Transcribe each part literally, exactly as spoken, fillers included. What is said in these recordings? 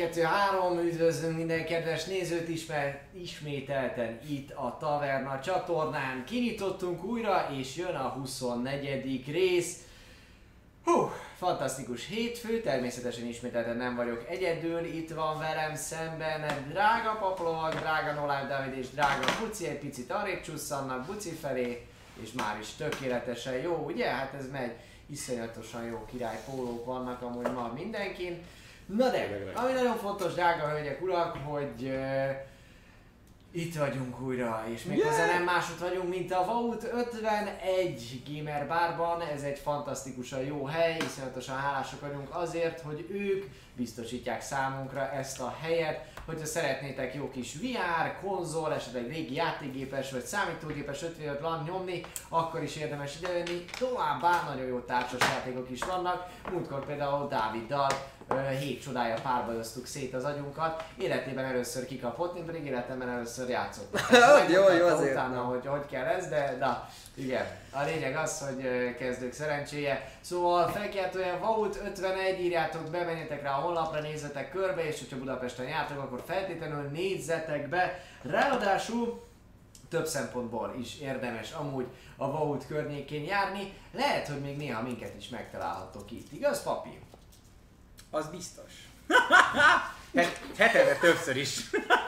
kettő három, üdvözlünk minden kedves nézőt ismer, ismételten itt a Taverna csatornán. Kinyitottunk újra, és jön a huszonnegyedik rész. Hú, fantasztikus hétfő, természetesen ismételten nem vagyok egyedül, itt van velem szemben drága Paplovag, drága Noláv Dávid és drága Buci, egy picit arrébb csusszannak Buci felé, és már is tökéletesen jó, ugye? Hát ez megy, iszonyatosan jó királypólók vannak amúgy ma mindenkin. Na de, ami nagyon fontos, drága hölgyek, urak, hogy uh, itt vagyunk újra, és méghozzá yeah. nem másod vagyunk, mint a Vault ötvenegy Gamer Barban. Ez egy fantasztikusan jó hely, iszonyatosan hálásak vagyunk azért, hogy ők biztosítják számunkra ezt a helyet. Hogyha szeretnétek jó kis vé er, konzol, esetleg régi játékgépes vagy számítógépes ötvenöt LAN nyomni, akkor is érdemes idejönni. Továbbá nagyon jó társas játékok is vannak. Múltkor például Dáviddal hét csodája párbajoztuk szét az agyunkat. Életében először kikapott, én pedig életemben először játszottam. jó, jó azért. Utána, hogy hogy kell ez, de na, igen. A lényeg az, hogy kezdők szerencséje. Szóval felkiáltóan Vault ötvenegy, írjátok be, menjetek rá a honlapra, nézzetek körbe, és hogyha Budapesten jártok, akkor feltétlenül nézzetek be. Ráadásul több szempontból is érdemes amúgy a Vault környékén járni. Lehet, hogy még néha minket is megtalálhatok itt, igaz, papi? Az biztos. Hetente többször is.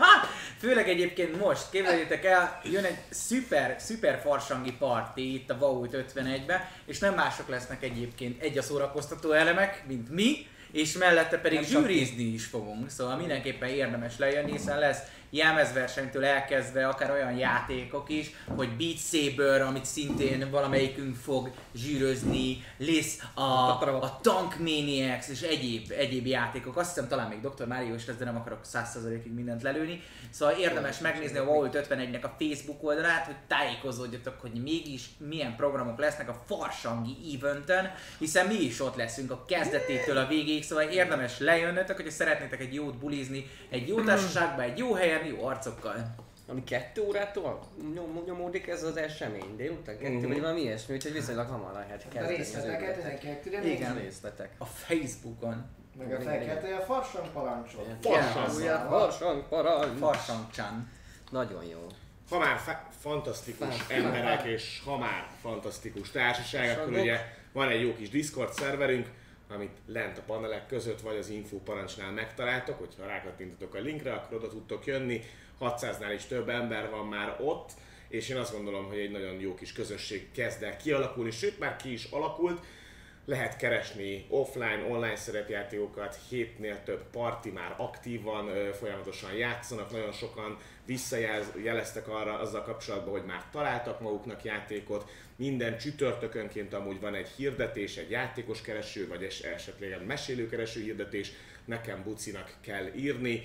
Főleg egyébként most, képzeljétek el, jön egy szuper, szuper farsangi party itt a Vault ötvenegybe, és nem mások lesznek egyébként egy a szórakoztató elemek, mint mi, és mellette pedig zsűrizni is fogunk, szóval mindenképpen érdemes lejönni, hiszen lesz jelmezversenytől elkezdve akár olyan játékok is, hogy Beat Saber, amit szintén valamelyikünk fog zsűrözni, lesz a, a Tank Maniacs és egyéb, egyéb játékok. Azt hiszem talán még doktor Mário is lesz, de nem akarok száz százalékig mindent lelőni. Szóval érdemes megnézni a Vault ötvenegynek a Facebook oldalát, hogy tájékozódjatok, hogy mégis milyen programok lesznek a farsangi eventen, hiszen mi is ott leszünk a kezdetétől a végéig, szóval érdemes lejönnötök, hogyha szeretnétek egy jót bulizni, egy jó társaságban, egy jó helyen, jó arcokkal. Ami kettő órától nyom, nyomódik ez az esemény, délután kettő, mm-hmm. vagy valami ilyesmi, úgyhogy viszonylag hamar lehet kezdeni. A részleteket tizenkettőre igen, részletek. A Facebookon. Meg a felkeltője a farsang parancsol. Farsang, farsang parancs. Farsang-chan. Nagyon jó. Ha már fa- fantasztikus Fá- emberek és ha már fantasztikus társaság, akkor ugye van egy jó kis Discord szerverünk, amit lent a panelek között vagy az info parancsnál megtaláltok, hogyha rákattintotok a linkre, akkor oda tudtok jönni. hatszáznál is több ember van már ott, és én azt gondolom, hogy egy nagyon jó kis közösség kezd el kialakulni, sőt már ki is alakult. Lehet keresni offline, online szerepjátékokat, hétnél több parti már aktívan, folyamatosan játszanak, nagyon sokan visszajeleztek arra azzal kapcsolatban, hogy már találtak maguknak játékot. Minden csütörtökönként amúgy van egy hirdetés, egy játékos kereső, vagy esetleg egy mesélőkereső hirdetés, nekem Bucinak kell írni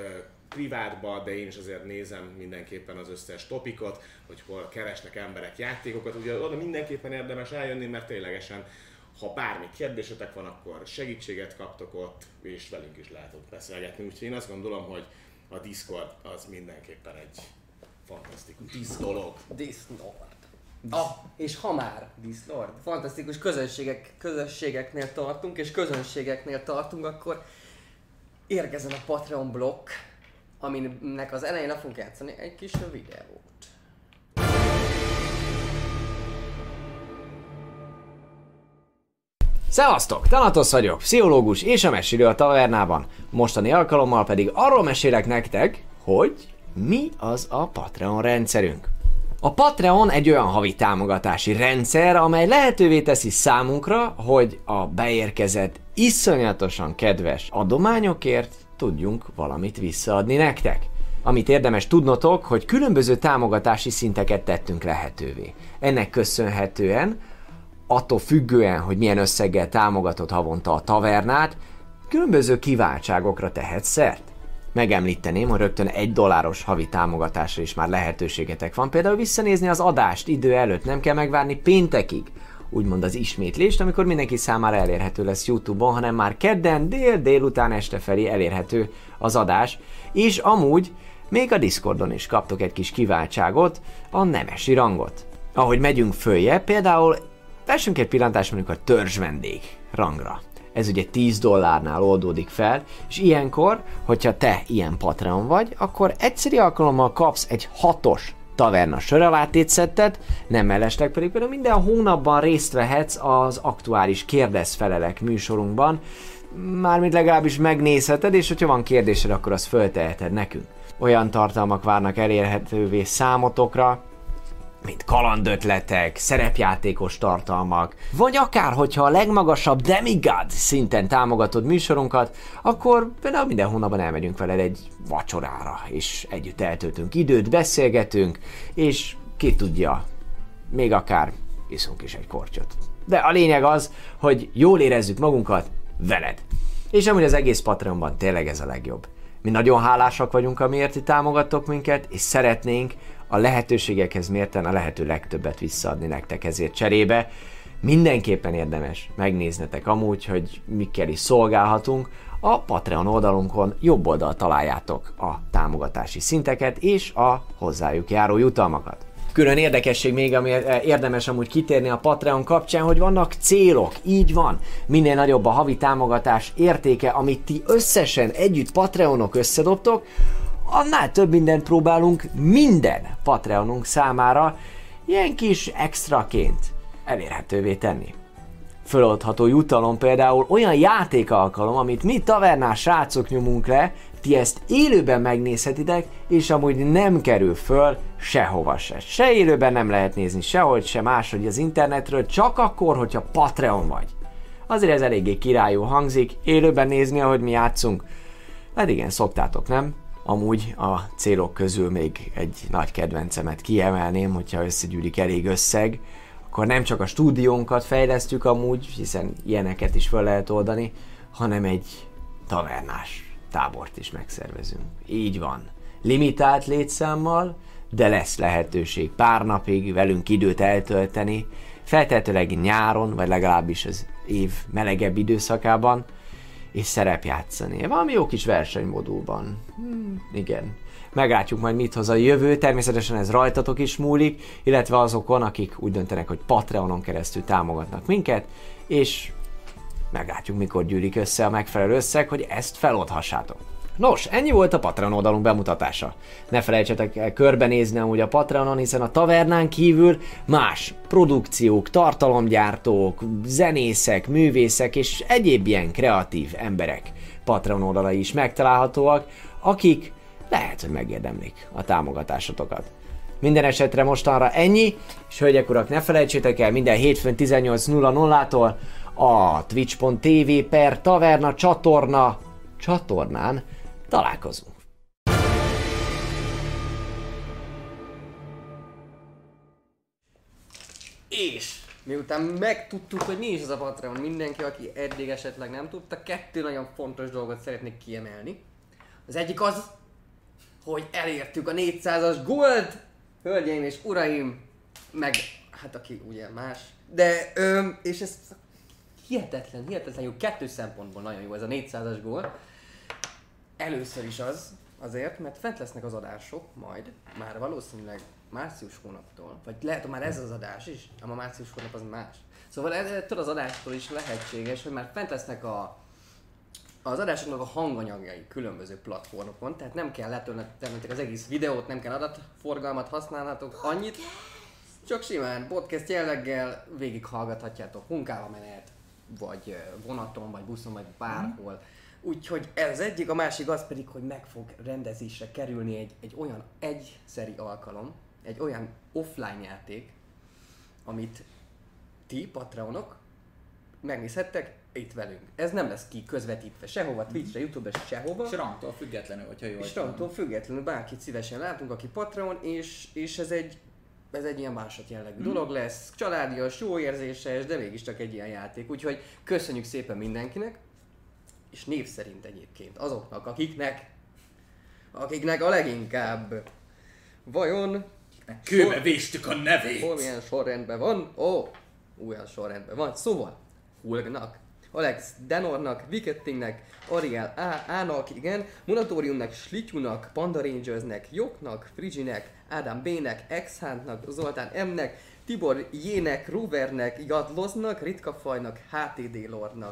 privátba, de én is azért nézem mindenképpen az összes topikot, hogy hol keresnek emberek játékokat. Ugye oda mindenképpen érdemes eljönni, mert ténylegesen ha bármi kérdésetek van, akkor segítséget kaptok ott, és velünk is lehet ott beszélgetni. Úgyhogy én azt gondolom, hogy a Discord az mindenképpen egy fantasztikus Discord. dolog. Discord. Ah, és ha már Discord. fantasztikus közönségek, közösségeknél tartunk, és közönségeknél tartunk, akkor érkezzen a Patreon blokk, aminek az elején le fogunk játszani egy kis videót. Szevasztok! Thanatos vagyok, pszichológus és a mesélő a Tavernában. Mostani alkalommal pedig arról mesélek nektek, hogy mi az a Patreon rendszerünk. A Patreon egy olyan havi támogatási rendszer, amely lehetővé teszi számunkra, hogy a beérkezett iszonyatosan kedves adományokért tudjunk valamit visszaadni nektek. Amit érdemes tudnotok, hogy különböző támogatási szinteket tettünk lehetővé. Ennek köszönhetően, attól függően, hogy milyen összeggel támogatod havonta a tavernát, különböző kiváltságokra tehetsz szert. Megemlíteném, hogy rögtön egy dolláros havi támogatásra is már lehetőségetek van, például visszanézni az adást idő előtt, nem kell megvárni péntekig, úgymond az ismétlést, amikor mindenki számára elérhető lesz YouTube-on, hanem már kedden, dél, délután, este felé elérhető az adás, és amúgy még a Discordon is kaptok egy kis kiváltságot, a nemesi rangot. Ahogy megyünk följebb, például vessünk egy pillantást mondjuk a törzs vendég rangra. Ez ugye tíz dollárnál oldódik fel, és ilyenkor, hogyha te ilyen Patreon vagy, akkor egyszeri alkalommal kapsz egy hatos taverna sörrelátétszettet, nem mellesleg pedig például minden hónapban részt vehetsz az aktuális kérdez-felelek műsorunkban, mármint legalábbis megnézheted, és hogyha van kérdésed, akkor azt fölteheted nekünk. Olyan tartalmak várnak elérhetővé számotokra, mint kalandötletek, szerepjátékos tartalmak, vagy akár, hogyha a legmagasabb demigod szinten támogatod műsorunkat, akkor például minden hónapban elmegyünk veled egy vacsorára, és együtt eltöltünk időt, beszélgetünk, és ki tudja, még akár iszunk is egy kortyot. De a lényeg az, hogy jól érezzük magunkat veled. És amúgy az egész Patreonban tényleg ez a legjobb. Mi nagyon hálásak vagyunk, amiért ti támogattok minket, és szeretnénk a lehetőségekhez mérten a lehető legtöbbet visszaadni nektek ezért cserébe. Mindenképpen érdemes megnéznetek amúgy, hogy mikkel is szolgálhatunk. A Patreon oldalunkon jobb oldalt találjátok a támogatási szinteket és a hozzájuk járó jutalmakat. Külön érdekesség még, ami érdemes amúgy kitérni a Patreon kapcsán, hogy vannak célok, így van. Minél nagyobb a havi támogatás értéke, amit ti összesen együtt Patreonok összedobtok, annál több mindent próbálunk minden Patreonunk számára ilyen kis extraként elérhetővé tenni. Föloldható jutalom például olyan játékalkalom, amit mi tavernás srácok nyomunk le, ti ezt élőben megnézhetitek, és amúgy nem kerül föl sehova se. Se élőben nem lehet nézni sehogy, se máshogy az internetről, csak akkor, hogyha Patreon vagy. Azért ez eléggé királyul hangzik, élőben nézni, ahogy mi játszunk. Hát igen, szoktátok, nem? Amúgy a célok közül még egy nagy kedvencemet kiemelném, hogyha összegyűlik elég összeg, akkor nem csak a stúdiónkat fejlesztjük amúgy, hiszen ilyeneket is fel lehet oldani, hanem egy tavernás tábort is megszervezünk. Így van. Limitált létszámmal, de lesz lehetőség pár napig velünk időt eltölteni, feltehetőleg nyáron, vagy legalábbis az év melegebb időszakában, és szerepjátszani. Valami jó kis versenymodulban. Hmm, igen. Meglátjuk majd mit hoz a jövő, természetesen ez rajtatok is múlik, illetve azokon, akik úgy döntenek, hogy Patreonon keresztül támogatnak minket, és meglátjuk, mikor gyűlik össze a megfelelő összeg, hogy ezt feloldhassátok. Nos, ennyi volt a Patreon oldalunk bemutatása. Ne felejtsetek el körbenézni amúgy a Patreonon, hiszen a tavernán kívül más produkciók, tartalomgyártók, zenészek, művészek és egyéb ilyen kreatív emberek Patreon oldalai is megtalálhatóak, akik lehet, hogy megérdemlik a támogatásotokat. Minden esetre mostanra ennyi, és hölgyek urak, ne felejtsétek el, minden hétfőn tizennyolc nulla nullától a twitch pont tv per taverna csatorna csatornán találkozunk. És miután megtudtuk, hogy mi is az a Patreon, mindenki, aki eddig esetleg nem tudta, kettő nagyon fontos dolgot szeretnék kiemelni. Az egyik az, hogy elértük a négyszázas gold, hölgyeim és uraim, meg hát aki ugye más, de ö, és ez hihetetlen, hihetetlen jó, kettő szempontból nagyon jó ez a négyszázas gól. Először is az, azért, mert fent lesznek az adások majd, már valószínűleg március hónaptól, vagy lehet, hogy már ez az adás is, ám a március hónap az más. Szóval ettől az adástól is lehetséges, hogy már fent lesznek a, az adásoknak a hanganyagjai különböző platformokon, tehát nem kell letöltenetek az egész videót, nem kell adatforgalmat használhatok annyit, csak simán podcast jelleggel végighallgathatjátok munkába menet, vagy vonaton, vagy buszon, vagy bárhol. Úgyhogy ez egyik, a másik az pedig, hogy meg fog rendezésre kerülni egy, egy olyan egyszeri alkalom, egy olyan offline játék, amit ti, Patreonok, megnézhettek itt velünk. Ez nem lesz ki közvetítve sehova, Twitchre, YouTube-re, sehova. És rangtól függetlenül, hogyha jól És rangtól függetlenül bárkit szívesen látunk, aki Patreon, és, és ez egy ez egy ilyen másod jellegű mm. dolog lesz, családias, jó érzéses, de mégiscsak egy ilyen játék. Úgyhogy köszönjük szépen mindenkinek, és név szerint egyébként azoknak, akiknek, akiknek a leginkább vajon... Kőbe véstük a nevét! Hol milyen sorrendben van? Ó, oh, olyan sorrendben van. Szóval, Hulgnak, Alex Denornak, Wicketingnek, Ariel A- Ának, igen, Monatoriumnak, Slityunak, Panda Rangersnek, Joknak, Friginek, Ádám B-nek, Exhántnak, Zoltán M-nek, Tibor J-nek, Rovernek, Jadloznak, Ritkafajnak, há té dé Lordnak,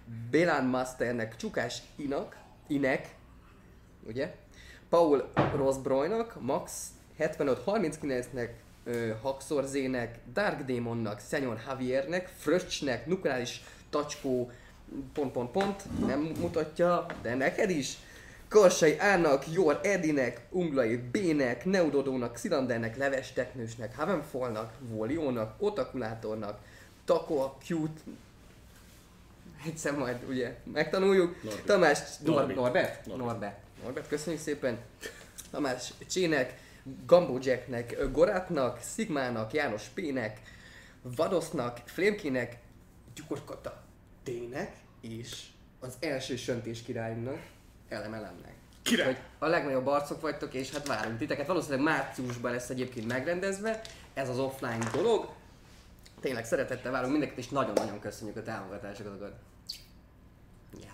Bélán Masternek, Csukás Inak, Inek, ugye? Paul Rosbroynak, Max hetvenöt harminckilencnek, uh, Haxorzének, Dark Demonnak, Szenyor Javiernek, Fröccsnek, Nukleáris Tacskó, pont pont pont, nem mutatja, de neked is. Karsai Ának, Jor Edinek, Unglai B-nek, Neudodónak, Szilandernek, Leves Teknősnek, Havenfallnak, Voliónak, Otakulátornak, Taco Cute, egyszer majd ugye megtanuljuk, Norbit. Tamás Norbit. Norbert? Norbit. Norbert. Norbert, köszönjük szépen. Tamás Csének, Gambo Jacknek, Gorátnak, Szigmának, János P-nek, Vadosznak, Flémkének, Gyukorkata T-nek, és az első söntés királyunknak, Elemelemnek. Király! Hogy a legnagyobb arcok vagytok, és hát várunk titeket. Valószínűleg márciusban lesz egyébként megrendezve ez az offline dolog. Tényleg szeretettel várunk mindenkit, és nagyon-nagyon köszönjük a támogatásokat. Ja.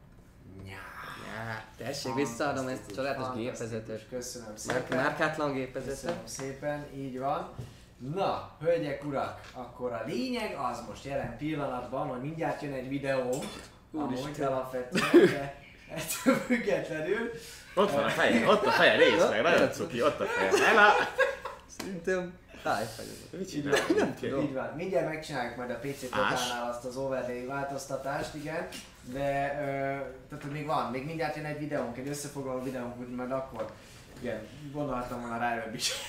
Ja. Tessék, visszaadom ezt a családos gépezetet. Köszönöm Márk- szépen. Márkátlan gépezetet. Köszönöm szépen, így van. Na, hölgyek, urak, akkor a lényeg az most jelen pillanatban, hogy mindjárt jön egy videó, amúgy alapvetően, de ettől függetlenül. Ott van a feje, ott a feje, nézd meg, nagyon cuki, ott a feje. Ela! Szerintem tájfegyelő. Mit csinál? Nem tudom. Így van, mindjárt megcsináljuk majd a pé cé Totálnál azt az overlay változtatást, igen. De, ö, tehát hogy még van, még mindjárt jön egy videónk, egy összefoglaló videónk, úgyhogy majd akkor, igen, gondoltam volna rá előbb is.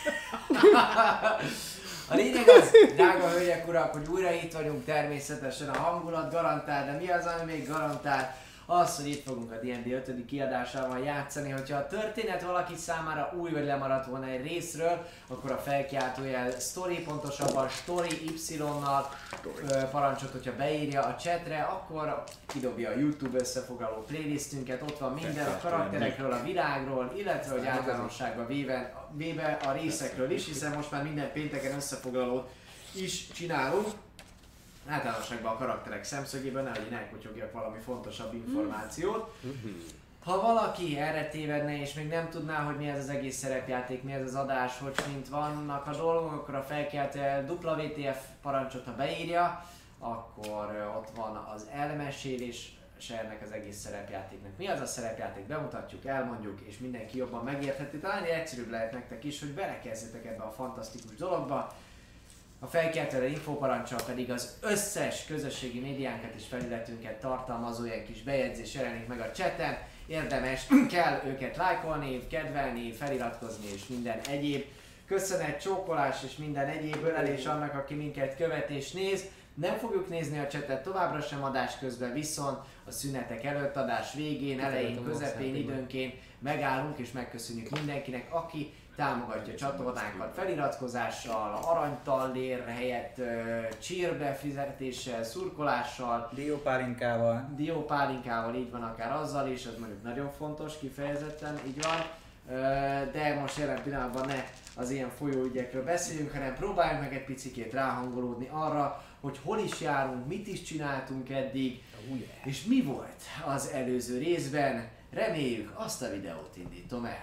A lényeg az, drága hölgyek, urak, hogy újra itt vagyunk, természetesen a hangulat garantál, de mi az, ami még garantál? Az, hogy itt fogunk a dé and dé ötödik kiadásával játszani, hogyha a történet valaki számára új vagy lemaradt volna egy részről, akkor a felkiáltójel story, pontosabban story Y-nal parancsot, hogyha beírja a chatre, akkor kidobja a YouTube összefoglaló playlistünket, ott van minden a karakterekről, a világról, illetve hogy általánosságban véve, véve a részekről is, hiszen most már minden pénteken összefoglalót is csinálunk. Általánosságban a karakterek szemszögében, nehogy én elkotyogjak valami fontosabb információt. Ha valaki erre tévedne és még nem tudná, hogy mi ez az egész szerepjáték, mi ez az adás, hogy mint vannak a dolgok, akkor a felkiáltójel dupla vé té ef parancsot, ha beírja, akkor ott van az elmesélés ennek az egész szerepjátéknak. Mi az a szerepjáték? Bemutatjuk, elmondjuk, és mindenki jobban megértheti. Talán egyszerűbb lehet nektek is, hogy belekezdjetek ebbe a fantasztikus dologba. A felkeltőre infóparancsal pedig az összes közösségi médiánkat és felületünket tartalmazó ilyen kis bejegyzés jelenik meg a chaten. Érdemes kell őket lájkolni, kedvelni, feliratkozni és minden egyéb. Köszönet, csókolás és minden egyéb ölelés annak, aki minket követ és néz. Nem fogjuk nézni a chatet továbbra sem adás közben, viszont a szünetek előtt, adás végén, elején, közepén, időnként megállunk és megköszönjük mindenkinek, aki támogatja a csatornánkat feliratkozással, aranytallér helyett cheer befizetéssel, szurkolással, Diópálinkával. diópálinkával, így van, akár azzal is, az mondjuk nagyon fontos, kifejezetten, így van. De most jelen pillanatban ne az ilyen folyóügyekről beszéljünk, hanem próbáljunk meg egy picikét ráhangolódni arra, hogy hol is járunk, mit is csináltunk eddig, oh yeah. és mi volt az előző részben. Reméljük, azt a videót indítom el.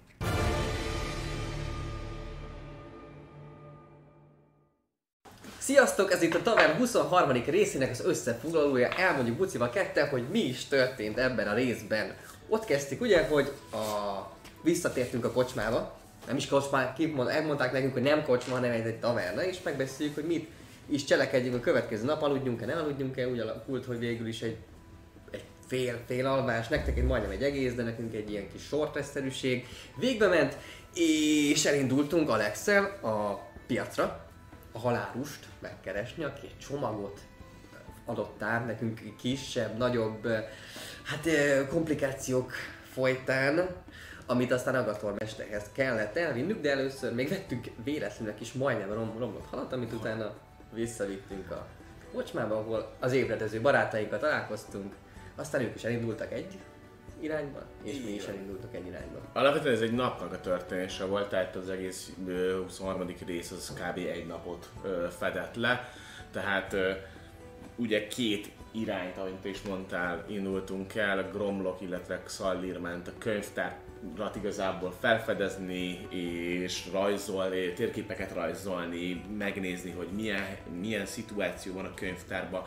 Sziasztok, ez itt a Tavern huszonharmadik részének az összefoglalója. Elmondjuk Bucival ketten, hogy mi is történt ebben a részben. Ott kezdtük ugye, hogy a... visszatértünk a kocsmába. Nem is kocsmá, kimond, elmondták nekünk, hogy nem kocsma, hanem egy taverna, és megbeszéljük, hogy mit is cselekedjünk a következő nap, aludjunk-e, nem aludjunk-e. Úgy alakult, hogy végül is egy, egy fél, fél alvás, nektek egy majdnem egy egész, de nekünk egy ilyen kis short-rest-szerűség. Végbe ment, és elindultunk Alexszel a piacra, a halálust megkeresni, aki egy csomagot adott át nekünk kisebb, nagyobb hát, komplikációk folytán, amit aztán Agathormesterhez kellett elvinnünk, de először még vettünk véletlenül is majdnem rom- romlott halat, amit utána visszavittünk a kocsmába, ahol az ébredező barátainkkal találkoztunk, aztán ők is elindultak egy irányba, és mi is elindultak egy irányba. Alapvetően ez egy napnak a történése volt, tehát az egész huszonharmadik rész az kb. Egy napot ö, fedett le, tehát ö, ugye két irányt, ahogy te is mondtál, indultunk el, Gromlok, illetve Xallir ment a könyvtárat igazából felfedezni és rajzolni, térképeket rajzolni, megnézni, hogy milyen, milyen szituáció van a könyvtárban,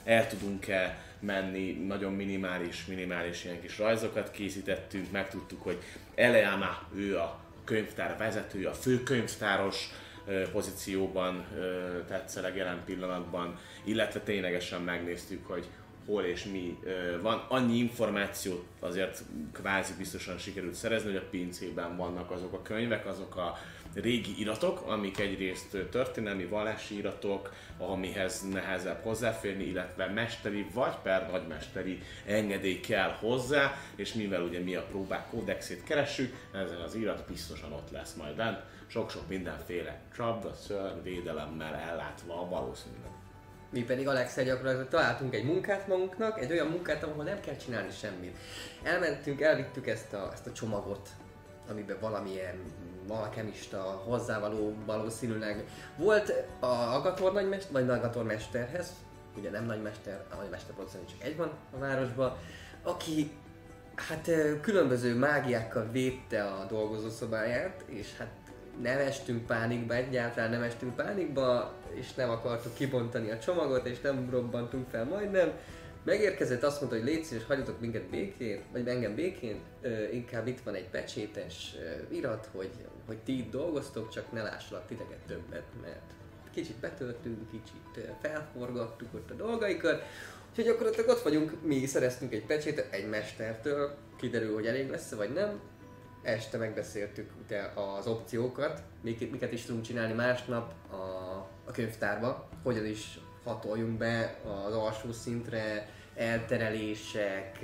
el tudunk-e menni, nagyon minimális, minimális ilyen kis rajzokat készítettünk, megtudtuk, hogy Eleana, ő a könyvtár vezetője, a főkönyvtáros pozícióban tetszeleg jelen pillanatban, illetve ténylegesen megnéztük, hogy hol és mi van. Annyi információt azért kvázi biztosan sikerült szerezni, hogy a pincében vannak azok a könyvek, azok a régi iratok, amik egyrészt történelmi vallási iratok, amihez nehezebb hozzáférni, illetve mesteri vagy per nagymesteri engedély kell hozzá, és mivel ugye mi a próbák kódexét keressük, ezen az irat biztosan ott lesz majd bent, sok-sok mindenféle csapda, szörny, védelemmel ellátva valószínűleg. Mi pedig Alex gyakorlatilag találtunk egy munkát magunknak, egy olyan munkát, ahol nem kell csinálni semmit. Elmentünk, elvittük ezt a, ezt a csomagot, amiben valamilyen alkemista hozzávaló valószínűleg volt a Agator nagymester, vagy Agator mesterhez, ugye nem nagymester, a nagymester valószínűleg csak egy van a városban, aki hát különböző mágiákkal védte a dolgozószobáját, és hát nem estünk pánikba, egyáltalán nem estünk pánikba, és nem akartuk kibontani a csomagot, és nem robbantunk fel majdnem. Megérkezett, azt mondta, hogy légy szíves, hagyjatok minket békén, vagy engem békén, uh, inkább itt van egy pecsétes uh, irat, hogy, hogy ti itt dolgoztok, csak ne lássalak titeket többet, mert kicsit betöltünk, kicsit uh, felforgattuk ott a dolgaikat, úgyhogy gyakorlatilag ott vagyunk, mi szereztünk egy pecsétet egy mestertől, kiderül, hogy elég lesz vagy nem. Este megbeszéltük ugye az opciókat, miket is tudunk csinálni másnap a, a könyvtárba, hogyan is hatoljunk be az alsó szintre, elterelések,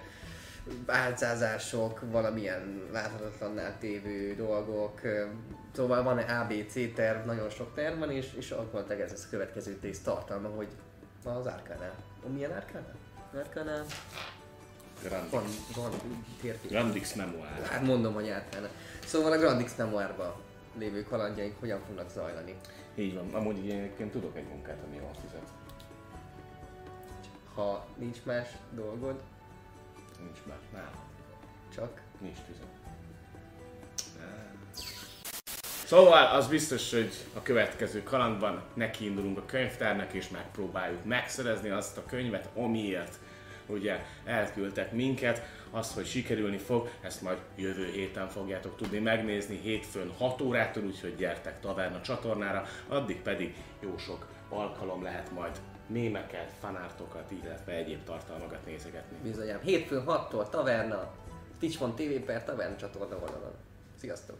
álcázások, valamilyen láthatatlanná tévő dolgok. Szóval van A B C terv, nagyon sok terv van, és, és akkor ez lesz a következő tész tartalma, hogy az Árkánál. Milyen Árkánál? Árkánál? Grandix. Van, van térkép. Grandix Memoir. Hát mondom, hogy Árkánál. Szóval a Grandix Memoirban lévő kalandjaink hogyan fognak zajlani. Így van, amúgy én egyébként tudok egy munkát, ami jól fizet. Ha nincs más dolgod, Nincs már, nálam. csak Nincs tüzet. Szóval az biztos, hogy a következő kalandban nekiindulunk a könyvtárnak és megpróbáljuk megszerezni azt a könyvet, amiért ugye elküldtek minket. Az, hogy sikerülni fog, ezt majd jövő héten fogjátok tudni megnézni, hétfőn hat órától, úgyhogy gyertek Taverna csatornára, addig pedig jó sok alkalom lehet majd mémeket, fanártokat, illetve egyéb tartalmakat nézegetni. bizonyám. Hétfőn hattól Taverna, twitch pont tv per Taverna csatorna oldalon. Sziasztok!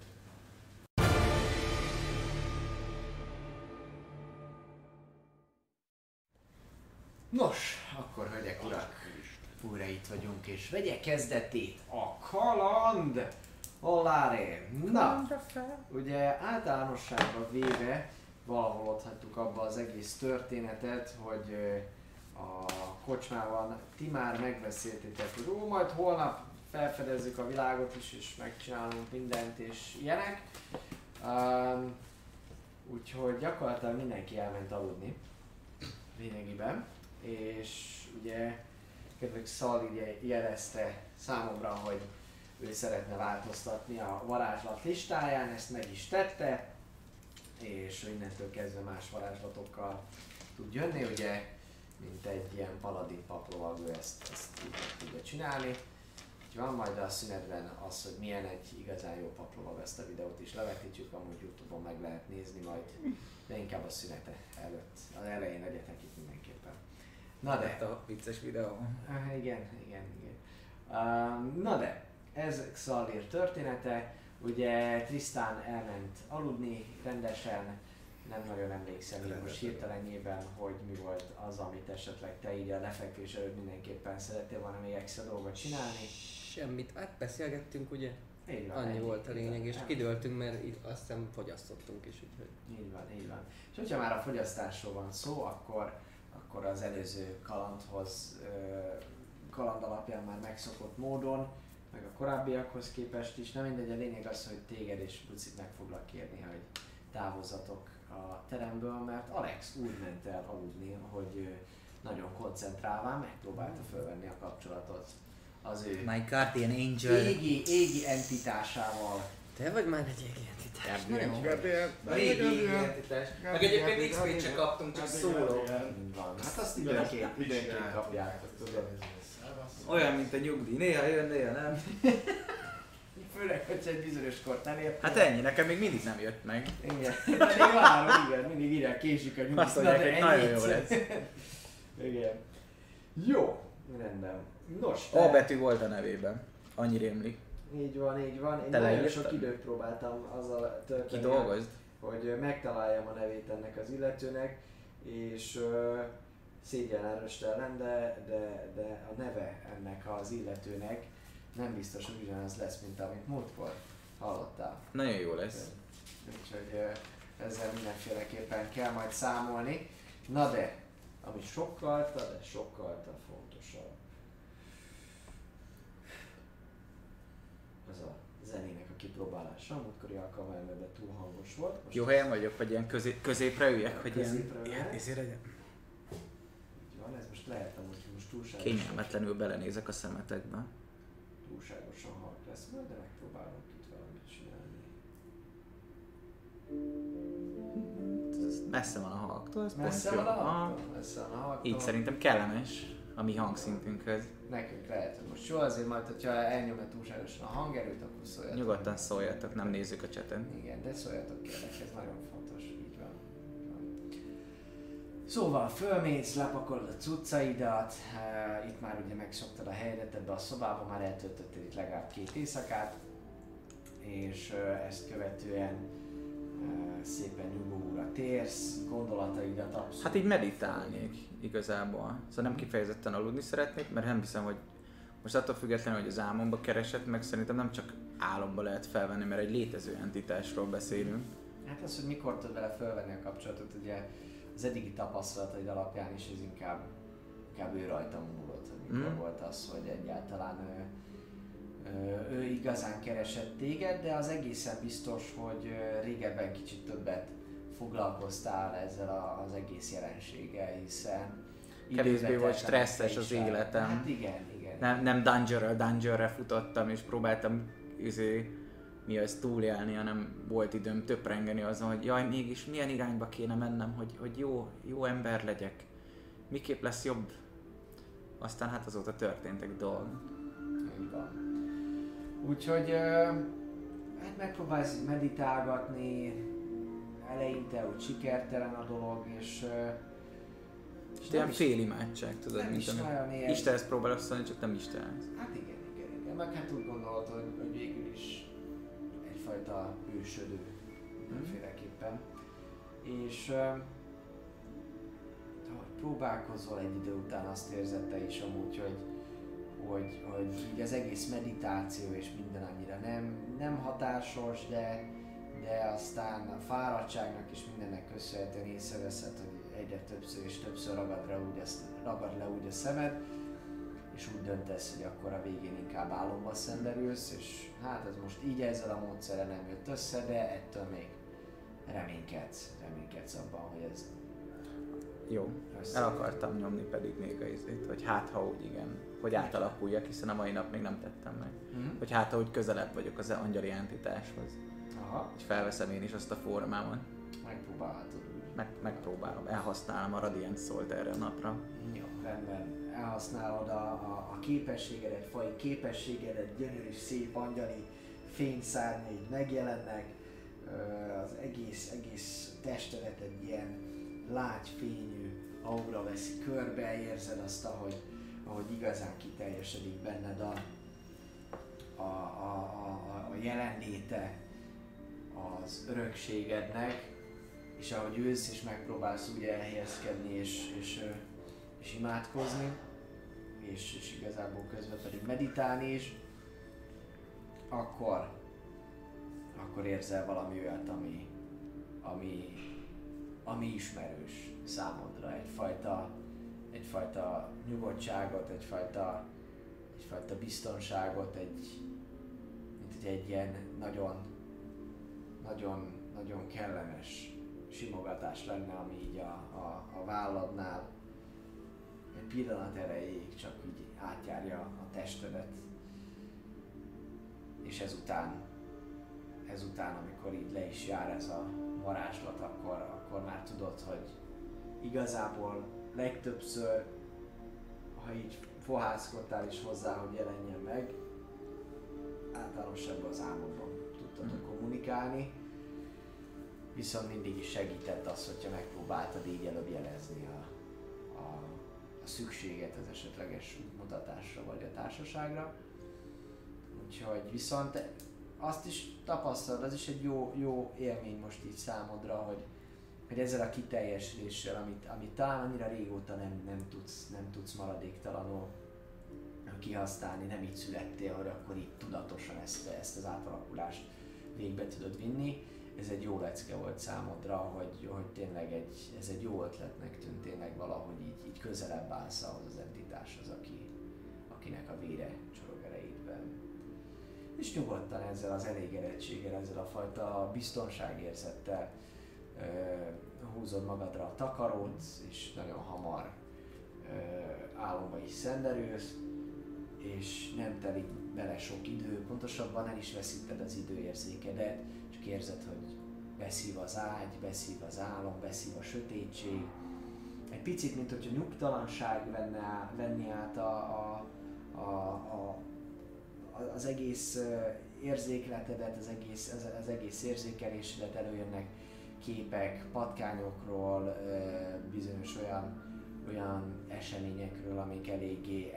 Nos, akkor hölgyek, urak, újra itt vagyunk, és vegye kezdetét a kaland! Holláré! Na, ugye általánosságban véve valahol ott hagytuk abba az egész történetet, hogy a kocsmában ti már megbeszéltétek, hogy ó, majd holnap felfedezzük a világot is, és megcsinálunk mindent, és ilyenek. Um, úgyhogy gyakorlatilag mindenki elment aludni, lényegében. És ugye kedves Szali jelezte számomra, hogy ő szeretne változtatni a varázslat listáján, ezt meg is tette, és innentől kezdve más varázslatokkal tud jönni, ugye, mint egy ilyen paladin paplovag, ő ezt, ezt így tudja csinálni. Így van, majd a szünetben az, hogy milyen egy igazán jó paplovag, ezt a videót is levetítjük, amúgy YouTube-on meg lehet nézni majd, de inkább a szünete előtt, az elején legyetek itt mindenképpen. Na de, a vicces videó. Uh, igen, igen, igen. Uh, na de, ez Xalir története, ugye Tristan elment aludni rendesen, nem nagyon emlékszem így most hirtelenjében, hogy mi volt az, amit esetleg te így a lefekvés előtt mindenképpen szerettél volna még extra dolgot csinálni. Semmit, hát beszélgettünk ugye? Így van, Annyi ennyi, volt a lényeg, és nem. kidőltünk, mert itt azt hiszem fogyasztottunk is, úgyhogy... Így van, így van. És hogyha már a fogyasztásról van szó, akkor, akkor az előző kalandhoz, kaland alapján már megszokott módon, meg a korábbiakhoz képest is, nem mindegy, a lényeg az, hogy téged és Lucit meg foglak kérni, hogy távozzatok a teremből, mert Alex úgy ment el aludni, hogy ő nagyon koncentrálván megpróbálta fölvenni a kapcsolatot az ő My guardian angel. égi, égi entitásával. Te vagy már egy identitás. Gabriel. Na jó. Gabriel, Régi identitás. Meg egyébként iksz pét se kaptunk, csak szóló. Van. Hát azt időnként, időnként kapják. Tudod. Olyan, mint a nyugdíj. Néha jön, néha nem. Főleg, hogy egy bizonyos kort elért. Hát ennyi, nekem még mindig nem jött meg. Igen. De én várom, igen, mindig írják, késik a nyugdíj. Azt mondják, hogy nagyon jó lesz. Igen. Jó, rendben. Nos, A betű volt a nevében. Annyi rémlik. így van, így van. Én Te nagyon leírtad? sok időt próbáltam azzal Ki tölteni, dolgozd? hogy megtaláljam a nevét ennek az illetőnek, és uh, szégyenelőst ellen, de, de, de a neve ennek az illetőnek nem biztos, hogy ugyanaz lesz, mint amit múltkor hallottál. Nagyon jó lesz. Úgyhogy uh, ezzel mindenféleképpen kell majd számolni. Na de, ami sokkal, de sokkal fontosabb. Az a zenének a kipróbálása. A múltkori alkalmában ebben túl hangos volt. Most Jó helyen vagyok, hogy ilyen közé, középre üljek, hogy ilyen... Középre ilyen üljek. izé legyen. így van, ez most lehet amúgy, hogy most túlságosan, Kényelmetlenül belenézek a szemetekbe. túlságosan halk lesz majd, de megpróbálunk itt valamit csinálni. Ez messze van a halktól, ez Messze pont van jó. a Aha. halktól? Messze van a halktól. Így szerintem kellemes a mi hangszintünkhöz. Nekünk lehet, hogy most jó, azért majd, hogyha elnyomja túlságosan a hangerőt, akkor szóljatok. Nyugodtan szóljatok, nem nézzük a chaten. Igen, de szóljatok kérlek, ez nagyon fontos, így van. Így van. Szóval fölmész, lepakolod a cuccaidat, uh, itt már ugye megszoktad a helyedet ebbe a szobába, már eltöltöttél itt legalább két éjszakát, és uh, ezt követően uh, szépen nyugovóra térsz, gondolataidat abszolút... Hát így meditálnék igazából. Szóval nem kifejezetten aludni szeretnék, mert nem hiszem, hogy most attól függetlenül, hogy az álmomba keresett, meg szerintem nem csak álomba lehet felvenni, mert egy létező entitásról beszélünk. Hát az, hogy mikor tudod vele fölvenni a kapcsolatot, ugye az eddigi tapasztalataid alapján is ez inkább, inkább ő rajta múlott, hogy mikor Mm. volt az, hogy egyáltalán ő, ő, ő igazán keresett téged, de az egészen biztos, hogy ö, régebben kicsit többet foglalkoztál ezzel a, az egész jelenséggel, hiszen Kevésbé időbe volt teltem stresszes te az is rá. életem. Hát igen, igen. Nem, nem dungeonről dungeonre futottam és próbáltam izé, mi az túlélni, hanem volt időm töprengeni azon, hogy jaj, mégis milyen irányba kéne mennem, hogy, hogy jó, jó ember legyek. Miképp lesz jobb? Aztán hát azóta történtek dolgok. Így van. Úgyhogy ö, hát megpróbálsz így meditálgatni, eleinte, hogy sikertelen a dolog, és, ö, és És ilyen fél imádság, tudod, nem mint is amit nagyon ilyen. Istenhez próbálok szólni, csak nem Istenhez. Hát igen, igen, igen. Meg hát úgy gondolod, hogy, hogy végül is egyfajta ősödő mindenféleképpen. És ö, ahogy próbálkozol egy idő után, azt érzed te is amúgy, hogy, hogy, hogy így az egész meditáció és minden annyira nem, nem hatásos, de, de aztán a fáradtságnak és mindennek köszönhetően észreveszed, hogy egyre többször és többször ragad le úgy, ezt, ragad le úgy a szemed, és úgy döntesz, hogy akkor a végén inkább álomba szenderülsz, és hát ez most így ezzel a módszerrel nem jött össze, de ettől még reménykedsz, reménykedsz abban, hogy ez Jó, el akartam nyomni pedig még a izét, hogy hát ha úgy igen, hogy átalakuljak, hiszen a mai nap még nem tettem meg. Mhm. Hogy hát ha úgy közelebb vagyok az angyali entitáshoz, Aha, hogy felveszem én is azt a formámat, megpróbálhatod úgy. meg, megpróbálom, elhasználom a Radiant Soul-t erre a napra. Jó, rendben. Elhasználod a, a, a képességedet, fai képességedet, gyönyörű, szép angyali fényszárnyaid megjelennek, Ö, az egész, egész testedet egy ilyen lágy fényű aura veszi körbe, érzed azt, ahogy, ahogy igazán kiteljesedik benned a, a, a, a, a jelenléte az örökségednek, és ahogy ülsz és megpróbálsz úgy elhelyezkedni és, és, ö, és imádkozni, és, és igazából közben pedig meditálni is, akkor, akkor érzel valami olyat, ami, ami, ami ismerős számodra, egyfajta, egyfajta nyugodtságot, egyfajta, egyfajta biztonságot, egy, mint hogy egy ilyen nagyon, nagyon, nagyon kellemes simogatás lenne, ami így a, a, a válladnál egy pillanat erejéig csak így átjárja a testedet, és ezután ezután, amikor így le is jár ez a varázslat, akkor, akkor már tudod, hogy igazából legtöbbször, ha így fohászkodtál is hozzá, hogy jelenjen meg, általánosabban az álmodban tudtatok kommunikálni, viszont mindig is segített az, hogyha megpróbáltad így előbb jelezni a, a, a szükséget az esetleges mutatásra vagy a társaságra. Úgyhogy viszont azt is tapasztalod, az is egy jó, jó élmény most így számodra, hogy, hogy ezzel a kiteljesüléssel, amit, amit talán annyira régóta nem, nem, tudsz, nem tudsz maradéktalanul kihasználni, nem így születtél, hogy akkor itt tudatosan ezt, ezt az átalakulást végbe tudod vinni. Ez egy jó lecke volt számodra, hogy, hogy tényleg egy, ez egy jó ötletnek tűnt, tényleg valahogy így, így közelebb állsz ahhoz az entitáshoz, aki, akinek a vére csorog erejédben. És nyugodtan ezzel az elégedettséggel, ezzel a fajta biztonságérzettel ö, húzod magadra a takarót, és nagyon hamar ö, álomba is szenderülsz, és nem telik bele sok idő, pontosabban el is veszíted az időérzékedet, csak érzed, hogy beszív az ágy, beszív az álom, beszív a sötétség. Egy picit, mint hogyha nyugtalanság venne, venni át a, a, a, a, az egész érzékletedet, az egész, az, az egész érzékelésedet, előjönnek képek, patkányokról, bizonyos olyan, olyan eseményekről, amik eléggé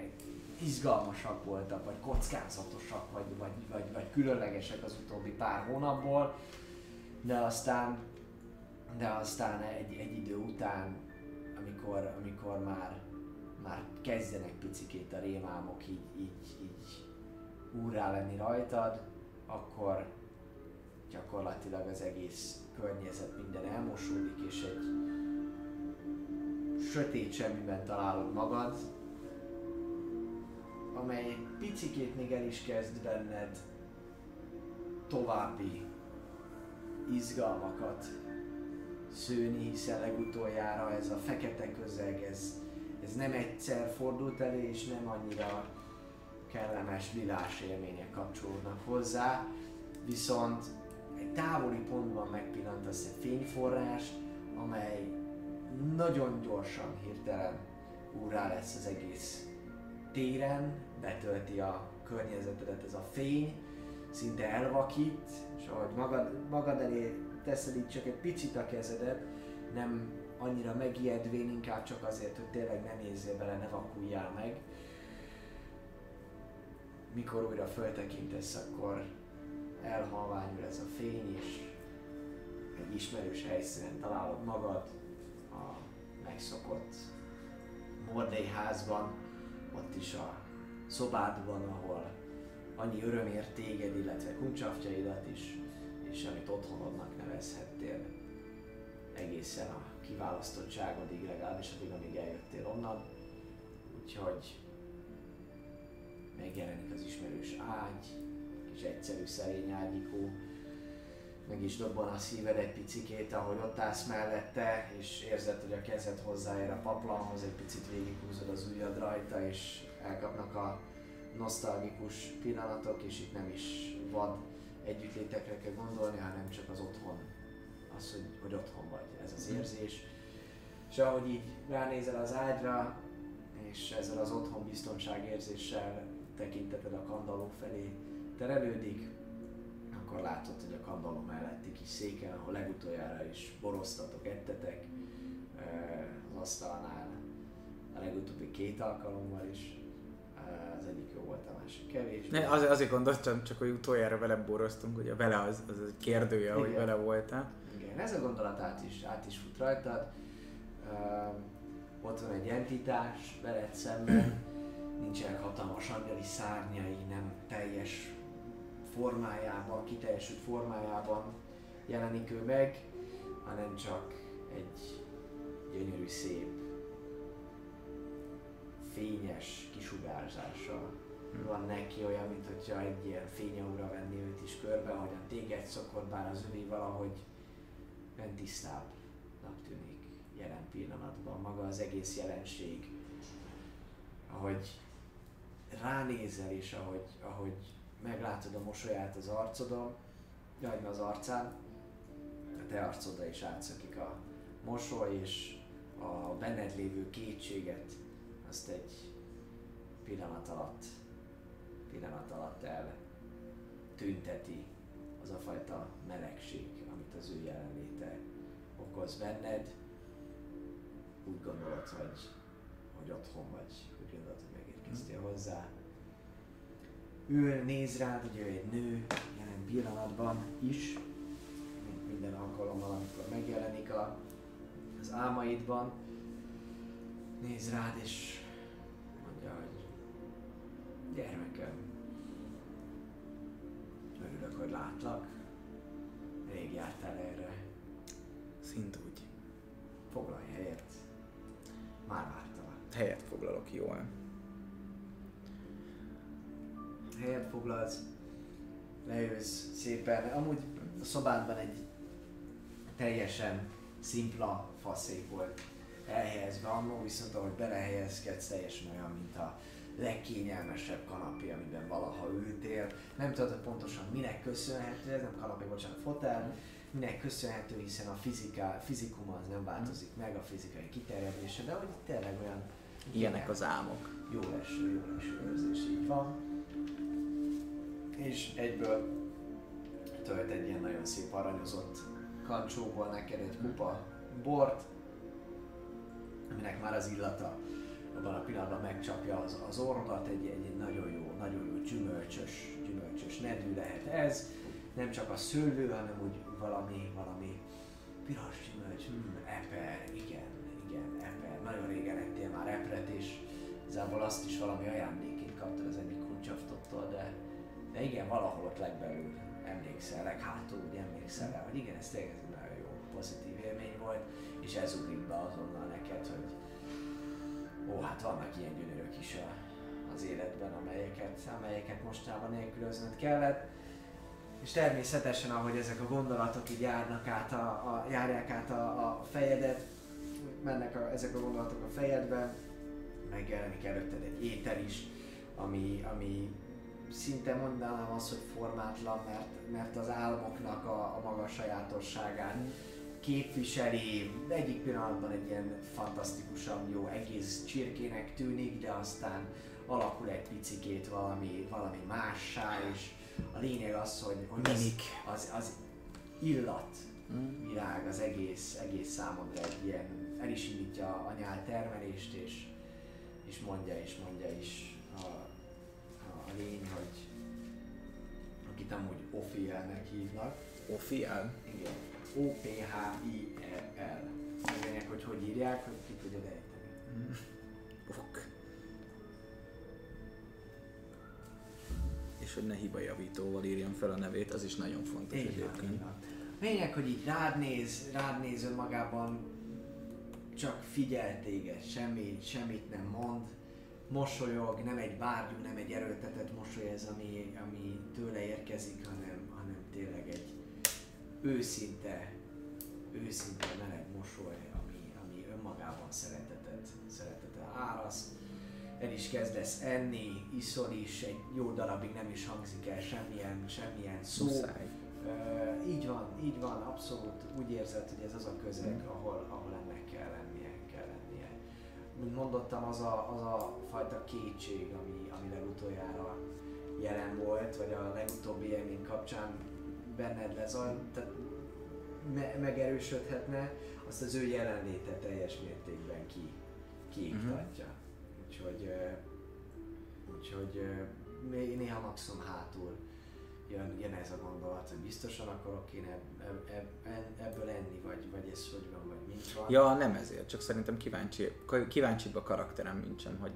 izgalmasak voltak, vagy kockázatosak, vagy, vagy, vagy, vagy különlegesek az utóbbi pár hónapból, de aztán, de aztán egy, egy idő után, amikor, amikor már, már kezdenek picikét a rémálmok így, így, így úrrá lenni rajtad, akkor gyakorlatilag az egész környezet minden elmosódik, és egy sötét semmiben találod magad, amely egy picikét még el is kezd benned további izgalmakat szőni, hiszen legutoljára ez a fekete közeg, ez, ez nem egyszer fordult elő, és nem annyira kellemes lilás élmények kapcsolódnak hozzá, viszont egy távoli pontban megpillantasz egy fényforrást, amely nagyon gyorsan, hirtelen úrrá lesz az egész téren, betölti a környezetedet ez a fény, szinte elvakít, és ahogy magad, magad elé teszed így csak egy picit a kezedet, nem annyira megijedvén, inkább csak azért, hogy tényleg ne nézzél bele, ne vakuljál meg. Mikor újra föltekintesz, akkor elhalványul ez a fény, és egy ismerős helyszínen találod magad, a megszokott Mordei házban, ott is a szobádban, ahol annyi öröm ér téged, illetve kuncsaftjaidat is, és amit otthonodnak nevezhettél egészen a kiválasztottságodig, legalábbis addig, amíg eljöttél onnan. Úgyhogy megjelenik az ismerős ágy, kis egyszerű szerény ágyikó, meg is dobban a szíved egy picikét, ahogy ott állsz mellette, és érzed, hogy a kezed hozzáér a paplanhoz, egy picit végighúzod az ujjad rajta, és elkapnak a nosztalgikus pillanatok, és itt nem is vad együttlétekre kell gondolni, hanem csak az otthon, az, hogy, hogy otthon vagy, ez az érzés. És ahogy így ránézel az ágyra, és ezzel az otthon biztonságérzéssel tekinteted a kandalló felé terelődik, akkor látod, hogy a kandalló melletti kis széken, ahol legutoljára is boroztatok, ettetek, az asztalnál a legutóbbi két alkalommal is, az egyik jó volt, a másik kevés. Ne, az, azért gondoltam csak, hogy utoljára vele boroztunk, hogy a vele az, az egy kérdője, igen, hogy vele voltál. Igen, ez a gondolat át is, át is fut rajtad. Uh, ott van egy entitás veled szemben, nincsenek hatalmas angyali szárnyai, nem teljes formájában, kiteljesült formájában jelenik ő meg, hanem csak egy gyönyörű, szép, fényes kisugárzással van neki, olyan, mint hogyha egy ilyen fényaura venni őt is körbe, ahogyan téged szokott, bár az övé valahogy olyan tisztábbnak tűnik jelen pillanatban, maga az egész jelenség. Ahogy ránézel és ahogy, ahogy meglátod a mosolyát az arcodon, jagyna az arcán, a te arcodra is átszökik a mosoly, és a benned lévő kétséget azt egy pillanat alatt, pillanat alatt eltünteti az a fajta melegség, amit az ő jelenléte okoz benned. Úgy gondolod, hogy, hogy otthon vagy, úgy gondolod, hogy megérkeztél hozzá. Ül, néz rád, ugye ő egy nő, jelen pillanatban is, mint minden alkalommal, amikor megjelenik a, az álmaidban. Néz rád és mondja, hogy gyermekem, örülök, hogy látlak. Rég jártál erre. Szint úgy. Foglalj helyet. Már vártalak. Helyet foglalok jól. Helyet foglalsz, leülsz szépen. Amúgy a szobádban egy teljesen szimpla faszék volt elhelyezve annó, viszont ahogy belehelyezkedsz, teljesen olyan, mint a legkényelmesebb kanapé, amiben valaha ültél. Nem tudod, hogy pontosan minek köszönhető, ez nem kanapé, bocsánat, fotel, minek köszönhető, hiszen a fizika, fizikum az nem változik meg, a fizikai kiterjedése, de hogy tényleg olyan Ilyenek az álmok. jó leső, jó leső érzés, így van. És egyből tölt egy ilyen nagyon szép aranyozott kancsóból neked egy kupa bort, aminek már az illata abban a pillanatban megcsapja az, az orrodat, egy, egy, egy nagyon jó, nagyon jó gyümölcsös, gyümölcsös nedű lehet ez. Nem csak a szőlő, hanem úgy valami, valami piros gyümölcs, hmm, eper, igen, igen, eper. Nagyon régen ettél már epret, és igazából azt is valami ajándékként kaptad az egyik kuncsaftottól, de, de igen, valahol ott legbelül emlékszel, leghátul úgy emlékszel rá, hogy igen, ez tényleg egy nagyon jó, pozitív élmény volt, és ez ugrik be azonnal neked, hogy ó, hát vannak ilyen gyönyörök is a, az életben, amelyeket, amelyeket mostában nélkülöznöd kellett. És természetesen, ahogy ezek a gondolatok így járnak át a, a, járják át a, a fejedet, mennek a, ezek a gondolatok a fejedben, megjelenik előtted egy étel is, ami, ami szinte mondanám azt, hogy formátlan, mert, mert az álmoknak a, a maga sajátosságát képviseli. Egyik pillanatban egy ilyen fantasztikusan jó egész csirkének tűnik, de aztán alakul egy picikét valami, valami mássá, és a lényeg az, hogy, hogy az, az, az illat világ, az egész, egész számodra egy ilyen, el is indítja a nyáltermelést, és, és mondja és mondja is a, a, a lény, hogy akit amúgy Ophielnek hívnak. Ophiel? Igen. O P H I E L. A lényeg, hogy hogy írják, hogy ki tudja ejteni. Ok. És hogy ne hibajavítóval írjam fel a nevét, az is nagyon fontos Így van, egyébként. így van. Lényeg, hogy így rád néz, rád néz önmagában, csak figyel téged, semmi, semmit nem mond, mosolyog, nem egy vágyú, nem egy erőltetett mosoly ez, ami, ami tőle érkezik, hanem, hanem tényleg egy őszinte, őszinte meleg mosoly, ami, ami önmagában szeretetet, szeretetet áraszt. El is kezdesz enni, iszol is, egy jó darabig nem is hangzik el semmilyen, semmilyen szó. Muszáj. Uh, így van, így van, abszolút úgy érzed, hogy ez az a közeg, ahol, ahol ennek kell lennie, kell lennie. Mint mondottam, az a, az a fajta kétség, ami, ami legutoljára jelen volt, vagy a legutóbbi élmény kapcsán benned lezajl, tehát me- megerősödhetne, azt az ő jelenléte teljes mértékben ki, kiiktatja. Uh-huh. Úgyhogy, uh, úgyhogy uh, néha maximum hátul jön, jön ez a gondolat, hogy biztosan akarok én ebb, ebb, ebb, ebből enni, vagy, vagy ez hogy van, vagy mint van. Ja, nem ezért, csak szerintem kíváncsi, kíváncsibb a karakterem, mint sem, hogy...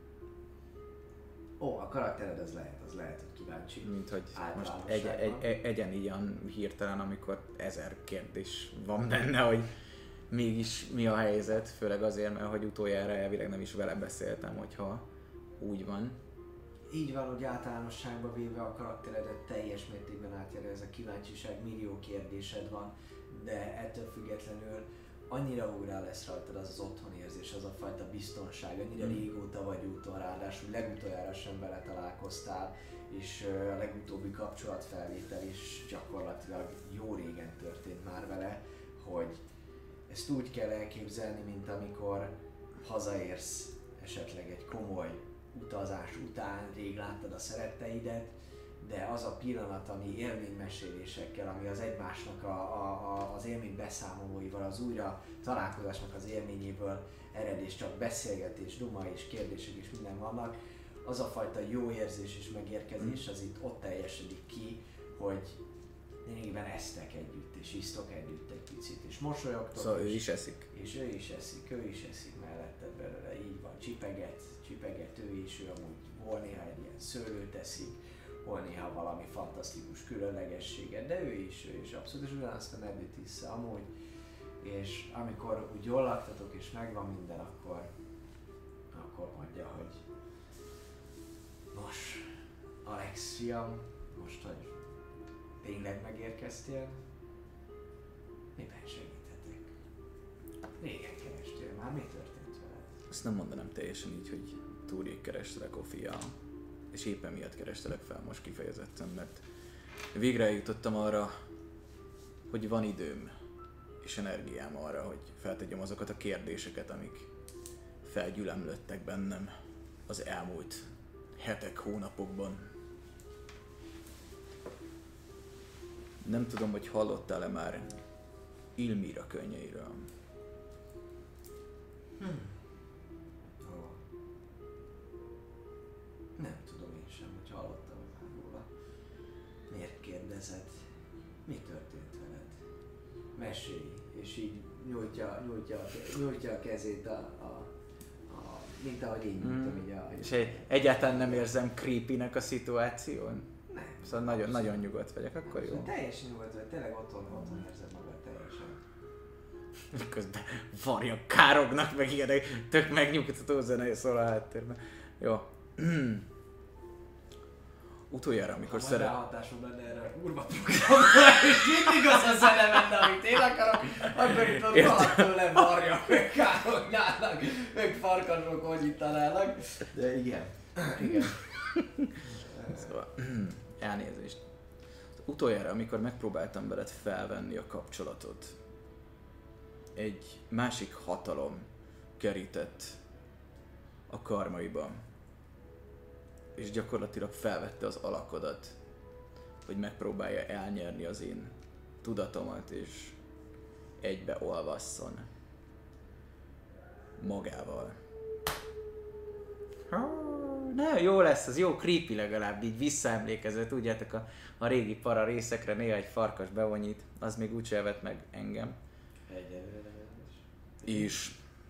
Ó, a karaktered az lehet, az lehet, hogy kíváncsi. Mint hogy most egy, egy, egy, egyen ilyen hirtelen, amikor ezer kérdés van benne, hogy mégis mi a helyzet, főleg azért, mert hogy utoljára elvileg nem is vele beszéltem, hogyha úgy van. Így van, hogy általánosságban véve a karakteredet teljes mértékben átjárja ez a kíváncsiság, millió kérdésed van, de ettől függetlenül annyira újra lesz rajtad az az otthonérzés, az a fajta biztonság, annyira régóta vagy úton, ráadásul legutoljára sem vele találkoztál, és a legutóbbi kapcsolatfelvétel is gyakorlatilag jó régen történt már vele, hogy ezt úgy kell elképzelni, mint amikor hazaérsz esetleg egy komoly utazás után, rég láttad a szeretteidet, de az a pillanat, ami élménymesélésekkel, ami az egymásnak a, a, a, az élmény beszámolóival, az újra találkozásnak az élményéből ered, és csak beszélgetés, duma és kérdések és minden vannak, az a fajta jó érzés és megérkezés, az itt ott teljesedik ki, hogy lényegében esztek együtt, és isztok együtt egy picit, és mosolyogtok. Szóval ő és, is eszik. És ő is eszik, ő is eszik melletted belőle, így van, csipeget, csipeget ő is, ő amúgy hol néha egy ilyen szőlőt eszik, hol néha valami fantasztikus különlegességet, de ő is, ő is abszolút, és ugyanazt a nevét iszza amúgy, és amikor úgy jól laktatok és megvan minden, akkor, akkor mondja, hogy nos, Alex fiam, most, hogy tényleg megérkeztél, miben segíthetek? Régen kerestél már, mi történt veled? Azt nem mondanám teljesen így, hogy túl rég kerestelek, Ofia, és éppen miatt kerestelek fel most kifejezetten, mert végre eljutottam arra, hogy van időm és energiám arra, hogy feltegyem azokat a kérdéseket, amik felgyülemlöttek bennem az elmúlt hetek, hónapokban. Nem tudom, hogy hallottál-e már Ilmira könnyeiről. Hmm. Oh. Nem tudom én sem, hogy hallottam már róla. Miért kérdezed? Mi történt veled? Mesélj, és így nyújtja, nyújtja, nyújtja a kezét a, a, a mint ahogy én nyújtom mm. így a... És egy, egyáltalán nem érzem creepy-nek a szituáción? Nem. Szóval nagyon, nagyon nyugodt vagyok, akkor nem, jó. Teljesen nyugodt vagy, tényleg otthon, otthon érzed magad teljesen. Közben varjak kárognak, meg ilyenek, tök megnyugtató zene szól a háttérben. Jó. Utoljára, amikor ha szeret... Ha hatásom lenne erre a kurva programra, és mindig az a zene menne, amit én akarok, akkor itt ott alatt tőlem varjak, meg kárognálnak, meg farkasokonyítanának. De igen. Igen. Szóval, elnézést. Utoljára, amikor megpróbáltam veled felvenni a kapcsolatot, egy másik hatalom kerített a karmaiba, és gyakorlatilag felvette az alakodat, hogy megpróbálja elnyerni az én tudatomat, és egybe olvasszon magával. Na, jó lesz, az jó creepy legalább, így visszaemlékezve, tudjátok, a, a régi para részekre néha egy farkas bevonyít, az még úgy elvett meg engem. Egyelőre És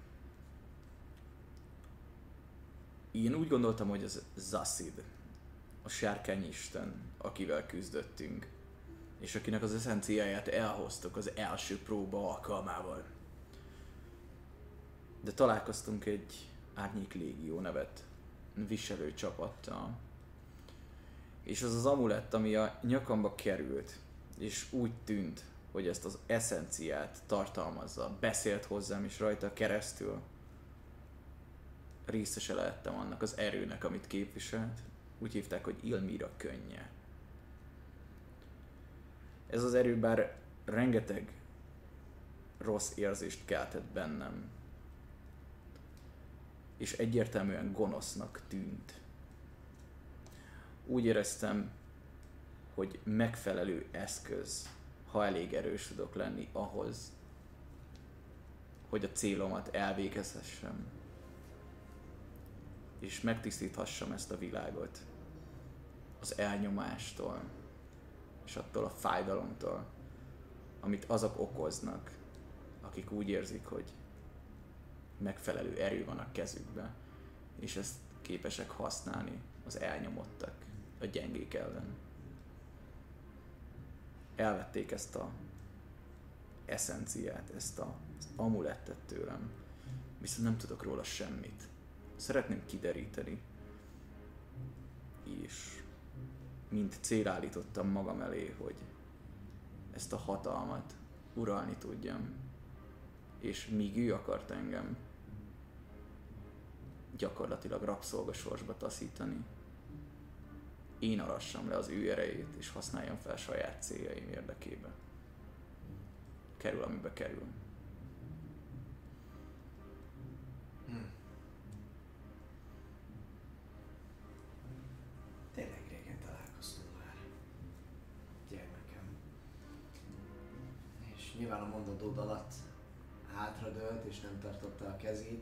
én úgy gondoltam, hogy az Zasid, a sárkányisten, akivel küzdöttünk, és akinek az eszenciáját elhoztuk az első próba alkalmával. De találkoztunk egy Árnyék Légió nevet viselő csapattal. És az az amulett, ami a nyakamba került, és úgy tűnt, hogy ezt az eszenciát tartalmazza, beszélt hozzám, és rajta keresztül részese lehettem annak az erőnek, amit képviselt. Úgy hívták, hogy Ilmira könnye. Ez az erő bár rengeteg rossz érzést keltett bennem, és egyértelműen gonosznak tűnt. Úgy éreztem, hogy megfelelő eszköz, ha elég erős tudok lenni ahhoz, hogy a célomat elvégezhessem, és megtisztíthassam ezt a világot az elnyomástól, és attól a fájdalomtól, amit azok okoznak, akik úgy érzik, hogy megfelelő erő van a kezükben, és ezt képesek használni az elnyomottak, a gyengék ellen. Elvették ezt a eszenciát, ezt a, az amulettet tőlem, viszont nem tudok róla semmit. Szeretném kideríteni, és mint cél állítottam magam elé, hogy ezt a hatalmat uralni tudjam, és míg ő akart engem gyakorlatilag rabszolgasorsba taszítani, én arassam le az ő erejét, és használjam fel saját céljaim érdekében. Kerül, amibe kerül. Hm. Tényleg régen találkoztunk már, gyermekem. És nyilván a mondandód alatt hátradőlt és nem tartotta a kezét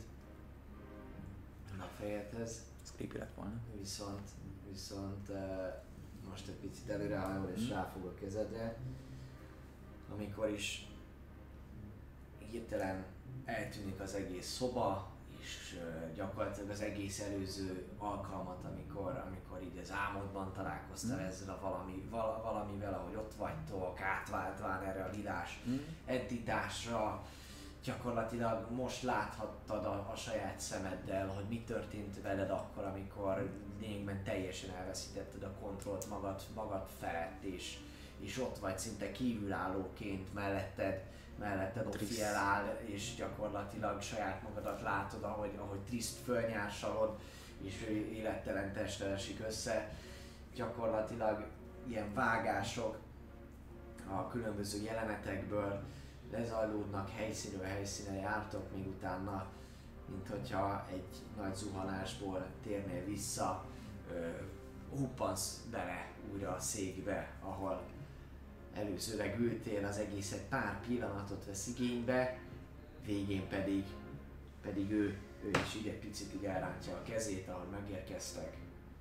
a fejedhez. Ez creepy lett volna. Viszont, viszont uh, most egy picit előrehajol és ráfog a kezedre, amikor is hirtelen eltűnik az egész szoba, és uh, gyakorlatilag az egész előző alkalmat, amikor, amikor így az álmodban találkoztál mm. ezzel a valami, val, valamivel, ahogy ott vagytok, átváltván erre a lilás mm. entitásra, gyakorlatilag most láthattad a, a saját szemeddel, hogy mi történt veled akkor, amikor lényegben teljesen elveszítetted a kontrollt magad, magad felett, és, és ott vagy szinte kívülállóként melletted, melletted ott fiel áll, és gyakorlatilag saját magadat látod, ahogy, ahogy Triszt fölnyársalod, és ő élettelen testre esik össze. Gyakorlatilag ilyen vágások a különböző jelenetekből lezajlódnak, helyszínről helyszínre jártok, még utána, mint hogyha egy nagy zuhanásból térnél vissza, ö, huppansz bele újra a székbe, ahol előzőleg ültél, az egész egy pár pillanatot vesz igénybe, végén pedig, pedig ő, ő is így egy picit így elrántja a kezét, ahogy megérkeztek.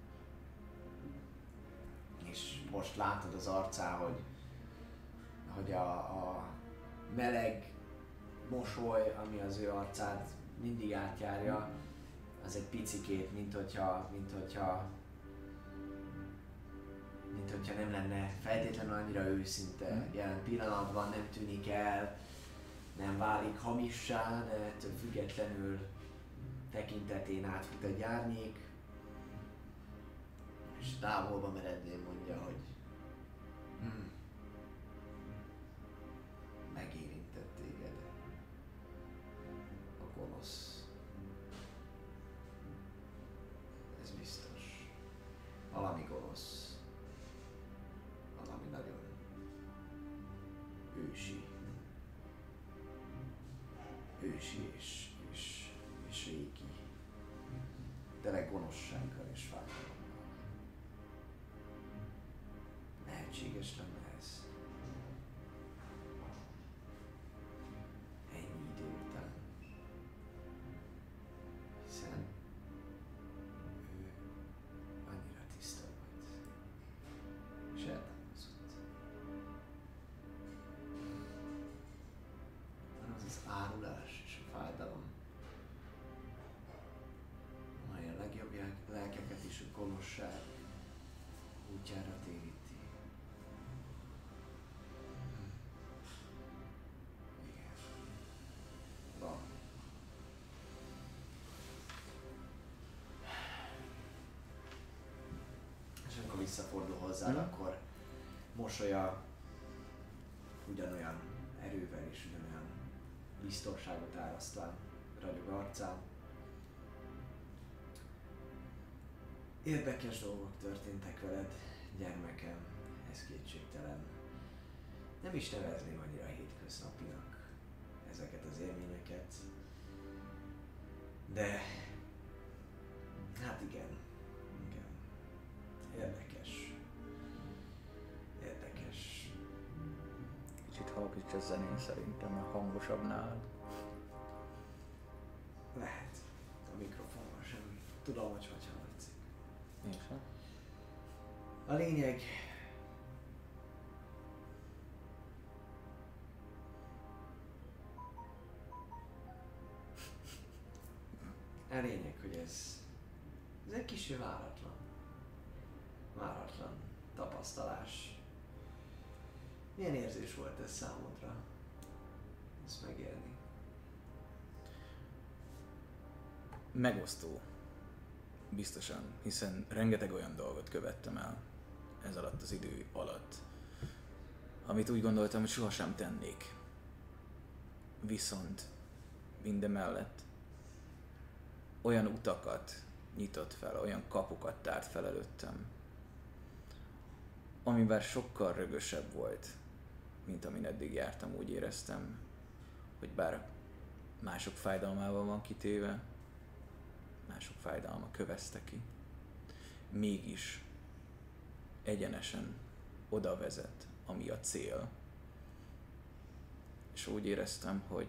És most látod az arcán, hogy, hogy a, a meleg mosoly, ami az ő arcát mindig átjárja, az egy picikét, mint hogyha, mint hogyha, mint hogyha nem lenne feltétlenül annyira őszinte. Jelen pillanatban nem tűnik el, nem válik hamissá, de ettől függetlenül tekintetén átfut egy árnyék, és távolba merednén mondja, hogy hmm, megérintett téged a gonosz. Ez biztos. Valami gonosz. Valami nagyon ősi. Ősi és, és, és régi. Tele gonoszsággal és fájdalommal. Lehetséges lenne ez. Ennyi idő után. Hiszen ő annyira tiszta volt. És eltávozott. Van az az árulás és a fájdalom, amely a legjobb lelkeket is a gonoszság útjára téríti. Igen. Van. És amikor visszafordul hozzád, Mm. akkor mosolya ugyanolyan erővel és ugyanolyan biztonságot árasztván ragyog arcán. Érdekes dolgok történtek veled, gyermekem, ez kétségtelen. Nem is nevezném annyira hétköznapinak ezeket az élményeket, de hát igen, igen, érdekes, érdekes. Kicsit halkíts a zenén szerintem, mert hangosabb nálad. Lehet, a mikrofonban sem tudom, hogy hogy hallatszik. Én sem. A lényeg, a lényeg, hogy ez, ez egy kicsit váratlan, váratlan tapasztalás. Milyen érzés volt ez számodra, ezt megélni? Megosztó. Biztosan, hiszen rengeteg olyan dolgot követtem el ez alatt az idő alatt, amit úgy gondoltam, hogy sohasem tennék. Viszont mindemellett olyan utakat nyitott fel, olyan kapukat tárt fel előttem, ami bár sokkal rögösebb volt, mint amin eddig jártam, úgy éreztem, hogy bár mások fájdalmával van kitéve, mások fájdalma kövezte ki, mégis egyenesen oda vezet, ami a cél. És úgy éreztem, hogy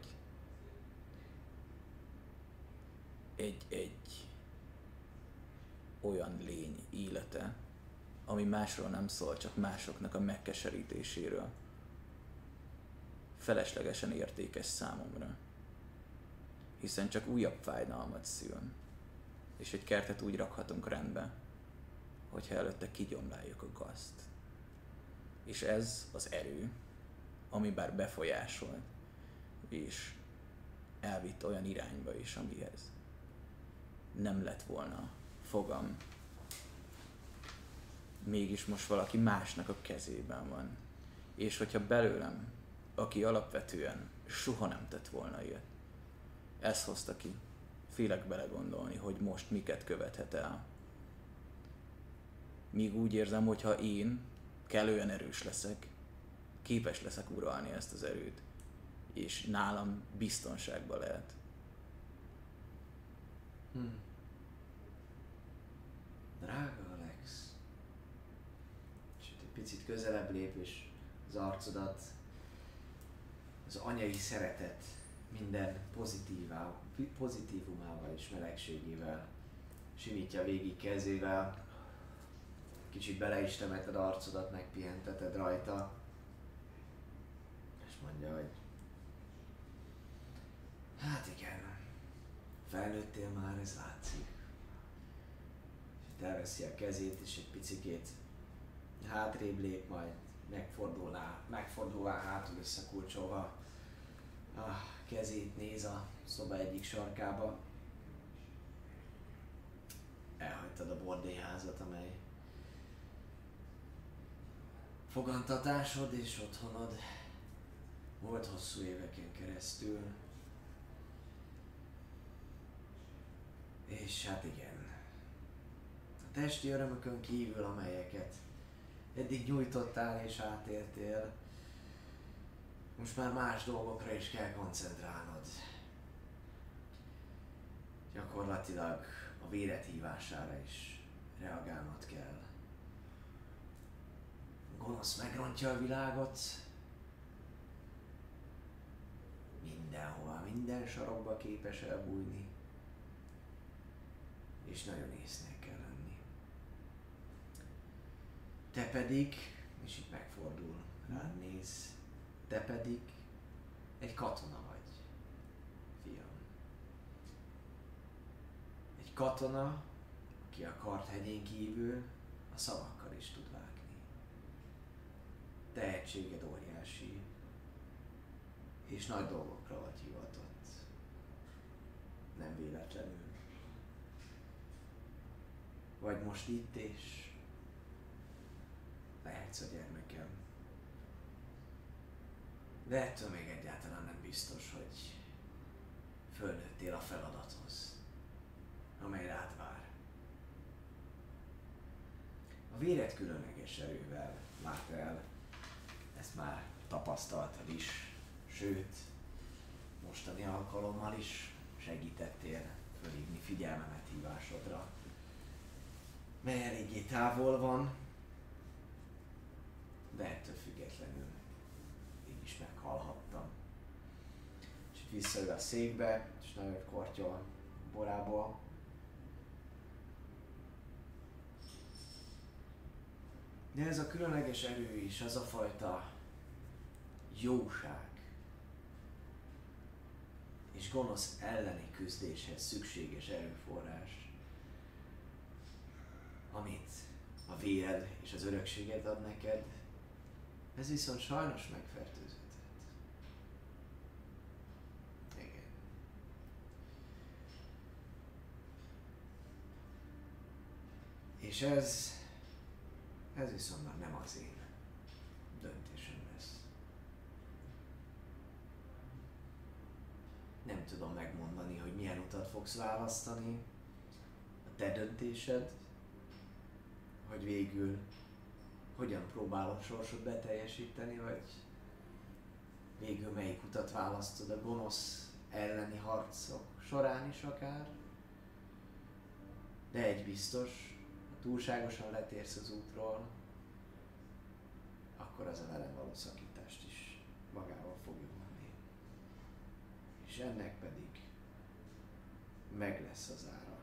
egy-egy olyan lény élete, ami másról nem szól, csak másoknak a megkeserítéséről, feleslegesen értékes számomra. Hiszen csak újabb fájdalmat szül. És egy kertet úgy rakhatunk rendbe, hogyha előtte kigyomláljuk a gazt. És ez az erő, ami bár befolyásolt, és elvitt olyan irányba is, amihez nem lett volna fogam. Mégis most valaki másnak a kezében van. És hogyha belőlem, aki alapvetően soha nem tett volna ilyet, ez hozta ki, félek belegondolni, hogy most miket követhet el. Míg úgy érzem, hogyha én kellően erős leszek, képes leszek uralni ezt az erőt, és nálam biztonságban lehet. Hmm. Drága Alex. És egy picit közelebb lép, és az arcodat, az anyai szeretet minden pozitívá, pozitívumával és melegségével simítja végig kezével. Kicsit bele is temeted arcodat, megpihenteted rajta, és mondja, hogy hát igen, felnőttél már, ez látszik. És elveszi a kezét, és egy picikét hátrébb lép, majd megfordulná, megfordulvá hátul összekulcsolva a kezét néz a szoba egyik sarkába. Elhagytad a bordélyházat, amely fogantatásod és otthonod volt hosszú éveken keresztül. És hát igen, a testi örömökön kívül, amelyeket eddig nyújtottál és átértél, most már más dolgokra is kell koncentrálnod. Gyakorlatilag a véred hívására is reagálnod kell. A gonosz megrontja a világot, mindenhova, minden sarokba képes elbújni, és nagyon észnél kell lenni. Te pedig, és itt megfordul, rád néz, te pedig egy katona vagy, fiam. Egy katona, aki a Karthegyén kívül a szavakkal is tud vágni. Tehetséged óriási, és nagy dolgokra vagy hivatott. Nem véletlenül. Vagy most itt, és lehetsz a gyermekem. De ettől még egyáltalán nem biztos, hogy fölnőttél a feladathoz, amely rád vár. A véred különleges erővel várt el, ezt már tapasztaltad is, sőt, mostani alkalommal is segítettél fölhívni figyelmemet hívásodra, mely eléggé távol van, de ettől függetlenül így is meghalhattam. És itt visszaül a székbe, és nagyon kortyol borából. De ez a különleges erő is, az a fajta jóság és gonosz elleni küzdéshez szükséges erőforrás, amit a véred és az örökséged ad neked, ez viszont sajnos megfertőzhetett. Igen. És ez, ez viszont már nem az én döntésem lesz. Nem tudom megmondani, hogy milyen utat fogsz választani. A te döntésed, hogy végül hogyan próbálod sorsod beteljesíteni, vagy végül melyik utat választod a gonosz elleni harcok során is akár. De egy biztos, ha túlságosan letérsz az útról, akkor az a velem való szakítást is magával fogja vonni. És ennek pedig meg lesz az ára.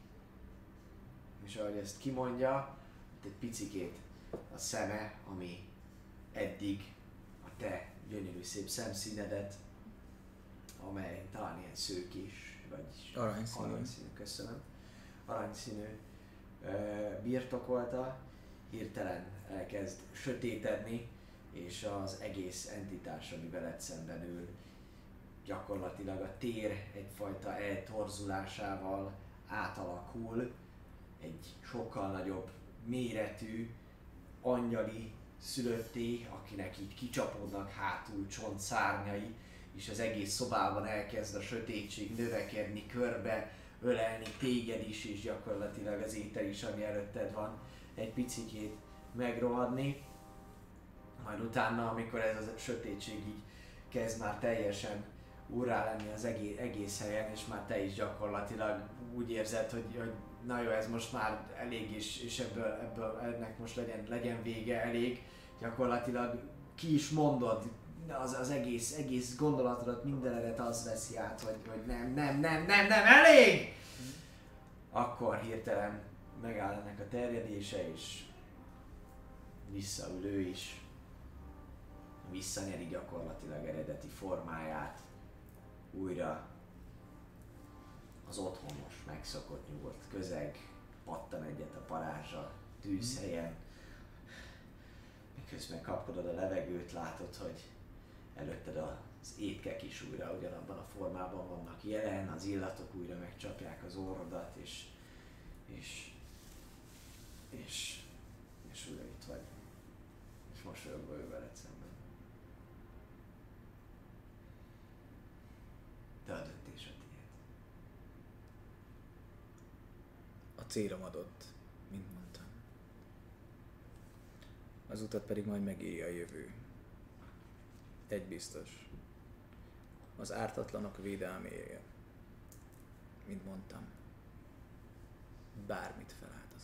És ahogy ezt kimondja, egy picikét a szeme, ami eddig a te gyönyörű szép szemszínedet, amely talán ilyen szőkés, vagy Aranyszínű. aranyszínű, köszönöm, aranyszínű birtokolta, hirtelen elkezd sötétedni, és az egész entitás, ami veled szemben ül, gyakorlatilag a tér egyfajta eltorzulásával átalakul egy sokkal nagyobb méretű angyali szülötté, akinek így kicsapódnak hátul csontszárnyai, és az egész szobában elkezd a sötétség növekedni, körbe ölelni téged is, és gyakorlatilag az étel is, ami előtted van, egy picikét megrohadni. Majd utána, amikor ez a sötétség így kezd már teljesen úrrá lenni az egész, egész helyen, és már te is gyakorlatilag úgy érzed, hogy, hogy na jó, ez most már elég, és, és ebből, ebből ennek most legyen, legyen vége, elég. Gyakorlatilag ki is mondod, az, az egész, egész gondolatodat, mindenedet az veszi át, hogy, hogy nem, nem, nem, nem, nem, elég! Akkor hirtelen megáll ennek a terjedése, és visszaül ő is. Visszanyeri gyakorlatilag eredeti formáját. Újra az otthonos, megszokott, nyugodt közeg, pattan egyet a parázsa, tűzhelyen. Miközben kapkodod a levegőt, látod, hogy előtted az étkek is újra ugyanabban a formában vannak jelen, az illatok újra megcsapják az orrodat, és és és és újra itt vagy. És mosolyogva ő veled szemben. De a döntés a tiéd. A célom adott, mint mondtam. Az utat pedig majd megírja a jövő. Egy biztos. Az ártatlanok védelmére. Mint mondtam. Bármit feláldozok.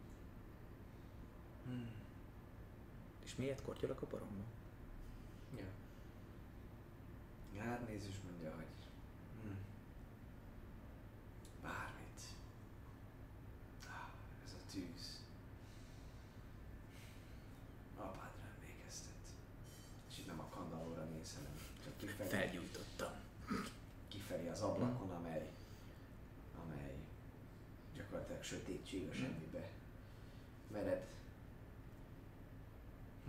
Hmm. És miért kortyolok a baromba? Ja. Ránéz és mondja, hogy hmm. bármit. Ah, ez a tűz. Apádra emlékeztet. És itt nem a kandallóra néz, hanem csak kifelé. Felgyújtottam. Kifelé az ablakon, amely, amely gyakorlatilag sötétség a semmibe mered. Hm.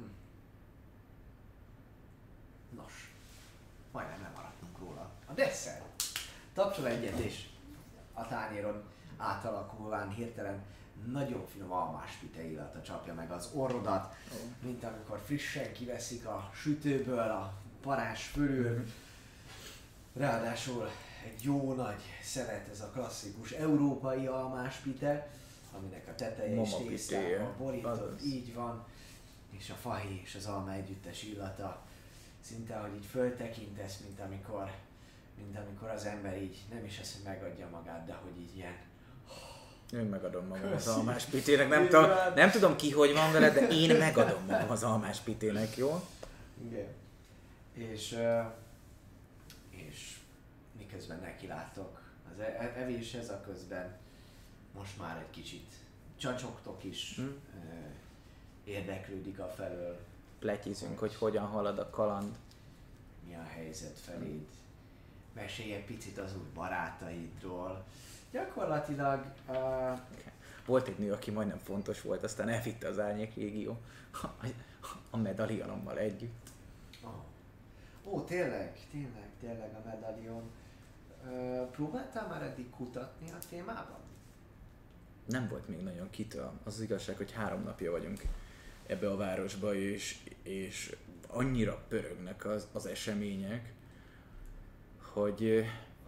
Nos, majdnem lemaradtunk róla. A desszert. Tapsol egyet, és a tányéron átalakulván hirtelen nagyon finom almáspite illata csapja meg az orrodat, mint amikor frissen kiveszik a sütőből a parázs fölül. Ráadásul egy jó nagy szelet, ez a klasszikus európai almáspite, aminek a teteje is Mama tésztával pitéje. borított, Azaz. így van, és a fahéj és az alma együttes illata, szinte, hogy így föltekintesz, mint amikor, mint amikor az ember így nem is azt, hogy megadja magát, de hogy így ilyen. Én megadom magam az Köszi. almáspitének, nem, tudom, nem tudom ki, hogy van vele, de én megadom magam az almáspitének, jó? Igen. És, uh, és miközben nekilátok az e- e- evéshez, a közben most már egy kicsit csacsogtok is, Hm. uh, érdeklődik a felől, Pletyizünk, hogy hogyan halad a kaland. mi a helyzet feléd. Mesélj egy picit az új barátaidról. Gyakorlatilag uh, Volt egy nő, aki majdnem fontos volt, aztán elvitte az Árnyék Légió a, a medalionommal együtt. Ó, oh. oh, tényleg, tényleg, tényleg a medalion. Uh, próbáltál már eddig kutatni a témában? Nem volt még nagyon kitől. Az, az igazság, hogy három napja vagyunk ebbe a városba, és, és annyira pörögnek az, az események, hogy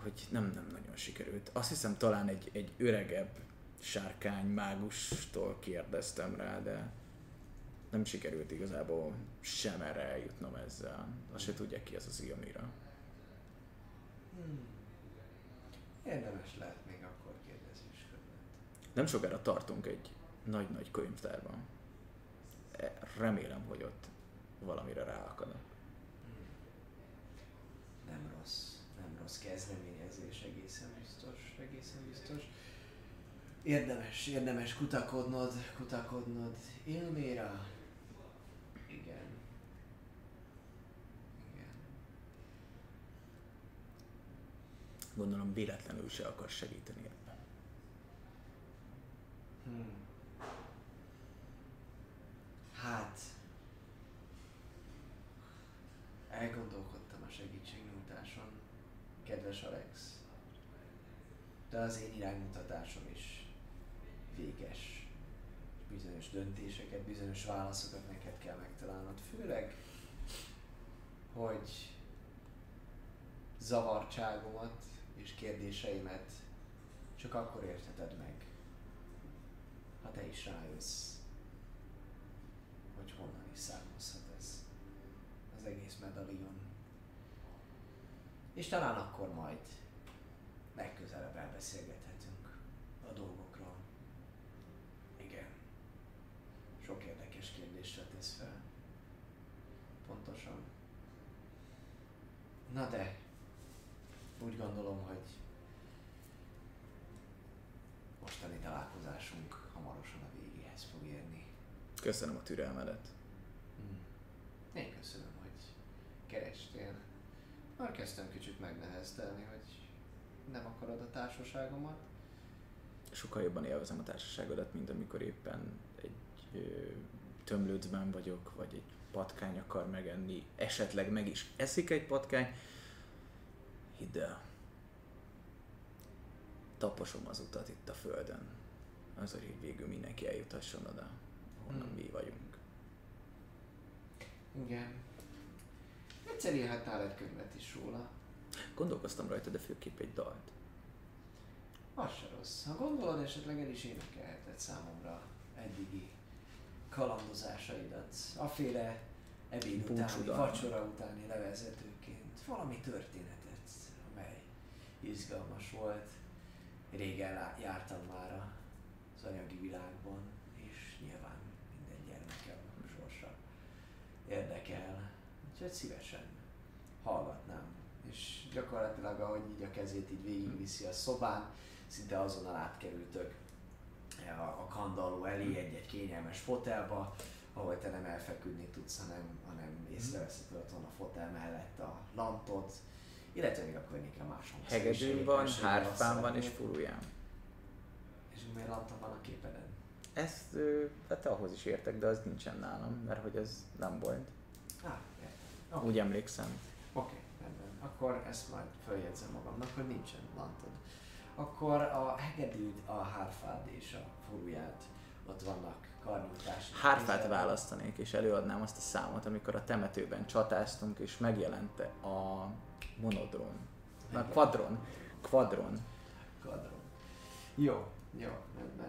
hogy nem, nem nagyon sikerült. Azt hiszem talán egy, egy öregebb sárkány mágustól kérdeztem rá, de nem sikerült igazából sem erre eljutnom ezzel. Azt se tudják ki az az Iamira. Hmm. Érdemes lehet még akkor kérdezésködni. Nem sokára tartunk egy nagy-nagy könyvtárban. E- Remélem, hogy ott valamire ráakadok. Nem rossz, nem rossz kezdeményezés, egészen biztos, egészen biztos. Érdemes, érdemes kutakodnod, kutakodnod. Ilméra? Igen. Igen. Gondolom véletlenül se akar segíteni ebben. Hmm. Hát... Elgondolkodtam a segítségnyújtáson, kedves Alex. De az én iránymutatásom is véges. Bizonyos döntéseket, bizonyos válaszokat neked kell megtalálnod. Főleg, hogy zavartságomat és kérdéseimet csak akkor értheted meg, ha te is rájössz, hogy honnan is származhat ez az egész medalion. És talán akkor majd legközelebb elbeszélgethetünk a dolgokról. Igen. Sok érdekes kérdést vetesz fel. Pontosan. Na de, úgy gondolom, hogy mostani találkozásunk hamarosan a végéhez fog érni. Köszönöm a türelmedet. Hmm. Én köszönöm, hogy kerestél. Már kezdtem kicsit megneheztelni, hogy nem akarod a társaságomat. Sokkal jobban élvezem a társaságodat, mint amikor éppen egy ö, tömlőcben vagyok, vagy egy patkány akar megenni, esetleg meg is eszik egy patkány. Hidd el, taposom az utat itt a földön, azért, hogy végül mindenki eljuthasson oda, honnan Hmm. mi vagyunk. Igen. Egyszer írhattál egy könyvet is róla. Gondolkoztam rajta, de főképp egy dalt. Az se rossz. Ha gondolod, esetleg el is énekelheted számomra eddigi kalandozásaidat. Aféle ebéd utáni, Búcsúdalmat. vacsora utáni levezetőként. Valami történetet, amely izgalmas volt. Régen lá- jártam már az anyagi világban, és nyilván minden gyermekem sorsa érdekel. Úgyhogy szívesen hallgatnám. És gyakorlatilag ahogy így a kezét így végigviszi a szobán, szinte azonnal átkerültök a, a kandalló elé egy-egy kényelmes fotelba, ahol te nem elfeküdni tudsz, hanem, hanem észreveszed otthon a fotel mellett a lantot, illetve még a környékre máshol. Hegedűn van, hárfán van és furuján. És miért lanta van a képeden? Ezt, ö, hát ahhoz is értek, de az nincsen nálam, mert hogy ez nem volt. Á, értem. Oké, Úgy emlékszem. okay, rendben. Akkor ezt majd följegyzem magamnak, hogy nincsen lantod. Akkor a hegedűd, a hárfád és a furuját, ott vannak karnyújtási. Hárfát kézzel. választanék, és előadnám azt a számot, amikor a temetőben csatáztunk, és megjelent a monodron. Na, quadron. Quadron. Kadron. Jó, jó, rendben.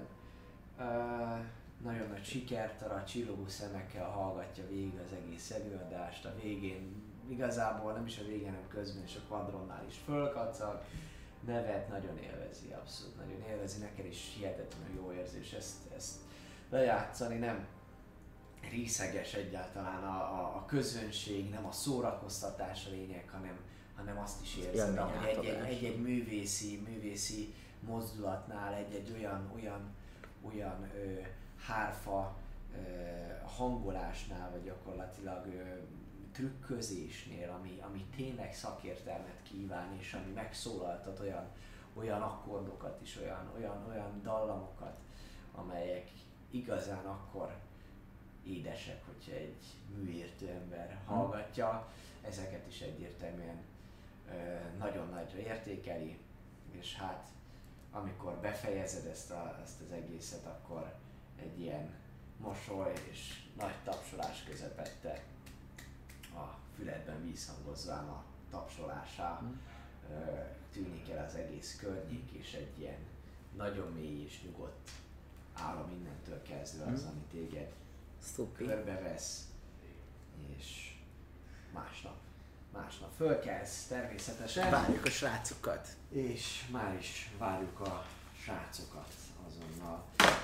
Uh, nagyon nagy sikertara, csillogó szemekkel hallgatja végig az egész előadást. A végén, igazából nem is a végén, hanem közben is a kvadronnál is fölkacag. Nevet nagyon élvezi, abszolút nagyon élvezi. Neked is hihetetlenül jó érzés ezt, ezt lejátszani. Nem részeges egyáltalán a, a, a közönség, nem a szórakoztatás a lényeg, hanem, hanem azt is érzed, Élmény hogy egy, egy, átadás. egy, egy művészi, művészi mozdulatnál, egy-egy olyan, olyan, olyan ö, hárfa ö, hangolásnál, vagy gyakorlatilag ö, trükközésnél, ami, ami tényleg szakértelmet kíván, és ami megszólaltat olyan, olyan akkordokat is, olyan, olyan, olyan dallamokat, amelyek igazán akkor édesek, hogyha egy műértő ember hallgatja. Ezeket is egyértelműen ö, nagyon nagyra értékeli, és hát amikor befejezed ezt, a, ezt az egészet, akkor egy ilyen mosoly és nagy tapsolás közepette a füledben vízhangozván a tapsolásá ö, tűnik el az egész környék, és egy ilyen nagyon mély és nyugodt álom innentől kezdve az, ami téged Szupi. körbevesz, és másnap, másnap fölkelsz természetesen, Várjuk a srácokat. és már is várjuk a srácokat azonnal.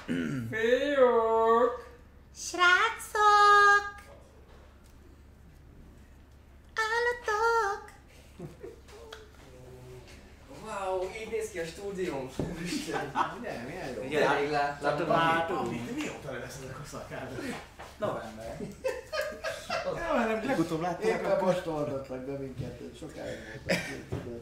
Fiúk! Srácok! Állatok! Wow, így néz ki a stúdióm. Milyen, milyen jó. Igen. Elég láttam. Mióta lesznek a szakádok? November. Legutóbb láttam. Éppen most oldottak be minket, hogy sokáig voltak.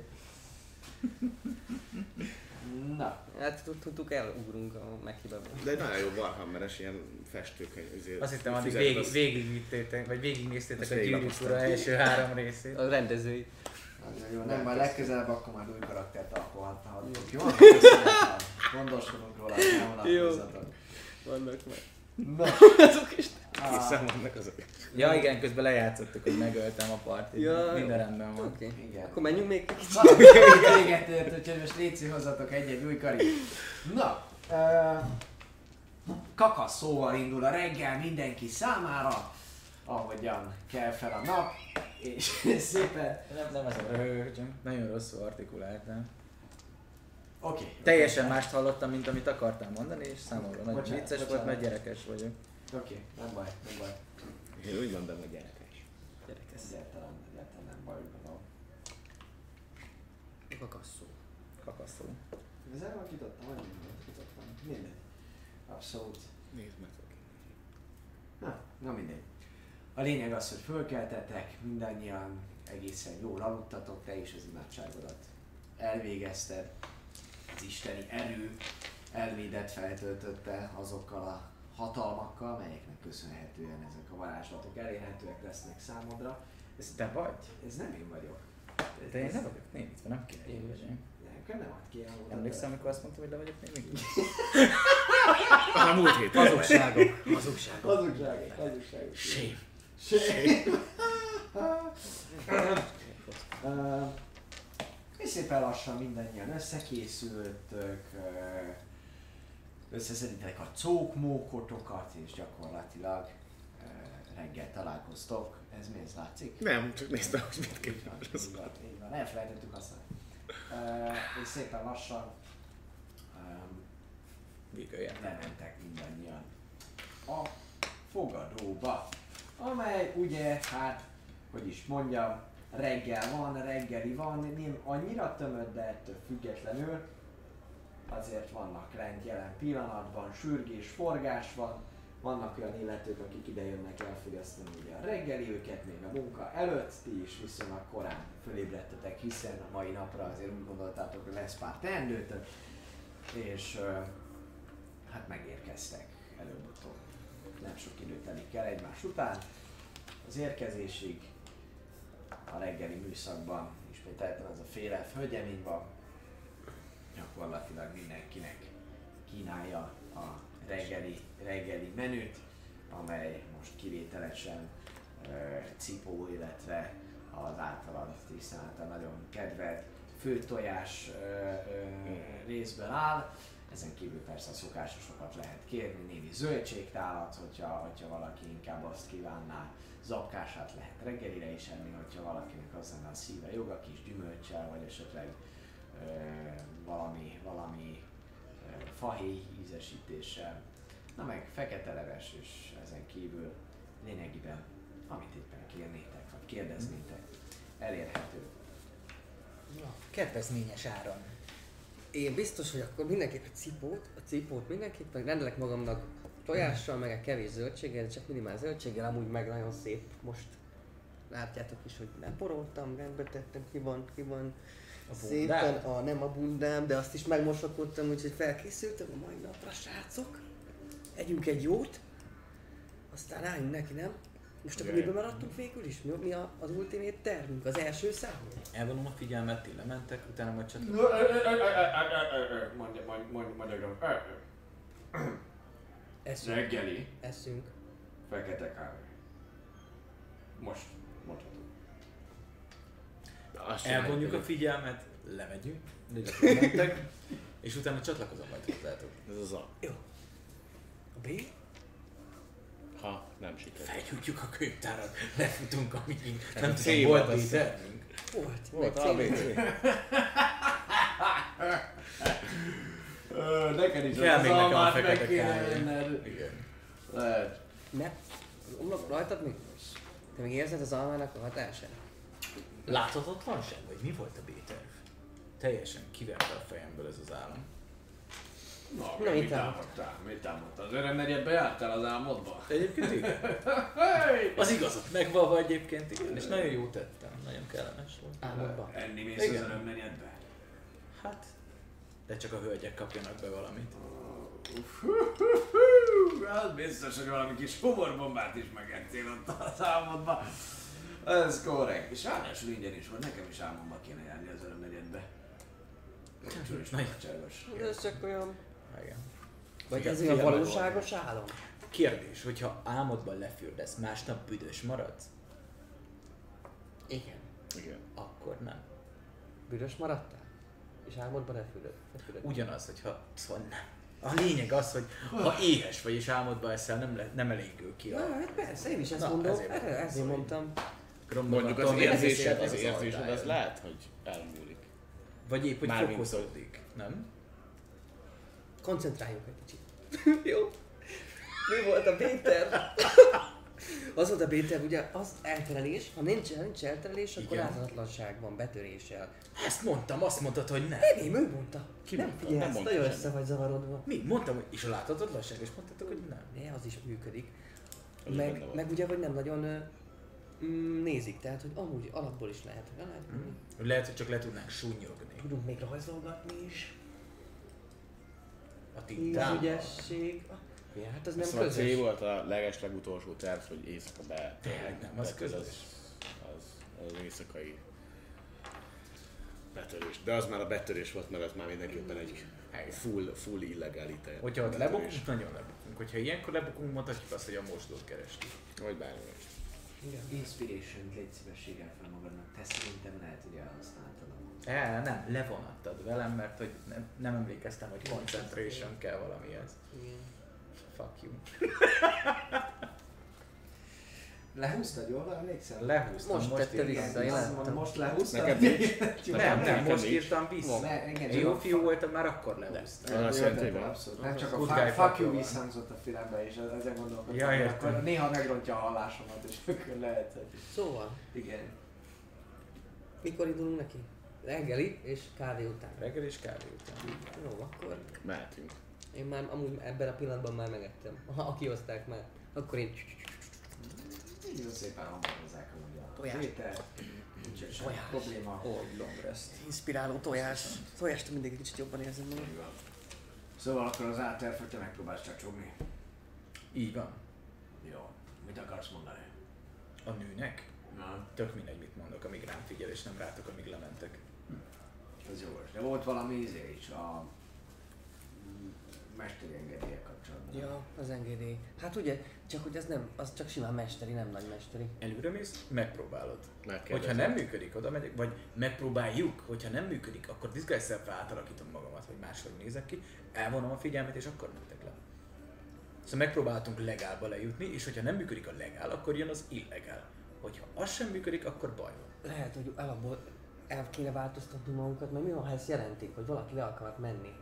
Na, Hát tudtuk elugrunk a meghibába. De egy nagyon jó Warhammeres ilyen festőkönyv. Azért Azt hittem, addig fizetve végig, azt- végigvittétek, vagy végignéztétek Azt a Gyűrűk végiglapoztam. Ura első három részét. A rendezői. nagyon jó. Nem, majd legközelebb akkor már új karaktert alkoholhatunk. Jó? Köszönöm. Gondoskodunk róla, hogy nem vonatkozzatok. Vannak meg. Na, Azok is. Készen vannak azok. Ja igen, közben lejátszottuk, hogy megöltem a partit. Ja, Minden jó. rendben van. Oké. igen. Akkor menjünk még. Valami véget ért, úgyhogy most léci hozzatok egy-egy új karit. Na, uh, kakaszóval indul a reggel mindenki számára, ahogyan kell fel a nap, és szépen... Nem, nem ez a röhög, csak nagyon rosszul artikuláltam. Oké. Okay, Teljesen mást hallottam, mint amit akartál mondani, és számomra nagyon Bocsánat, vicces volt, bocsánat. mert gyerekes vagyok. Oké, okay, nem baj, nem baj. Én úgy mondom, hogy gyerekes. Ez egyáltalán, egyáltalán nem baj, gondolom. Kakasszó. Kakasztó. Ezzel van kitottam, vagy mindent kitottam? Mindegy. Abszolút. Nézd meg. Na, na mindegy. A lényeg az, hogy fölkeltetek, mindannyian egészen jól aludtatok, te is az imádságodat elvégezted. Az isteni erő elmédet feltöltötte azokkal a hatalmakkal, melyeknek köszönhetően ezek a varázslatok elérhetőek lesznek számodra. Ez, Te vagy? ez nem én vagyok. De én Ez- nem vagyok, nem, itt van, nem kéne én vagyok. Nekem nem ad ki elmondani. Emlékszem, amikor azt mondtam, hogy le vagyok még mindig? A múlt héten. Hazugságok. Hazugságok. Hazugságok, hazugságok. Shame. Ö, És szépen lassan mindannyian összekészültök, ö, összeszeditek a cókmókotokat, és gyakorlatilag ö, reggel találkoztok. Ez mi, ez látszik? Nem, csak nézd meg, hogy mit Így van, képzelsz. így van, így van. Elfelejtettük használni. Ö, És szépen lassan ö, Vigöljen. lementek mindannyian a fogadóba, amely ugye, hát, hogy is mondjam, reggel van, reggeli van, nem annyira tömött, de ettől függetlenül azért vannak rend jelen pillanatban, sürgés, forgás van, vannak olyan illetők, akik ide jönnek elfogyasztani ugye a reggeli őket még a munka előtt, ti is viszonylag korán fölébredtetek, hiszen a mai napra azért úgy gondoltátok, hogy lesz pár teendőtök, és ö, hát megérkeztek előbb-utóbb. Nem sok idő telik el egymás után. Az érkezésig a reggeli műszakban ismételten az a fél elf hölgyemény van. Gyakorlatilag mindenkinek kínálja a reggeli, reggeli menüt, amely most kivételesen ö, cipó, illetve az általad tiszteleten nagyon kedvelt főtojás ö, ö, részből áll. Ezen kívül persze a szokásosokat lehet kérni, némi zöldségtálat, hogyha, hogyha valaki inkább azt kívánná, zapkását lehet reggelire is enni, hogyha valakinek az lenne a szíve joga, kis gyümölccsel, vagy esetleg ö, valami, valami ö, fahéj ízesítéssel. Na meg fekete leves, és ezen kívül lényegében, amit éppen kérnétek, vagy kérdeznétek, elérhető. Kedvezményes áron. Én biztos, hogy akkor mindenképp a cipót, a cipót mindenképp, meg rendelek magamnak tojással, meg egy kevés zöldséggel, csak minimál zöldséggel, amúgy meg nagyon szép. Most látjátok is, hogy leporoltam, rendbe tettem, ki van, ki van. A Szépen, bundád? a, nem a bundám, de azt is megmosakodtam, úgyhogy felkészültem a mai napra, srácok. Együnk egy jót, aztán álljunk neki, nem? Most akkor Jaj. miben maradtunk végül is? Mi, mi a, az ultimate tervünk? Az első szám? Elvonom a figyelmet, ti lementek, utána majd csak... Mondja, mondja, mondja, Eszünk. reggeli, Eszünk. fekete kávé. Most mondhatom. Azt sem Elvonjuk a lehet, figyelmet, lemegyünk, illetve mentek, és utána csatlakozom majd hozzátok. Ez az a... Jó. A B? Ha nem sikerül. Felgyújtjuk a könyvtárat, lefutunk, amíg nem a tudom, C volt volt, B-tervünk. Volt. Volt meg A, B, C. C. Ö, Neked is Kell az még nekem a almát fekete meg kéne kávé. venned. Igen. Lehet. Ne. Az omlok rajtad még? Te még érzed az almának a hatását? Láthatatlanság? Vagy mi volt a B-terv? Teljesen kiverte a fejemből ez az állam. Na, Na, Na mit mit támadtál? Mit támadtál? Az örömnegyedbe jártál az álmodba? Egyébként igen. Hey! Az igazat megvalva egyébként igen, és nagyon jó tettem, nagyon kellemes volt. Álmodban. Enni mész az Igen. örömnegyedbe? Hát, de csak a hölgyek kapjanak be valamit. Az biztos, hogy valami kis humorbombát is megettél ott az álmodba. Ez korrekt. És ráadásul ingyen is van, nekem is álmomba kéne járni az örömnegyedbe. Csúcs is Nagyon. barátságos. De ez csak olyan... Igen. Vagy Igen, ez olyan figyelme valóságos álom? Kérdés, hogyha álmodban lefürdesz, másnap büdös maradsz? Igen. Igen. Akkor nem. Büdös maradtál? És álmodban lefüröd? lefüröd. Ugyanaz, hogyha... Szóval nem. A lényeg az, hogy ha éhes vagy és álmodba eszel, nem, le, nem elégül ki. Na, A... hát persze, én is ezt Na, mondom, ezért ezért, mondom. ezért mondtam. Mondjuk az Tudom, érzésed, miért az beszéltek érzésed az altájon? lehet, hogy elmúlik. Vagy épp, hogy Mármint fokozódik, nem? Koncentráljunk egy kicsit. Jó. Mi volt a B-terv? Az volt a B-terv, ugye az elterelés, ha nincs, nincs elterelés, akkor Igen. ártatlanság van betöréssel. Ezt mondtam, azt mondtad, hogy nem. Én, ő mondta. Ki nem mondta? figyelsz, Nem mondta nagyon semmit. össze vagy zavarodva. Mi? Mondtam, hogy és a láthatatlanság, és mondtátok, hogy nem. De az is működik. Az is benne Meg, van. meg ugye, hogy nem nagyon ö, mm, nézik, tehát hogy amúgy alapból is lehet, hogy lehet, Hmm. mm. Hogy lehet, hogy csak le tudnánk súnyogni. tudunk még rajzolgatni is. A tintán. Tízügyesség. Ja, hát az nem Szóval a közös. C volt a leges legutolsó terv, hogy éjszaka be. Tényleg nem, az Tehát közös. Az, az, az éjszakai betörés. De az már a betörés volt, mert az már mindenképpen egy full, full illegalitás. Hogyha ott lebukunk, nagyon lebukunk. Hogyha ilyenkor lebukunk, mondhatjuk azt, hogy a mosdót kerestük. Vagy bármi. Inspiration, légy szívességgel fel magadnak. Te szerintem lehet, hogy elhasználtad. El, nem, levonadtad velem, mert hogy nem, nem emlékeztem, hogy concentration kell valamihez. Igen. Fuck you. Lehúztad, jól emlékszel? Lehúztam, Most most, tette írtam vissza, én vissza. láttam. Most lehúztad? Neked nincs? Nem, Nekem nem, most nincs. írtam vissza. Ne, engem Én csak jó a fiú fa- voltam, már akkor lehúztam. Nem, azt jelenti, hogy van. Abszolút. Nem csak a Good fuck, guy, fuck fuck you you visszhangzott a fülembe, és ezen gondolkodtam. Ja, hogy értem. akkor néha megrontja a hallásomat, és akkor lehet, hogy Szóval, igen. mikor indulunk neki? Reggeli és kávé után. Reggel és kávé után. Jó, akkor Mehetünk. én már amúgy ebben a pillanatban már megettem. Ha, ha kihozták már, akkor én... Nagyon szépen hangolhozzák amúgy a Tojás. ételt. Nincs semmi Tojás. probléma. Old long rest. Inspiráló tojás. Tojást mindig egy kicsit jobban érzem magam. Így van. Szóval akkor az áterv, hogy te megpróbálsz csacsogni. Így van. Jó. Mit akarsz mondani? A nőnek? Na, Tök mindegy, mit mondok, amíg rám figyel, és nem rátok, amíg lementek. ez jó. De volt valami izé is a mesteri engedélyek kapcsolatban. Ja, az engedély. Hát ugye, csak hogy ez nem, az csak simán mesteri, nem nagy mesteri. Előre mész, megpróbálod. Megkérdezem. Hogyha nem működik, oda megyek, vagy megpróbáljuk, hogyha nem működik, akkor disguise self-fel átalakítom magamat, hogy máshogy nézek ki, elvonom a figyelmet, és akkor mentek le. Szóval megpróbáltunk legálba lejutni, és hogyha nem működik a legál, akkor jön az illegál. Hogyha az sem működik, akkor baj van. Lehet, hogy alapból el kéne változtatni magunkat, mert mi van, ha ezt jelentik, hogy valaki le akar menni.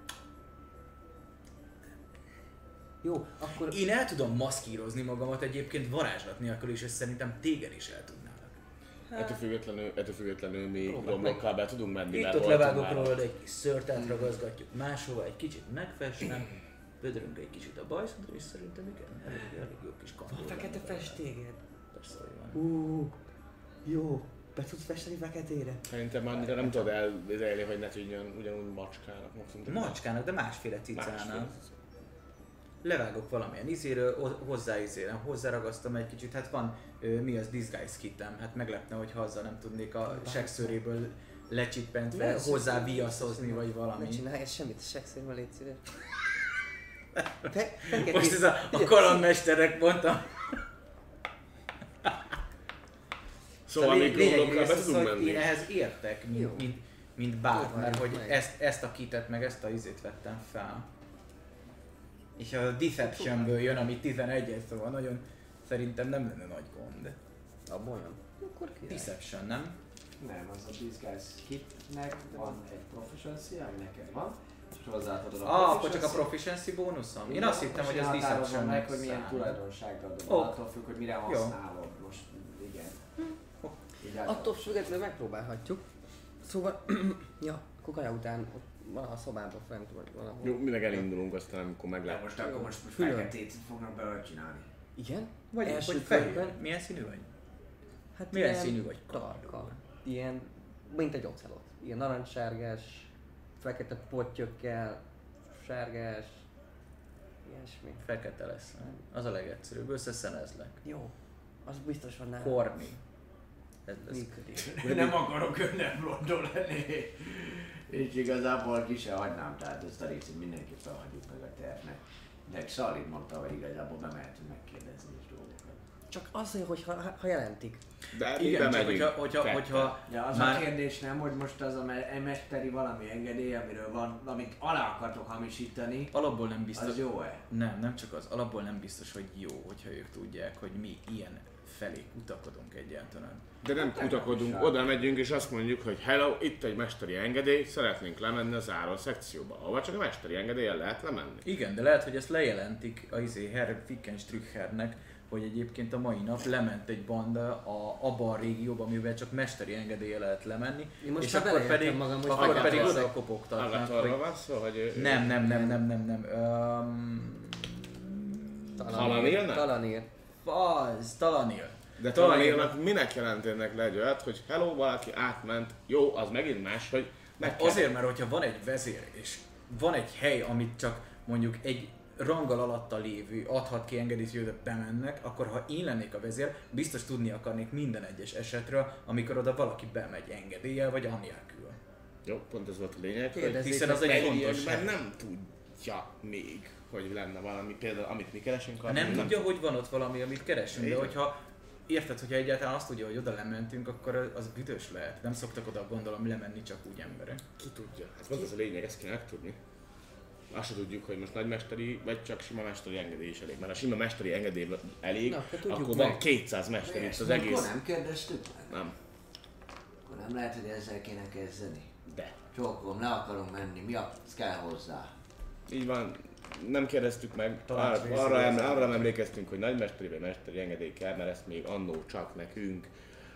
Jó, akkor... Én el tudom maszkírozni magamat egyébként varázslat nélkül is, és szerintem téged is el tudnálak. Ettől függetlenül, ettől függetlenül mi Próbáld romlokkal be tudunk menni, Itt mert ott voltunk levágok már rólad egy kis szört, átragazgatjuk máshova, egy kicsit megfestem, pödörünk egy kicsit a bajszodra, és szerintem igen, elég, elég jó kis kandó. Van fekete lenne. festéged? Persze, hogy van. Ú, jó. Be tudsz festeni feketére? Szerintem annyira nem tudod elvizelni, hogy ne tudjon ugyanúgy macskának. Maximum. Macskának, de másféle cicánál. Másféle. Levágok valamilyen izéről, ho- hozzá izére, hozzáragasztom egy kicsit, hát van, ö, mi az disguise kitem, hát meglepne, hogyha azzal nem tudnék a sekszőréből lecsippentve Ne, hozzá se- viaszozni, vagy Ne valami. csinálj ezt semmit, a sekszérben légy szíves. Fe- feketét- Most ez a, a Figyelj, kalandmesterek mondtam. Szóval még lényeg- romlokkal be lényeg az, tudunk hogy menni. Én ehhez értek, mint, Jó. mint, mint bár, mert hogy meg. ezt, ezt a kitet meg ezt a izét vettem fel. És a Deceptionből jön, ami tizenegy, szóval nagyon szerintem nem lenne nagy gond. Abban olyan? Akkor király. Deception, nem? Nem, az a Disguise kitnek van egy proficiency, ami neked van, és hozzáadod a Ah, akkor csak a proficiency bónuszom? Én azt hittem, hogy ez Deception meg, hogy milyen számít. tulajdonsággal dobod, Ok. attól függ, hogy mire Jó. használod most, igen. Így Attól függetlenül megpróbálhatjuk. Szóval, ja, akkor kaja után ott van a szobában fent vagy valahol. Jó, mi meg elindulunk aztán, amikor De meglep. most akkor most, most Külön. feketét fognak belőle csinálni. Igen? Vagy, Első vagy fehér. körben. Milyen színű vagy? Hát Milyen ilyen színű vagy? Tarka. Ilyen, mint egy ocelot. Ilyen narancssárgás, fekete pottyökkel, sárgás, ilyesmi. Fekete lesz. nem? Az a legegyszerűbb, összeszenezlek. Jó, az biztos van nálam. Korni. Ez lesz. Működik. Nem akarok önnem blondó lenni. És igazából ki se hagynám, tehát ezt a részét mindenképpen hagyjuk meg a tervnek. De Szalid mondta, hogy igazából bemehetünk megkérdezni is dolgokat. Csak azért, hogy ha, ha jelentik. De mi Igen, csak bemegyünk. hogyha, hogyha, ketten. hogyha Ja, az már... a kérdés nem, hogy most az a me- mesteri valami engedély, amiről van, amit alá akartok hamisítani, Alapból nem biztos. az jó-e? Nem, nem csak az. Alapból nem biztos, hogy jó, hogyha ők tudják, hogy mi ilyen felé kutakodunk egyáltalán. De nem kutakodunk, oda megyünk és azt mondjuk, hogy hello, itt egy mesteri engedély, szeretnénk lemenni az áron szekcióba, ahova csak a mesteri engedéllyel lehet lemenni. Igen, de lehet, hogy ezt lejelentik a izé Herr Fickenstrüchernek, hogy egyébként a mai nap lement egy banda a, abba a régióba, amiben csak mesteri engedélye lehet lemenni, Én most és már akkor beleértem pedig, magam, hogy akkor Agathon pedig leszek. oda kopogtatnak, Agathonról hogy van szó, hogy ő... nem, nem, nem, nem, nem, nem. Um, Talanilnak? Talanil. az, Talanil. De Talanil. Talanilnak minek jelentenek le egy olyat, hogy hello, valaki átment, jó, az megint más, hogy meg kell. Azért, mert hogyha van egy vezér, és van egy hely, amit csak mondjuk egy ranggal alatta lévő adhat ki engedélyt, hogy oda bemennek, akkor ha én lennék a vezér, biztos tudni akarnék minden egyes esetről, amikor oda valaki bemegy engedéllyel, vagy anélkül. Jó, pont ez volt a lényeg, hogy Kérdezzék Hiszen az egy fontos egyébként hely. nem tudja még, hogy lenne valami, például amit mi keresünk. Ha arra nem még tudja, hogy van ott valami, amit keresünk, de Igen. hogyha érted, hogyha egyáltalán azt tudja, hogy oda lementünk, akkor az büdös lehet. Nem szoktak oda, gondolom, lemenni csak úgy emberek. Ki tudja? Hát pont ez a lényeg, ezt kéne megtudni. Azt se tudjuk, hogy most nagymesteri, vagy csak sima mesteri engedély is elég. Mert a sima mesteri engedély elég, Na, akkor tudjuk akkor meg. van kétszáz mester itt az Akkor egész. nem kérdeztük meg? Nem. Akkor nem lehet, hogy ezzel kéne kezdeni. De. Csókolom, le akarunk menni, mi az kell hozzá? Így van, nem kérdeztük meg, Talán arra, részéről arra, em, ez arra nem nem emlékeztünk, hogy nagymesteri vagy mesteri engedély kell, mert ezt még annó csak nekünk.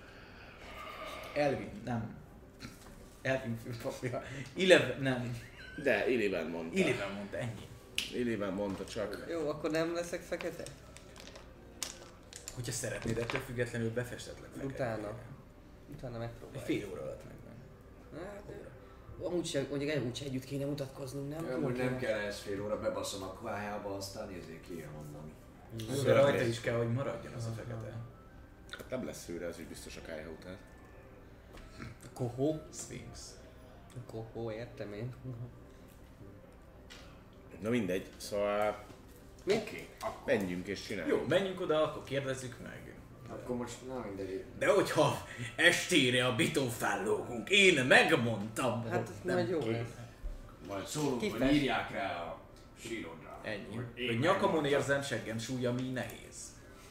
Elvin, nem. Elvin főpapja. Eleven, nem. De Illiven mondta. Eleven mondta, ennyi. Illiven mondta csak. Jó, akkor nem leszek fekete? Hogyha szeretnéd, ettől függetlenül befestetlek feketére. Utána. Utána Egy megpróbáljuk. fél óra alatt megvan. Hát, amúgy se, mondjuk egy- úgyse együtt kéne mutatkoznunk, nem? Nem, hogy nem kell ez fél óra, bebaszom a kvájába, aztán ezért kéne mondani. Jó, de rajta is kell, hogy maradjon az a fekete. Hát nem lesz őre, az is biztos a kája után. Kohó? Sphinx. Kohó, értem én. Na mindegy, szóval Mi? Oké, akkor, menjünk és csináljuk. Jó, menjünk oda, akkor kérdezzük meg. akkor most na mindegy. De hogyha estére a bitófán lógunk, én megmondtam, Hát hogy ez majd jó kéne. lesz. Majd szólunk, Kifest. hogy írják rá a sírodra. Ennyi. Hogy én Hogy nyakamon megmondtam. érzem, seggem súlya, mi nehéz.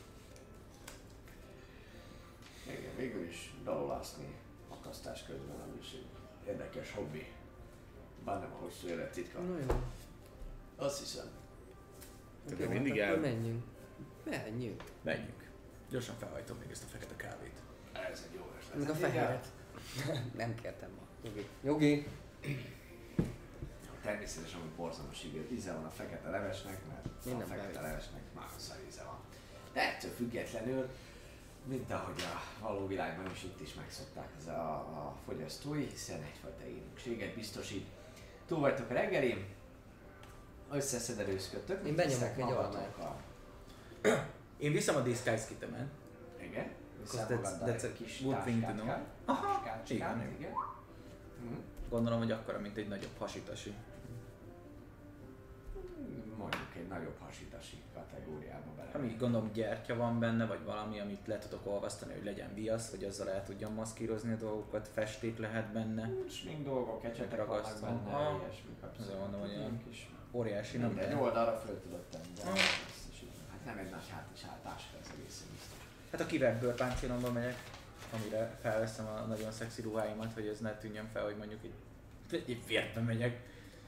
Igen, végül is dalolászni akasztás közben, ami is egy érdekes hobbi. Bár nem a hosszú élet titka. Na jó. Azt hiszem. Tehát Jó, mindig hát el... akkor menjünk. Menjünk. Menjünk. Gyorsan felhajtom még ezt a fekete kávét. Ez egy jó ötlet. Meg a fehéret. Nem kértem ma. Jogi. Jogi. Természetesen, hogy borzalmas ígér- íze van a fekete levesnek, mert Minden a fekete bevét. levesnek már szar íze van. De ettől függetlenül, mint ahogy a való világban is itt is megszokták ez a, a fogyasztói, hiszen egyfajta énükséget biztosít. Túl vagytok a reggelin, összeszedelőzködtök. Én benyomok visztek egy magatokkal. Én viszem a Disguise kitemet. Igen. Viszel Because that's- magaddal that's egy a kis good thing to know. táskácskát. Aha, Táskácskát, igen. igen. Mhm. Gondolom, hogy akkora, mint egy nagyobb hasitasi. mondjuk egy nagyobb hasitasi kategóriába bele. Ami gondolom gyertya van benne, vagy valami, amit le tudok olvasztani, hogy legyen viasz, hogy azzal el tudjam maszkírozni a dolgokat, festék lehet benne. Smink dolgok, ecsetek vannak Ragasztom. benne, Ah. ilyesmik Azért abszolút. mondom, hogy olyan kis óriási, nem Egy kell. oldalra föl tudod tenni, de Ah. biztos, hogy- hát nem egy nagy hátis táska, ez egészen biztos. Hát a kivert bőrpáncélomba megyek, amire felveszem a nagyon szexi ruháimat, hogy ez ne tűnjön fel, hogy mondjuk egy, egy vértbe megyek.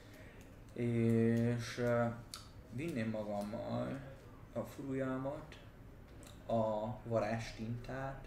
És uh, vinném magammal a furujámat, a varázstintát,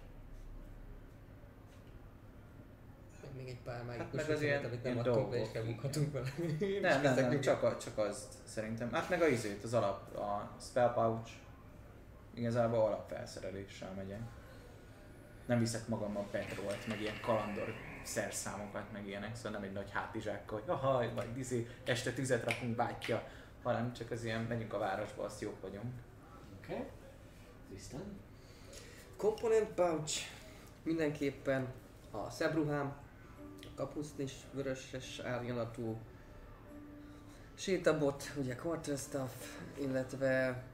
Meg még egy pár mágikus meg az ilyen- amit nem ilyen adtunk be, és dolgok, elbukhatunk vele. nem, nem, nem, csak, a, csak azt szerintem. Hát meg a izét, az alap, a spell pouch. Igazából alapfelszereléssel megyek. Nem viszek magammal petrolt, meg ilyen kalandor szerszámokat, meg ilyenek, szóval nem egy nagy hátizsákkal, hogy ahaj, vagy izé, este tüzet rakunk bátyja, hanem csak az ilyen, megyünk a városba, azt jók vagyunk. Oké. Okay. Tristan? Component pouch. Mindenképpen a szebruhám, a kapusznis, vöröses árnyalatú sétabot, ugye quarter staff, illetve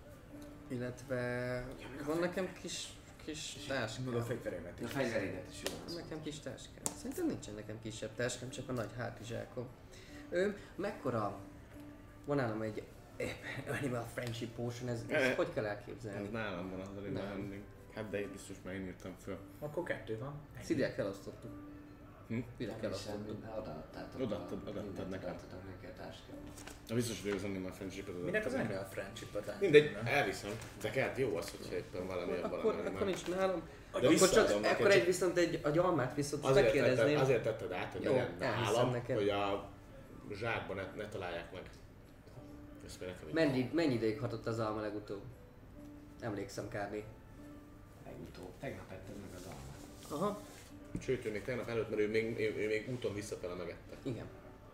illetve van nekem kis kis táskám. Meg a fegyveremet A is. fegyverédet is jól Van nekem kis táskám. Szerintem nincsen nekem kisebb táskám, csak a nagy hátizsákom. Ő, mekkora? Van nálam egy eh, Animal Friendship Potion, ez, ez Eh. hogy kell elképzelni? Ez nálam van az Nem. előbb. Hát de én biztos már én írtam föl. Akkor kettő van. Szidják elosztottuk. Hm? Direkt elosztottuk. Odaadtátok. Odaadtad- odaadtad nekem. Odaadtatok neki a táskában. Na biztos, hogy az Animal Friendship-et Minek az Animal Friendship-et? Mindegy, elviszem. De hát jó az, hogyha éppen valami Akkor, abban akkor, lenne akkor már. nincs nálam. De Akkor visszaadom csak, neked, akkor egy csak- viszont egy, a gyalmát viszont azt Azért tetted, megkérdezném. azért tetted át, hogy Jó, legyen elhiszem nálam, neked. hogy a zsákban ne, ne találják meg. Ezt még nekem így- Mennyi, mennyi ideig hatott az alma legutóbb? Emlékszem kb. Legutóbb. Tegnap etted meg az almát. Aha, Sőt, ő még tegnap előtt, mert ő még, ő, ő még úton visszafele megette. igen.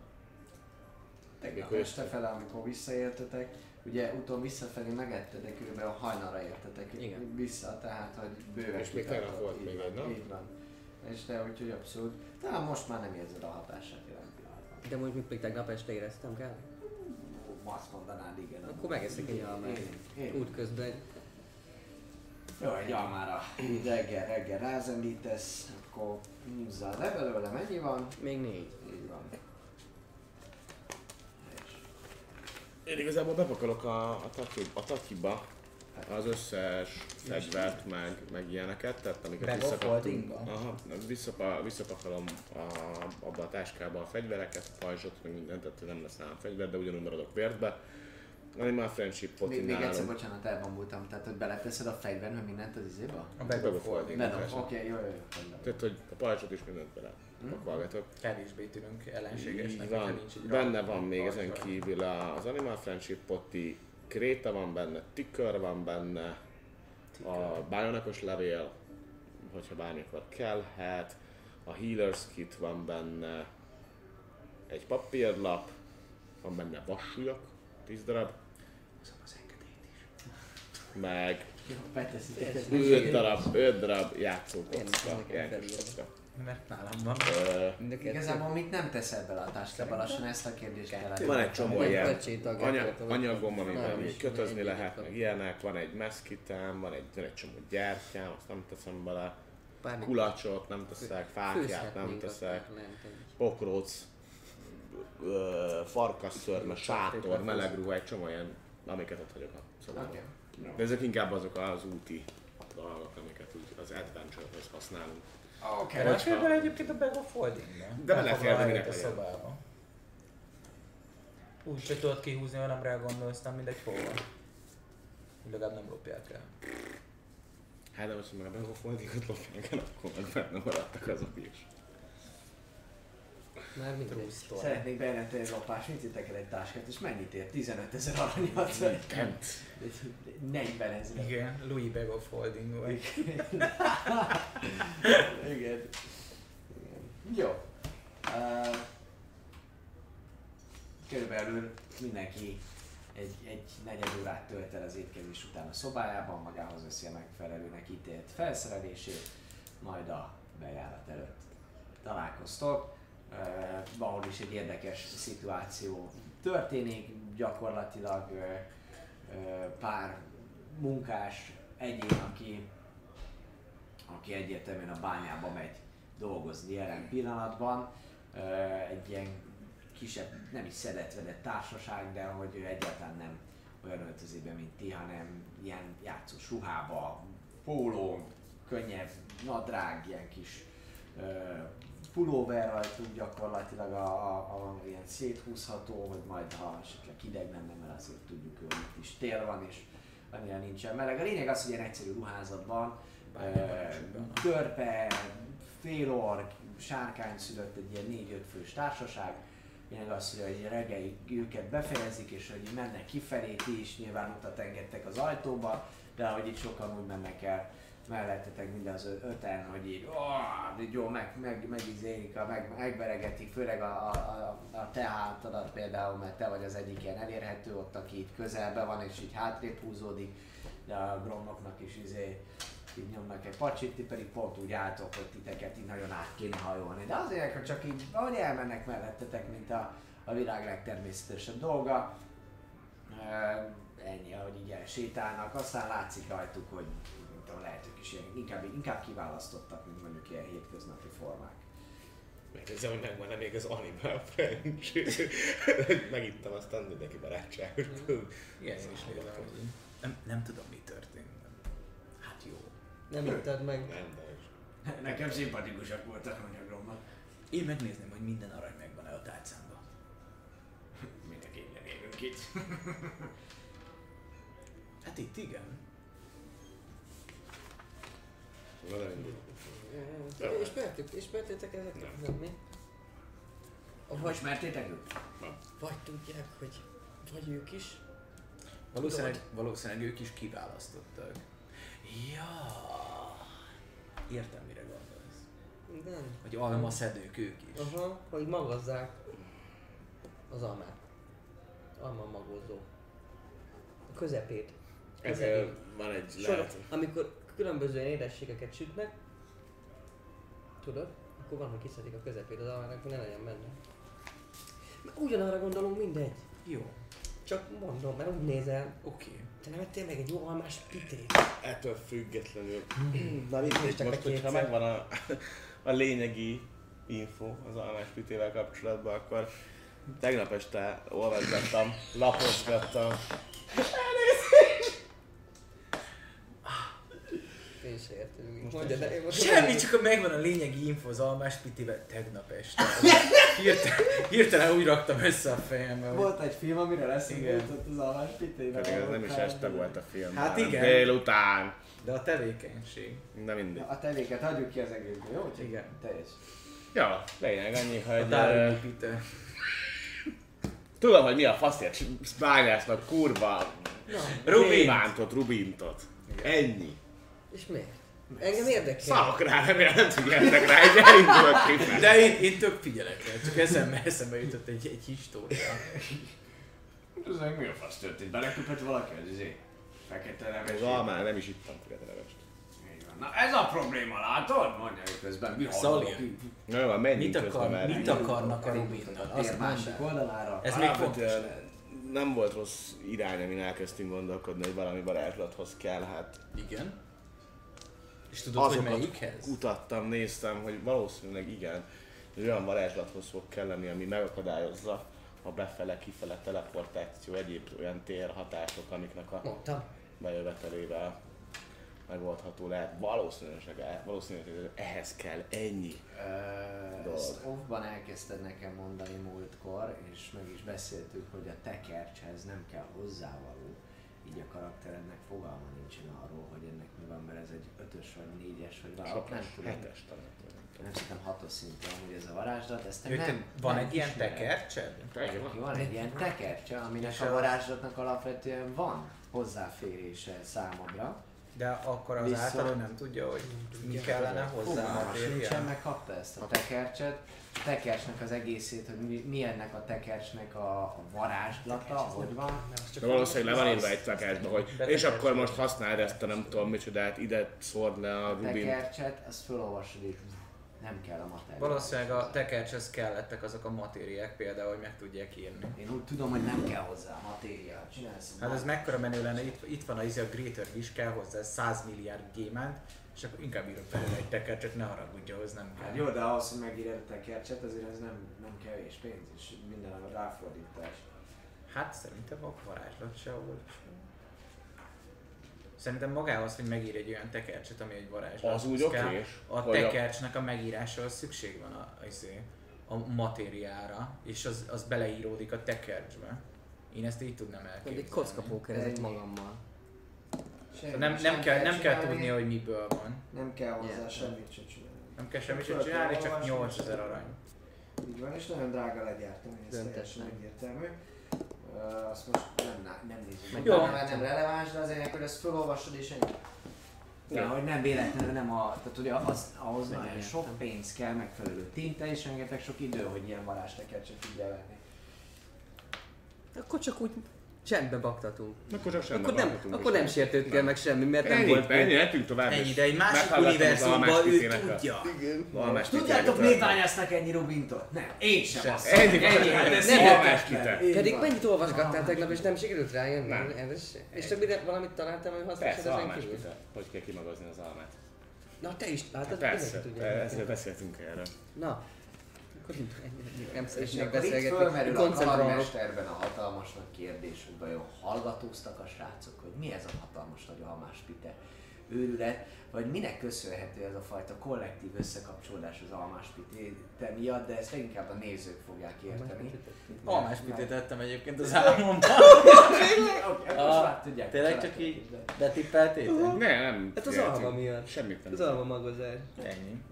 Tegnap Mikor este jöttek? fele, amikor visszaértetek, ugye úton visszafelé megetted, de körülbelül a hajnalra értetek Igen. vissza, tehát hogy bőven És még kitartott. tegnap volt Így még van, egy nap. Így van. És te úgyhogy abszolút. Talán most már nem érzed a hatását jelen pillanatban. De mondjuk még tegnap este éreztem kb. Azt mondanád, igen. Akkor megeszek egy almát. Én, én. Útközben. Jó, egy almára reggel, reggel rázendítesz, akkor húzzál le belőle, mennyi van? Még négy. Így van. És Én igazából bepakolok a, a, taki, a takiba az összes fegyvert, meg, meg ilyeneket, tehát amiket Bag of visszakaptunk. holdingba? Aha, visszapa, visszapakolom a, abba a táskába a fegyvereket, a pajzsot, meg mindent, tehát nem lesz nálam fegyver, de ugyanúgy maradok vértbe. Animal Friendship-ot még, még egyszer, nálom. bocsánat, elbambultam, tehát hogy beleteszed a fegyvert, meg mindent az izéba? A Bag of Holding. Bedom, persze. oké, jó, jó, jó. rendben. Tehát, hogy a pajzsot is mindent bele pakolgatok. Kevésbé tűnünk ellenségesnek, Így hogyha van. nincs egy Benne rajta van még pajzs ezen vagy. kívül az Animal Friendship poti, kréta van benne, tükör van benne, a bájonakos levél, hogyha bármikor kellhet, a Healer's Kit van benne, egy papírlap, van benne vassúlyok, tíz darab, Hozom az engedélyt is. meg Jó, beteszitek. öt darab, öt darab Én játszókocka, nekem játékos felírva. kocka. Mert nálam van. Ö, Mind a kettő. Igazából mit nem teszel bele a táskába, lassan ezt a kérdést kell Van egy csomó Egy ilyen pecsétag, anyag, eltöltöm. anyagom, amivel Nem, még és kötözni egy lehet, egyik meg ilyenek, van egy meszkitám, van egy, van egy csomó gyertyám, azt nem teszem bele, Bármi- kulacsot nem teszek, fákját nem Főzhetnénk teszek, akár lent egy- pokróc, ö, farkasszörme, sátor, melegruha, egy csomó ilyen, amiket ott hagyok a szobában. Oké. De ezek inkább azok az úti dolgok, amiket úgy az adventure-hoz használunk. Oké, Okay, Hogyha- Elfér bele egyébként a Bag of Holdingba. De belefér, de Elfoglalja minek a legyen. szobába. Úgy se tudod kihúzni, ha nem rá gondolsz, nem mindegy hova. Úgy legalább nem lopják el. Hát de most, hogy meg a Begofoldingot lopják el, akkor meg benne maradtak azok is. Már True mindegy. story. Szeretnék bejelenteni egy lopás, mit vittek el egy táskát, és mennyit ér? tizenöt ezer aranyat, vagy Kent. negyven ezer. Igen, Louis Bag of Holding vagy. Igen. Igen. Jó. Uh, körülbelül mindenki egy, egy negyed órát tölt el az étkezés után a szobájában, magához veszi a megfelelőnek ítélt felszerelését, majd a bejárat előtt találkoztok. Uh, valahol is egy érdekes szituáció történik, gyakorlatilag ö, ö, pár munkás egyén, aki, aki egyértelműen a bányába megy dolgozni jelen pillanatban. Ö, egy ilyen kisebb, nem is szedett-vedett társaság, de hogy ő egyáltalán nem olyan öltözében, mint ti, hanem ilyen játszós ruhába, póló, könnyebb nadrág, ilyen kis uh, pulóver rajtuk gyakorlatilag a, a, a ilyen széthúzható, hogy majd ha esetleg hideg lenne, mert azért tudjuk, hogy itt is tél van és annyira nincsen meleg. A lényeg az, hogy ilyen egyszerű ruházatban uh, törpe, félork, sárkány szülött egy ilyen négy-öt fős társaság. Lényeg az, hogy reggel őket befejezik, és hogy mennek kifelé, ti is nyilván utat engedtek az ajtóba, de hogy itt sokan úgy mennek el mellettetek mind az öten, hogy így, oh, így jó, meg, meg, megizélik, meg, megveregetik, főleg a, a, a te hátadat például, mert te vagy az egyik ilyen elérhető ott, aki itt közelben van, és így hátrébb húzódik, de a gromnoknak is izé, így nyomnak egy pacsit, ti pedig pont úgy álltok, hogy titeket így nagyon át kéne hajolni. De azért, hogy csak így, ahogy elmennek mellettetek, mint a, a világ legtermészetesebb dolga, ennyi, ahogy így elsétálnak, aztán látszik rajtuk, hogy mint tudom, lehet ők is ilyen, inkább, inkább kiválasztottak, mint mondjuk ilyen hétköznapi formák. Megnézem, hogy megvan-e még az Animal French. Megittem, aztán mindenki barátságos. Igen, én is nézem, hogy nem, nem tudom, mi történt. Hát jó. Nem itted meg. Nem, de is. Nekem szimpatikusak voltak a gromnak. Én megnézném, hogy minden arany megvan-e a tálcámban. Mind a kényen élünk itt. Hát itt igen. Na, de mindig. Ismertük, ismertétek ezeket? Nem. Mi? Vagy, Ismertétek őt? vagy tudják, hogy vagy ők is. Valószínűleg, valószínűleg ők is kiválasztottak. Ja. Értem, mire gondolsz. Nem. Hogy almaszedők ők is. Aha, hogy magazzák az almát. Alma magózó. A közepét. Ezzel van egy Sor, lehet. amikor különböző édességeket sütnek, tudod, akkor van, hogy kiszedik a közepét az almának, hogy ne legyen benne. Mert ugyanarra gondolom, mindegy. Jó. Csak mondom, mert úgy nézel, Oké. Okay. te nem ettél meg egy jó almás pitét. Ettől függetlenül. Na mit néztek Most, a hogyha kétszer? megvan a, a lényegi info az almás pitével kapcsolatban, akkor tegnap este olvasgattam, lapozgattam. Én se értem. Mondja, de én most Semmi, csak a megvan a lényegi info az almás pitivel tegnap este. Hirtelen, hirtelen úgy raktam össze a fejembe. hogy- Volt egy film, amire lesz Igen. ott az almás pitében. Pedig ez nem is este volt a film. Hát hanem igen. Délután. De a tevékenység. De mindig. A tevéket hagyjuk ki az egészből, jó? Úgyhogy Igen. teljes. Ja, lényeg annyi, A hogy... Darwin uh, Peter. tudom, hogy mi a faszért bányásznak, kurva. Rubint. Bántott Rubintot. Ennyi. És miért? Engem érdekel. Szarok rá, remélem nem figyeltek rá, egy elindulok kifelé. De én, én tök figyelek rá, csak eszembe, eszembe jutott egy, egy história. Ez meg mi a fasz történt? Beleköpött valaki az izé? Fekete leves. Az almán nem is ittam fekete levest. Így van. Na ez a probléma, látod? Mondja ő közben, mi Szali. hallok így. Na jó, menjünk Mit, közben akar, már. mit akarnak a Elindultak Rubinnal? a tér Azt másik mondd el. oldalára. Ez még fontos Alapvetően lehet. nem volt rossz irány, amin elkezdtünk gondolkodni, hogy valami varázslathoz kell, hát Igen. És tudod, hogy azokat melyikhez? kutattam, néztem, hogy valószínűleg igen, hogy olyan varázslathoz fog kelleni, ami megakadályozza a befele-kifele teleportáció, egyéb olyan térhatások, amiknek a Mondtam. bejövetelével megoldható lehet. Valószínűleg, valószínűleg hogy ehhez kell ennyi. Ö, Dolog. Ezt off-ban elkezdted nekem mondani múltkor, és meg is beszéltük, hogy a tekercshez nem kell hozzávaló. Így a karakterednek fogalma nincsen arról, hogy ennek mi van, mert ez egy ötös vagy négyes, vagy valami, nem tudom. Hetes talán. Nem szerintem hatos szinten hogy ez a varázslat, ezt te Hogy te- nem, Van nem egy ilyen ismered. tekercsed? Neki van egy ilyen tekercse, aminek És a az- varázslatnak alapvetően van hozzáférése számodra. De akkor az Viszont- által nem tudja, hogy mi kellene hozzá Fogalmas nincsen, matériál. megkapta ezt a tekercset. A tekercsnek az egészét, hogy mi, mi ennek a tekercsnek a, a varázslata, hogy van. De valószínűleg le van írva egy takásba, hogy és akkor most használd ezt a nem tudom micsodát, ide szórd le a A Rubin. tekercset, azt felolvasod így Nem kell a matéria. Valószínűleg a tekercshez kellettek azok a matériák például, hogy meg tudják írni. Én úgy tudom, hogy nem kell hozzá a matériát. Csinálsz. Hát ez mekkora menő lenne, itt, itt van a, a Greater Wish, kell hozzá száz milliárd gyémánt, és akkor inkább írok belőle egy tekercset, ne haragudj, ahhoz nem kell. Hát jó, de ahhoz, hogy megírod a tekercset, azért ez nem, nem kevés pénz, és minden a ráfordítás. Hát szerintem a varázslat se volt. Szerintem magához, hogy megír egy olyan tekercset, ami egy varázslat. Az úgy kell, okés? A Vagy a- tekercsnek a megírásához szükség van a, a, a matériára, és az, az beleíródik a tekercsbe. Én ezt így tudnám elképzelni. Egy kockapókerezett magammal. Semmi, Nem, nem, kell, nem kell tudni, hogy miből van. Nem kell hozzá Yeah. semmit sem csinálni. Nem kell semmit sem csinálni, csak nyolcezer arany. Így van, és nagyon drága legyártani, ez Döntetlen. teljesen egyértelmű. Uh, azt most nem, nem nézzük meg, Jó. mert nem releváns, de azért hogy ezt felolvasod és ennyi. Igen, hogy nem véletlenül nem a, tehát ugye az, ahhoz nagyon Igen. sok pénz kell, megfelelő tinta és rengeteg sok idő, hogy ilyen varázstekercset tudja venni. Akkor csak úgy csendbe baktatunk. Akkor csak semmi Akkor nem, akkor nem sértődtél meg semmi, mert nem Ennyi, volt ennyi, mentünk tovább. Ennyi, és de egy másik meghallgattam az univerzumban ő almáspitének a- tudja. Igen. almás Tudjátok, pitját. miért bányásznak ennyi Rubintot? Nem, én sem Sem. azt. Ennyi, ennyi, hát ez Nem almáspite. Így Pedig van. mennyit olvasgattál tegnap és nem sikerült rájönni? Nem. Erre se? És többire valamit találtam, hogy hasznos Persze, ezen kívül? almáspite. Hogy kell kimagozni az almát. Na te is látod, Persze, mindenki tudja. ezért beszéltünk erről. Na, akkor ennyi- ennyi- nem És szeretnék akkor itt beszélgetni. fölmerül a Koncentrálok. kalandmesterben a hatalmas nagy kérdés, hogy vajon hallgatóztak a srácok, hogy mi ez a hatalmas nagy almáspite őrület, vagy minek köszönhető ez a fajta kollektív összekapcsolódás az almáspite miatt, de ezt inkább a nézők fogják érteni. Almáspitét ettem egyébként az álmomban. Oké, Ah, most már tudják. Tényleg csak így betippeltétek? Ne, nem. Hát az figyeltünk. alma miatt. Semmit nem. Az alma magozás. Ennyi.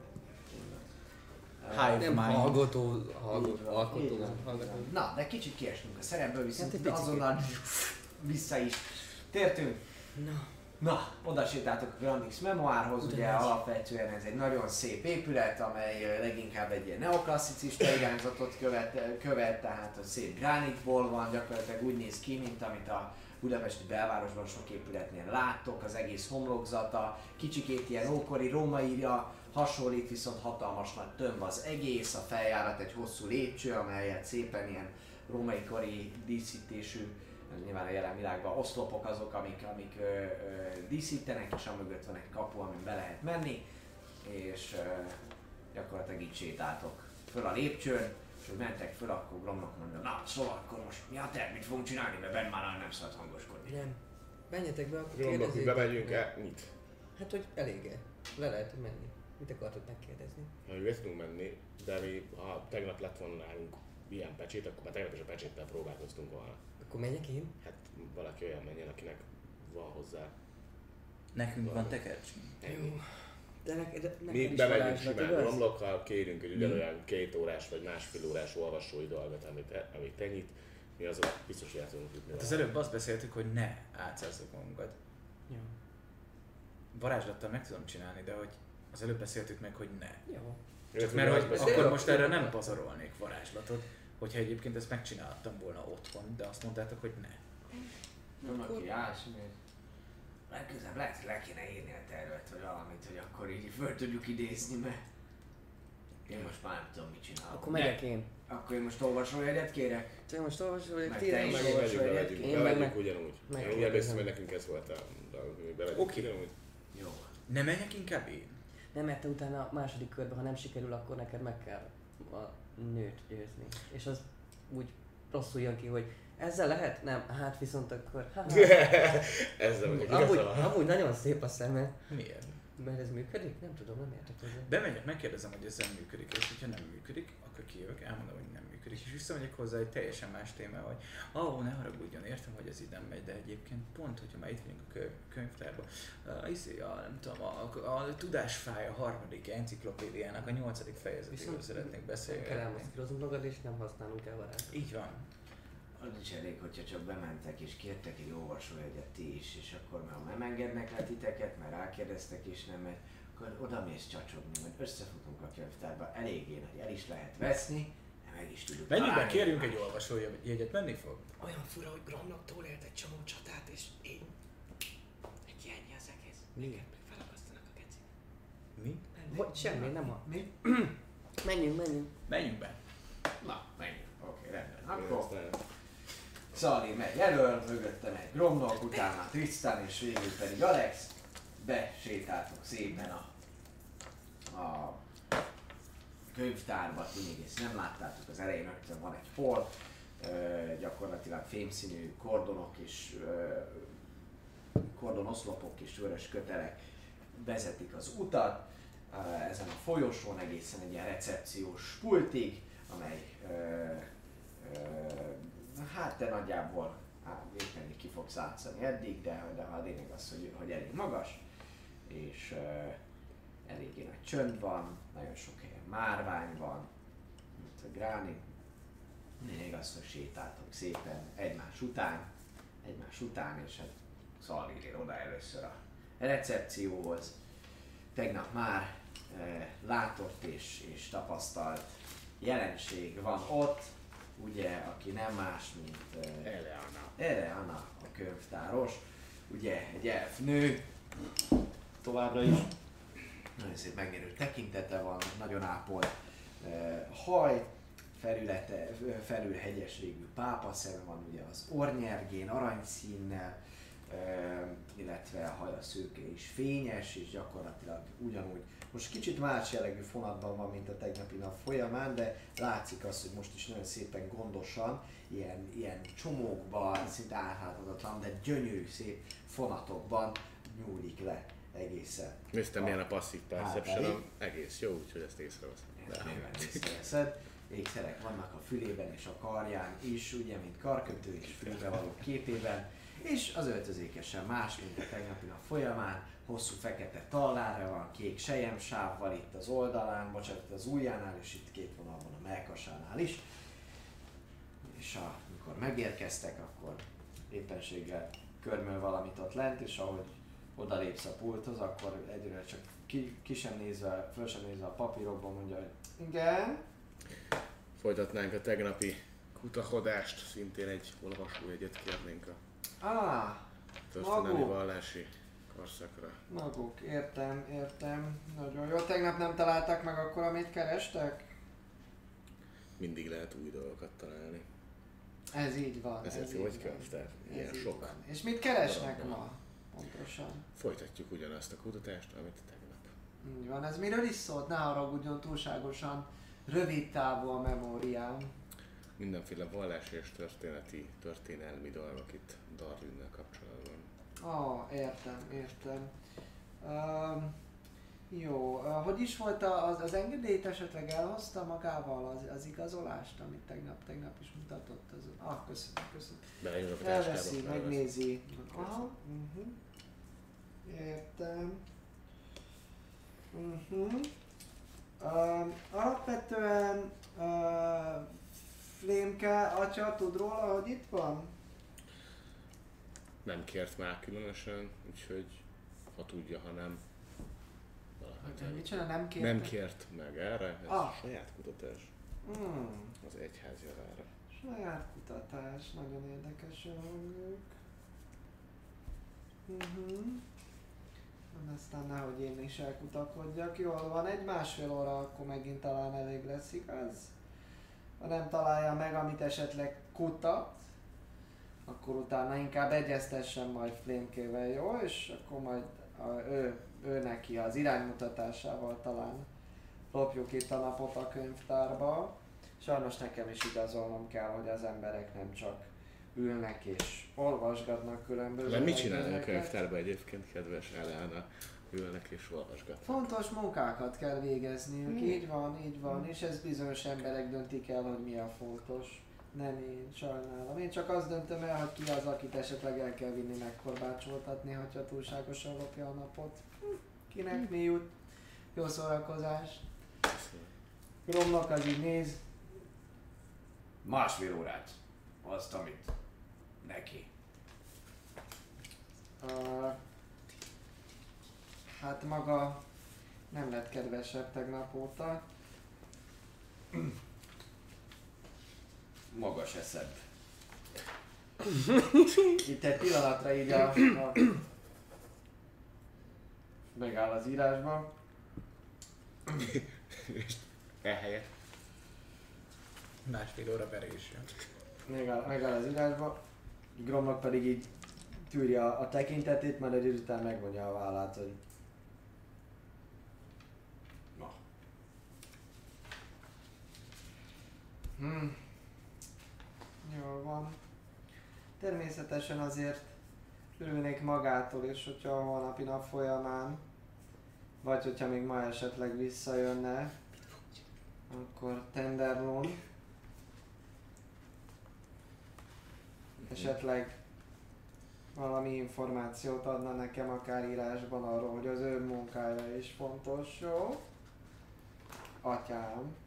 Hive Nem mind. hallgató, hallgató, Így van, alkotó, így van. hallgató. Na, de kicsit kiestünk a szerepből, viszont Hát egy picit. azonnal vissza is tértünk. Na, Na, oda sétáltok a Grandix Memoárhoz, ugye Ugyanez. alapvetően ez egy nagyon szép épület, amely ö, leginkább egy ilyen neoklasszicista irányzatot követ, követ, tehát a szép gránitból van, gyakorlatilag úgy néz ki, mint amit a budapesti belvárosban sok épületnél láttok, az egész homlokzata, kicsikét ilyen ókori rómaira hasonlít, viszont hatalmas nagy tömb az egész, a feljárat egy hosszú lépcső, amelyet szépen ilyen római kori díszítésű, nyilván a jelen világban oszlopok azok, amik, amik ö, ö, díszítenek, és amögött van egy kapu, amin be lehet menni, és ö, gyakorlatilag így sétáltok föl a lépcsőn, és hogy mentek föl, akkor Gromnak mondja, na szóval akkor most mi a terv, mit fogunk csinálni, mert benn már nem szabad hangoskodni. nem. Menjetek be, akkor Gondolok, hogy kérdezzétek. bemegyünk el. Mit? Hát, hogy elég-e? Le lehet menni. Mit akartok megkérdezni? Ha mi tudunk menni, de mi, ha tegnap lett volna nálunk ilyen pecsét, akkor már tegnap is a pecséttel próbálkoztunk volna. Akkor menjek én? Hát valaki olyan menjen, akinek van hozzá. Nekünk van tekercsünk. Ennyi. De, ne, de neked Mi is bemegyünk varázslat, simán igaz? romlokkal, kérünk egy Mi? ugyanolyan két órás vagy másfél órás olvasói dolgot, amit, amit te nyit. Mi azok biztos, hogy el tudunk jutni. Hát az vele. előbb azt beszéltük, hogy ne átszázzuk magunkat. Jó. Varázslattal meg tudom csinálni, de hogy az előbb beszéltük meg, hogy ne. Jó. Csak Illetve mert mi hogy azt beszélünk. akkor Jó. most erre nem pazarolnék varázslatot, hogyha egyébként ezt megcsináltam volna otthon, de azt mondtátok, hogy ne. Nem aki állsz, miért? Legközelebb lehet, hogy le kéne írni a tervet, vagy valamit, hogy akkor így föl tudjuk idézni, mert én most már nem tudom, mit csinálok. Akkor megyek én. Akkor én most olvasójegyet kérek? Te most olvasol, hogy Meg ti te nem is meg olvasol. Bemegyünk, Olvasó bemegyünk, egyet? Én bemegyünk meg- ugyanúgy. meg- Én úgy emlékszem, hogy nekünk ez volt a dolog, hogy mi bemegyünk Oké. ugyanúgy. Jó. Ne menjek inkább én? Nem, mert te utána a második körben, ha nem sikerül, akkor neked meg kell a nőt győzni. És az úgy rosszul jön ki, hogy ezzel lehet? Nem, hát viszont akkor... Ha, ha. Ezzel vagyok amúgy, igaza. amúgy nagyon szép a szeme. Miért? Mert ez működik? Nem tudom, nem értek hozzá. Bemegyek, megkérdezem, hogy ez nem működik, és hogyha nem működik, akkor kijövök, elmondom, hogy nem működik, és visszamegyek hozzá egy teljesen más téma, hogy ó, ne haragudjon, értem, hogy ez így nem megy, de egyébként pont, hogyha már itt vagyunk a könyv, könyvtárban, uh, izé, a, nem tudom, a, a, a Tudásfáj a harmadik enciklopédiának a nyolcadik fejezetéről szeretnék Nem kell beszélgetni. elmaszkíroznunk magad, és nem használunk el varázslat. Így van. Az is elég, hogyha csak bementek és kértek egy olvasójegyet ti is, és akkor már nem engednek le titeket, mert rákérdeztek és nem megy, akkor oda mész csacsogni, mert összefutunk a könyvtárba eléggé nagy, el is lehet veszni, de meg is tudjuk Mennyiben találni kérjünk egy egymást. olvasójegyet, menni fog? Olyan fura, hogy Gromnak túlélt egy csomó csatát, és én... Egy ennyi az egész. Mi? Neked meg felakasztanak a geci. Mi? Nem Hogy semmi, nem van. Mi? Menjünk, menjünk. Menjünk be. Na, menjünk. Oké, rendben. Akkor Szali megy elől, mögötte megy Gromnok, utána Tristan és végül pedig Alex. Besétáltok szépen a, a könyvtárba, ti még ezt nem láttátok, az elején rögtön van egy hol, ö, gyakorlatilag fémszínű kordonok és ö, kordonoszlopok és vörös kötelek vezetik az utat. Ezen a folyosón egészen egy ilyen recepciós pultig, amely ö, ö, hát de nagyjából á, éppen így ki fogsz látszani eddig, de, de a lényeg az, hogy, hogy elég magas, és ö, eléggé nagy csönd van, nagyon sok helyen márvány van, mint a gráni. Lényeg az, hogy sétáltok szépen egymás után, egymás után, és hát Szalír ér oda először a recepcióhoz. Tegnap már e, látott és, és tapasztalt jelenség van ott, ugye, aki nem más, mint e, Eleana. Eleana, a könyvtáros, ugye egy elfnő, továbbra is nagyon szép megnyerő tekintete van, nagyon ápolt e, haj, felülete, felül hegyes végű pápaszeme van ugye az ornyergén, aranyszínnel, e, illetve a haja szőke is fényes, és gyakorlatilag ugyanúgy. Most kicsit más jellegű fonatban van, mint a tegnapi nap folyamán, de látszik az, hogy most is nagyon szépen gondosan, ilyen, ilyen csomókban, szinte áthatatlan, de gyönyörű szép fonatokban nyúlik le egészen. Néztem, milyen a passzív perception, elég. egész jó, úgyhogy ezt észreveszem. Ezt nyilván észreveszed. Ékszerek vannak a fülében és a karján is, ugye, mint karkötő és fülbevaló képében, és az öltözékesen más, mint a tegnapi nap folyamán, hosszú fekete tallára van, kék selyemsávval itt az oldalán, bocsánat, az ujjánál, és itt két vonal van a mellkasánál is. És a, amikor megérkeztek, akkor éppenséggel körmöl valamit ott lent, és ahogy odalépsz a pulthoz, akkor egyre csak ki, ki sem nézve, föl sem nézve a papírokban mondja, hogy igen. Folytatnánk a tegnapi kutakodást, szintén egy olvasójegyet kérnénk a Ah, történelmi maguk. vallási korszakra. Maguk, értem, értem. Nagyon jó. Tegnap nem találták meg akkor, amit kerestek? Mindig lehet új dolgokat találni. Ez így van. Ezért ez jó, így hogy van. könyvtár. Ez Ilyen így sok. van. És mit keresnek darabban. ma? Pontosan. Folytatjuk ugyanazt a kutatást, amit tegnap. Így van. Ez miről is szólt? Ne haragudjon, túlságosan rövid távú a memóriám. Mindenféle vallási és történeti, történelmi dolgok itt Darwin-nel kapcsolatban. Ah, értem, értem. Um, jó, uh, hogy is volt a- az, az engedélyt esetleg elhozta magával az, az igazolást, amit tegnap, tegnap is mutatott? Az, ah, köszönöm, köszönöm. Belejön a Elveszi, táskába, elveszi. megnézi. Aha, uh-huh. Értem. Uh-huh. Um, alapvetően uh, Flémke atya tud róla, hogy itt van? Nem kért már különösen, úgyhogy ha tudja, ha nem. valahogy el- Micsoda, nem kérte? Nem kért meg erre, ez Ah. saját kutatás Hmm. az egyház javára. Saját kutatás, nagyon érdekesen hangzik. Uh-huh. Aztán nehogy én is elkutakodjak. Jól van, egy másfél óra, akkor megint talán elég lesz, igaz? Ha nem találja meg, amit esetleg kutat, akkor utána inkább egyeztessen majd Flémkével, jó? És akkor majd a, ő, ő neki az iránymutatásával talán lopjuk itt a napot a könyvtárba. Sajnos nekem is igazolnom kell, hogy az emberek nem csak ülnek és olvasgatnak különböző De mit csinálnak a regényeket. könyvtárban egyébként, kedves Eleana? Ülnek és olvasgatnak. Fontos munkákat kell végezniük, így van, így van, és ez bizonyos emberek döntik el, hogy mi a fontos. Nem én, sajnálom. Én csak azt döntöm el, hogy ki az, akit esetleg el kell vinni megkorbácsoltatni, hogyha túlságosan lopja a napot. Hm, Kinek mi jut? Jó szórakozás. Gromnak az így néz. Másfél órát. Azt, amit neki. Uh, hát maga nem lett kedvesebb tegnap óta. Magas eszed. Itt egy pillanatra így a, a megáll az írásban. És ehelyett. Másfél óra verés. Megáll, megáll az írásba. Gromnak pedig így tűri a, a tekintetét, majd egy idő után megvonja a vállát, hogy... Na. Hmm. Jól van. Természetesen azért örülnék magától is, hogyha a holnapi nap folyamán, vagy hogyha még ma esetleg visszajönne, akkor Tenderloin esetleg valami információt adna nekem akár írásban arról, hogy az ő munkája is fontos, jó? Atyám.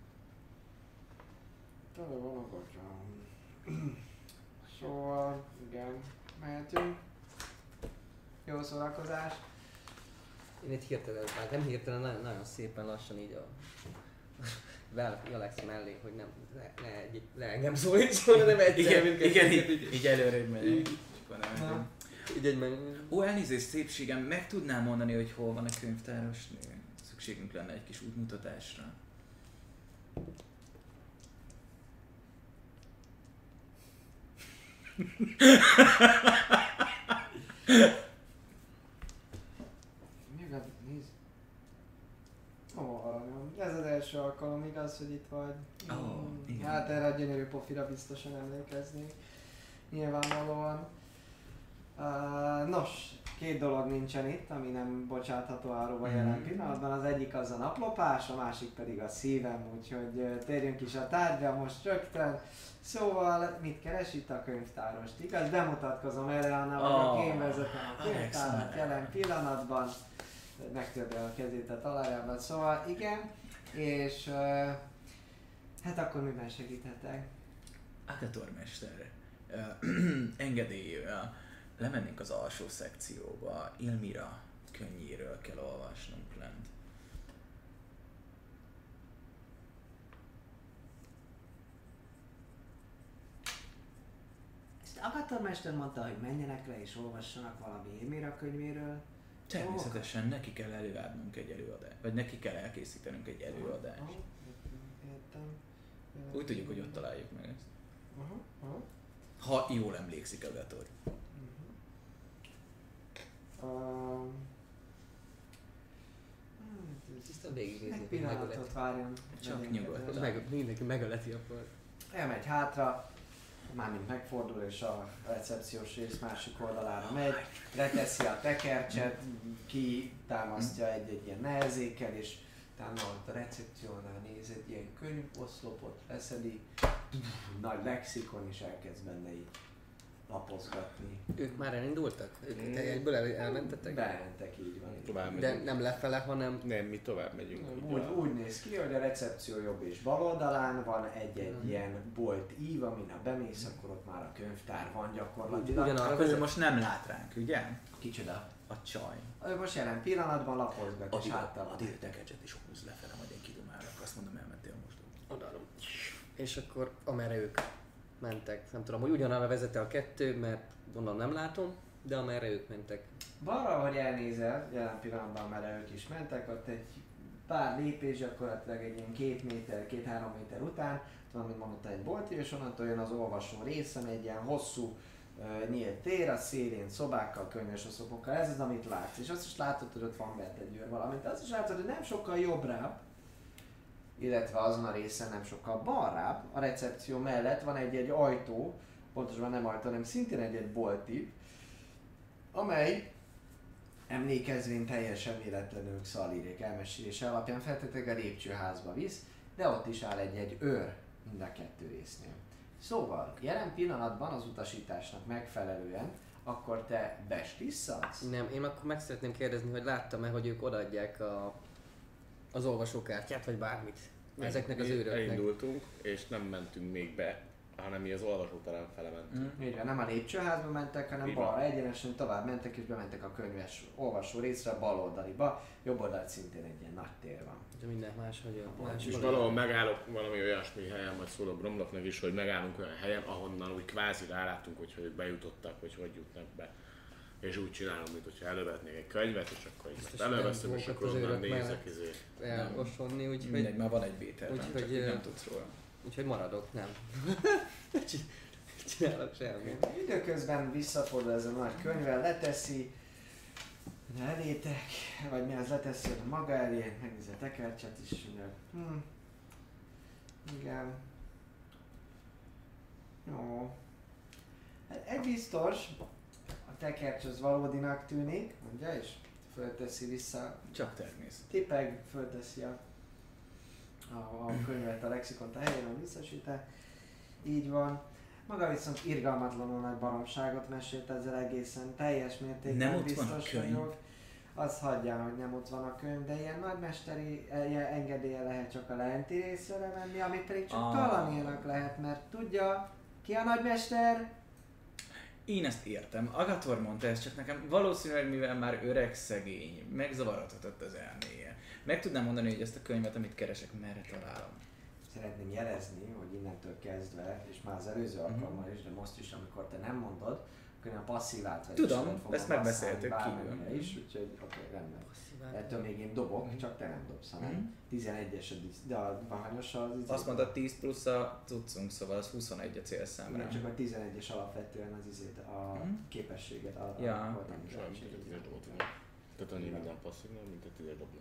Tele van a atyám. Szóval, igen, mehetünk. Jó szórakozás. Én egy hirtelen, hát nem hirtelen, nagyon, nagyon szépen lassan így a Vel Alex mellé, hogy nem, le, le, egy, le engem szólítson, nem egyszer, Igen, mindkettőt. igen, így, így előrébb megyek. Így. És akkor nem mentem. Így egy menj. Ó, elnézést szépségem, meg tudnám mondani, hogy hol van a könyvtáros nő? Szükségünk lenne egy kis útmutatásra. Még a nézd. Ó, aranyom. Ez az első alkalom, igaz, hogy itt vagy? Ó, Mm, igen. Hát erre a gyönyörű pofira biztosan emlékeznék. Nyilvánvalóan. Uh, nos, két dolog nincsen itt, ami nem bocsátható áruba jelen pillanatban. Az egyik az a naplopás, a másik pedig a szívem, úgyhogy uh, térjünk is a tárgyra most rögtön. Szóval mit keres itt a könyvtárost, igaz? Bemutatkozom erre, Anna vagyok, Oh, én vezetem a könyvtárat Alexander. jelen pillanatban. Megtörde a kezét a talajában, szóval igen, és uh, hát akkor miben segíthetek? Agatormester, uh, engedélyével lemennénk az alsó szekcióba, Ilmira könnyéről kell olvasnunk lent. Ezt Agatormester mondta, hogy menjenek le és olvassanak valami Ilmira könyvéről. Természetesen neki kell előadnunk egy előadást, vagy neki kell elkészítenünk egy előadást. Aha, értem. Úgy tudjuk, hogy ott találjuk meg ezt. Aha, aha. Ha jól emlékszik Agator. Um, Tisztán végignézni. egy pillanatot várjon. Csak Legyen nyugodtan. kedves. Meg, mindenki megöleti a föld. Elmegy hátra, mármint megfordul és a recepciós rész másik oldalára megy, leteszi a tekercset, kitámasztja egy-egy ilyen nehezékkel, és utána ott a recepciónál néz egy ilyen könyvoszlopot, leszedi, nagy lexikon, és elkezd benne így lapozgatni. Ők már elindultak? Ők te egyből el, elmentetek? Bementek, így van. Tovább De megyünk. nem lefele, hanem... Nem, mi tovább megyünk. Úgy, úgy néz ki, hogy a recepció jobb és bal oldalán van egy-egy ilyen bolt ív, amin ha bemész, akkor ott már a könyvtár van gyakorlatilag. Ugyanarra Akkor ő vezet? most nem lát ránk, ugye? Kicsoda? A csaj. Ő most jelen pillanatban lapozgat és háttal van. Addig tekercset és húz lefele, majd én kidumálok. Azt mondom, elmentél most. Odaadom. És akkor amerre ők mentek. Nem tudom, hogy ugyanarra vezette a kettő, mert onnan nem látom, de amerre ők mentek. Balra, hogy elnézel, jelen pillanatban már ők is mentek, ott egy pár lépés, gyakorlatilag egy ilyen két méter, két-három méter után, tudom, mint mondta, egy bolt, és onnantól jön az olvasó rész, ami egy ilyen hosszú uh, nyílt tér, a szélén szobákkal, könyves oszlopokkal, ez az, amit látsz. És azt is látod, hogy ott van bent egy őr valamint, azt is látod, hogy nem sokkal jobbrább, illetve azon a részen nem sokkal balrább, a recepció mellett van egy-egy ajtó, pontosabban nem ajtó, hanem szintén egy-egy boltip, amely emlékezvén teljesen véletlenül Szalírék elmesélése alapján feltétlenül a lépcsőházba visz, de ott is áll egy-egy őr mind a kettő résznél. Szóval, jelen pillanatban az utasításnak megfelelően, akkor te bestisszadsz? Nem, én akkor meg szeretném kérdezni, hogy láttam-e, hogy ők odaadják a, az olvasókártyát, vagy bármit ezeknek az Mi őröknek. elindultunk, és nem mentünk még be, hanem mi az olvasóterem fele mentünk. Mm. Így van, nem a lépcsőházba mentek, hanem Így van. balra egyenesen tovább mentek és bementek a könyves olvasó részre, bal oldaliba, jobb oldalt szintén egy ilyen nagy tér van. De minden más, hogy a más. És valahol megállok valami olyasmi helyen, majd szólok Bromloknak is, hogy megállunk olyan helyen, ahonnan úgy kvázi rálátunk, hogy, hogy bejutottak, hogy hogy jutnak be. és úgy csinálom, mint hogyha elővetnék egy könyvet, és akkor így Biztos előveszem, nem és fogok akkor az onnan őrök nézek, mellett. izé. Elosonni, úgyhogy, Mindegy, már van egy bétel, nem, úgyhogy, csak így ö, nem tudsz róla. úgyhogy maradok, nem. Csinálok semmit. Időközben visszafordul ez a nagy könyvvel, leteszi elétek, vagy mi az, leteszi a maga elé, megnézi a tekercset is, mondja, hm, igen, jó. Hát egy biztos, a tekercs az valódinak tűnik, mondja, és fölteszi vissza, Csak természet. tipeg, fölteszi a, a, a könyvet a lexikont a helyén, a visszasíte, így van. Maga viszont irgalmatlanul nagy baromságot mesélt ezzel egészen, teljes mértékben Nem ott van a biztos könyv. vagyok. Azt hagyjál, hogy nem ott van a könyv, de ilyen nagymesteri eh, engedélye lehet csak a lenti részre lemenni, amit pedig csak Ah. Talaniának lehet, mert tudja, ki a nagymester? Én ezt értem. Agathor mondta ezt, csak nekem valószínűleg, mivel már öreg szegény, megzavarodhatott az elméje. Meg tudnám mondani, hogy ezt a könyvet, amit keresek, merre találom. Szeretném jelezni, hogy innentől kezdve, és már az előző alkalommal is, de most is, amikor te nem mondod, akkor én a passzív átverésre Tudom, fogom ezt megbeszéltük használni bármennyire kívül. is, úgyhogy oké, rendben. Ettől még én dobok, csak te nem dobsz, hanem Mhm. tizenegyes a disz, de a vahanyos az izé. Azt mondta tíz plusz a cuccunk, szóval az huszonegy a célszámra. Nem, csak a tizenegyes alapvetően az izét, a Mhm. képességet, a, Ja. a, a nem Sajnos, mint a tízes dobot van. Tehát annyi minden passzív, nem, mint a tízes dobnak.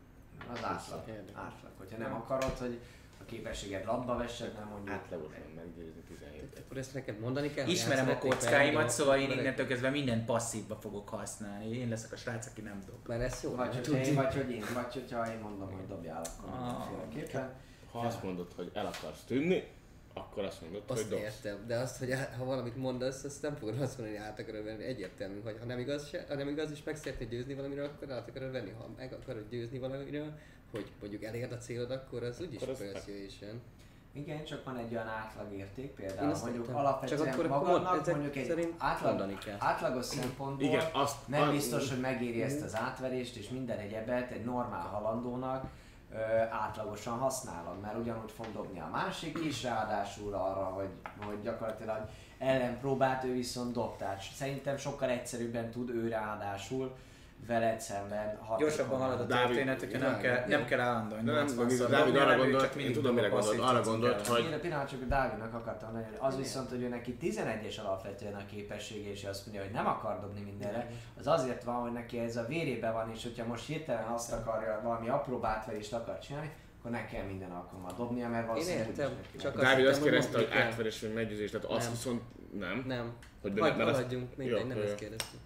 Az átlag, Érdekes. átlag. Hogyha nem akarod, hogy a képességed labba vessed, nem mondjuk. Átlagosan meggyőzni tizenhét. Akkor ezt neked mondani kell? hogy Ismerem el a szeretnék kockáimat, venni, szóval én akkor innentől kezdve minden passzívba fogok használni. Én leszek a srác, aki nem dob. Mert ez jó. Vagy lehet hogyha én, tudni. vagy hogy én, vagy hogyha én mondom, hogy dobjál, akkor Ah. mindenféleképpen. Ha azt mondod, hogy el akarsz tűnni, akkor azt mondod, hogy Azt dobsz. értem, de azt, hogy á- ha valamit mondasz, azt nem fogod azt mondani, hogy át akarod venni. Egyértelmű, hogy ha nem igaz, se, ha nem igaz és meg szeretnéd győzni valamiről, akkor át akarod venni. Ha meg akarod győzni valamiről, hogy mondjuk elérd a célod, akkor az úgyis Akkor az persuasion. Igen, csak van egy olyan átlagérték, Én például azt mondjuk értem. alapvetően Csak akkor- akkor magadnak, ezek mondjuk egy szerint átlag, mondani kell. átlagos szempontból Igen, azt... nem a- biztos, hogy megéri ezt az átverést, és minden egyebet egy normál halandónak ö, átlagosan használod, mert ugyanúgy fog dobni a másik is, ráadásul arra, hogy, hogy gyakorlatilag ellenpróbát ő viszont dob. Tehát szerintem sokkal egyszerűbben tud ő ráadásul veled szemben hatékonyan. Gyorsabban halad a Dávid, történet, hogyha igen, nem kell, igen. nem kell állandóan De nem, nyolcvanszor Dávid dobni, arra hanem ő gondolt, csak én mindig tudom, dob a mire gondolt, passzív arra cuccunk gondolt, ellen. hogy- Én a pillanat csak a Dávidnak akartam mondani, az viszont, hogy ő neki tizenegyes alapvetően a képessége, és azt mondja, hogy nem akar dobni mindenre, az azért van, hogy neki ez a vérében van, és hogyha most hirtelen azt akarja, valami apró átverést akar csinálni, akkor ne kell minden alkalommal dobnia, mert valószínűleg értem, úgyis neki csak megy. azt Dávid azt hittem, hogy kérdezte, hogy mondni kell. átverés vagy meggyőzés, tehát azt Nem. viszont nem. Nem. Hogy Vagy mert azt- maradjunk, mindegy, jó, nem jó. ezt kérdeztük.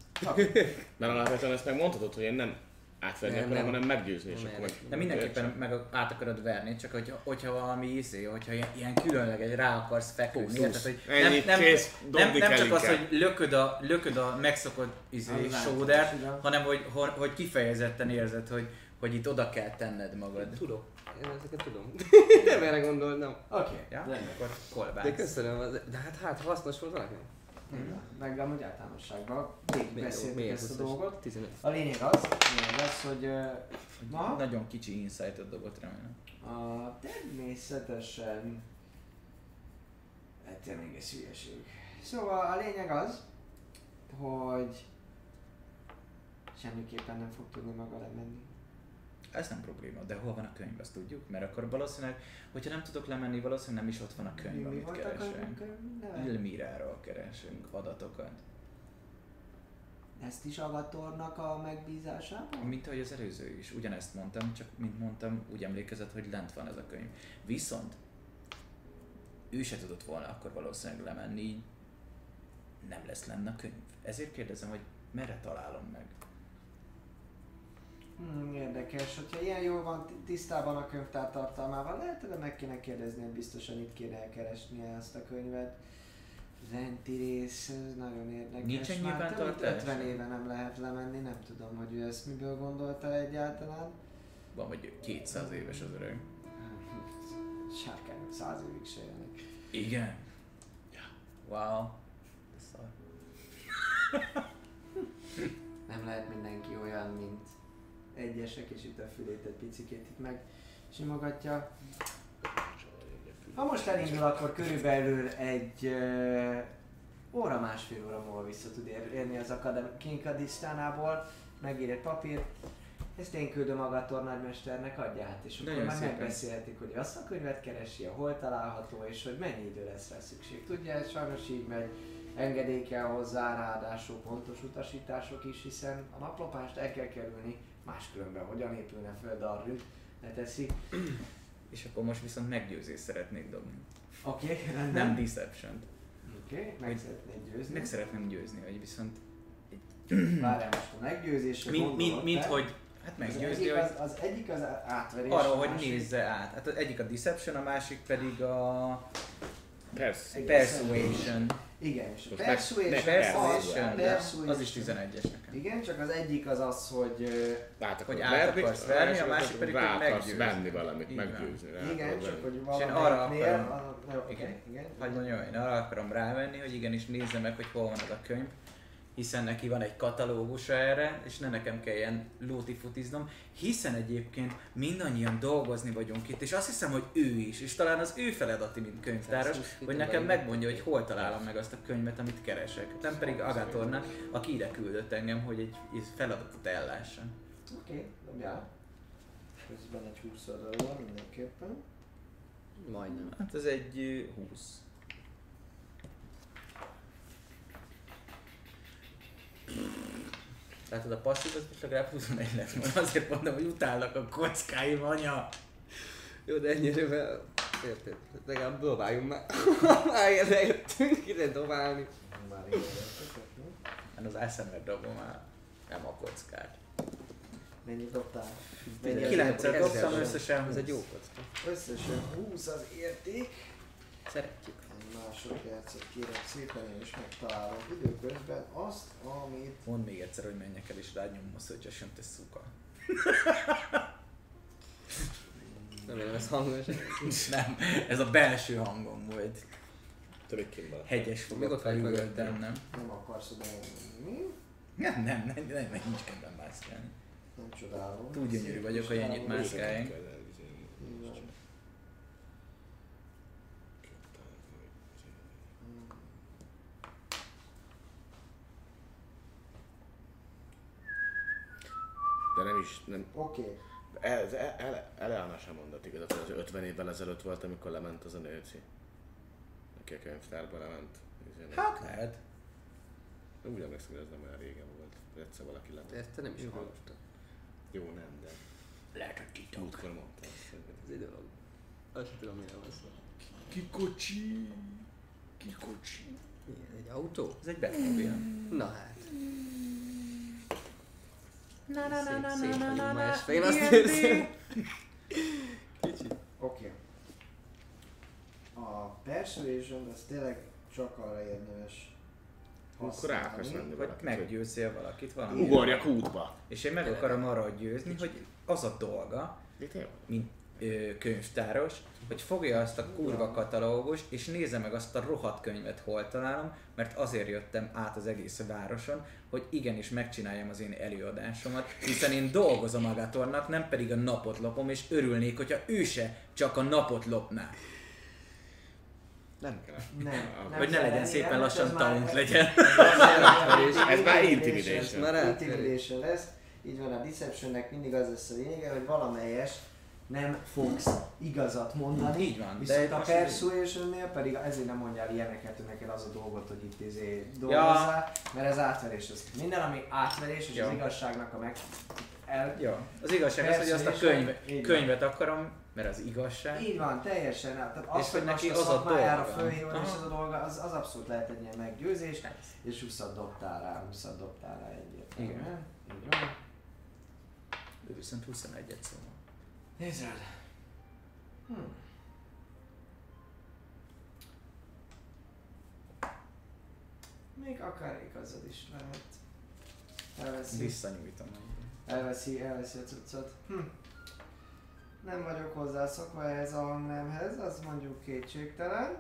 Mert alapvetően ezt megmondhatod, hogy én nem átverni Nem, akarom, nem. hanem meggyőzni, és Nem, akkor meg... De mindenképpen meg át akarod verni, csak hogyha, hogyha valami izé, hogyha ilyen, ilyen különleges rá akarsz feküdni, Húsz, érted, hogy ennyi, nem, nem, kész, nem, dobni nem kell csak az, inkább. hogy lököd a, lököd a megszokott izé, Az látom, sódert, igen. hanem hogy, hogy, hogy kifejezetten érzed, hogy, hogy itt oda kell tenned magad. Tudok. Én ezeket tudom. Nem erre gondoltam. Oké, Ja? rendben. Akkor De kolbász. köszönöm, az- de hát, hát hasznos volt valami. Igen. Meg amúgy általánosságban Miért- végigbeszéltük miért ezt a huszas? dolgot. tizenöt. A lényeg az, lényeg az, hogy ö, ma Nagyon kicsi insight-ot dobott remélem. a természetesen hát tényleg ez hülyeség. Szóval a lényeg az, hogy semmiképpen nem fog tudni maga lemenni. Ez nem probléma, de hol van a könyv, azt tudjuk? Mert akkor valószínűleg, hogyha nem tudok lemenni, valószínűleg nem is ott van a könyv, Mi amit volt a keresünk. könyv neve? Ilmiráról keresünk adatokat. Ezt is Agatornak a megbízásában? Mint ahogy az előző is, ugyanezt mondtam, csak mint mondtam, úgy emlékezett, hogy lent van ez a könyv. Viszont ő se tudott volna akkor valószínűleg lemenni, így nem lesz lenne a könyv. Ezért kérdezem, hogy merre találom meg. Hmm, érdekes, hogyha ilyen jól van ti- tisztában a könyvtár tartalmával, lehet, hogy meg kéne kérdezni, hogy biztosan itt kéne elkeresni ezt a könyvet. Lenti rész, ez nagyon érdekes. Nincsen Már nyilvántartás? több mint ötven éve nem lehet lemenni, nem tudom, hogy ő ezt miből gondolta egyáltalán. Van vagy kétszáz éves az öreg. Sárkányok száz évig se élnek. Igen? Wow. De szar. Nem lehet mindenki olyan, mint egyesek, és itt a fülét egy picikét itt meg simogatja. Ha most elindul, akkor körülbelül egy, uh, óra, másfél óra múlva vissza tud ér- érni az Akadem- Kinkadisztánából, megír egy papírt, ezt én küldöm a Gator nagymesternek, adja át, és akkor Nagyon már szépen. megbeszélhetik, hogy azt a könyvet keresi, hol található, és hogy mennyi idő lesz rá szükség. Tudja, ez sajnos így megy, engedély kell hozzá, ráadásul pontos utasítások is, hiszen a naplopást el kell kerülni, máskülönben hogyan épülne föl Darrüt, leteszik. És akkor most viszont meggyőzést szeretnék dobni. Oké, okay, rendben. Nem deception-t. Oké, okay, meg szeretnéd győzni. Meg szeretném győzni, hogy viszont Várjál most a meggyőzésre mint, gondolod, mint, mint te? hogy hát az meggyőzni, egyik hogy az, az egyik az átverés, arról, a hogy másik- nézze át. Hát az egyik a deception, a másik pedig a Persze. persuasion. Igen, és a Most persuasion, meg- az, Persuasion, de persuasion. az is tizenegyes nekem. Igen, csak az egyik az az, hogy ö, Át Hogy akarod át verni, akarsz verni, a másik pedig, rá hogy akarsz meggyőzni. venni valamit, Így van. meggyőzni. rá igen, akarod csak venni. hogy én arra valamelyiknél, akarom- a- jó, oké, Igen. igen. Hogy mondjam, én arra akarom rávenni, hogy igenis nézze meg, hogy hol van az a könyv, hiszen neki van egy katalógusa erre, és ne nekem kelljen lótifutiznom, hiszen egyébként mindannyian dolgozni vagyunk itt, és azt hiszem, hogy ő is, és talán az ő feladati, mint könyvtáros, hogy nekem megmondja, hogy hol találom meg azt a könyvet, amit keresek. Nem pedig Agatornak, aki ide küldött engem, hogy egy egy feladatot ellássam. Oké, dobjál. Közben egy húsz oldalról mindenképpen. Majdnem. Hát ez egy ö, húsz. Látod, a passzív az most legalább huszonegy lett volna, azért mondom, hogy utálnak a kockáim, anya. Jó, de ennyire érted? Legalább dobáljunk már. Már eljöttünk ide dobálni. Már így értek, jó? Hát az eszembe dobom már, nem a kockát. Mennyit dobtál? Mennyi az Kilencet érték? dobtam Összesen- összesen Ez egy jó húsz. kocka. Összesen húsz az érték. Szeretjük. Egy másodpercet kérek szépen, én is megtalálom időközben azt, amit... Mondd még egyszer, hogy menjek el és rányomom a Suggestion, te szuka. Nem érem, ez hangos. Nem, ez a belső hangom volt. Többé kimbala. Hegyes Még ott fogokkal vagy üvöltem, mögöttem. nem? Nem akarsz oda menni. Nem, nem, nem, nem, nem, nincs kedvem mászkálni. Nem csodálom. Túl gyönyörű vagyok, hogy ennyit mászkáljunk. Így van. De nem is, nem, Oké. Okay. Ez ele, ele, Eleana sem mondott igazat, hogy az ötven évvel ezelőtt volt, amikor lement az a nőci. Aki a könyvtárba lement. Hát lehet. Úgy emlékszem, hogy ez nem olyan régen volt, hogy egyszer valaki lement. Ezt te nem is hallottad. Jó, nem, de Lehet, hogy titok. múltkor mondta azt, hogy Az időlog. Azt sem tudom, mire van szó. Kikocsi. Kikocsi. Ilyen, egy autó? Ez egy Batmobile. Na hát. Na na na na Szép na na vagyunk na ma na. este. Én azt érzem. Kicsit. Oké. A persuasion az tényleg csak arra érdemes akkor rá akarsz használni. menni Vagy valakit, hogy meggyőzzél valakit valami. ugorjak útba. És én meg akarom arra hogy győzni, hogy az a dolga, Mit én? mint ö, könyvtáros, hogy fogja azt a kurva katalógust, és nézze meg azt a rohadt könyvet, hol találom, mert azért jöttem át az egész városon, hogy igenis megcsináljam az én előadásomat, hiszen én dolgozom Agatornak, nem pedig a napot lopom, és örülnék, hogyha ő se csak a napot lopná. Nem. Nem, nem Hogy ne kell legyen lenni, szépen nem, lassan ez már- taunt legyen. Ez már Ez intimidation. már átverés. Intimidation lesz. Így van, a deceptionnek mindig az lesz a lényege, hogy valamelyes nem fogsz igazat mondani. Így van, de Viszont itt a most persuasionnél pedig ezért nem mondjál ilyeneket, hogy neked az a dolgot, hogy itt izé dolgozzál, mert ez átverés az. Minden, ami átverés és Ja. az igazságnak a meg... El... Ja, az igazság az, hogy azt a Persuasion, könyv, így van. könyvet akarom, mert az igazság. Így van, teljesen. Tehát az, És hogy hogy neki most az a a szakmájára dolga. fölhívod, és Aha. az a dolga, az, az abszolút lehet egy ilyen meggyőzés, és húszat dobtál rá, húszat dobtál rá egyértelműen. Igen. Így van. Ő viszont huszonegyet szóval. Nézd rád! Hm. Még akár igazad is lehet. Elveszi, Visszanyújtom. elveszi, elveszi a cuccot. Hm. Nem vagyok hozzászokva ehhez a hangnemhez, az mondjuk kétségtelen.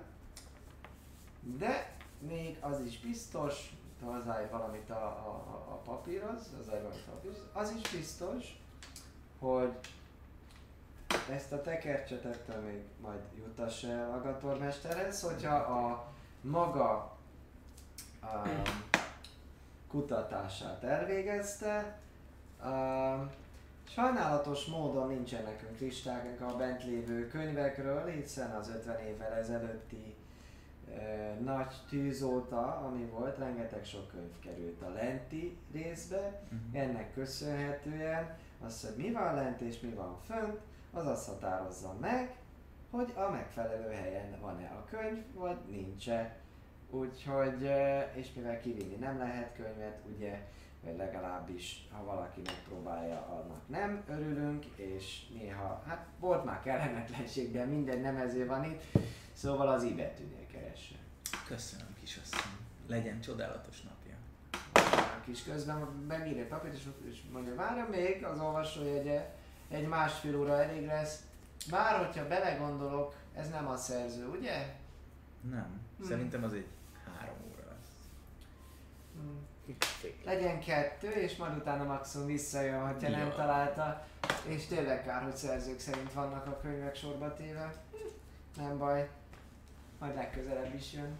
De még az is biztos, hozzá valamit a, a, a papírhoz, hozzá valamit a papírhoz, az is biztos, hogy ezt a tekercset ettől még majd jutass el a gatormesterhez, hogyha a maga um, kutatását elvégezte. Um, sajnálatos módon nincsen nekünk listáknak a bent lévő könyvekről, hiszen az ötven évvel ezelőtti uh, nagy tűz óta, ami volt, rengeteg sok könyv került a lenti részbe. Uh-huh. Ennek köszönhetően az, hogy mi van lent és mi van fönt, az azt határozza meg, hogy a megfelelő helyen van-e a könyv, vagy nincs-e. Úgyhogy, és mivel kivinni nem lehet könyvet, ugye, vagy legalábbis, ha valaki megpróbálja, annak nem örülünk, és néha, hát volt már kellemetlenség, de minden nem ezért van itt, szóval az i betűnél keresse. Köszönöm, kisasszony. Legyen csodálatos napja. A kis közben megír egy papírt, és mondja, várja még, az olvasójegye egy másfél óra elég lesz. Bár, hogyha belegondolok, ez nem a szerző, ugye? Nem. Hmm. Szerintem az egy három óra lesz. Hmm. Legyen kettő, és majd utána maximum visszajön, hogyha nem Ja. találta. És tényleg kár, hogy szerzők szerint vannak a könyvek sorba téve. Hm. Nem baj. Majd legközelebb is jön.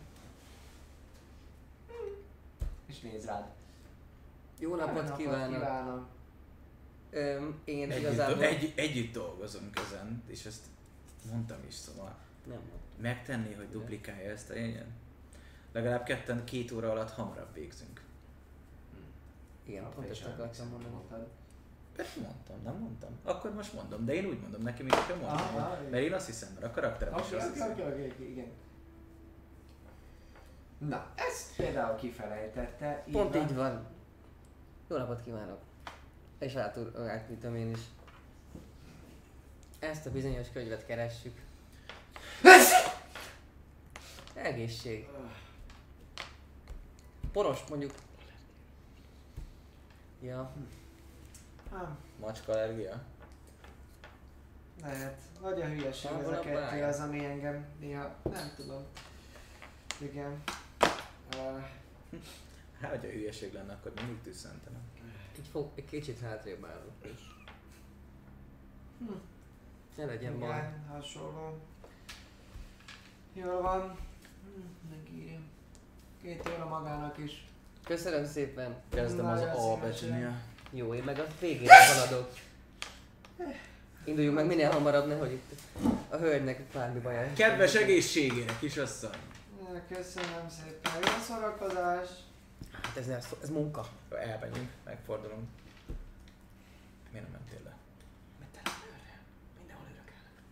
Hm. És néz rád. Jó napot kívánok! kívánok. Öm, én Együtt, igazából... egy, együtt dolgozunk ezen, és ezt mondtam is, szóval Nem. megtenni, hogy duplikálja ezt a jegyen. Legalább ketten két óra alatt hamarabb végzünk. Igen, Apa pont is ezt akartam emlékszem, mondani. mondtad. Persze mondtam, nem mondtam. Akkor most mondom, de én úgy mondom neki, mint hogyha mondom. Aha, Mert én azt hiszem, mert a karakterem is Oké, azt oké, hiszi. oké, oké, oké, igen. Na, ezt például kifelejtette. Pont van. így van. Jó napot kívánok! És átítom én is. Ezt a bizonyos könyvet keressük. Egészség. Poros mondjuk. Ja. Hát, Macska allergia? lehet. Vagy a hülyeség, ez Távol a a kettő pálya. az, ami engem néha, nem tudom. Igen. Uh, Hát, hogyha hülyeség lenne, akkor mindig tüsszentenem. Egy, fog, egy kicsit hátrébb állok. Hm. Ne legyen baj. igen, hasonló. Jól van. Hm, megírja. Két óra magának is. Köszönöm szépen. Kezdem az Nagyon A szívesen. betűnél. Jó, én meg a végére haladok. Induljunk meg minél hamarabb, nehogy itt a hölgynek bármi baja. Kedves egészségére, kisasszony! Ja, köszönöm szépen. Jó szórakozás. Hát ez, nem, ez munka. Elmegyünk, megfordulunk. Miért nem mentél le? Mindenhol örök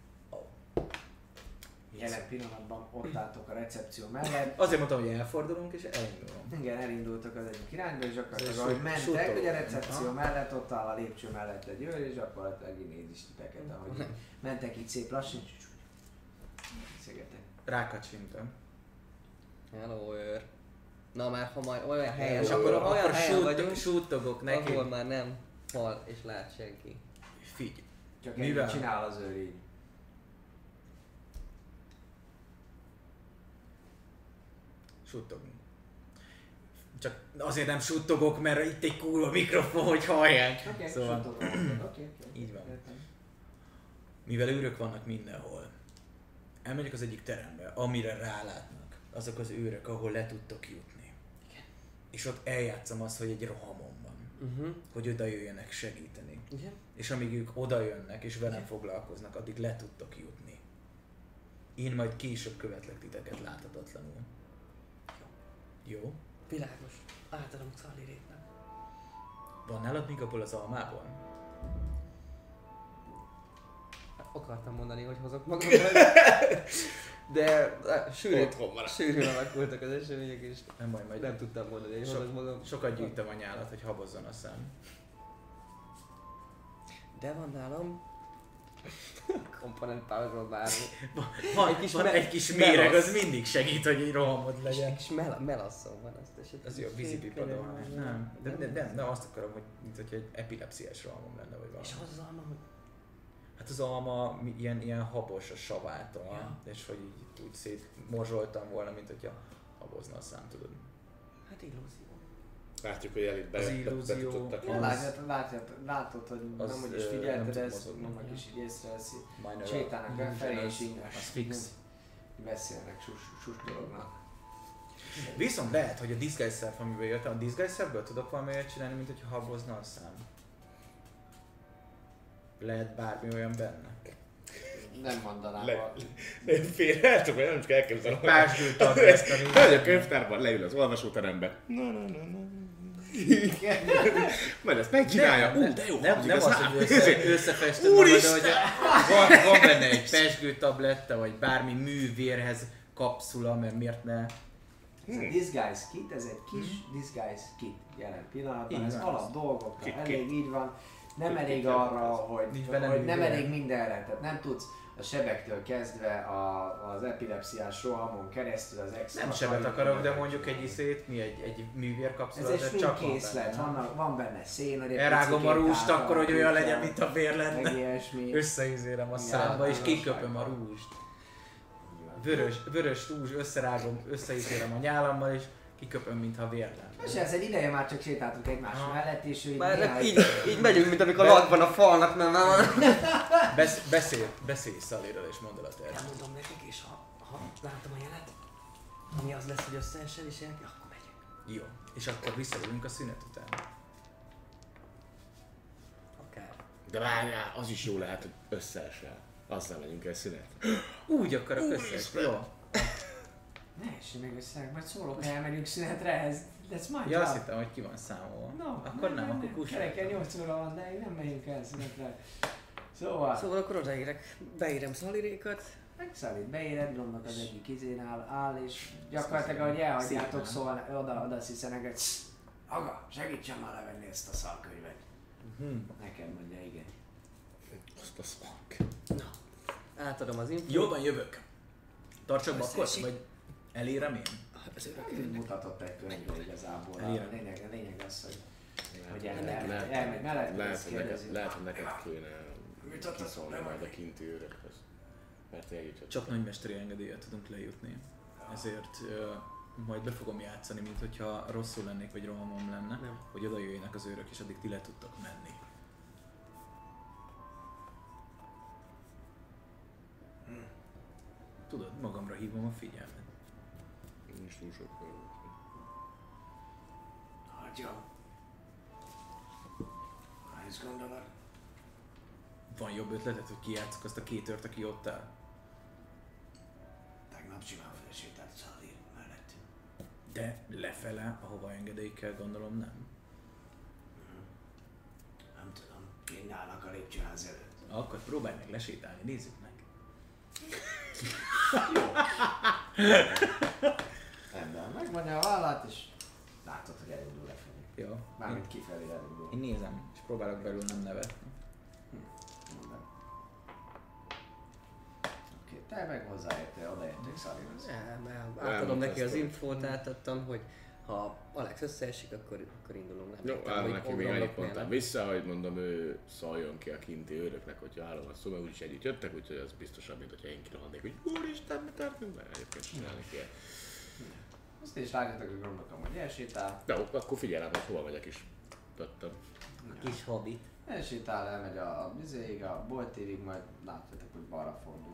Jelen pillanatban ott álltok a recepció mellett. Azért mondtam, hogy elfordulunk és elindulunk. Igen, elindultak az egyik irányba, és Ez gyakorlatilag egy ahogy sut- mentek, suttogó. ugye a recepció Aha. mellett ott áll a lépcső mellett egy őr, és gyakorlatilag így néz is titeket, ahogy így mentek így szép lassan, és szegetek. Rákacsintam. Hello, őr. Na már, ha majd olyan helyen, És akkor, olyan akkor helyen vagyunk, sút, súttogok neki. ahol már nem hal és lát senki. Figyelj. Csak Mivel? ennyit csinál az őr így. Suttogunk. Csak azért nem suttogok, mert itt egy kurva mikrofon, hogy hallják. Oké, okay, Szóval- oké, oké, oké. Így van. Értem. Mivel őrök vannak mindenhol, elmegyek az egyik terembe, amire rálátnak. Azok az őrök, ahol le tudtok jutni. Igen. És ott eljátszom azt, hogy egy rohamon van. Uh-huh. Hogy oda jöjjenek segíteni. Igen? És amíg ők oda jönnek és velem foglalkoznak, addig le tudtok jutni. Én majd később követlek titeket láthatatlanul. Jó? Világos. Átadom Xalirétnek. Van nálad még abból az almából? Akartam mondani, hogy hozok magammal. De eh, sűrűn, Otthon maradt. sűrűn alakultak az események, és Nem baj, majd nem tudtam mondani, hogy Sok- hozok magam. sokat gyűjtöm a nyálat, hogy habozzon a szem. De van nálam komponentpárról bármi. Van Egy egy kis kis, van me- egy kis melasz. méreg, az mindig segít, hogy egy rohamod legyen. És mel- melasszom van azt esetleg. Az jó, vízipipa dohány. Nem, de, de, de, de azt akarom, hogy mint hogyha egy epilepsziás rohamom lenne, vagy valami. És az az alma, hogy Hát az alma mi- ilyen, ilyen habos a savától, Ja. és hogy így úgy szétmorzsoltam volna, mint hogyha habozna a szám, tudod. hát illúzió. Látjuk, hogy elit be, Az be, illúzió- betudottak Ja, Az- látod, látod, látod, hogy az, nem úgy is ö, nem figyelted, tud ezt mozogni. annak is így észreveszi. Minor Sétálnak befelé, és így az fix. beszélnek, sus, sustolognak. Viszont lehet, hogy a Disguise Self, amiből jöttem, a Disguise Selfből tudok valami olyat csinálni, mint hogyha habozna a szám. Lehet bármi olyan benne. Nem mondanám. Le, le, félreálltok, vagy nem csak elképzelem. Pázsgő tablesztani. Hogy a könyvtárban leül az olvasóterembe. Na, na, na, na. Majd ezt megcsinálja. Nem, Ú, de jó, nem, hangzik nem az az, ám. hogy össze, összefested magad, de Úristen! hogy van, van benne egy pezsgő tabletta, vagy bármi művérhez kapszula, mert miért ne? Ez a Disguise Kit, ez egy kis Disguise Kit jelen pillanatban, Így ez van. alap dolgokra Kit, elég, így van. Nem Kit, elég kit, arra, kit, hogy, Nincs benne hogy nem művér. elég mindenre, tehát nem tudsz a sebektől kezdve a, az epilepsziás rohamon keresztül az extra... Nem sebet akarok, de mondjuk egy iszét, mi egy, egy művér Ez kapszula, egy de csak van készlet, benne. van, van benne szén, hogy egy Elrágom a picikét rúst át akkor, hogy olyan legyen, alakítja, mint a vér meg lenne. ilyesmi. Összeüzélem a Igen, számba és az kiköpöm a igazság. rúst. Vörös, vörös rúzs, összerágom, összeüzélem a nyálammal és kiköpöm, mintha vér lenne. Most ez egy ideje már csak sétáltunk egymás Aha. mellett, és ő így Már néha így, így megyünk, mint amikor lakban a falnak, mert már van. Besz, beszél, beszélj Szaliről és mondd el a tervet. Elmondom nekik, és ha, ha látom a jelet, ami az lesz, hogy összeessen és ilyen, akkor megyünk. Jó, és akkor visszaülünk a szünet után. Akár. De várjál, az is jó lehet, hogy összeesel. Azzal megyünk el szünet. Úgy akarok összeesni, jó? Ne essi meg össze, majd szólok, ha elmegyünk szünetre, ez lesz majd. Ja, azt hittem, hogy ki van számolva. No, akkor nem, akkor Kereken kussoltam. nyolc óra van, de nem megyünk el szünetre. Szóval, Szóval akkor odaérek, beírem Szalirékat. megszállít, beéred, Blondnak az egyik izénál áll, és gyakorlatilag ahogy elhagyjátok, Szépen. szóval oda, oda sziszenek, hogy "Csz, Aga, segítsen már levenni ezt a szalkönyvet. Hm. Neked mondja, igen. Azt a szak. Átadom az infót. Jó van, jövök. Tartsak bakkot, Összeesik. vagy elérem én? Az örök Úgy mutatott egy könyvre igazából. A Elírem. lényeg, a lényeg az, hogy hogy el, Lehet, el, lehet, elmegy mellett, lehet, ezt hogy neked, kérdezi. lehet, hogy neked kéne Mit adtad? kiszólni majd a kinti őrökhöz. Mert tényleg így Csak nagymesteri engedéllyel tudunk lejutni. Ezért ö, majd be fogom játszani, mint hogyha rosszul lennék, vagy rohamom lenne, Nem. hogy oda jöjjenek az őrök, és addig ti le tudtok menni. Tudod, magamra hívom a figyelmet. nincs túl sok körül. Hagyjam. Ha ezt gondolod. Van jobb ötleted, hogy kijátszok azt a két őrt, aki ott áll? Tegnap simán felsétált Szali mellett. De lefele, ahova engedély kell, gondolom nem. Nem tudom, kint állnak a lépcsőház előtt. Akkor próbálj meg lesétálni, nézzük meg. Ember megmondja a vállát, és látod, hogy elindul lefelé. Jó. Én, Mármint kifelé elindul. én nézem, és próbálok belül nem nevetni. Mondom. Oké, te meg hozzáértél, odaérték Szalihoz. Nem, nem, átadom neki az infót, átadtam, hogy ha Alex összeesik, akkor, akkor indulunk. Nem Jó, értem, áll hogy neki még ogromlok annyit mondtam miért vissza, hogy mondom, ő szóljon ki a kinti őröknek, hogyha állom a szó, mert úgyis együtt jöttek, úgyhogy az biztosabb, mint hogyha én kirohannék, hogy úristen, mi történt, mert egyébként csinálni kell. Azt is látjátok, hogy Gromnak amúgy elsétál. De ó, akkor figyelem, hogy hova megyek is. Tettem. nem. Kis hobbit. Elsétál, elmegy a, a vizéig, a boltérig, majd látjátok, hogy balra fordul.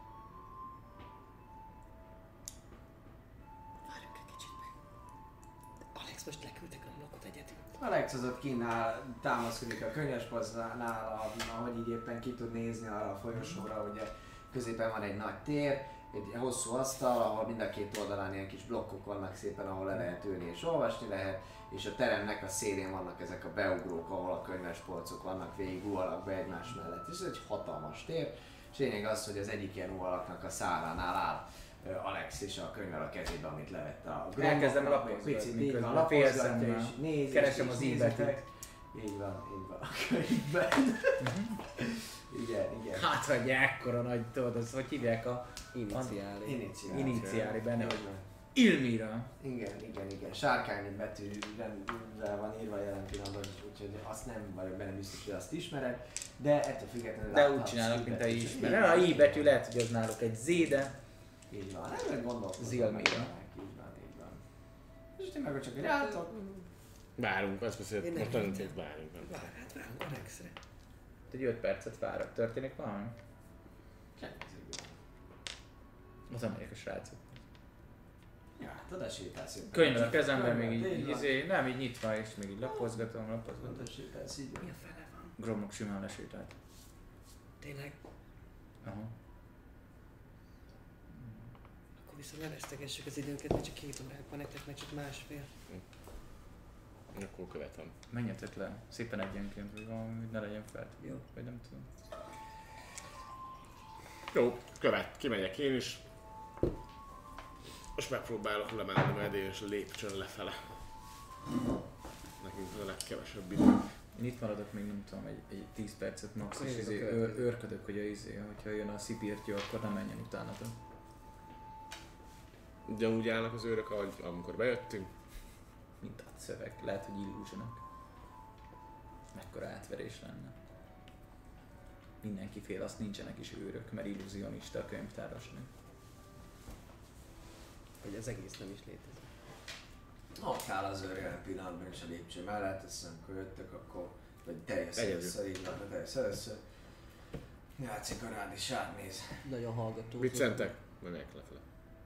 Várjunk egy kicsit meg. De Alex, most leküldtek a blokkot egyedül. Alex az ott kínál, támaszkodik a könyvespoznál, ahogy így éppen ki tud nézni arra a folyosóra, ugye középen van egy nagy tér, egy hosszú asztal, ahol mind a két oldalán ilyen kis blokkok vannak szépen, ahol le lehet ülni és olvasni lehet, és a teremnek a szélén vannak ezek a beugrók, ahol a könyvespolcok vannak, végig uvalak be egymás mellett, és ez egy hatalmas tér, és lényeg az, hogy az egyik ilyen uvalaknak a száránál áll ö, Alex és a könyvvel a kezében, amit levette a Gromnak. Elkezdem lapozni, Picit így miközben van, a lapozgatja félszemmel és nézi, keresem és az nézitek. íbetűt. Így van, így van a könyvben. igen, igen. Hát, hogy ekkora nagy, tudod, az hogy hívják a Iniciálé. Iniciál. iniciári benne, Így hogy van. Ilmira. Igen, igen, igen. Sárkányi betűvel van írva jelen pillanatban, úgyhogy azt nem vagyok benne biztos, hogy azt ismered, de ettől függetlenül De úgy láthatsz csinálnak, mint a i-betűt. I ismered. A I betű lehet, hogy az náluk egy Z, de Így van, nem gondolkozom. Zilmira. meg ilyenek. Így van, így van. És ti meg csak hogy álltok. Várunk, azt beszélt, Én most nem nagyon hittem. várunk. nem. Vár, hát várunk Alexre. egy öt percet várok. Történik valami? Az amerikai srácok. Ja, hát oda sétálsz szépen. Könyvvel a kezemben, még így, Könyvvel, így, izé, nem így nyitva, és még így lapozgatom, lapozgatom. oda sétálsz, így van. Mi a fele van? Gromok simán lesétált. Tényleg? Aha. Akkor viszont ne vesztegessük az időnket, mert csak két óránk van, nektek meg csak másfél. Akkor követem. Menjetek le, szépen egyenként, hogy valami ne legyen fel. Jó. Vagy nem tudom. Jó, követ, kimegyek én is. Most megpróbálok lemenni majd én is a lépcsőn lefele. Nekünk az a legkevesebb idő. Én itt maradok még nem tudom, egy, egy tíz percet max, Akkor és jövök a izé, következő. őr, őrködök, hogy a izé, hogyha jön a szipírtyó, akkor nem menjen utánatok. Ugyanúgy állnak az őrök, ahogy amikor bejöttünk. Mint a szöveg, lehet, hogy illusionok. Mekkora átverés lenne. Mindenki fél, azt nincsenek is őrök, mert illúzionista a könyvtárosnő. Hogy az egész nem is létezik. Ott áll az őr jelen pillanatban is a lépcső mellett, azt hiszem, amikor jöttök, akkor, vagy te jössz Egyedül. először, így van, te jössz először. Játszik a rád és átnéz. Nagyon hallgató. Viccentek? Menjek lefele.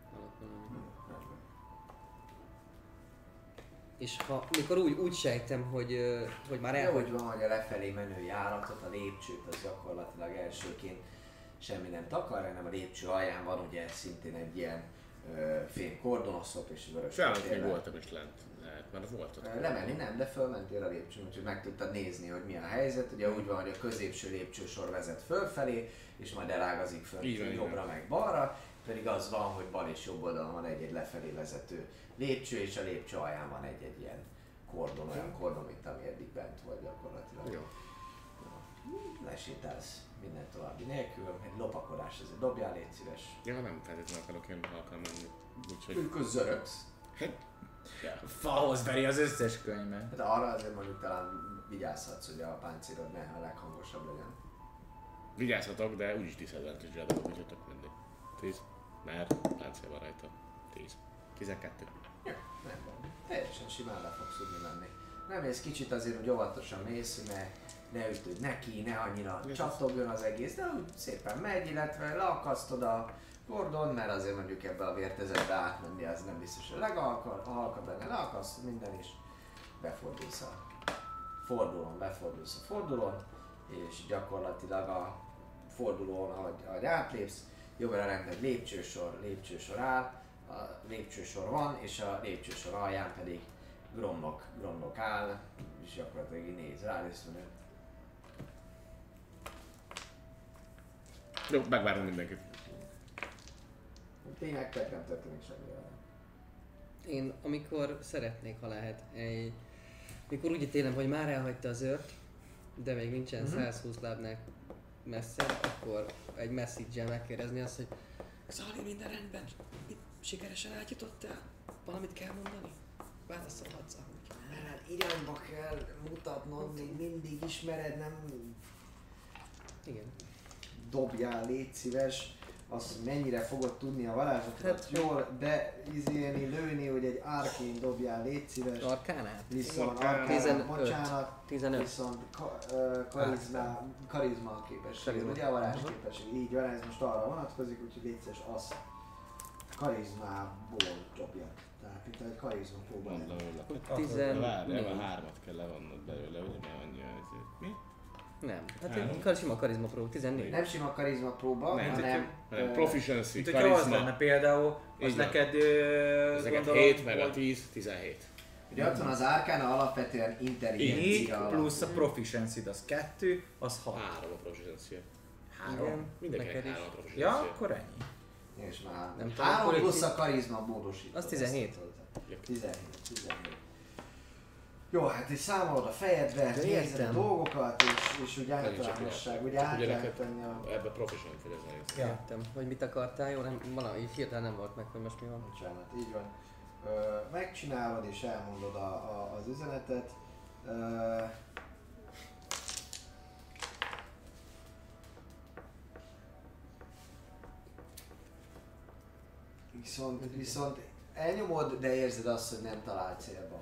És ha, mikor úgy, úgy sejtem, hogy, ö, hogy már De elhagy... úgy van, hogy a lefelé menő járatot, a lépcsőt, az gyakorlatilag elsőként semmi nem takar, hanem a lépcső alján van ugye szintén egy ilyen ö, fém kordonoszlop és vörös Sajnos még kötélvel. voltam is lent. Lehet, már volt ott. Ö, Lemenni nem, de fölmentél a lépcsőn, úgyhogy meg tudtad nézni, hogy mi a helyzet. Ugye úgy van, hogy a középső lépcsősor vezet fölfelé, és majd elágazik föl Így van, így jobbra van. meg balra, pedig az van, hogy bal és jobb oldalon van egy-egy lefelé vezető lépcső, és a lépcső alján van egy-egy ilyen kordon, olyan kordon, mint ami eddig bent volt gyakorlatilag. Jó. Lesétálsz minden további nélkül, egy lopakodás, ezért dobjál, légy szíves. Ja, nem feltétlenül akarok én halkan menni. Úgyhogy... Ők zörögsz. Ja. Fahoz veri az összes könyvet. Hát arra azért mondjuk talán vigyázhatsz, hogy a páncélod ne a leghangosabb legyen. Vigyázhatok, de úgyis disadvantage adok, hogy tök mindig. tíz. Mert páncél van rajta. tíz. tizenkettő. Ja, nem van. Teljesen simán le fogsz tudni menni. Nem mész kicsit azért, hogy óvatosan mész, hogy ne, ne ütődj neki, ne annyira Ez csattogjon az egész, de úgy szépen megy, illetve leakasztod a kordon, mert azért mondjuk ebbe a vértezetbe átmenni, az nem biztos, hogy legalka, a halka benne leakasztod minden is, befordulsz a fordulón, befordulsz a fordulón, és gyakorlatilag a fordulón, ahogy, ahogy átlépsz, jobbra rendben lépcsősor, lépcsősor áll, a lépcsősor van, és a lépcsősor alján pedig gromlok, gromlok áll, és gyakorlatilag így néz rá, és mondja, Jó, megvárom mindenkit. tényleg nem történik semmi vele. Én amikor szeretnék, ha lehet, egy... Mikor úgy ítélem, hogy már elhagyta az őrt, de még nincsen Mhm. százhúsz lábnál messze, akkor egy message-el megkérdezni azt, hogy Zali, minden rendben? Itt sikeresen átjutottál? Valamit kell mondani? Válaszolhatsz ahogy. Mert irányba kell mutatnod, még mindig ismered, nem Igen. dobjál, légy szíves, azt, hogy mennyire fogod tudni a varázslatokat Hát- jól beizélni, lőni, hogy egy árkén dobjál, légy szíves. Arkánát? Viszont Arkán. arkán, tizenöt. bocsánat, tizenöt. viszont ka, ö, karizma, karizma képesség, Karizma. ugye a varázs képesség, így van, ez most arra vonatkozik, úgyhogy légy szíves, azt karizmából dobja. Tehát itt egy karizma próba Mondd le, lenne. hogy Akkor tizen- Várj, négy. ebben hármat kell levonnod belőle, ugye? Mert annyi ezért. Mi? Nem. Hát Három. egy kar- sima karizma prób, tizennégy. Nem sima karizma próba, Nem, hanem hanem ö, proficiency, Mint hogyha az karizma. lenne például, az Így van. neked ö, Ez neked gondolom, hét, meg a hogy tíz, tizenhét. ugye ott van az árkána, alapvetően négy intelligencia plusz a proficiency az kettő, az hat. Három a proficiency. Három. Mindenkinek Neked is. három a proficiency. Ja, akkor ennyi. És már Nem tudom, három akkor plusz egy- a karizma módosító. Az tizenhét. tizenhét, tizenhét. Jó, hát és számolod a fejedbe, De nézed a értem. dolgokat, és, és úgy általánosság, ugye át Ugye lehet neked tenni a... ebbe proficiency ez egész. Ja. Értem. Hogy mit akartál, jó? Nem, valami hirtelen nem volt meg, hogy most mi van. Bocsánat, így van. Ö, megcsinálod és elmondod a, a, az üzenetet. Ö, viszont, viszont elnyomod, de érzed azt, hogy nem talál célba.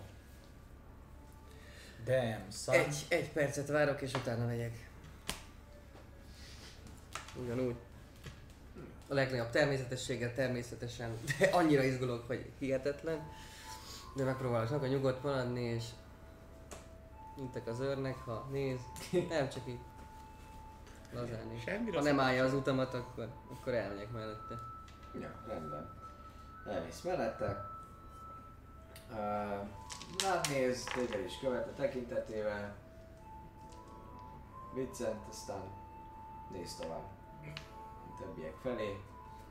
Damn, son. Egy, egy percet várok és utána megyek. Ugyanúgy. a legnagyobb természetességgel természetesen, de annyira izgulok, hogy hihetetlen. De megpróbálok akkor nyugodt maradni, és intek az őrnek, ha néz, nem csak így lazán is. Semmi Ha rossz nem nem állja az utamat, akkor, akkor elmegyek mellette. Ja, rendben. Elmész mellette. Uh, rád néz, téged is követ a tekintetével. Vincent, aztán néz tovább. A többiek felé.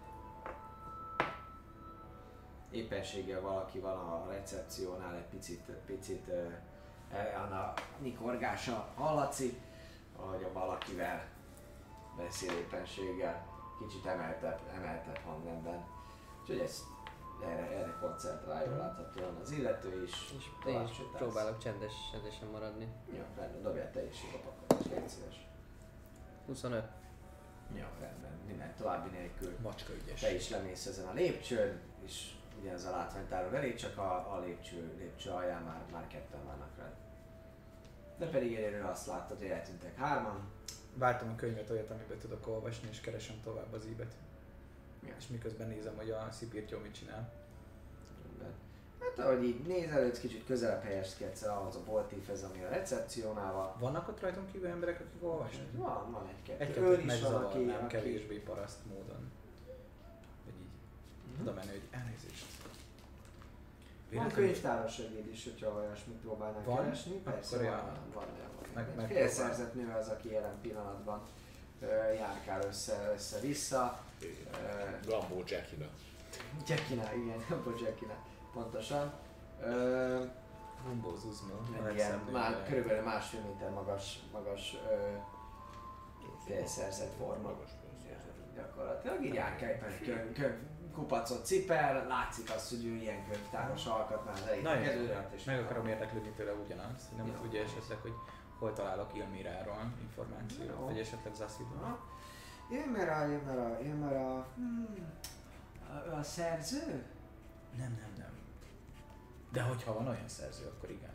Éppenséggel valaki van a recepciónál, egy picit, picit uh, a nyikorgása hallatszik, ahogy a valakivel beszél éppenséggel, kicsit emeltebb, emeltebb hangrendben. Úgyhogy ez, erre, erre koncentrál jól láthatóan az illető is. És tovább én is sétálsz. próbálok csendes, csendesen maradni. Ja, rendben, dobjál te is a pakolás, légy szíves. huszonöt. Ja, rendben, minden további nélkül. Macska ügyes. Te is lemész ezen a lépcsőn, és ugyanez a látványtárod elég, csak a, a lépcső, lépcső alján már, már ketten vannak rád. De pedig egyelőre azt láttad, hogy eltűntek hárman. Váltom a könyvet, olyat, amiben tudok olvasni, és keresem tovább az íbet. Ja. És miközben nézem, hogy a szipírtyó mit csinál. Rendben. Hát ahogy így nézelődsz, kicsit közelebb helyezkedsz el ahhoz a boltífhez, ami a recepciónál van. Vannak ott rajtunk kívül emberek, akik olvasnak? Van, van egy-kettő. Egy Őr kettőt is van, aki, megzavarnám aki... kevésbé paraszt módon. Vagy így. Mhm. Oda menni, hogy elnézést. Van könyvtáros segéd is, hogyha olyasmit próbálnák Van? keresni. Persze, Akkor van, ja. van, van, van. Meg- Egy megpróbál. félszerzett nő az, aki jelen pillanatban ö, járkál össze, össze-vissza. Ö, Gambó Jackina. Jackina, igen, Gambó Jackina, pontosan. Ö, Humbó Zuzmó. Egy ilyen, már körülbelül másfél méter magas, magas ö, félszerzett forma. Gyakorlatilag így járkál, mert könyv, könyv, kupacot cipel, látszik azt, hogy ő ilyen könyvtáros alkotmány, de itt Nagyon kezdődött és meg akarom érdeklődni tőle ugyanazt, hogy nem Ja. tudja esetleg, hogy hol találok Ilmiráról információt, Jó. vagy esetleg Zassidról. Aha. Ilmera, Ilmera, Ilmera, hmm, a, a szerző? Nem, nem, nem. De hogyha van olyan szerző, akkor igen.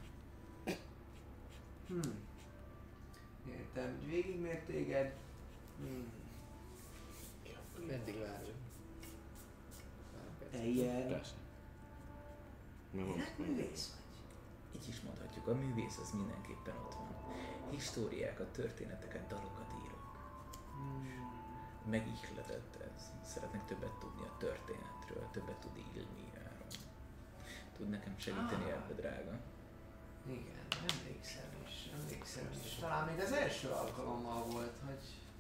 Hmm. Értem, hogy végigmért téged. Hmm. Meddig várjuk? Te ilyen Persze. Nem mondom. életművész vagy? Így is mondhatjuk, a művész az mindenképpen ott van. Históriákat, történeteket, dalokat írok. Hmm. Megihletett ez. Szeretnék többet tudni a történetről, többet tudni Ilmiráról. Tud nekem segíteni Ah. ebbe, drága? Igen, emlékszem is, emlékszem is. Talán még az első alkalommal volt, hogy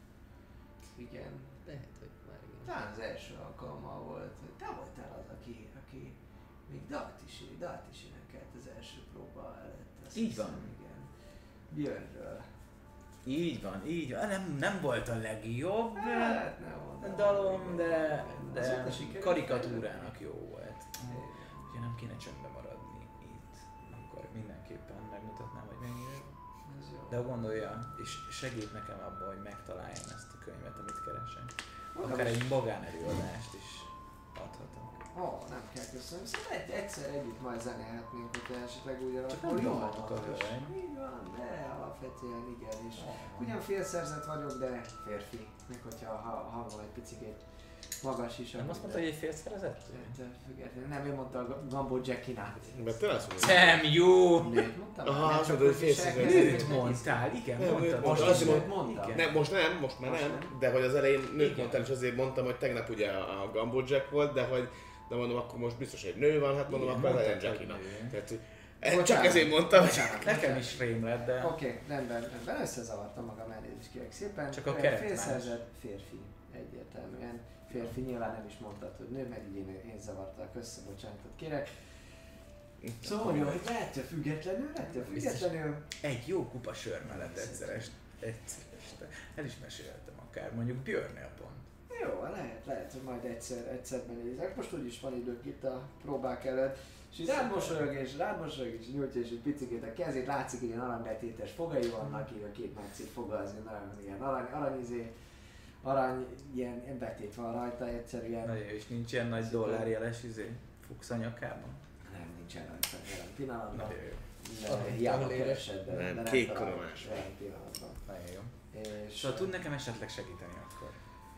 igen, Lehet, hogy már igen. talán az első alkalommal volt, hogy te voltál az, aki, aki még dalt is, dalt is énekelt az első próba előtt. Azt Így hiszem, van. Igen. Björnről. Így van, így van. Nem, nem volt a legjobb Hát nem mondom. dalom, de, de Azóta sikerült karikatúrának jó volt. fejlődni. Ugye nem kéne csöndbe maradni itt, akkor mindenképpen megmutatnám, hogy mennyire. Ez jó. De gondolja, és segít nekem abban, hogy megtaláljam ezt a könyvet, amit keresek. Magam Akár is- egy magánelőadást is adhatok. Ó, oh, nem kell köszönöm. Szóval egy, egyszer együtt majd zenélhetnénk, hogyha esetleg úgy Csak alakul. nem Jó, hallgatok a hangos. hölgy. Így van, de alapvetően igen is. Ugyan félszerzett vagyok, de férfi. Még hogyha a ha- hangom egy picikét magas is. Nem akkor azt mondta, hogy egy félszerezett? ettől függetlenül. Nem, ő mondta a Gambó Jackinát. Mert te azt mondod. Szem, jó! Nőt mondtam? Aha, Nem azt csak, mondod, hogy hogy félszerzett. viselkedő. Nőt mondtál, igen, Nem, mondtad. nőt Most mondtál. is Azt nőt mondtam? Igen. Nem, most nem, most már Most nem, nem. de hogy az elején nőt Igen. mondtál, és azért mondtam, hogy tegnap ugye a Gambó Jack volt, de hogy de mondom, akkor most biztos egy nő van, hát mondom, Igen, akkor legyen mondtad, Jackina. hogy nő. Tehát, hogy ez csak Bocsánat. ezért mondtam, hogy Bocsánat, Nekem bocsánat. is rém lett, de... Oké, okay, rendben, rendben, összezavartam magam, elnézést kérek szépen. Csak a Ö, keret más. Félszerzett férfi, egyértelműen. Férfi, nyilván nem is mondtad, hogy nő, mert így én, én zavartalak össze, bocsánatot kérek. Szóval, jó, hogy lehető függetlenül, lehető függetlenül. Egy jó kupa sör mellett egyszer este, egyszer este. El is meséltem akár, mondjuk Björnél pont. Jó, lehet, lehet, hogy majd egyszer, egyszer benézek. Most úgyis van időnk itt a próbák előtt. És így rád mosolyog, és rád mosolyog, és nyújtja, és egy picikét a kezét. Látszik, hogy ilyen aranybetétes fogai vannak, így a két nagy foga az nagyon ilyen arany, aranyizé, arany, ilyen betét van rajta egyszerűen. Nagyon jó, és nincs ilyen nagy dollárjeles izé, fuchs a nyakában. Nem, nincsen rajta jelen pillanatban. Nagyon jó. De hiába keresed, de, de Nem, nem kék találod koromás. jelen pillanatban. Nagyon jó. És Szóval tud nekem esetleg segíteni akkor?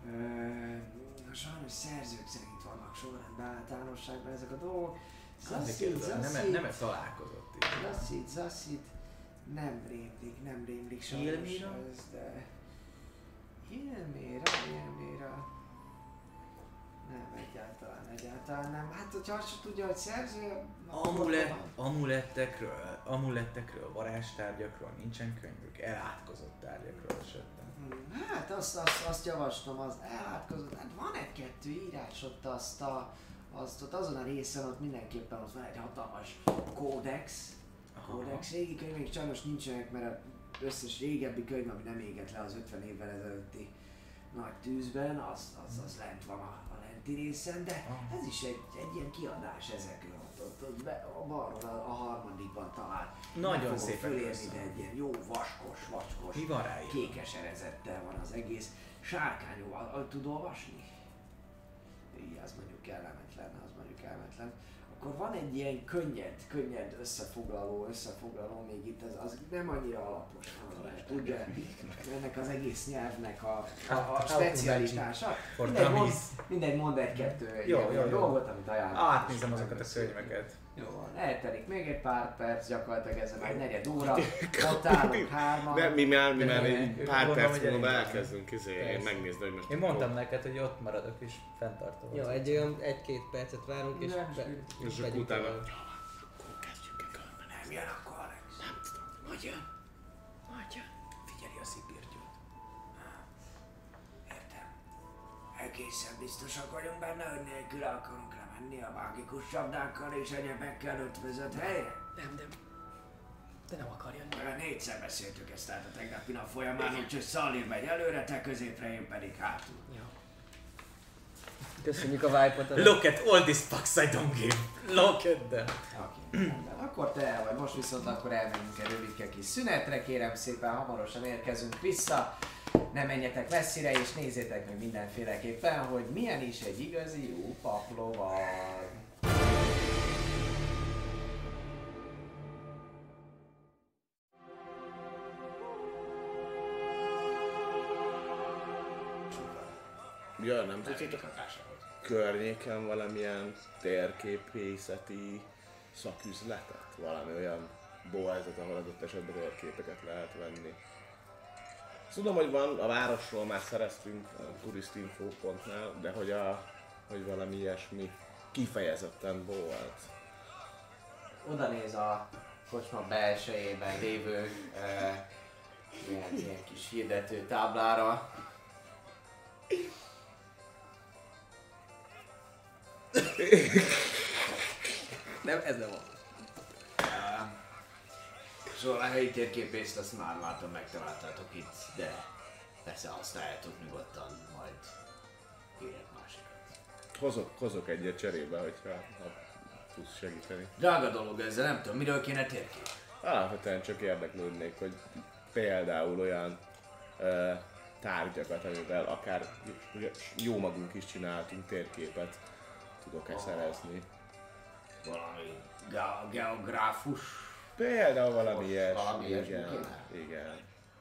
Uh, sajnos szerzők szerint vannak sorrendben általánosságban ezek a dolgok. Azért Zacid, kérdezem, nem, Zacid, nem találkozott itt. Zacid, Zacid, nem rémlik, nem rémlik sajnos Ilmira? ez, de... Ilmira, Ilmira... Nem, egyáltalán, egyáltalán nem. Hát, hogyha azt sem tudja, hogy szerző... Amulett, amulettekről, amulettekről, varázstárgyakról nincsen könyvük, elátkozott tárgyakról esetben. Hmm, Hát azt, azt, azt javaslom, az elátkozott, hát van egy-kettő írás ott azt a, azt ott azon a részen, ott mindenképpen ott van egy hatalmas kódex. Aha. Kódex, régi könyvek sajnos nincsenek, mert az összes régebbi könyv, ami nem égett le az ötven évvel ezelőtti nagy tűzben, az, az, az lent van a, a lenti részen, de Aha. ez is egy, egy ilyen kiadás ezekről, ott, ott, ott be, a balról a, a harmadikban talán. Nagyon Nem fogom szépen fölérni, köszönöm. de egy ilyen jó vaskos, vacskos, Mi van ráírva? kékes erezettel van az egész. Sárkányúval, tud olvasni? Igen, az mondjuk kellemetlen, az mondjuk kellemetlen. Akkor van egy ilyen könnyed, könnyed összefoglaló, összefoglaló még itt, az, az nem annyira alapos, hanem tudja, ennek az egész nyelvnek a, a, a specialitása. Mindegy mond, mindegy mond egy-kettő Jó, ilyen jó, jó. dolgot, amit ajánlok. Átnézem azokat a könyveket. Jó van, eltelik még egy pár perc, gyakorlatilag ez már egy negyed óra, ott állunk hárman. De mi már, mi már egy pár Gondolom, perc hogy múlva elég. elkezdünk izé, én Persze. megnézem, hogy most Én mondtam neked, hogy ott maradok és fenntartom. Jó, egy olyan egy-két percet várunk és Nem, be, és akkor megyünk utána- tovább. Akkor kezdjünk el körben. Nem jön akkor Alex. Nem tudom. Hogy jön? Hogy jön? Figyeli a szipirtyút. Értem. Egészen biztosak vagyunk benne, hogy nélkül akarunk lemenni a mágikus csapdákkal és egyebekkel ötvözött helyre? Nem, nem. De nem akar jönni. Mert négyszer beszéltük ezt át a tegnapi nap folyamán, úgyhogy Szalír megy előre, te középre, én pedig hátul. Jó. Köszönjük a vibe-ot. Look at all these fucks I don't give. Look at them. Oké, rendben. Akkor te el vagy, most viszont akkor elmegyünk egy rövidke kis szünetre, kérem szépen, hamarosan érkezünk vissza. Ne menjetek messzire és nézzétek meg mindenféleképpen, hogy milyen is egy igazi jó paploval. Ja, nem tudjátok? Környéken valamilyen térképészeti szaküzletet? Valami olyan boltot, ahol adott esetben térképeket lehet venni. Tudom, hogy van, a városról már szereztünk a turistinfo.nál, de hogy, a, hogy valami ilyesmi kifejezetten volt. Oda néz a kocsma belsejében lévő uh, ilyen, ilyen kis hirdető táblára. Nem, ez nem van. Uh, szóval a helyi térképészt azt már látom, megtaláltátok itt, de persze használjátok nyugodtan, majd kérek másikat. Hozok, hozok egyet cserébe, hogyha ha tudsz segíteni. Drága dolog ezzel, nem tudom, miről kéne térkép. Alapvetően csak érdeklődnék, hogy például olyan ö, tárgyakat, amivel akár ugye, jó magunk is csináltunk térképet, tudok-e szerezni. Valami ge- geográfus. Például valami ilyesmi, Valami ilyesmi igen, kéne? igen.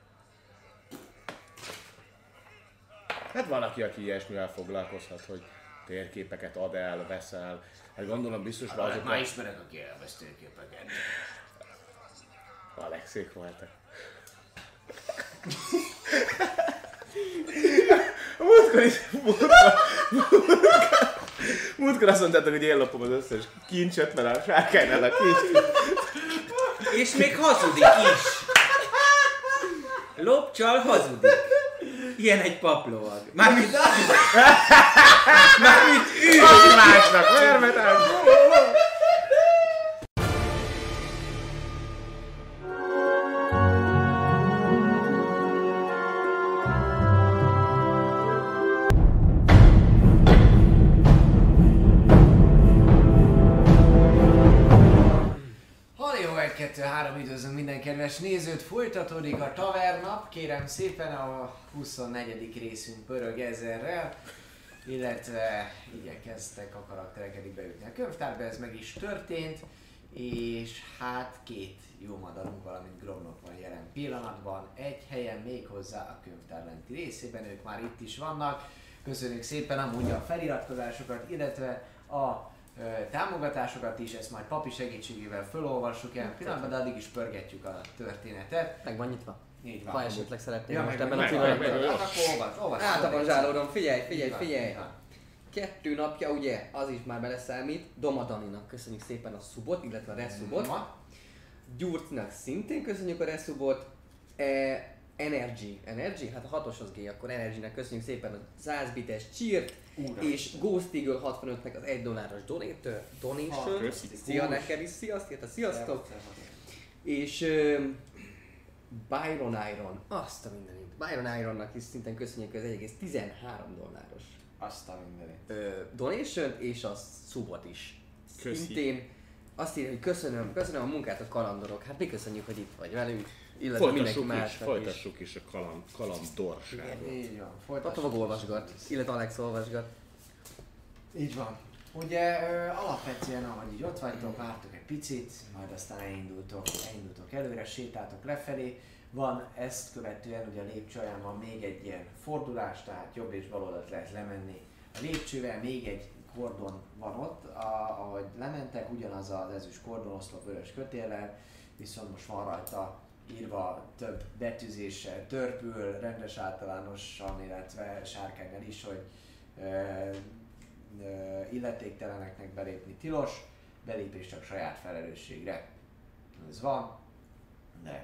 Hát valaki, aki ilyesmivel foglalkozhat, hogy térképeket ad el, veszel. Hát gondolom biztos Hát, már azokat... ismerek, aki elvesz térképeket. Alexék voltak. Múltkor is... Múltkor, múltkor azt mondtátok, hogy én lopom az összes kincset, mert a sárkánynál a kincs. És még hazudik is. Lopcsal hazudik. Ilyen egy paplovag. Mármint... Mármint ő! Azt másnak, vermetán! Halljó, egy, kettő, három, üdvözlünk minden kedves nézőt, folytatódik a tavernap, kérem szépen a huszonnegyedik részünk pörög ezerrel, illetve igyekeztek a karaktereket így beütni a könyvtárba, ez meg is történt, és hát két jó madarunk, valamint Gromnok van jelen pillanatban, egy helyen méghozzá a könyvtár lenti részében, ők már itt is vannak. Köszönjük szépen amúgy a feliratkozásokat, illetve a ö, támogatásokat is, ezt majd papi segítségével felolvassuk el pillanatban, de addig is pörgetjük a történetet. Meg van nyitva. Így van. Ha esetleg szeretnél Ja, most meg- ebben a meg- pillanatban. meg- meg- Hát akkor olvas, olvas. Átavanzsálódom, figyelj, Így figyelj, van, figyelj! így van. Kettő napja, ugye, az is már beleszámít. Doma Daninak köszönjük szépen a szubot, illetve a reszubot. Ma? Gyurcnak szintén köszönjük a reszubot. E, Energy, Energy? Hát a hatos az G, akkor Energynek köszönjük szépen a száz bites cheert, Úra. és Ghost Eagle hatvanötnek az egy dolláros donate, donation. köszi. Szia neked is, sziasztok, sziasztok! És uh, Byron Iron, azt a mindenit. Byron Ironnak is szintén köszönjük az egy egész tizenhárom dolláros Azt a mindenit. uh, donation és a subot is. Köszi. Szintén azt írja, hogy köszönöm, köszönöm a munkát a kalandorok. Hát mi köszönjük, hogy itt vagy velünk, illetve mindenki Folytassuk is, másnak is. folytassuk is a kaland, kalandorságot. Így van, A folytassuk. Tavag olvasgat, illetve Alex olvasgat. Így van. Ugye ö, alapvetően, ahogy így ott vagytok, vártok egy picit, majd aztán elindultok, elindultok előre, sétáltok lefelé. Van ezt követően, ugye a lépcsőján van még egy ilyen fordulás, tehát jobb és bal oldalt lehet lemenni. A lépcsővel még egy kordon van ott, a, ahogy lementek, ugyanaz az ezüst kordon oszlop vörös kötéllel, viszont most van rajta írva több betűzéssel, törpül, rendes általánosan, illetve sárkánnyal is, hogy ö, ö, illetékteleneknek belépni tilos, belépés csak saját felelősségre. Ez van, de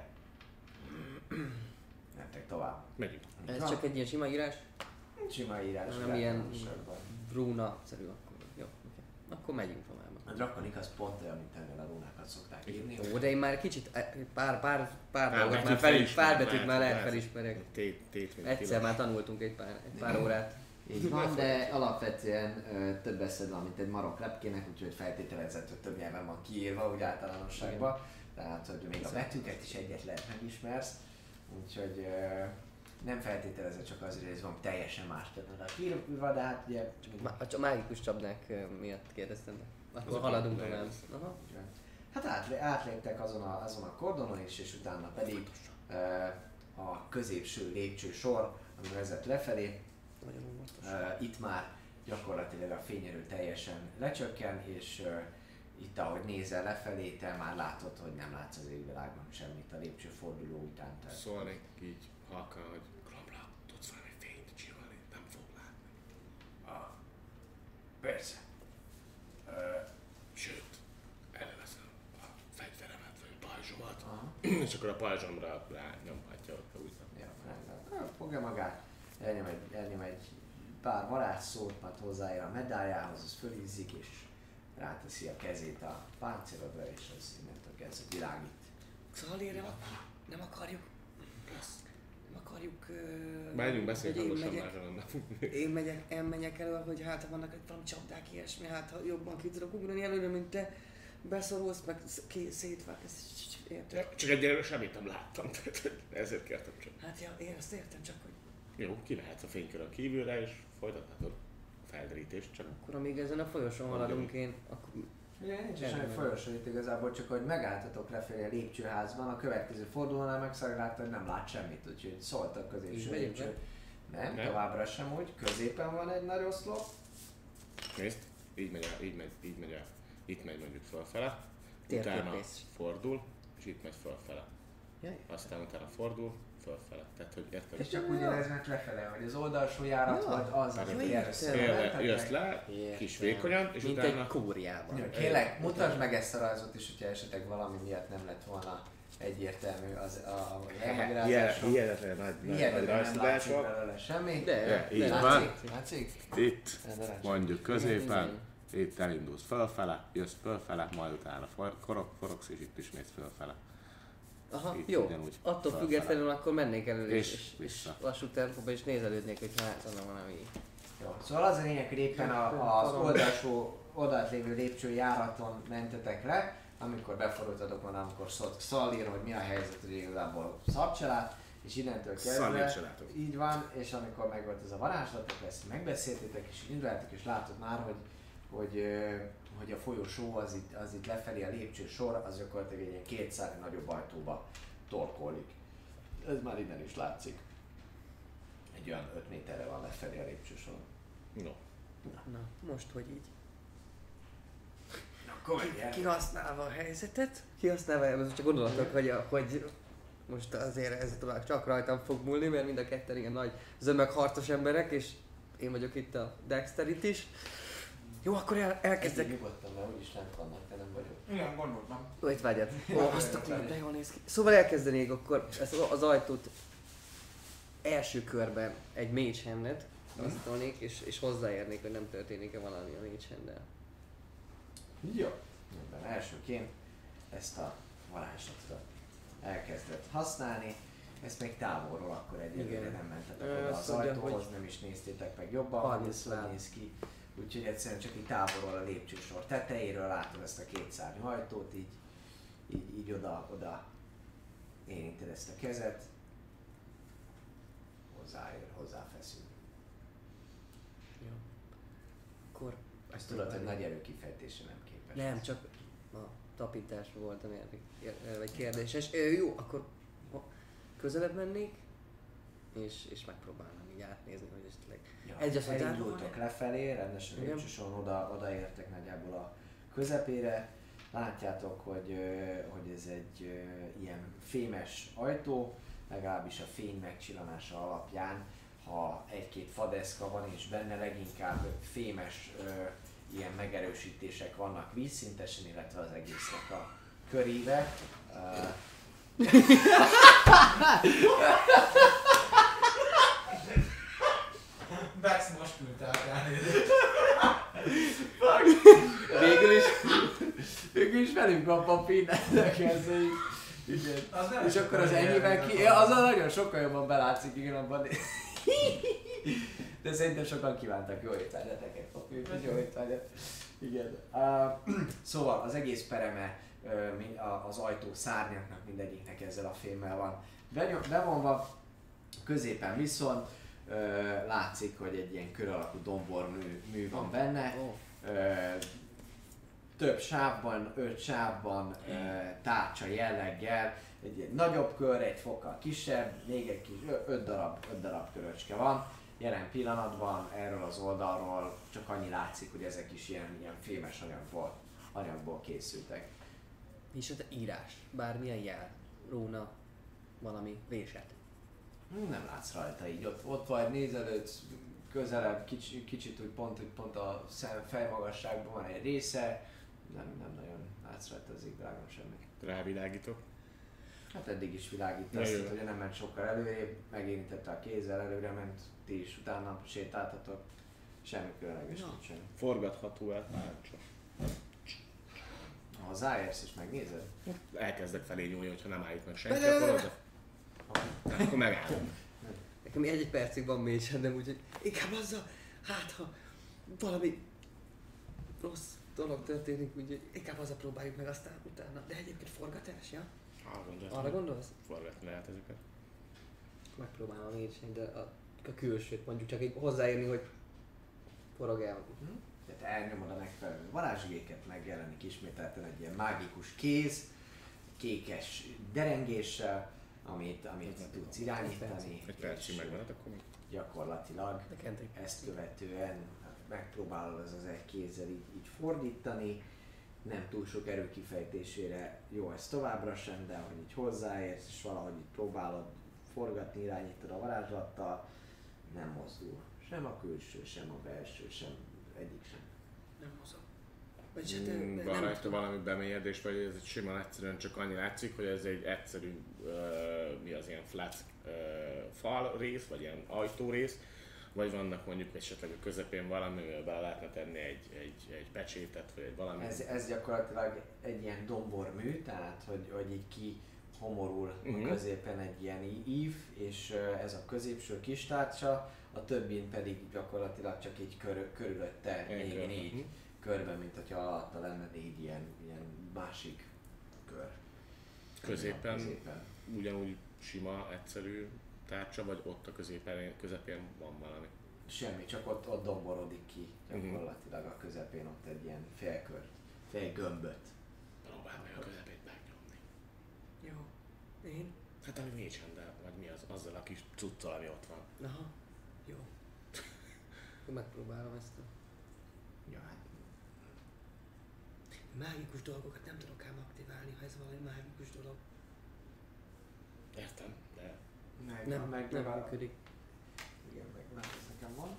mentek tovább. Megyünk. Így Ez van. csak egy ilyen sima írás? Sima írás. Nem ilyen általánosságban. Bruna-szerű akkor. Jó, oké. Akkor megyünk tovább. A drakonik az pont olyan, mint ennél a rónákat szokták írni. Jó, de én már kicsit, eh, pár, pár, pár Pár dolgot betűt már fel, felismerek, pár betűt már lehet lehet. felismerek. Tét, tét, mint Egyszer tilos. már tanultunk egy pár, egy pár órát. Így van, de alapvetően ö, több eszed van, mint egy marok lepkének, úgyhogy feltételezett, hogy több nyelven van kiírva, úgy általánosságban. Tehát, hogy még a betűket is egyet lehet megismersz. Úgyhogy ö, nem feltételezett csak azért, hogy ez van teljesen más tehát kiírva, de hát ugye... Ma- A mágikus csapdák eh, miatt kérdeztem meg. Akkor Azok haladunk lehet. tovább. Aha. Hát átlé, átléptek azon a, azon a kordonon is, és utána pedig ö, a középső lépcsősor, ami vezet lefelé. Nagyon óvatos. Uh, itt már gyakorlatilag a fényerő teljesen lecsökken, és uh, itt ahogy nézel lefelé, te már látod, hogy nem látsz az égvilágon semmit a lépcsőforduló után. Tehát Szólnék így halkan, hogy Gromla, tudsz valami fényt csinálni, nem fog látni. Ah, persze. Uh, Sőt, előveszem a fegyveremet, vagy a pajzsomat, aha. és akkor a pajzsomra rá nyomhatja ott úgy. Ja, rendben. Ah, fogja magát, elnyom egy, elnyom egy pár varázsszót, majd hozzáér a medájához, az fölízik, és ráteszi a kezét a páncélodra, és az innentől kezdve világít. Xalér, nem, ak- nem akarjuk. Nem akarjuk... Uh, Menjünk, beszéljünk hogy én hangosan, megyek, másra nem fogni. én megyek, én menjek elő, hogy hát ha vannak egy valami csapdák, ilyesmi, hát ha jobban ki tudok ugrani előre, mint te beszorulsz, meg sz- ki szétvágsz, érted? Csak egyelőre semmit nem láttam, tehát ezért kértem csak. Hát ja, én ezt értem, csak hogy Jó, kivehetsz a fénykörön kívülre, és folytathatod a felderítést, csak akkor amíg ezen a folyosón haladunk én, akkor Ugye nincs is Ez semmi nem. folyosó itt igazából, csak hogy megálltatok lefelé a lépcsőházban, a következő fordulónál meg látta, hogy nem lát semmit, úgyhogy szóltak Így középső megyünk lépcső. Nem, Nem. továbbra sem úgy, középen van egy nagy oszlop. nézd, így megy, el, így megy, így megy el. Itt megy mondjuk fölfele, utána Térképész. fordul, és itt megy fölfele. Jaj. Aztán utána fordul, fölfele. Tehát, hogy érted? És csak úgy éreznek lefelé, hogy az oldalsó járat Ja. vagy az, Hát, amit jó, erre értem. Félre jössz le, kis Értem. vékonyan, és Mint utána... egy kúriában. Jó, kérlek, mutasd meg ezt a rajzot is, hogyha esetleg valami miatt nem lett volna egyértelmű az a elmagyarázásom. Hihetetlen nagy, nagy, nagy Hihetetlen nem rajztudás látszik van. belőle semmi. De, Ja, így de van. Látszik? Látszik? Itt, Ez a látszik. mondjuk Igen. középen, itt elindulsz fölfele, jössz fölfele, majd utána for- korog, forogsz, és itt is mész fölfele. Aha, Így jó. ugyanúgy Attól felfele. függetlenül akkor mennék elő és, És és, és vissza. lassú tempóban is nézelődnék, hogy hát annak van ami... Jó, szóval az a lényeg, hogy éppen a, az oldalsó, oldalt lévő lépcsőjáraton mentetek le, amikor befordultatok volna, amikor szólt Szalír, hogy mi a helyzet, hogy igazából szarcsalád, és innentől kezdve Szalír családok. így van, és amikor megvolt ez a varázslatok, ezt megbeszéltétek, és indultátok, és látod már, hogy, hogy, ö, hogy a folyosó az itt, az itt lefelé, a lépcső sor, az gyakorlatilag egy ilyen kétszári nagyobb ajtóba torkollik. Ez már innen is látszik. Egy olyan öt méterre van lefelé a lépcsősoron. No. Na, most hogy így? Akkor menjél. Kihasználva a helyzetet, kihasználva, most csak gondolatok, hogy, a, hogy most azért ez tovább csak rajtam fog múlni, mert mind a ketten ilyen nagy zömeg harcos emberek, és én vagyok itt a Dexterity is. Jó, akkor el, elkezdek. Kezdek. Nyugodtan, mert úgyis lent vannak, te nem vagyok. Igen, gondoltam. Ó, itt vágyad. Ó, azt a de jól néz ki. Szóval elkezdenék akkor ezt az ajtót első körben egy mage hand-et használnék, és, és hozzáérnék, hogy nem történik-e valami a mage hand-del. Jó. Ebben elsőként ezt a varázslatot elkezdett használni. Ezt még távolról akkor egyelőre Igen. nem mentetek Ö, oda azt az mondja, ajtóhoz, hogy nem is néztétek meg jobban, hogy harminc ez hogy láb. néz ki. Úgyhogy egyszerűen csak így távolról a lépcsősor tetejéről látod ezt a kétszárnyú ajtót, így, így, így oda, oda érinted ezt a kezet. Hozzáér, hozzáfeszül. Jó. Akkor Ezt tudod, hogy nagy erőkifejtése nem képes. nem, csak a tapintásra voltam erre, vagy kérdéses. Ö, jó, akkor ha közelebb mennék, és, és megpróbálnám így átnézni, hogy esetleg Ja, egy az, hogy elindultok távol- lefelé, rendesen Igen. lépcsősoron oda, odaértek nagyjából a közepére. Látjátok, hogy, ö, hogy ez egy ö, ilyen fémes ajtó, legalábbis a fény megcsillanása alapján, ha egy-két fadeszka van és benne leginkább fémes ö, ilyen megerősítések vannak vízszintesen, illetve az egésznek a körébe. Ö, Bex most küldte át elnézést. Végül is, végül is velünk van papír, nekem így. Igen. Az nem És sok akkor az olyan ennyivel jelent, ki... az- Az a nagyon sokkal jobban belátszik, igen, abban. De szerintem sokan kívántak jó étvágyateket, papír, hogy jó étvágyat. Igen. Uh, szóval az egész pereme uh, mind- a- az ajtó szárnyaknak mindegyiknek ezzel a fémmel van benyom- bevonva. Középen viszont uh, látszik, hogy egy ilyen kör alakú dombormű mű van benne. Ó, Ö, több sávban, öt sávban, ö, tárcsa jelleggel, egy ilyen nagyobb kör, egy fokkal kisebb, még egy kis, ö- öt darab, öt darab köröcske van. Jelen pillanatban erről az oldalról csak annyi látszik, hogy ezek is ilyen, ilyen fémes anyagból, anyagból készültek. és az írás, bármilyen jel, róna, valami véset. Nem látsz rajta így, ott, ott vagy, nézed őt közelebb, kicsi, kicsit úgy pont, úgy pont a szem fejmagasságban van egy része, nem, nem nagyon látsz rajta az égvilágon semmi. Rávilágítok. Hát eddig is világít, Na azt jó. hitt, hogy nem ment sokkal előrébb, megérintette a kézzel, előre ment, ti is utána sétáltatok, semmi különleges Na. nincsen. Forgatható el tárcsa. Ha hozzáérsz és megnézed, Elkezdek felé nyúlni, hogyha nem állít meg senki, akkor oda... Akkor megállom. Nekem egy-egy percig van mély de úgyhogy inkább azzal, hát ha valami rossz dolog történik, úgyhogy inkább azzal próbáljuk meg aztán utána. De egyébként forgatás, ja? Arra gondolsz? Arra gondolsz? Forgatni lehet ezeket. Megpróbálom én is, de a, a külsőt mondjuk csak így hozzáérni, hogy forog el. tehát elnyomod a megfelelő varázsgéket, megjelenik ismételten egy ilyen mágikus kéz, kékes derengéssel, amit, amit tudsz irányítani, Egy percig és megvan, hát akkor még. gyakorlatilag De kenték. ezt követően megpróbálod az az egy kézzel így, így fordítani, nem túl sok erőkifejtésére jó ez továbbra sem, de hogy így hozzáérsz és valahogy így próbálod forgatni, irányítod a varázslattal, nem mozdul. Sem a külső, sem a belső, sem egyik sem. Nem mozog. Vagy hát, Mm, de, van nem rajta tudom. valami bemélyedés, vagy ez egy simán egyszerűen csak annyi látszik, hogy ez egy egyszerű, uh, mi az ilyen flat uh, fal rész, vagy ilyen ajtó rész, vagy vannak mondjuk esetleg a közepén valami, amivel bele lehetne tenni egy, egy, egy pecsétet, vagy egy valami. Ez, ez gyakorlatilag egy ilyen dombormű, tehát hogy, hogy így ki homorul uh-huh. Mhm. a középen egy ilyen ív, és ö, ez a középső kis tárcsa, a többin pedig gyakorlatilag csak így kör, körülötte Ilyen még kör. négy Mhm. körben, mint hogyha alatta lenne négy ilyen, ilyen másik kör. Középen, középen. ugyanúgy sima, egyszerű tárcsa, vagy ott a középen, közepén van valami. Semmi, csak ott, ott domborodik ki Mhm. gyakorlatilag a közepén ott egy ilyen félkör, félgömböt. Próbáld meg a közepét megnyomni. Jó. Én? Hát ami négy handel, vagy mi az, azzal a kis cuccal, ami ott van. Aha. Jó. Megpróbálom ezt a... Ja, hát Mágikus dolgokat nem tudok ám aktiválni, ha ez valami mágikus dolog. Értem, de... meg, Nem, meg, nem meg, működik. igen, meg, meg ez nekem van.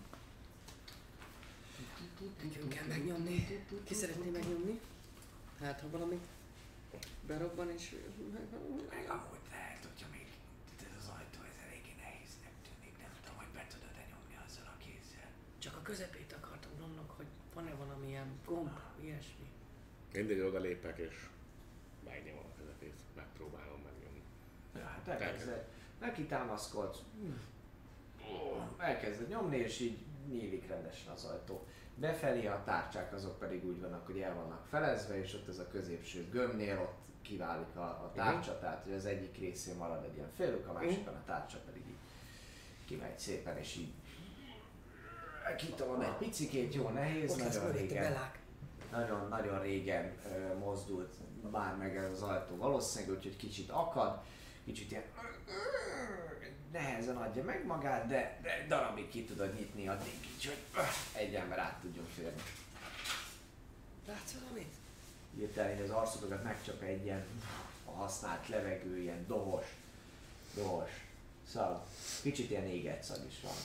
Nekünk kell megnyomni. Ki szeretné megnyomni? Hát, ha valami berobban és... Meg amúgy lehet, hogyha még ez az ajtó, ez eléggé nehéznek tűnik, nem tudom, hogy be tudod-e nyomni azzal a kézzel. Csak a közepét akartam gondolok, hogy van-e valamilyen gomb, ilyesmi. Mindegy, oda lépek és megnyomom a közepét. Megpróbálom megnyomni. Ja, hát elkezded, neki támaszkodsz, elkezded nyomni és így nyílik rendesen az ajtó. Befelé a tárcsák azok pedig úgy vannak, hogy el vannak felezve, és ott ez a középső gömbnél ott kiválik a, a tárcsa, uh-huh. tehát hogy az egyik részén marad egy ilyen félük, a másikon a tárcsa pedig így kimegy szépen, és így kitolod egy picikét, jó nehéz, nagyon régen, nagyon, nagyon régen uh, mozdult már meg ez az ajtó valószínűleg, úgyhogy kicsit akad, kicsit ilyen nehezen adja meg magát, de, de darabig ki tudod nyitni addig így, hogy egy ember át tudjon férni. Látsz valamit? Hirtelen így az arcotokat megcsap egy ilyen a használt levegő, ilyen dohos, dohos szag. Kicsit ilyen égett szag is van.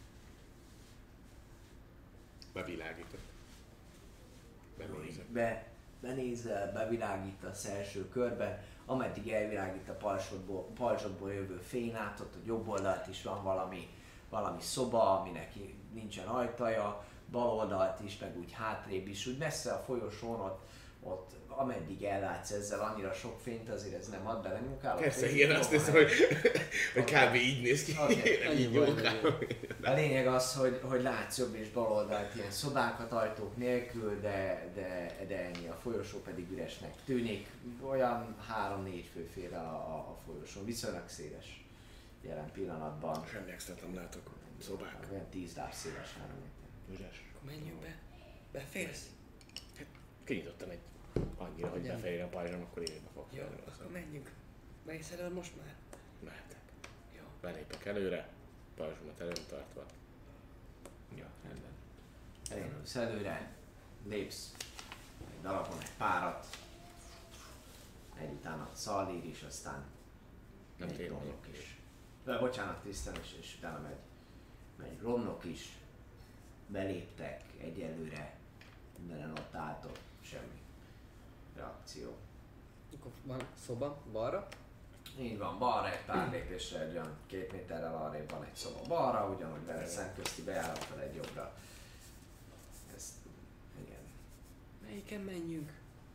Bevilágított. Benézek. Be, benézel, bevilágítasz első körben, ameddig elvilágít a palcsodból, palcsodból jövő fény át, ott a jobb oldalt is van valami, valami szoba, aminek nincsen ajtaja, bal oldalt is, meg úgy hátrébb is, úgy messze a folyosón ott, ott ameddig ellátsz ezzel annyira sok fényt, azért ez nem ad bele nyúkálok. Persze, igen, azt hiszem, hogy, hogy kb. Így néz ki. Okay. Így nyúkálok. A lényeg az, hogy, hogy látsz jobb és bal oldalt ilyen szobákat ajtók nélkül, de, de, de ennyi, a folyosó pedig üresnek tűnik. Olyan három-négy fő fér a, a, a folyosón, viszonylag széles jelen pillanatban. Semmi extrát nem látok. Szobák. Olyan tíz láb széles három méter. Üres. Akkor menjünk be. Beférsz? Kinyitottam egy annyira, hogy beférjen a pajzsom, akkor élőbe fog Jó, felni. akkor menjünk. Behiszel el most már? Mehetek. Jó. Belépek előre, pajzsomat előn tartva. Ja, rendben. Elindulsz előre, lépsz egy darabon egy párat, egy utána szalír is, aztán Nem egy tényleg romlok is. is. De bocsánat, tisztem, és, és utána megy, megy romlok is. Beléptek egyelőre, mindenen ott álltok, semmi reakció. Akkor van szoba, balra. Így van, balra egy pár lépésre, egy olyan két méterrel arrébb van egy szoba balra, ugyanúgy vele szemközti bejárattal egy jobbra. Ezt, igen. Melyiken menjünk?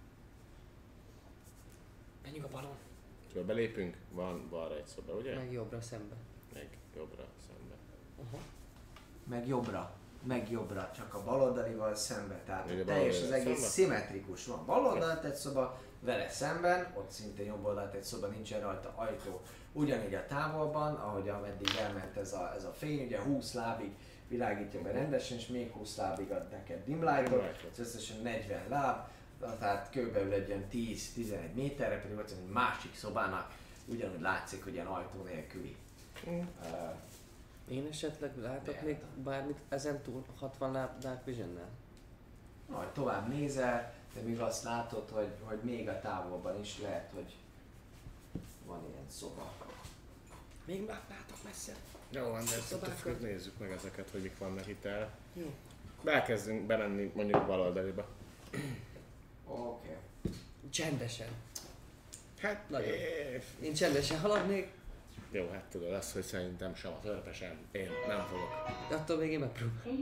Menjünk a balon. Szóval belépünk, van balra egy szoba, ugye? Meg jobbra szembe. Meg jobbra szembe. Aha. Meg jobbra, meg jobbra, csak a baloldalival szembe, tehát Még a teljes az baloldalival egész szembe? szimmetrikus van. Baloldalt egy szoba, vele szemben, ott szintén jobb oldalt egy szoba, nincsen rajta ajtó. Ugyanígy a távolban, ahogy ameddig elment ez a, ez a fény, ugye húsz lábig világítja be rendesen, és még húsz lábig ad neked dim lightot, ez összesen negyven láb, tehát körülbelül egy ilyen tíz-tizenegy méterre, pedig ott egy másik szobának ugyanúgy látszik, hogy ilyen ajtó nélküli. Mm. Uh, Én esetleg látok De- még bármit ezen túl hatvan láb Dark Visionnel? Majd tovább nézel, de még azt látod, hogy, hogy még a távolban is lehet, hogy van ilyen szoba. Még lát- látok messze. Jó, van, de Szobákat. ezt nézzük meg ezeket, hogy mik vannak itt el. Jó. Belkezdünk bemenni mondjuk baloldaliba. Oké. Okay. Csendesen. Hát, Nagyon. eh, Én csendesen haladnék, jó, hát tudod azt, hogy szerintem sem a törpe sem. Én nem fogok. de attól még én megpróbálom.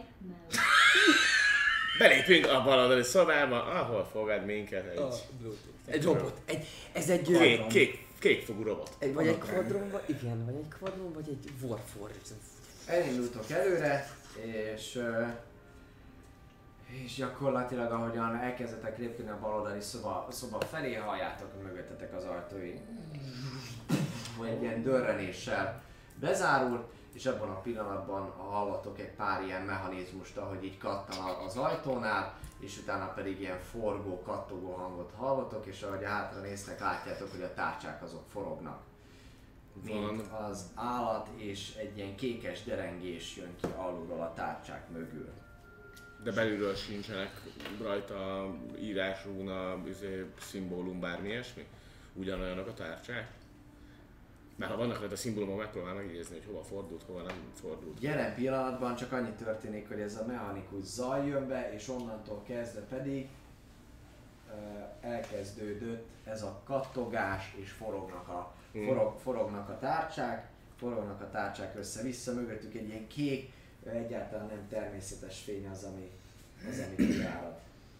Belépünk a baloldali szobába, ahol fogad minket egy A Bluetooth. Egy robot. Egy, ez egy... kék, kék, kékfogú robot. Egy, vagy egy kvadron, vagy igen, vagy egy kvadron, vagy egy Warforge. Elindultok előre, és, ö, és gyakorlatilag ahogyan elkezdetek lépkedni a baloldali szoba, szoba felé, halljátok, hogy mögöttetek az ajtói. Egy ilyen dörrenéssel bezárul, és abban a pillanatban hallatok egy pár ilyen mechanizmust, ahogy így kattan az ajtónál, és utána pedig ilyen forgó, kattogó hangot hallatok, és ahogy hátra néztek, látjátok, hogy a tárcsák azok forognak. mint az állat, és egy ilyen kékes derengés jön ki alulról a tárcsák mögül. De belülről sincsenek rajta írás, rúna, izé, szimbólum, bármi ilyesmi? Ugyanolyanok a tárcsák? Mert ha vannak rajta szimbólumok, megpróbálom megjegyezni, hogy hova fordult, hova nem fordult. Jelen pillanatban csak annyi történik, hogy ez a mechanikus zaj jön be, és onnantól kezdve pedig uh, elkezdődött ez a kattogás, és forognak a, hmm. forog, forognak a tárcsák, forognak a tárcsák össze-vissza, mögöttük egy ilyen kék, egyáltalán nem természetes fény az, ami, az, ami kiárad.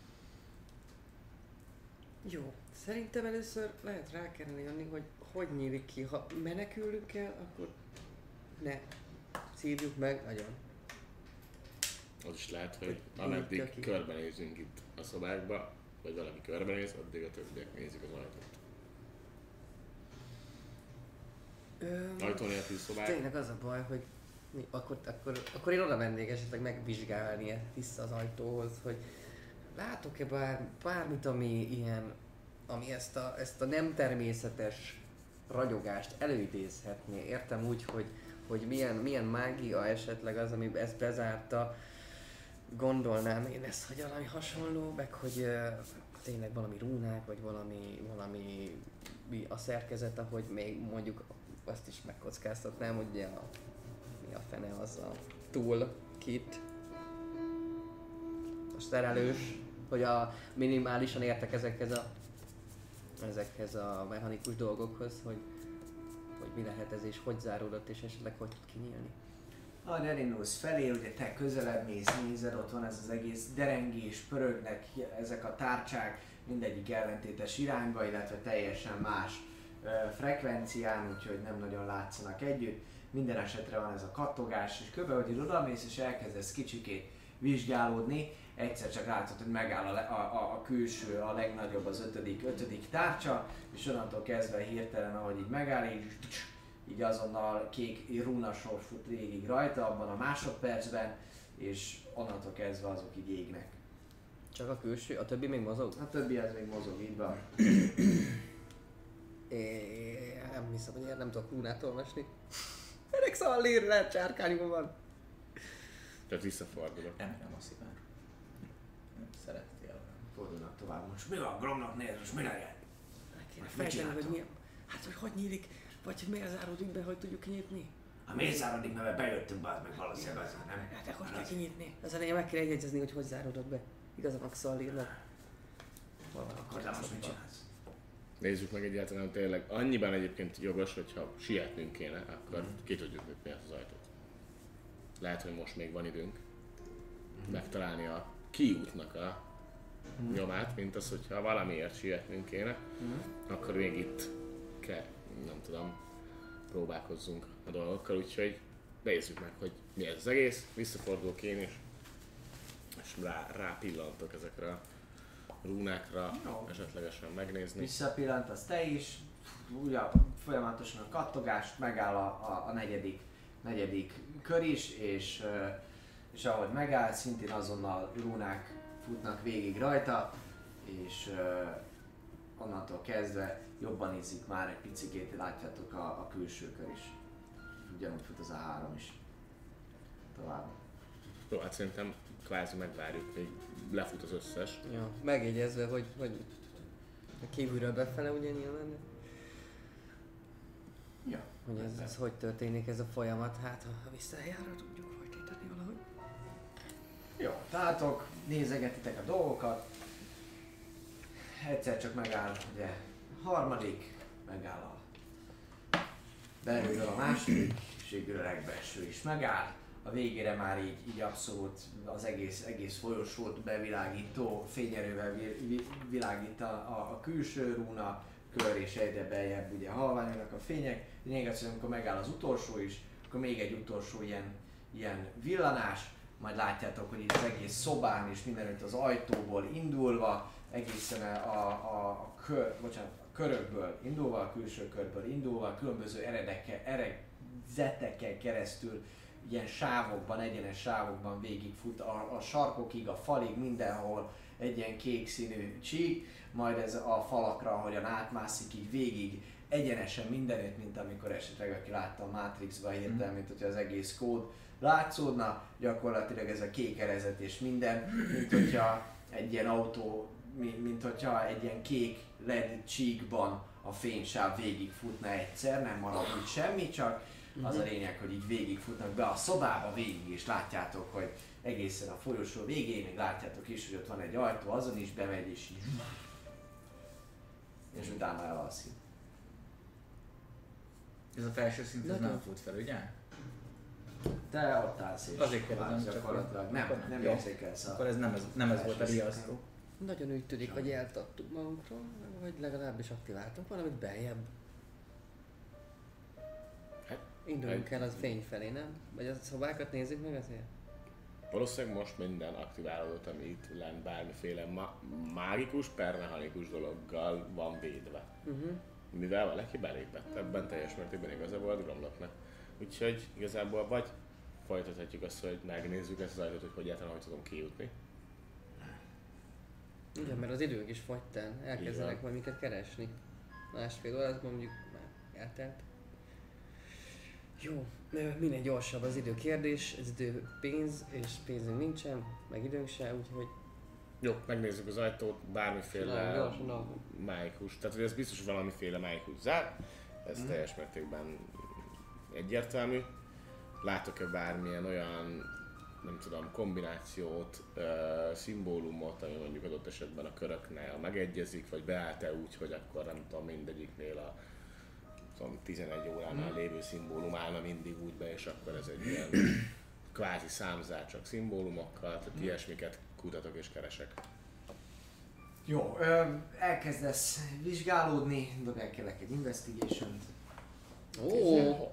Jó, szerintem először lehet rá kellene jönni, hogy hogy nyílik ki. Ha menekülünk el, akkor ne szívjuk meg nagyon. Az is lehet, hogy ameddig körbenézünk itt a szobákba, vagy valaki körbenéz, addig a többiek nézik az ajtót. Ajtó nélkül szobák. Tényleg az a baj, hogy mi, akkor, akkor, akkor én oda mennék esetleg megvizsgálni vissza az ajtóhoz, hogy látok-e bár, bármit, ami ilyen, ami ezt a, ezt a nem természetes ragyogást előidézhetné. Értem úgy, hogy, hogy milyen, milyen mágia esetleg az, ami ezt bezárta. Gondolnám én ezt, hogy valami hasonló, meg hogy uh, tényleg valami rúnák, vagy valami, valami mi a szerkezet, ahogy még mondjuk azt is megkockáztatnám, hogy ugye a, mi a fene az a toolkit, a szerelős, hogy a minimálisan értek ezekhez a ezekhez a mechanikus dolgokhoz, hogy, hogy mi lehet ez és hogy záródott és esetleg hogy tud kinyílni. Ahogy elindulsz felé, ugye te közelebb mész, nézed, ott van ez az egész derengés, pörögnek ezek a tárcsák, mindegyik ellentétes irányba, illetve teljesen más ö, frekvencián, úgyhogy nem nagyon látszanak együtt. Minden esetre van ez a kattogás, és kb. Hogy odamész és elkezdesz kicsikét vizsgálódni, egyszer csak látod, hogy megáll a, a, a külső, a legnagyobb, az ötödik, ötödik tárcsa, és onnantól kezdve hirtelen, ahogy így megáll, így, így azonnal kék rúnasor fut végig rajta abban a másodpercben, és onnantól kezdve azok így égnek. Csak a külső, a többi még mozog? A többi az még mozog, így van. É, nem hiszem, hogy én nem tudok rúnát olvasni. Ennek szallír, lehet csárkányban van. Tehát visszafordulok. Nem, nem a szívem. Szerettél. Fordulnak tovább, most mi van, Gromnak néz, most mi legyen? Kéne fejteni, hogy mi, hát hogy hogy nyílik, vagy hogy miért záródik be, hogy tudjuk kinyitni? Ha miért zárodik, mert bejöttünk be, az meg valószínűleg az, nem? Hát akkor kell kinyitni. Az elején meg kell jegyezni, hogy hogy záródott be. Igazán a szallírnak. Akkor te most mit csinálsz? Nézzük meg egyáltalán tényleg. Annyiban egyébként jogos, hogyha sietnünk kéne, akkor mm. ki tudjuk nyitni az ajtót. Lehet, hogy most még van időnk mm. megtalálni a kiútnak a mm. nyomát, mint az, hogyha valamiért sietnünk kéne, mm. akkor még itt kell, nem tudom, próbálkozzunk a dolgokkal, úgyhogy nézzük meg, hogy mi ez az egész, visszafordulok én is, és rá, rá pillantok ezekre a rúnákra, no. esetlegesen megnézni. Visszapillantasz te is, ugye folyamatosan a kattogást, megáll a, a, a negyedik, negyedik kör is, és, és ahogy megáll, szintén azonnal rúnák futnak végig rajta, és onnantól kezdve jobban ízik már egy picikét, látjátok a, a külső kör is. Ugyanúgy fut az a három is. Tovább. Jó, hát szerintem kvázi megvárjuk, hogy lefut az összes. Ja, megjegyezve, hogy, hogy kívülről befele ugye nyilván. Ja. Hogy ez, ez hogy történik ez a folyamat, hát ha visszajára tudjuk folytatni valahogy. Jó, tátok, nézegetitek a dolgokat. Egyszer csak megáll, ugye, a harmadik, megáll a belülről a második, és végül a legbelső is megáll. A végére már így, így abszolút az egész, egész folyosót bevilágító fényerővel világít a, a, a külső rúna kör, és egyre beljebb ugye halványulnak a fények. Még egyszer, amikor megáll az utolsó is, akkor még egy utolsó ilyen, ilyen villanás, majd látjátok, hogy itt az egész szobán is mindenütt az ajtóból indulva, egészen a, a, a, kör, bocsánat, a körökből indulva, a külső körből indulva, különböző eredekkel, eredzeteken keresztül ilyen sávokban, egyenes sávokban végigfut a, a sarkokig, a falig, mindenhol egy ilyen kék színű csík, majd ez a falakra, ahogyan átmászik, így végig egyenesen mindenütt, mint amikor esetleg aki látta a Matrixba hirtelen, mint hogyha az egész kód látszódna, gyakorlatilag ez a kék erezet és minden, mint hogyha egy ilyen autó, mint, mint hogyha egy ilyen kék led csíkban a fénysáv végigfutna egyszer, nem marad úgy semmi, csak az a lényeg, hogy így végigfutnak be a szobába végig, és látjátok, hogy egészen a folyosó végén, még látjátok is, hogy ott van egy ajtó, azon is bemegy, és így... és utána elalszik. Ez a felső szint ez Nagyon. nem fut fel, ugye? Te ott állsz és Azért kérdezem, csak gyakorlatilag nem, akkor- nem jó. érzékelsz a... Akkor ez nem ez, nem ez volt a riasztó. Nagyon úgy tűnik, hogy eltarttuk magunkról, vagy legalábbis aktiváltunk valamit beljebb. Hát, Induljunk el az fény felé, nem? Vagy a szobákat nézzük meg azért? valószínűleg most minden aktiválódott, ami itt lent bármiféle ma- mágikus, per mechanikus dologgal van védve. Uh-huh. Mivel valaki belépett, ebben teljes mértékben igaza volt Gromloknak. Úgyhogy igazából vagy folytathatjuk azt, hogy megnézzük ezt az ajtót, hogy hogy egyáltalán hogy tudom kijutni. Igen, mert az időnk is fogytán. Elkezdenek Igen. majd minket keresni. Másfél órában mondjuk már eltelt. Jó, ö, minél gyorsabb az idő kérdés, az idő pénz, és pénzünk nincsen, meg időnk se, úgyhogy Jó, megnézzük az ajtót, bármiféle Csináljuk gyorsan dolgok. mágikus, tehát hogy ez biztos, hogy valamiféle mágikus zár, ez Mhm. teljes mértékben egyértelmű. Látok-e bármilyen olyan, nem tudom, kombinációt, uh, szimbólumot, ami mondjuk adott esetben a köröknél megegyezik, vagy beállt-e úgy, hogy akkor nem tudom, mindegyiknél a tudom, tizenegy óránál lévő szimbólum állna mindig úgy be, és akkor ez egy ilyen kvázi számzár, csak szimbólumokkal, tehát ilyesmiket kutatok és keresek. Jó, ö, elkezdesz vizsgálódni, dobjál kérlek egy investigation-t. Ó, tizenhat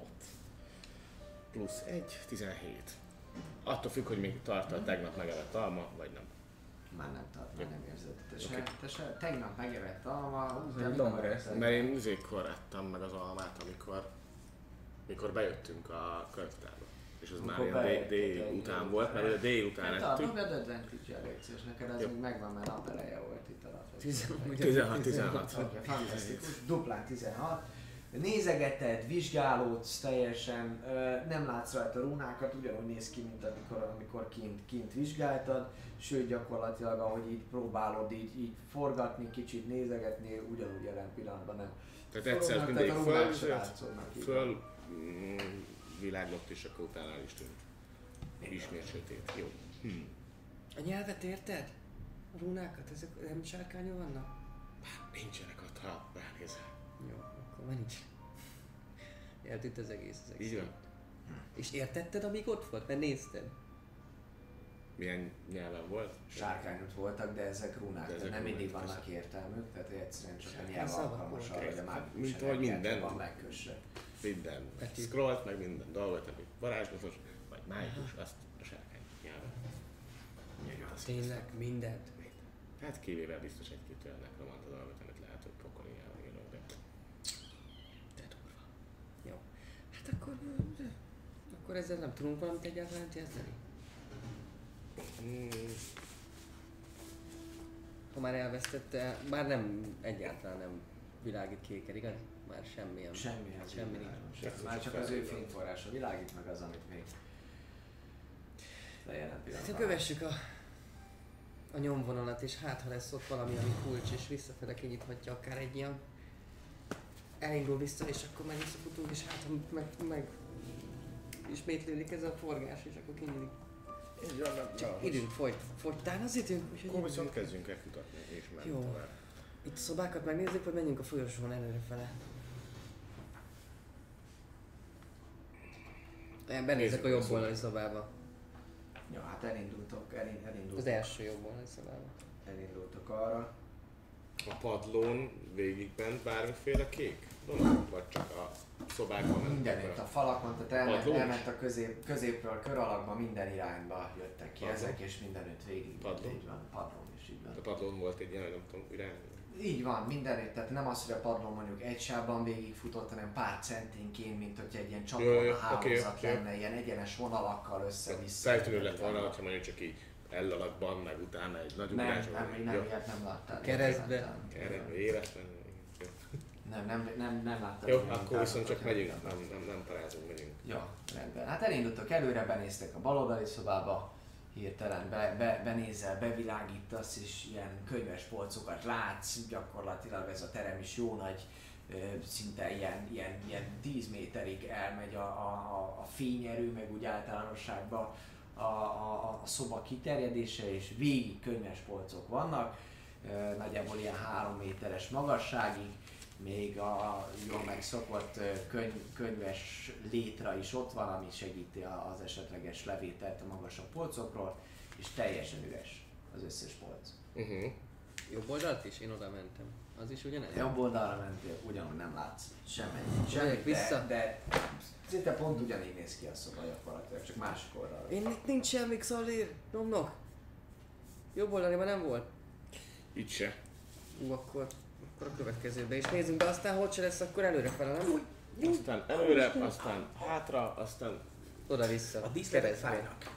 plusz egy, tizenhét. Attól függ, hogy még tart a tegnap megevett alma, vagy nem. Már nem tart, már nem érzed. Te se, Oké. te se, tegnap megevett alma, Ez utána egy mikor long rest. etted? Mert én üzékkor ettem meg az almát, amikor, mikor bejöttünk a könyvtárba. És az már Amikor ilyen bejöttetek dé- délután volt, mert ugye délután Hát ettünk. dobjad advantage-el, légy szíves, neked az Jó. még megvan, mert nap eleje volt itt alapvetően. tizenhat. tizenhat, tizenhat. Oké, fantasztikus, duplán tizenhat. Nézegeted, vizsgálódsz teljesen, ö, nem látsz rajta rúnákat, ugyanúgy néz ki, mint amikor, amikor kint, kint vizsgáltad, sőt gyakorlatilag ahogy így próbálod így, így forgatni, kicsit nézegetni, ugyanúgy jelen pillanatban nem. Tehát egyszer forognak, mindig tehát a rúnák föl, se látszódnak, így föl van. mm, világlott, és akkor utána el is tűnt. Ismét sötét. Jó. Hm. A nyelvet érted? A rúnákat, ezek nem sárkányok vannak? Nincsenek ott, ha ránézel. Jó, akkor már nincs. Eltűnt az egész, az egész. Így van. És értetted, amíg ott volt? Mert nézted? Milyen nyelven volt? Sárkányok voltak, de ezek rúnák, De tehát ezek nem mindig rúnák, vannak persze. értelmük, tehát egyszerűen csak a Sárkány nyelv szavak alkalmas voltak. arra, hogy a mágikus Mint ahogy energiát minden. jobban megkösse. Minden Betű. scrollt, meg minden dolgot, ami varázslatos, vagy mágikus, azt a sárkány nyelven. Nyilván azt Tényleg, mindent. Hát kivéve biztos egy-két olyan nekromanta dolgot, amit lehet, hogy pokoli nyelven írok, de... De durva. Jó. Hát akkor... Akkor ezzel nem tudunk valamit egyáltalán kezdeni? Mm, Ha már elvesztette, bár nem, egyáltalán nem világít kéken, igaz? Már semmilyen. Semmi az Semmi igazából. nincs. Semmi. Már csak az ő fényforrása világít meg az, amit még de jelen Hát pillanatban. kövessük a, a nyomvonalat, és hát ha lesz ott valami, ami kulcs, és visszafele kinyithatja akár egy ilyen... Elindul vissza, és akkor meg visszafutunk, és hát ha meg, meg ismétlődik ez a forgás, és akkor kinyílik. így van, nem Csak időnk fogy, fogytán az időnk, úgyhogy Akkor viszont időnk. kezdjünk el kutatni, és menni Jó. tovább. Itt a szobákat megnézzük, vagy menjünk a folyosón előrefele? Én benézek Nézzük a a jobb szobát. oldali szobába. Ja, hát elindultok, elind, elindultok, Az első jobb oldali szobába. elindultok arra. A padlón végigment bármiféle kék dolog? Vagy csak a szobákban mentek Mindenütt a a... falakon, tehát elment, Padlón? elment a közép, középről kör alakba, minden irányba jöttek ki Padlón? ezek, és mindenütt végig. Padlón? Így van, padlón is így van. A padlón volt egy ilyen, nem tudom, irány. Így van, mindenütt, tehát nem az, hogy a padlón mondjuk egy sávban végigfutott, hanem pár centinként, mint hogy egy ilyen Jó, jó, csatorna oké, hálózat oké. lenne, ilyen egyenes vonalakkal össze-vissza. Feltűnő lett volna, hogyha mondjuk csak így ellalakban, meg utána egy nagy Nem, ugrás. nem, vagy- nem, Jó. ilyet nem láttál. Keresztbe. ilyet nem láttál. Erre életlen. Nem, nem, nem, nem láttam. Jó, hogy akkor mintázat, viszont csak hogyha- megyünk, nem, nem, nem parázunk, megyünk. Ja, rendben. Hát elindultak előre, benéztek a baloldali szobába, hirtelen be, be, benézel, bevilágítasz, és ilyen könyves polcokat látsz, gyakorlatilag ez a terem is jó nagy, ö, szinte ilyen, ilyen, ilyen tíz méterig elmegy a, a, a fényerő, meg úgy általánosságban a, a, a szoba kiterjedése, és végig könyves polcok vannak, ö, nagyjából ilyen három méteres magasságig, még a jól megszokott ö, könyv, könyves létra is ott van, ami segíti a- az esetleges levételt a magasabb polcokról, és teljesen üres az összes polc. Uh-huh. Jobb oldalt is? Én oda mentem. Az is ugyanez? Jobb oldalra mentél, ugyanúgy nem látsz semmit, Megyek semmit, vissza. de, de szinte pont ugyanígy néz ki a szoba gyakorlatilag, csak másik oldalra. Én itt nincs semmi, Xalér. Nyomnak. Jobb oldaliban nem volt. Itt se. Ú, akkor, akkor a következőbe is nézzünk, de aztán hogy se lesz, akkor előrefele, nem? Aztán előre, aztán hátra, aztán Oda-vissza. A díszletek Keresztbe. fájnak.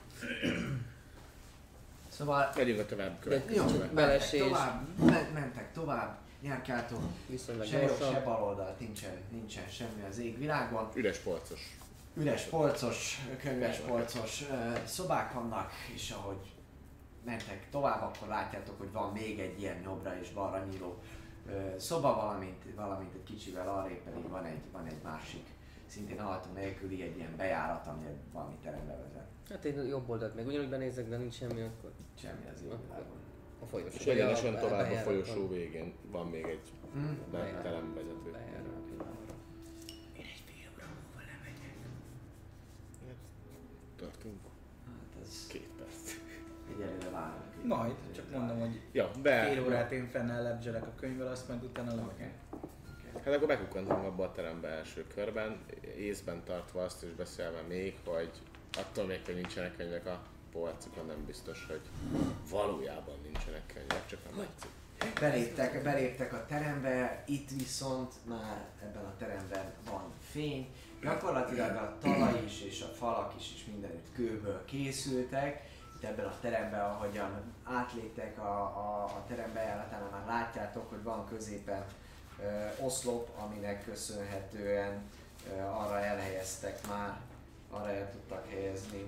Szóval megyünk a tovább jó, következőbe. mentek belesés. tovább, men- mentek tovább, nyárkáltok, Viszonylag se jobb, se gyorsan. bal oldalt nincsen, nincsen semmi az égvilágon. Üres polcos. Üres polcos, könyves polcos ö, szobák vannak, és ahogy mentek tovább, akkor látjátok, hogy van még egy ilyen jobbra és balra nyíló ö, szoba, valamint, valamint egy kicsivel arrébb pedig van egy, van egy másik, szintén ajtó nélküli egy ilyen bejárat, ami egy valami terembe vezet. Hát én jobb oldalt meg ugyanúgy benézek, de nincs semmi, akkor Semmi az égvilágon. a folyosó. És egyenesen Ja, tovább a bejárat folyosó van. végén van még egy Hm? be- teremvezető. Bejárat pillanatra. Én egy fél óra múlva lemegyek. Tartunk Hát ez két perc. egyelőre várunk. Majd, csak mondom, hogy Ja, be. fél órát én fennáll lebzselek a könyvvel, azt majd utána lemegyek. Hát akkor bekukkantunk abba a terembe első körben, észben tartva azt is beszélve még, hogy attól még, hogy nincsenek könyvek a polcikon, nem biztos, hogy valójában nincsenek könyvek, csak nem látszik. Beléptek, beléptek a terembe, itt viszont már ebben a teremben van fény. Gyakorlatilag a talaj is és a falak is, is mindenütt kőből készültek. Itt ebben a teremben, ahogyan átléptek a, a, a terem bejáratánál, már látjátok, hogy van középen ö, oszlop, aminek köszönhetően ö, arra elhelyeztek már, arra el tudtak helyezni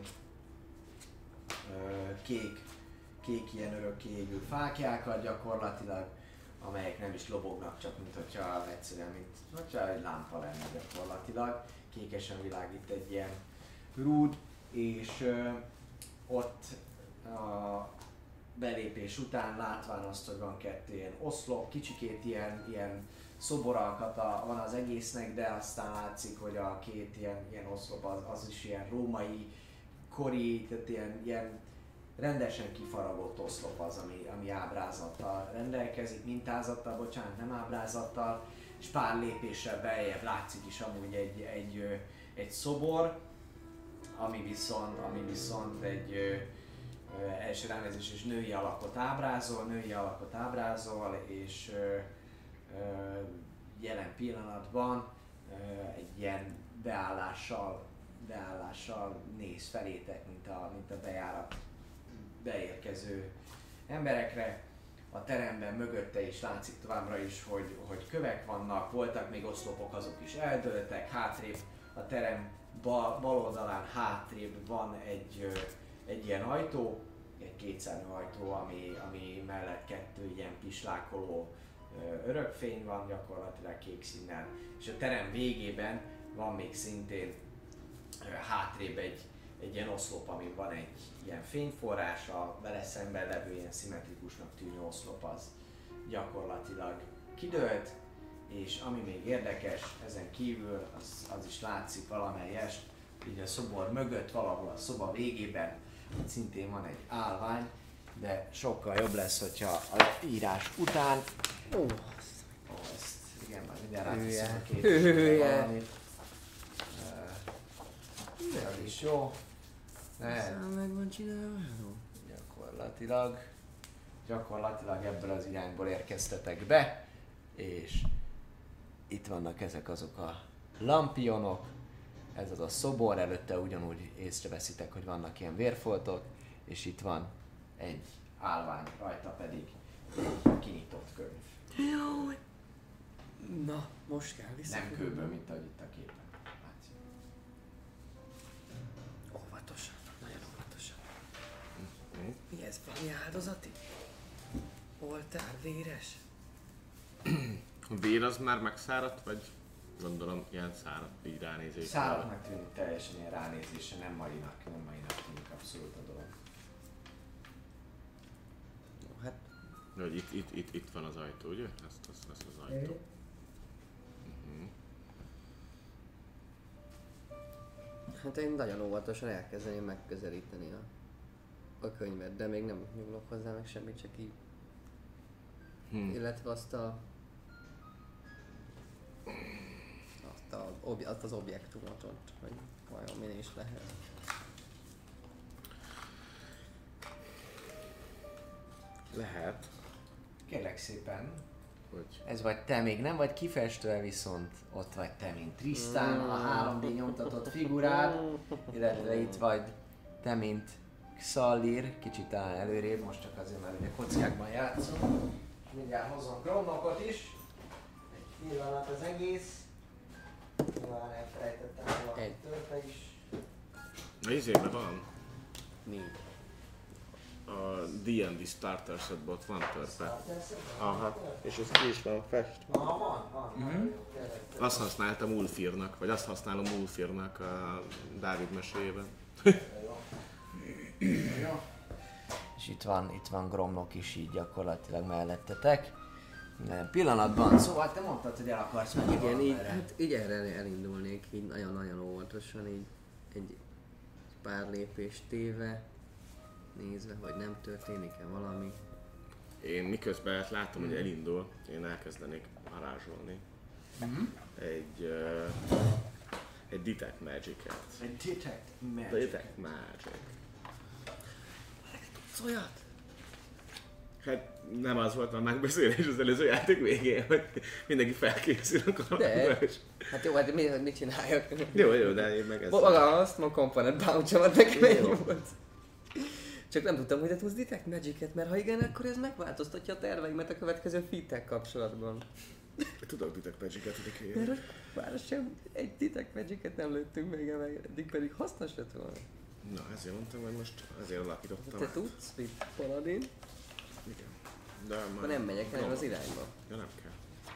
ö, kék kék ilyen örökké égő fáklyákat gyakorlatilag, amelyek nem is lobognak, csak mint hogyha egyszerűen, mint hogyha egy lámpa lenne gyakorlatilag. Kékesen világít egy ilyen rúd, és ö, ott a belépés után látván azt, hogy van kettő ilyen oszlop, kicsikét ilyen, ilyen szoboralkata van az egésznek, de aztán látszik, hogy a két ilyen, ilyen oszlop az, az is ilyen római, kori, tehát ilyen, ilyen rendesen kifaragott oszlop az, ami, ami ábrázattal rendelkezik, mintázattal, bocsánat, nem ábrázattal, és pár lépéssel beljebb látszik is amúgy egy, egy, ö, egy szobor, ami viszont, ami viszont egy ö, ö, első ránézés is női alakot ábrázol, női alakot ábrázol, és ö, ö, jelen pillanatban ö, egy ilyen beállással, beállással néz felétek, mint a, mint a bejárat beérkező emberekre. A teremben mögötte is látszik továbbra is, hogy, hogy kövek vannak, voltak még oszlopok, azok is eldőltek, hátrébb a terem bal, bal oldalán hátrébb van egy, ö, egy ilyen ajtó, egy kétszárnyú ajtó, ami, ami mellett kettő ilyen pislákoló ö, örökfény van, gyakorlatilag kék színnel, és a terem végében van még szintén ö, hátrébb egy egy ilyen oszlop, ami van egy ilyen fényforrás, a vele szemben levő ilyen szimmetrikusnak tűnő oszlop az gyakorlatilag kidőlt, és ami még érdekes, ezen kívül az, az is látszik valamelyest, így a szobor mögött, valahol a szoba végében szintén van egy állvány, de sokkal jobb lesz, hogyha a írás után, Ó, ó, ezt igen, már mindjárt Hülye. ráteszem a két Hülye. valamit. Ö, Ez is jó. Lehet. meg van csinálva. Gyakorlatilag, gyakorlatilag ebből az irányból érkeztetek be, és itt vannak ezek azok a lampionok, ez az a szobor, előtte ugyanúgy észreveszitek, hogy vannak ilyen vérfoltok, és itt van egy állvány, rajta pedig egy kinyitott könyv. Na, most kell vissza. Nem kőből, mint ahogy itt a képen. Látszik. Óvatosan, nagyon óvatosan. Mi ez? Valami áldozati? Oltár, véres? A vér az már megszáradt, vagy gondolom ilyen száradt, így ránézés? Száradnak tűnik, teljesen ilyen ránézése, nem marinak, nem marinak tűnik abszolút a dolog. Jó, hát Hogy itt, itt, itt, itt van az ajtó, ugye? Ez, ez, ez az ajtó. Uh-huh. Hát én nagyon óvatosan elkezdeném megközelíteni a, a könyvet, de még nem nyúlok hozzá meg semmit, csak így. Hmm. Illetve azt a... Azt, a, obj, azt az objektumot ott, hogy vajon mi is lehet. Lehet, Kérlek szépen, hogy... ez vagy te, még nem vagy kifestve, viszont ott vagy te, mint Tristan, a három dé nyomtatott figurád, illetve itt vagy te, mint Xalir, kicsit talán előrébb, most csak azért, mert ugye kockákban játszunk. Mindjárt hozom Gromnokot is. Egy pillanat az egész. Nyilván elfelejtettem a Egy. törpe is. A izében van. Nincs. A dé and dé Starter Setben ott van törpe. Aha. És ez ki is van festve. Aha, van, van. Mm-hmm. Azt használtam Ulfirnak, vagy azt használom Ulfirnak a Dávid meséjében. Jó. És itt van, itt van Gromnok is így gyakorlatilag mellettetek. Minden pillanatban, szóval te mondtad, hogy el akarsz menni Igen, így, valamelyre. hát így erre elindulnék, így nagyon-nagyon óvatosan, így egy pár lépést téve, nézve, hogy nem történik-e valami. Én miközben hát látom, hogy elindul, én elkezdenék varázsolni. Mhm. Egy... Uh, egy Detect Magic-et. Egy detect magic. Detect Magic. Olyat? Hát nem az volt a megbeszélés az előző játék végén, hogy mindenki felkészül a kalandra. és- Hát jó, hát mit, mit csináljak? Jó, jó, de én meg ezt... Maga azt, ma komponent bounce-omat nekem egy Jó. volt. Csak nem tudtam, hogy te tudsz Detect Magic-et, mert ha igen, akkor ez megváltoztatja a terveimet a következő feat-tel kapcsolatban. Tudok Detect Magic-et, hogy Mert hogy már sem egy Detect Magic-et nem lőttünk még el, meg eddig pedig hasznos lett volna. Na, ezért mondtam, hogy most ezért alakítottam. Te át. tudsz, mit Paladin? Igen. De már... Akkor nem megyek el az irányba. Ja, nem kell.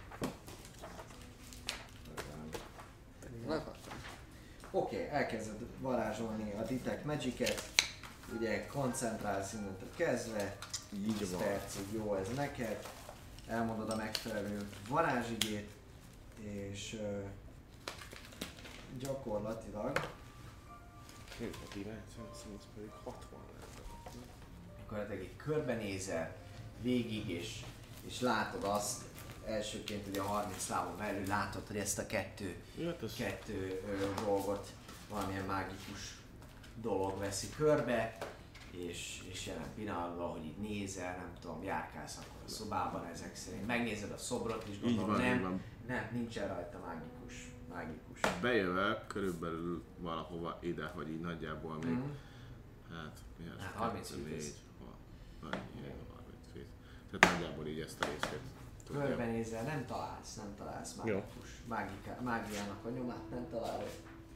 Pedig nem akartam. Oké, okay, elkezded varázsolni a Detect Magic-et. Ugye koncentrálsz innentől kezdve. Így tíz van. percig jó ez neked. Elmondod a megfelelő varázsigét. És uh, gyakorlatilag Hű, a dimenzió pedig hatvan lenne. gyakorlatilag így körbenézel végig, és, és látod azt, elsőként ugye a harminc lábon belül látod, hogy ezt a kettő, Jó, hát ez... kettő ö, dolgot valamilyen mágikus dolog veszi körbe, és, és jelen pillanatban, hogy így nézel, nem tudom, járkálsz akkor a szobában ezek szerint. Megnézed a szobrot is, gondolom, van, nem, így van. nem, nincsen rajta mágikus, mágikus. Bejövök körülbelül valahova ide, hogy így nagyjából még... Mhm. Hát, mi az? Hát, harminc feet négy, ez. ha- annyi, harminc feet. Tehát nagyjából így ezt a részét tudja. Körbenézel, nem találsz, nem találsz mágikus, mágika, mágiának a nyomát nem találod.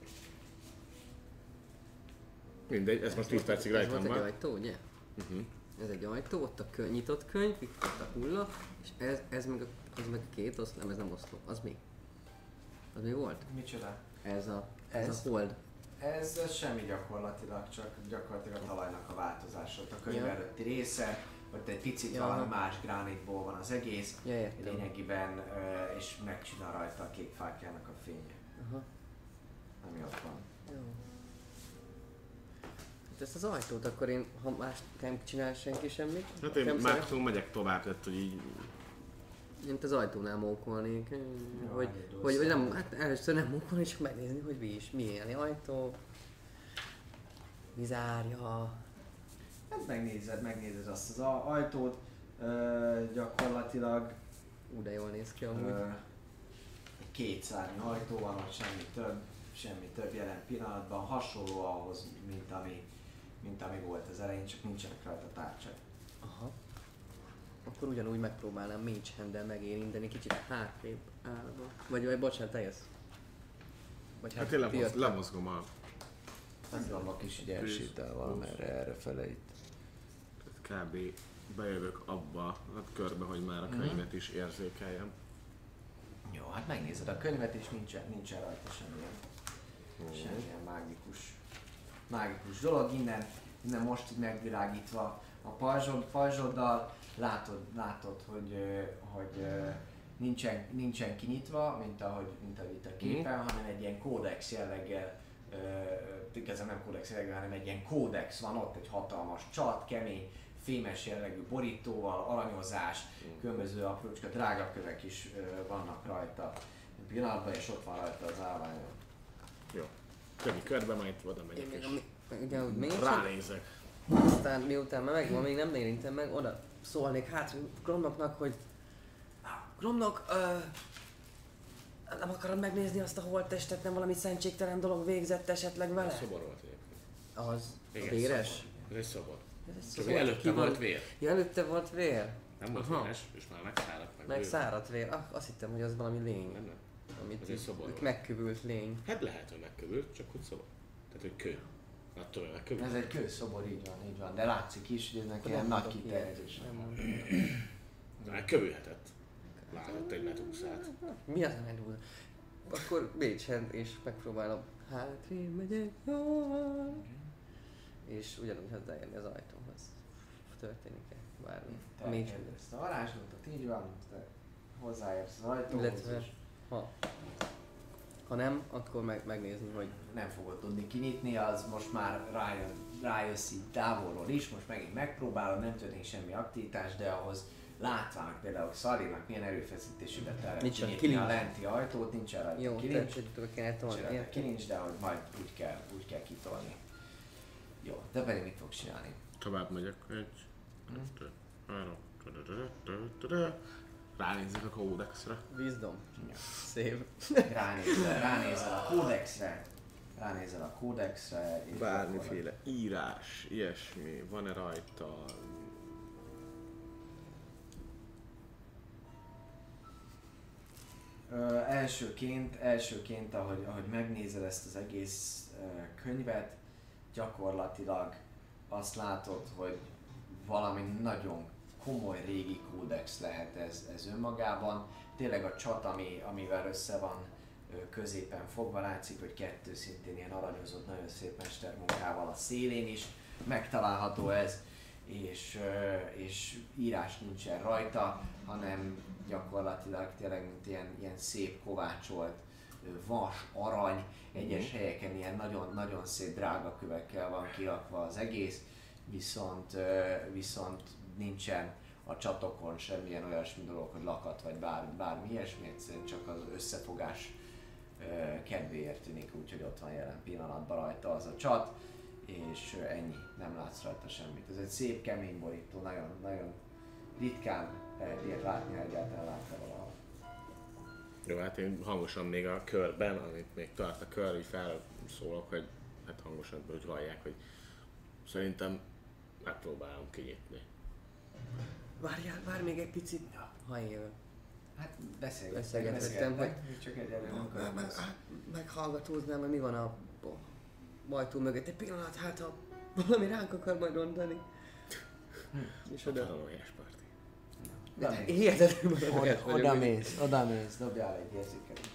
Mindegy, ez most tíz percig Ez rajtam volt egy van. ajtó, ugye? Uh-huh. Ez egy ajtó, ott a kö- nyitott könyv, itt ott a hulla, és ez, ez meg a, az meg a két oszlop, nem ez nem oszlop, az mi? Az mi volt? Micsoda? Ez a, ez, Ez? a hold. Ez, ez semmi gyakorlatilag, csak gyakorlatilag a talajnak a változása. Ott a könyv Ja. előtti része, ott egy picit Ja, valami aha. más gránitból van az egész, Ja, értem. lényegében, ö, és megcsinál rajta a kék fákjának a fénye, Aha. ami ott van. Jó. Hát ezt az ajtót akkor én, ha más nem csinál senki semmit, Hát én nem már szeret- tudom, megyek tovább, tehát hogy így... én itt az ajtónál mókolnék, Jó, hogy, elindulsz hogy, hogy nem, el. hát először nem mókolni, csak megnézni, hogy mi is, milyen ajtó, mi zárja. Hát megnézed, megnézed azt az a- ajtót, ö, gyakorlatilag Ú, de jól néz ki amúgy. ö, egy kétszárnyú ajtó van, ott semmi több, semmi több jelen pillanatban, hasonló ahhoz, mint ami, mint ami volt az elején, csak nincsenek rajta tárcsák. Aha. akkor ugyanúgy megpróbálnám Mage Hand-del megérinteni, kicsit hátrébb állva. Vagy, vagy bocsánat, te jössz. Vagy Hát én lemoz, jöttem. lemozgom a... Az vannak is így elsétál valamerre erre fele itt. Kb. Bejövök abba a körbe, hogy már a könyvet is érzékeljem. Jó, hát megnézed a könyvet és nincsen, nincsen rajta semmilyen, Mm. semmilyen mágikus, mágikus dolog. Innen, innen most így megvilágítva a pajzsod, pajzsoddal látod, látod hogy, ö, hogy ö, nincsen, nincsen kinyitva, mint ahogy, mint ahogy itt a képen, mm. hanem egy ilyen kódex jelleggel, ö, igazán nem kódex jelleggel, hanem egy ilyen kódex van ott, egy hatalmas csat, kemény, fémes jellegű borítóval, aranyozás, különböző aprócska, drága kövek is ö, vannak rajta pillanatban, és ott van rajta az állvány. Jó. Kövi körbe, majd oda Én megyek még és a, ugye, úgy Mage Hand, ránézek. aztán miután már megvan, még nem érintem meg, oda szólnék hát Gromnoknak, hogy Gromnok, ö, nem akarod megnézni azt a holttestet, nem valami szentségtelen dolog végzett esetleg Ez vele? szobor volt egyébként. Az a Igen, véres? szobor. Ez egy szobor. Ez egy Csak szobor. előtte Ki volt vér. Ja, előtte volt vér? Nem volt Aha. véres, és már megszáradt meg. Meg bőven. száradt vér. Ah, azt hittem, hogy az valami lény. Nem, nem. Amit Ez egy így- szobor volt. megkövült lény. Hát lehet, hogy megkövült, csak hogy szobor. Tehát, hogy kő. Attól, hogy megkövült. Ez egy kőszobor, így van, így van, de látszik is, hogy ennek ilyen Nem nagy mondok kiterjedés. ilyet. Nem mondok. De megkövülhetett. Látott egy metúszát. Mi az a medúza? Akkor Mage Hand és megpróbálom hátrébb megyek, jól. És ugyanúgy hozzáérni az ajtóhoz. Történik-e bármi? Te Mage elkezded ezt a varázslatot, így van, te hozzáérsz az ajtóhoz, Illetve- és Ha. Ha nem, akkor meg, megnézni, hogy nem fogod tudni kinyitni, az most már rájön, rájössz így távolról is, most megint megpróbálod, nem történik semmi aktivitás, de ahhoz látván például Szalinak milyen erőfeszítésébe terem Nincs a kinyitni a kilincs. lenti ajtót, nincs rá jó, kilincs, tehát hogy kéne tolni. nincs rá érted? kilincs, de hogy majd úgy kell, úgy kell kitolni. Jó, te pedig mit fogsz csinálni? Tovább megyek. Egy, kettő, három. tadadadadadadada. Ránézzek a kódexre. Wisdom. Szép. Ránézel, ránézel a kódexre, ránézel a kódexre, és Bármiféle írás, ilyesmi, van-e rajta? Ö, elsőként, elsőként ahogy, ahogy megnézed ezt az egész ö, könyvet, gyakorlatilag azt látod, hogy valami nagyon komoly régi kódex lehet ez, ez önmagában. Tényleg a csat, ami, amivel össze van ö, középen fogva, látszik, hogy kettő szintén ilyen aranyozott, nagyon szép mestermunkával a szélén is megtalálható ez, és, ö, és írás nincsen rajta, hanem gyakorlatilag tényleg mint ilyen, ilyen szép kovácsolt ö, vas, arany, egyes helyeken ilyen nagyon-nagyon szép drága kövekkel van kirakva az egész, viszont, ö, viszont nincsen a csatokon semmilyen olyasmi dolog, hogy lakat vagy bár, bármi ilyesmi, egyszerűen csak az összefogás ö, kedvéért tűnik, úgyhogy ott van jelen pillanatban rajta az a csat, és ö, ennyi, nem látsz rajta semmit. Ez egy szép, kemény borító, nagyon, nagyon ritkán lehet ilyet látni, ha egyáltalán látta valahol. Jó, hát én hangosan még a körben, amit még tart a kör, így felszólok, hogy hát hangosan, hogy hallják, hogy szerintem megpróbálom kinyitni. Várjál, várj még egy picit. Ha én Hát beszélgettek, Beszélgettem, beszélgettek, hogy csak egyelőre nem meg, meg, következő. meghallgatóznám, hogy mi van a a ajtó mögött. Egy pillanat, hát ha valami ránk akar majd rontani. És oda. Paranoiás parti. Oda mész. Hihetetlen Oda, maradás vagyok. oda mész, oda mész, dobjál egy érzékelést.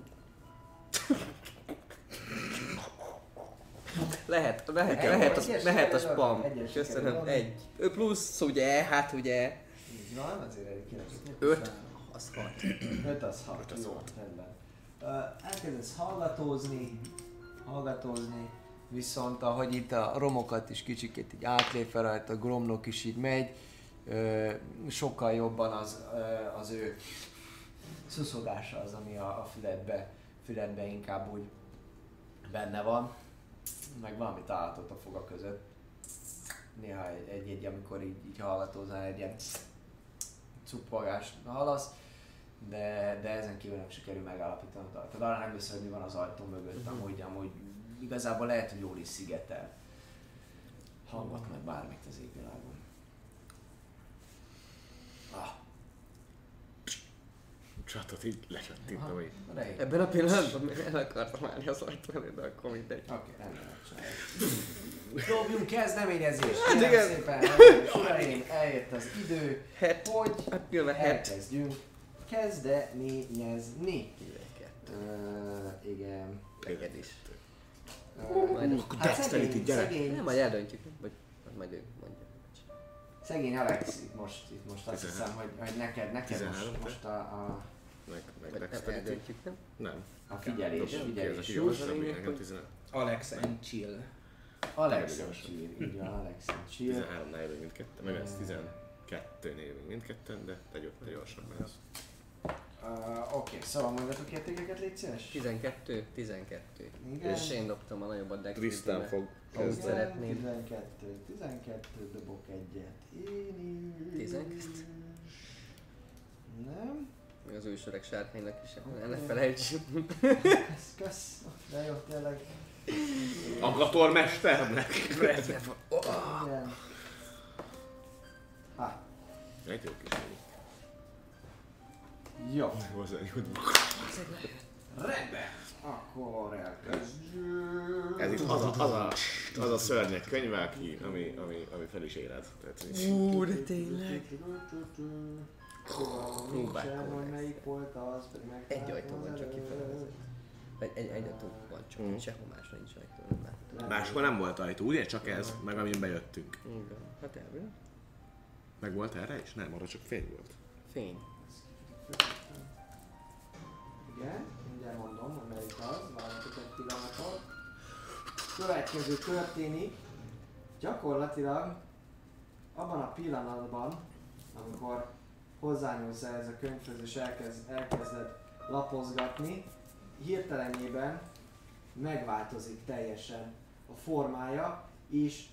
Lehet, lehet, Egy, lehet, egyes az, lehet a sikerül spam. adni, egyes Köszönöm. sikerül adni. Egy. Ő plusz, ugye, hát ugye. Így van, azért elég kilenc. Öt. Az hat. öt az hat, jó, rendben. Ö, elkezdesz hallgatózni, hallgatózni, viszont ahogy itt a romokat is kicsikét így átlépve rajta, a Gromnok is így megy, ö, sokkal jobban az, ö, az ő szuszogása az, ami a, a füledbe, füledbe inkább úgy benne van, meg valamit állhatott a foga között. Néha egy-egy, amikor így, így hallgatózál, egy ilyen cuppogást hallasz, de, de ezen kívül nem sikerül megállapítani. Tehát arra nem beszél, hogy mi van az ajtó mögött, amúgy, amúgy igazából lehet, hogy jól is szigetel hangot, meg bármit az égvilágon. csatot így lecsattintom így. Rejt. Ebben a pillanatban el akartam állni az ajtó előtt, de akkor mindegy. Oké, rendben megcsináljuk. Dobjunk kezdeményezést! Hát Kérem igen. szépen, hölgyeim és uraim, eljött az idő, Het. hogy Hát pillanat het. elkezdjünk kezdeményezni. Kettő. Uh, igen. Neked is. Uh, Majd akkor hát dexterity, szegény, gyere. szegény, Nem, majd eldöntjük, vagy vagy majd ő mondja. szegény Alex, itt most, itt most azt tizenhárom. hiszem, hogy, hogy neked, neked tizenhárom, most, te? most a, a, Meg, meg Vagy nem dexterity. eldöntjük, nem? Nem. a figyelés, Dobjam ki, ez figyelés. aki Jó, gyorsabb, a lényeg, nekem hogy- tizenöt. Alex and chill. Alex and Chill, így van, Alex and Chill. tizenháromnál jövünk mindketten, meg ez tizenkettőnél jövünk mindketten, de te jobb, te gyorsabb lesz. Uh, Oké, okay, szóval mondjatok értékeket, légy szíves? tizenkettő, tizenkettő. Igen. És én dobtam a nagyobbat deck. Tristan fog Ahogy kezdeni. szeretnéd. tizenkettő, tizenkettő, dobok egyet. Én is. tizenkettő. Nem? Még az ősöreg sárkánynak is, el ne felejtsük. Kösz, kösz. De jó, tényleg. Agatormesternek! Igen. Ah, Egy jó kis ennyi. jó. Hozzányújt. Rendben. Akkor elkezdjük. Ez itt az a, az a, az a szörnyek könyve, aki, ami, ami, ami fel is éred. Tehát, hogy- Ú, de tényleg. Nincsen, bátor hogy lesz. melyik volt az, pedig megtaláltam Egy ajtó van az csak előtt. kifele. Vagy egy, egy ajtó van csak, Mm. sehol másra nincs ajtó, nem látom. Máshol nem volt ajtó, ugye? Csak ez, meg amin bejöttünk. Igen, hát elvileg. Meg volt erre is? Nem, arra csak fény volt. Fény. Igen, mindjárt mondom, hogy melyik az, várjatok egy pillanatot. Következő történik, gyakorlatilag abban a pillanatban, amikor hozzányúlsz ehhez a könyvhöz és elkezd, elkezded lapozgatni, hirtelenjében megváltozik teljesen a formája, és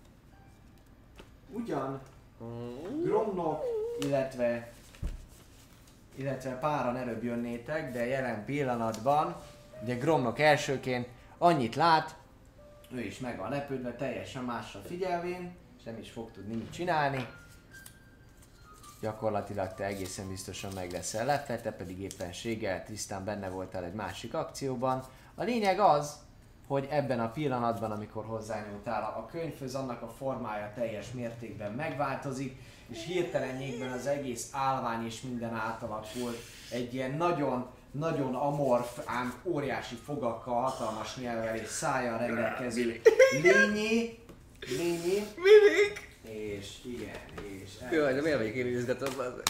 ugyan Gromnok, illetve illetve páran előbb jönnétek, de jelen pillanatban, ugye Gromnok elsőként annyit lát, ő is meg van lepődve, teljesen másra figyelvén, és nem is fog tudni mit csinálni. Gyakorlatilag te egészen biztosan meg leszel lepve, te pedig éppenséggel tisztán benne voltál egy másik akcióban. A lényeg az, hogy ebben a pillanatban, amikor hozzányúltál a könyvhöz, annak a formája teljes mértékben megváltozik, és hirtelenjékben az egész állvány és minden átalakult egy ilyen nagyon, nagyon amorf, ám óriási fogakkal, hatalmas nyelvvel és szájjal rendelkező lényé, lényé, Mindig! és igen, és Jaj, de miért vagyok én üzletet az?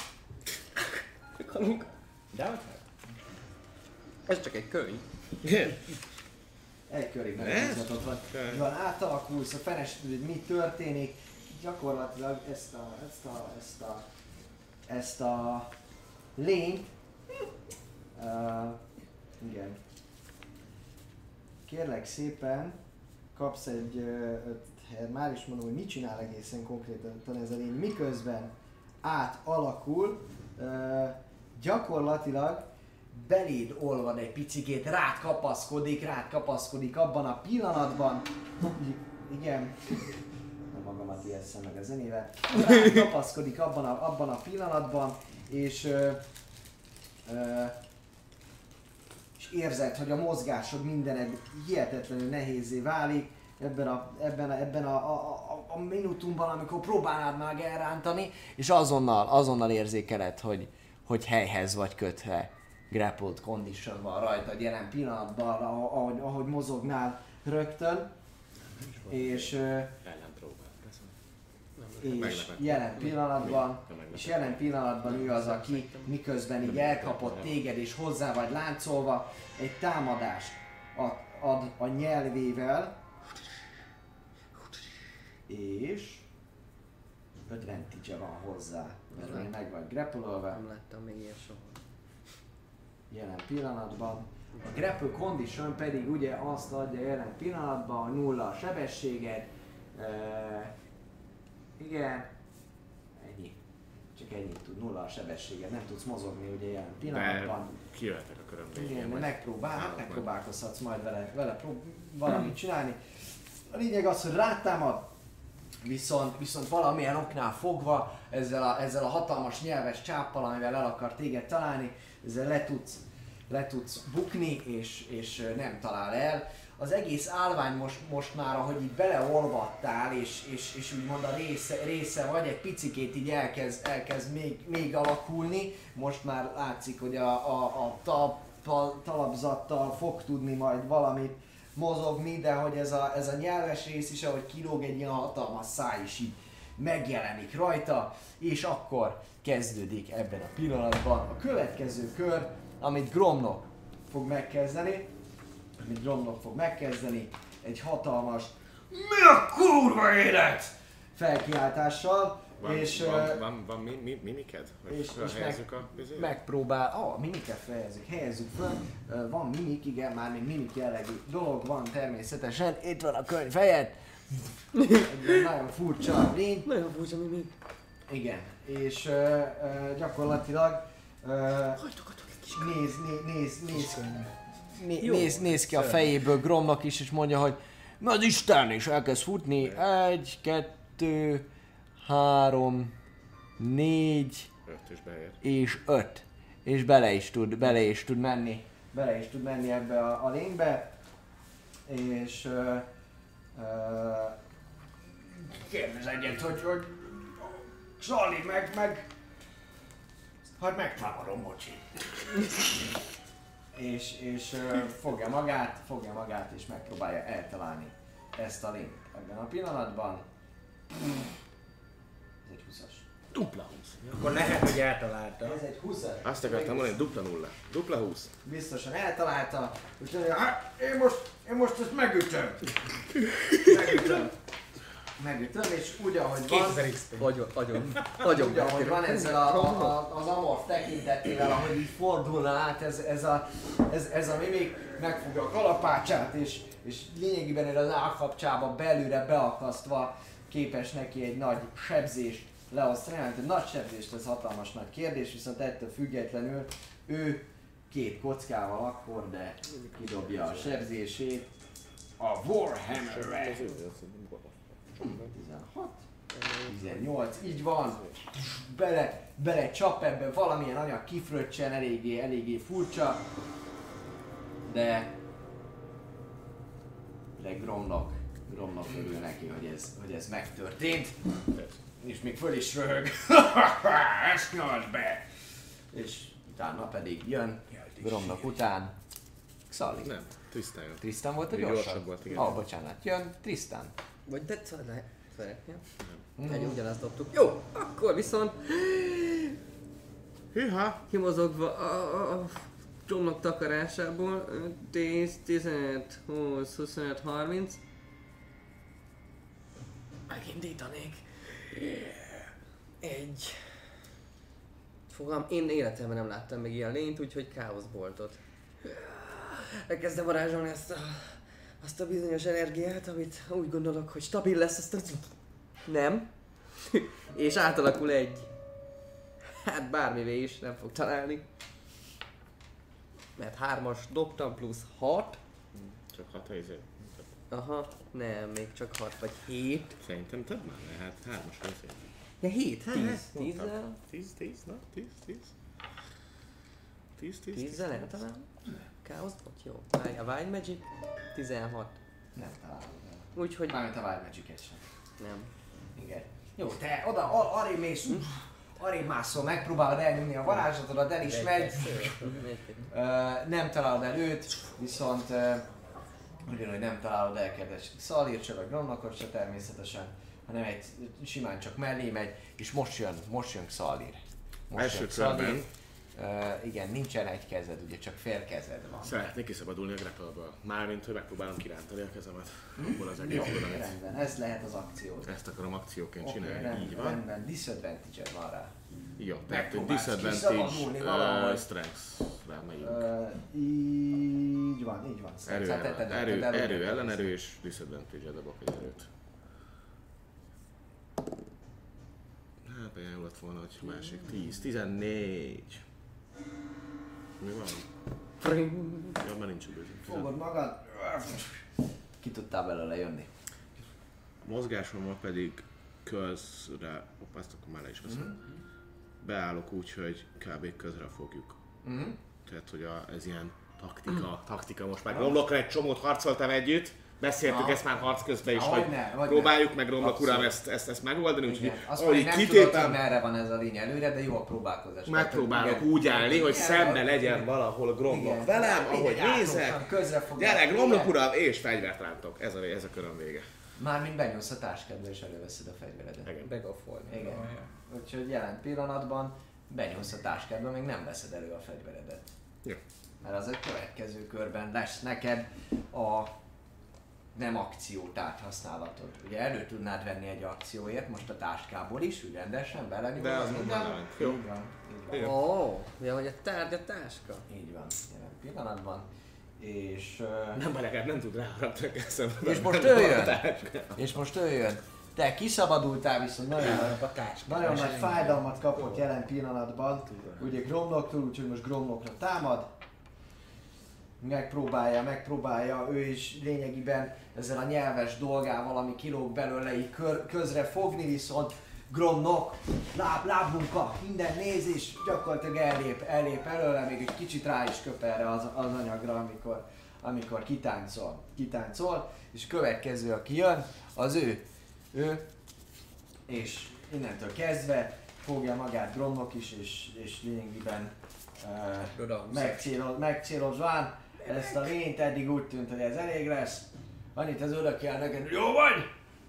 De hogy Ez csak egy könyv. egy körig Ez? megmutatott van. Van, átalakulsz, a fenes tudod, hogy mi történik, gyakorlatilag ezt a, ezt a, ezt a, ezt a lényt, uh, igen, kérlek szépen, kapsz egy, uh, már is mondom, hogy mit csinál egészen konkrétan ez a lény, miközben átalakul, uh, gyakorlatilag beléd olvad egy picikét, rád kapaszkodik, rád kapaszkodik abban a pillanatban, igen, nem magamat ijesszem meg a zenével, rád kapaszkodik abban a, abban a pillanatban, és, ö, ö, és érzed, hogy a mozgásod mindened hihetetlenül nehézé válik, ebben a, ebben a, ebben a, a, a, a minutumban, amikor próbálnád meg elrántani, és azonnal, azonnal érzékeled, hogy, hogy helyhez vagy kötve. Grappled condition van rajtad jelen pillanatban, ahogy, ahogy mozognál rögtön, és, ö, Ellenpróbál. és jelen pillanatban, és jelen pillanatban ő az, aki miközben így elkapott téged és hozzá vagy láncolva, egy támadást ad, ad a nyelvével, és advantage van hozzá, mert még meg vagy grappololva. Nem láttam még ilyen soha. Jelen pillanatban. A grapple condition pedig ugye azt adja jelen pillanatban, hogy nulla a sebességed. E, igen. Ennyi. Csak ennyit tud, nulla a sebességed. Nem tudsz mozogni ugye jelen pillanatban. De kijöhetek a köröm Igen, végén. majd megpróbál, hát állok meg. megpróbálkozhatsz majd vele, vele prób- valamit csinálni. A lényeg az, hogy rátámad, Viszont, viszont valamilyen oknál fogva, ezzel a, ezzel a hatalmas nyelves csáppal, amivel el akar téged találni, ezzel le tudsz, le tudsz bukni, és, és nem talál el. Az egész állvány most, most már, ahogy így beleolvadtál, és, és, és úgymond a része, része vagy, egy picikét így elkezd, elkezd még, még alakulni. Most már látszik, hogy a, a, a talp, talapzattal fog tudni majd valamit mozogni, de hogy ez a, ez a nyelves rész is, ahogy kilóg egy ilyen hatalmas száj is így megjelenik rajta, és akkor kezdődik ebben a pillanatban a következő kör, amit Gromnok fog megkezdeni, amit Gromnok fog megkezdeni, egy hatalmas mi a kurva élet felkiáltással, Van, és, van, uh, van, van mi, mi, miniked? Vagy és, és helyezzük meg, a vizét? megpróbál, ah, mimiket fejezzük, helyezzük föl, uh, van mimik, igen, már még mimik jellegű dolog van természetesen, itt van a könyv helyett, egy nagyon furcsa lény, Nagyon furcsa mimik. igen, és uh, uh, gyakorlatilag uh, néz, néz, néz, néz, néz, néz, néz ki a fejéből Gromnak is, és mondja, hogy mi az Isten, és elkezd futni, egy, kettő, három, négy, Öt is beér. és öt. És bele is tud, bele is tud menni, bele is tud menni ebbe a, a lénybe. És uh, uh, kérdez egyet, hogy, hogy Zsali, meg, meg, hát megtámadom, bocsi. és és uh, fogja magát, fogja magát, és megpróbálja eltalálni ezt a lényt ebben a pillanatban. Ez egy húszas. Dupla húsz. Akkor lehet, hogy eltalálta. Ez egy húszas. Azt akartam mondani, dupla nulla. Dupla húsz. Biztosan eltalálta, és mondja, hát én most, én most ezt megütöm. Megütöm. Megütöm, és úgy ahogy van, kétezer iksz pé. Agyon, agyon, agyon. úgy ahogy van ezzel a, a, a, az amorf tekintetével, ahogy így fordulna át ez, ez, a, ez, ez a mimik, megfogja a kalapácsát, és, és lényegében az állkapcsába belülre beakasztva képes neki egy nagy sebzést leosztani. Hát egy nagy sebzést, ez hatalmas nagy kérdés, viszont ettől függetlenül ő két kockával akkor, de kidobja a sebzését a Warhammer-re. tizenhat, tizennyolc, így van, bele, bele csap ebbe, valamilyen anyag kifröccsen, eléggé, eléggé furcsa, de de Gromnak, Gromnak örül neki, hogy ez, hogy ez megtörtént, és még föl is röhög, ezt nyomd be! És utána pedig jön, Gromnak után, Xali. Nem, Tristan jön. Tristan volt a Még gyorsabb? gyorsabb volt, igen. Ah, bocsánat, jön Tristan. Vagy te szeretnél? Egy ugyanazt dobtuk. Jó, akkor viszont Hűha! kimozogva a, a, a csomag takarásából tíz, tizenöt, húsz, huszonöt, harminc. Megindítanék. Egy. Fogalm, én életemben nem láttam még ilyen lényt, úgyhogy káoszboltot. Elkezdem varázsolni ezt a, azt a bizonyos energiát, amit úgy gondolok, hogy stabil lesz, azt a... Nem. És átalakul egy. Hát bármivé is nem fog találni. Mert hármas dobtam plusz hat. Csak hat helyzet. Aha, nem, még csak hat vagy hét. Szerintem több már, hát hármas helyzet. Ja, hét, tíz. Tízzel? Tíz, tíz, na, tíz, tíz. Tíz, tíz, Tízzel eltalálom? Káosz volt? Jó. A Wild Magic tizenhat. Nem találod el. Úgyhogy Mármint a Wild Magic-et sem. nem. Igen. Jó, te oda, a- arrébb mész, uff, arrébb mászol, megpróbálod elnyomni a varázslatodat, el is megy. Ö, nem találod el őt, viszont ö, ugyanúgy nem találod el kedves Szalír, csak a Gromnakot se természetesen, hanem egy simán csak mellé megy, és most jön, most jön Szalír. Most Első jön Szalír. körben. Uh, igen, nincsen egy kezed, ugye csak fél kezed van. Szeretnék kiszabadulni a grapple-ből. Mármint, hogy megpróbálom kirántani a kezemet. Abból az Jó, egészből, amit rendben, ez lehet az akciód. ezt akarom akcióként Oké, csinálni. rendben, Így van. rendben, disadvantage van rá. Jó, tehát egy Megpróbálsz disadvantage kiszabadulni valahogy. uh, strength-re megyünk. Uh, így van, így van. Erő, Szóval ellen, tetted- erő, tetted erő, előre. ellenerő és disadvantage-e dobok egy erőt. Hát olyan jó lett volna, hogy másik. tíz, tizennégy. Mi van? Jó, már nincs bőző. Fogod magad, ki tudtál belőle jönni. Mozgásommal pedig közre, hoppá, ezt akkor már le is veszem. Mm-hmm. Beállok úgy, hogy kb. Közre fogjuk. Mm-hmm. Tehát, hogy a, ez ilyen taktika, mm. taktika most már. Romlokra egy csomót harcoltam együtt, beszéltük ah. ezt már harc közben is, hogy ne, próbáljuk meg Romlok uram ezt, ezt, ezt megoldani, úgyhogy ahogy nem tudod, hogy merre van ez a lény előre, de jó a próbálkozás. Megpróbálok úgy állni, hogy szembe legyen valahol a Gromlok velem, ahogy nézek, gyere Gromlok uram, és fegyvert rántok. Ez a, ez a köröm vége. Mármint benyúlsz a táskádba és előveszed a fegyveredet. Igen. Begafolni. Igen. Úgyhogy jelen pillanatban benyúlsz a táskádba, még nem veszed elő a fegyveredet. Jó. Mert az egy következő körben lesz neked a nem akciótárgy használatod. Ugye elő tudnád venni egy akcióért, most a táskából is, úgy rendesen beleni. De az minden? Jó. Így van. Így van. Ó, oh, ja, hogy a tárgy a táska. Így van, jelen pillanatban. És... Uh, nem baj, legalább nem tud ráharapni eszembe. És most ő jön. És most ő jön. Te kiszabadultál, viszont nagyon, nagyon nagy fájdalmat kapott jelen pillanatban. Ugye Gromloktól, úgyhogy most Gromlokra támad. Megpróbálja, megpróbálja, ő is lényegében ezzel a nyelves dolgával, ami kilóg belőle, így kör, közre fogni, viszont Gromlok, láb, lábmunka, minden néz és gyakorlatilag ellép, ellép előle, még egy kicsit rá is köp erre az, az anyagra, amikor, amikor kitáncol, kitáncol, és következő, aki jön, az ő, ő, és innentől kezdve fogja magát Gromlok is, és, és lényegében uh, megcéloz, megcélozván ezt a lényt, eddig úgy tűnt, hogy ez elég lesz. Annyit az oda kell neked, hogy jó vagy!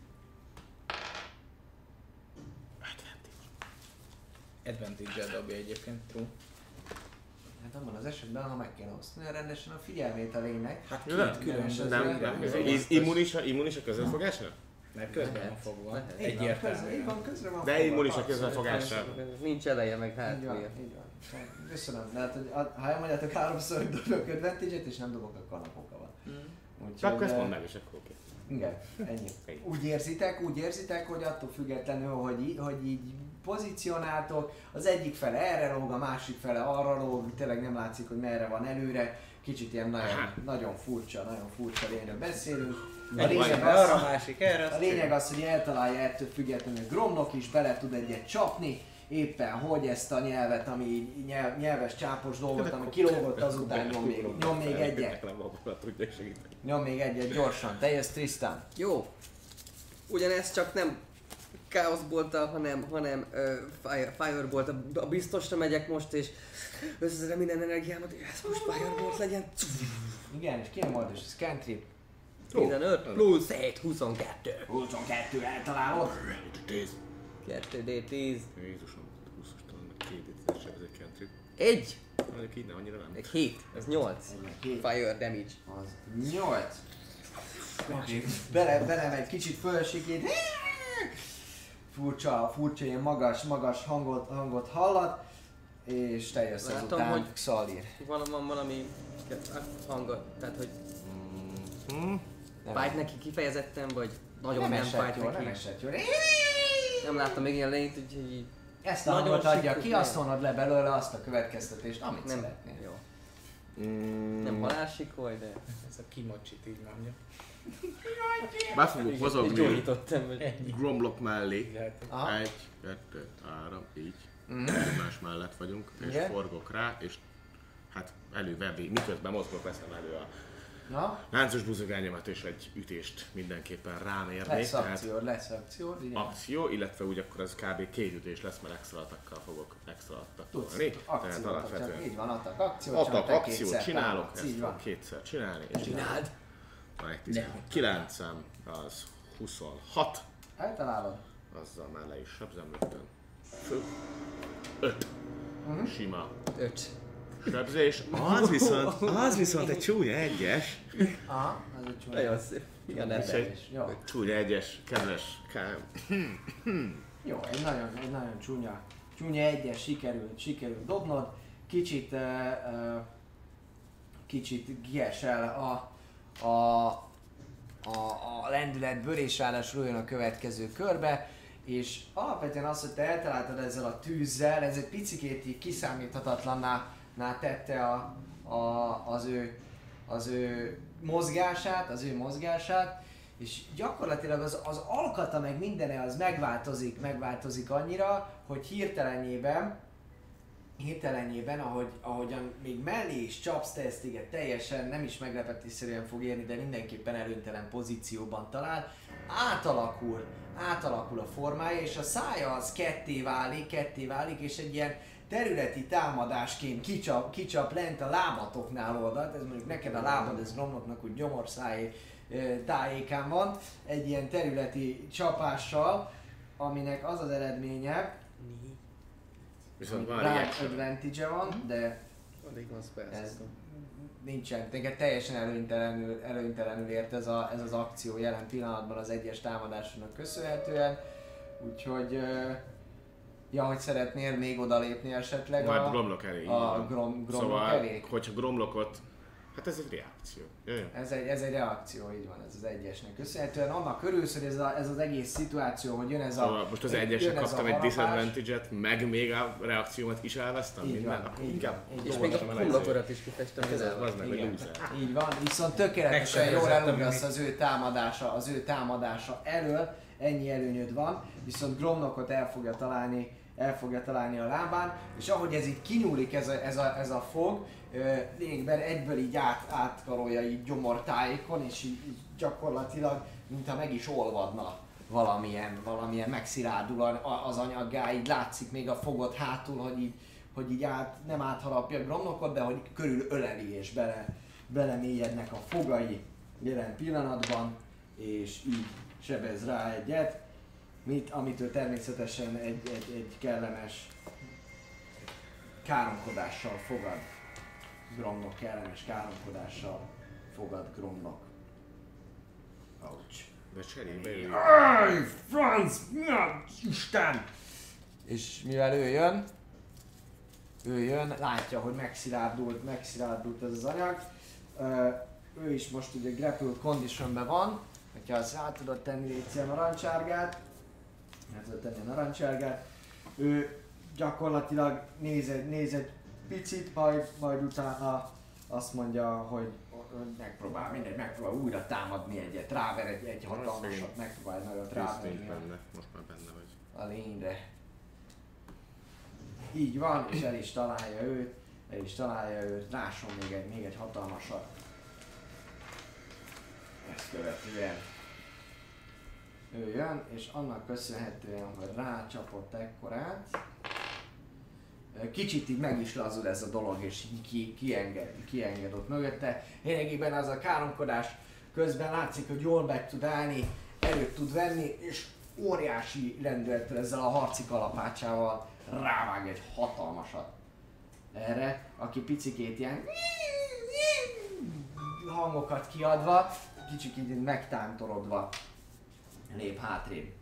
Advantage-el dobja egyébként, true. Hát abban az esetben, ha meg kell osztani rendesen a figyelmét a lénynek. Hát két különös az nem, nem, immunis a, immunis a közönfogásra? Mert közben van fogva. Egyértelmű. Így van, közre van de immunis a közönfogásra. Nincs eleje meg hátulja. Így van. Köszönöm, lehet, hogy ha elmondjátok háromszor, hogy dobok advantage-et és nem dobok, akkor napoka van. De akkor ezt mondd meg, és akkor oké. Igen, ennyi. Úgy érzitek, úgy érzitek, hogy attól függetlenül, hogy így, hogy így pozícionáltok, az egyik fele erre lóg, a másik fele arra lóg, tényleg nem látszik, hogy merre van előre, kicsit ilyen nagyon, nagyon furcsa, nagyon furcsa lényről beszélünk. A lényeg az, arra, másik erre, a lényeg az, hogy eltalálja ettől függetlenül Gromlok is bele tud egyet csapni, éppen hogy ezt a nyelvet, ami nyelv, nyelves csápos dolgot, ami kilógott, azután nyom még, nyom még egyet. Nyom még egyet gyorsan. Te jössz, Tristan. Jó. Ugyanez csak nem Chaosbolttal, hanem, hanem uh, fire, Firebolt, a, a biztosra megyek most, és összeszedem minden energiámat, és ez most Firebolt legyen. Igen, és ki volt, és ez cantrip. tizenöt plusz hét, huszonkettő. huszonkettő eltalálod. kettő dé tíz. Jézusom, húszas talán meg két dé tízes ez egy cantrip. Egy. Mondjuk így nem, annyira nem. Egy hét, ez nyolc. Fire damage. Az nyolc. Bele, bele megy kicsit fölsikít. Furcsa, furcsa ilyen magas, magas hangot, hangot hallat. És te jössz látom, azután, hogy Xalir. Van, van valami hangot, tehát hogy Mm-hmm. fájt neki kifejezetten, vagy nagyon Nem nem, esett fájt jól, neki. nem esett jól. Nem láttam még ilyen lényt, úgyhogy így Ezt a nagyon hangot adja siklik ki, le. azt vonod le belőle azt a következtetést, amit nem, szeretnél. jó. Mm. Nem halálsikoly, de Ez a kimocsit így mondja. Be fogok és mozogni gyógyítottam, hogy Gromlok mellé. Aha. Egy, kettő, három, így. Mm. Egymás mellett vagyunk, és Igen. forgok rá, és hát elővevi, miközben mozgok, veszem elő a Na, láncos buzogányomat, és egy ütést mindenképpen rám érnék. lesz akció, lesz akció, igen. akció, illetve úgy akkor ez kb. Két ütés lesz, mert extra attackkal fogok extra Tudsz, attakolni. Tehát akciót, alapvetően csak így van, attack akció, attack csak te akciót kétszer csinálok, támadsz, ezt így van. fogok kétszer csinálni, és csináld! van egy tizenkilencem, az huszonhat, Eltalálod? azzal már le is sebzem rögtön. Fő. öt. Mhm. Sima öt. sebzés, az viszont, az viszont egy csúnya egyes. Aha, az egy csúnya. Nagyon szép. Igen, És nem. egy Jó. csúnya egyes, kedves kám. Jó, egy nagyon, egy nagyon csúnya, csúnya egyes sikerült, sikerült dobnod. Kicsit, uh, uh, kicsit kiesel a, a, a, a lendületből, és ráadásul jön a következő körbe. És alapvetően az, hogy te eltaláltad ezzel a tűzzel, ez egy picikét így kiszámíthatatlanná ná tette a, a, az, ő, az ő mozgását, az ő mozgását, és gyakorlatilag az, az alkata meg mindene az megváltozik, megváltozik annyira, hogy hirtelenjében, hirtelenjében, ahogy, ahogyan még mellé is csapsz, te ezt igen, teljesen nem is meglepetésszerűen fog érni, de mindenképpen előnytelen pozícióban talál, átalakul, átalakul a formája, és a szája az ketté válik, ketté válik, és egy ilyen területi támadásként kicsap, kicsap lent a lábatoknál oldalt, ez mondjuk neked a lábad, ez Gromnoknak úgy gyomorszáj tájékán van, egy ilyen területi csapással, aminek az az eredménye, Viszont van rá reaction. advantage van, de Addig van spell. ez nincsen, neked teljesen előnytelenül, előnytelenül ért ez, a, ez az akció jelen pillanatban az egyes támadásnak köszönhetően, úgyhogy uh, ja, hogy szeretnél még odalépni esetleg Majd a, Gromlok elé. így a van. grom, Gromlok Szóval, elé? hogyha Gromlokot... Hát ez egy reakció. Jöjjön. Ez egy, ez egy reakció, így van, ez az egyesnek köszönhetően. Annak körülsz, hogy ez, a, ez az egész szituáció, hogy jön ez a... Szóval most az jön egyesre ez a kaptam egy harapás. disadvantage-et, meg még a reakciómat is elvesztem, Így minden? van, Akkor így inkább van, így És van. még a olvasom el kullakorat is kifestem Ez az, közel. az meg, hogy Igen. loser. Így van, viszont tökéletesen jól Megszerzettem elugrasz mi- az ő támadása, az ő támadása elől, ennyi előnyöd van, viszont Gromnokot el fogja találni, el fogja találni a lábán, és ahogy ez így kinyúlik ez a, ez a, ez a fog, ö, lényegben egyből így át, átkarolja így gyomortájékon, és így, így gyakorlatilag, mintha meg is olvadna valamilyen, valamilyen megszilárdul a- az anyaggá, így látszik még a fogot hátul, hogy így, hogy így át, nem átharapja Gromnokot, de hogy körül öleli és bele, belemélyednek a fogai jelen pillanatban, és így sebez rá egyet, mit, amitől természetesen egy, egy, egy kellemes káromkodással fogad. Gromnok kellemes káromkodással fogad Gromnok. Ouch. De cserébe ő. Aj, Franz! Ja, Isten! És mivel ő jön, ő jön, látja, hogy megszilárdult, megszilárdult ez az anyag. Ö, ő is most ugye grappled conditionben van, hogyha azt át tudod tenni légy a narancsárgát, át tudod tenni a narancsárgát. Ő gyakorlatilag néz egy, néz egy picit, majd, majd utána azt mondja, hogy megpróbál, mindegy, megpróbál újra támadni egyet, ráver egy, egy hatalmasat, megpróbál nagyot Krisz nincs ráverni a- benne, most már benne vagy. a lényre. Így van, és el is találja őt, el is találja őt, ráson még egy, még egy hatalmasat. Ezt követően ő jön, és annak köszönhetően, hogy rácsapott ekkorát, kicsit így meg is lazul ez a dolog, és így ki, kienged, kienged ott mögötte. Lényegében az a káromkodás közben látszik, hogy jól meg tud állni, erőt tud venni, és óriási lendülettel ezzel a harci kalapácsával rávág egy hatalmasat erre, aki picikét ilyen hangokat kiadva, kicsit így megtántorodva lép hátrébb.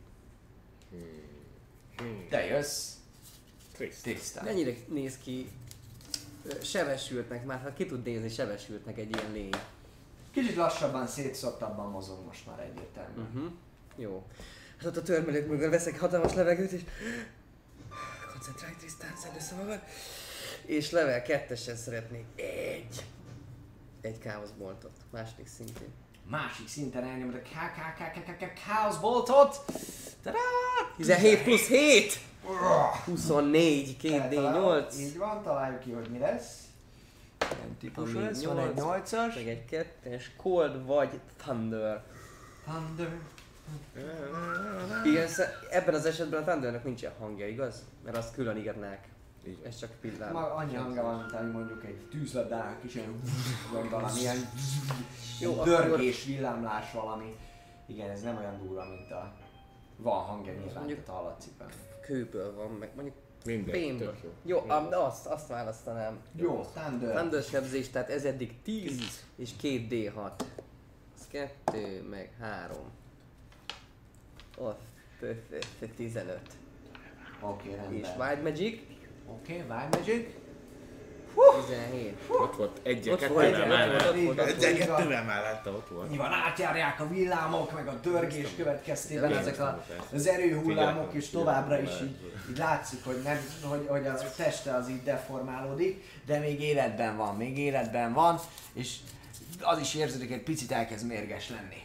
Te jössz, Krisz. tisztán. Mennyire néz ki ö, sebesültnek, már ha ki tud nézni sebesültnek egy ilyen lény. Kicsit lassabban, szétszottabban mozog most már egyértelműen. Uh-huh. Jó. Hát ott a törmelők mögül veszek hatalmas levegőt és... Koncentrálj Trisztán, szedd össze magad. És level kettesen szeretnék egy... Egy Chaos Boltot. Második szintén. Másik szinten elnyomod a Chaos Boltot. Tadá! tizenhét plusz hét! huszonnégy, két D Eltalálod. nyolc. Így van, találjuk ki, hogy mi lesz. Milyen típusú Ami lesz, van egy nyolc, nyolcas. Meg egy kettes, Cold vagy Thunder. Thunder. Igen, sze- ebben az esetben a Thundernek nincsen hangja, igaz? Mert azt külön írnák. Így. Ez csak pillám. Ma annyi hangja van, mint ami mondjuk egy tűzlabdának is ilyen vagy valamilyen Jó, dörgés, villámlás valami. Igen, ez nem olyan durva, mint a... Van hangja nyilván, mondjuk- tehát hallatszik benne. Kőből van, meg mondjuk Mindegy, pénből. tök jó. Jó, am- de azt, azt választanám. Jó, Thunder. Thunder sebzés, tehát ez eddig tíz és két D hat. Az kettő, meg három. Ott, tizenöt. Oké, És rendben. Wild Magic, Oké, Wild Magic. tizenhét. Ott volt egy Ott kettővel volt, mellett. ott volt, ott Egy volt. kettővel mellette ott volt. Nyilván átjárják a villámok, meg a dörgés következtében Nem, ezek a, persze. az erőhullámok, és Figyeltem, továbbra is figyeltem. így, így látszik, hogy, nem, hogy, hogy a teste az így deformálódik, de még életben van, még életben van, és az is érződik, egy picit elkezd mérges lenni.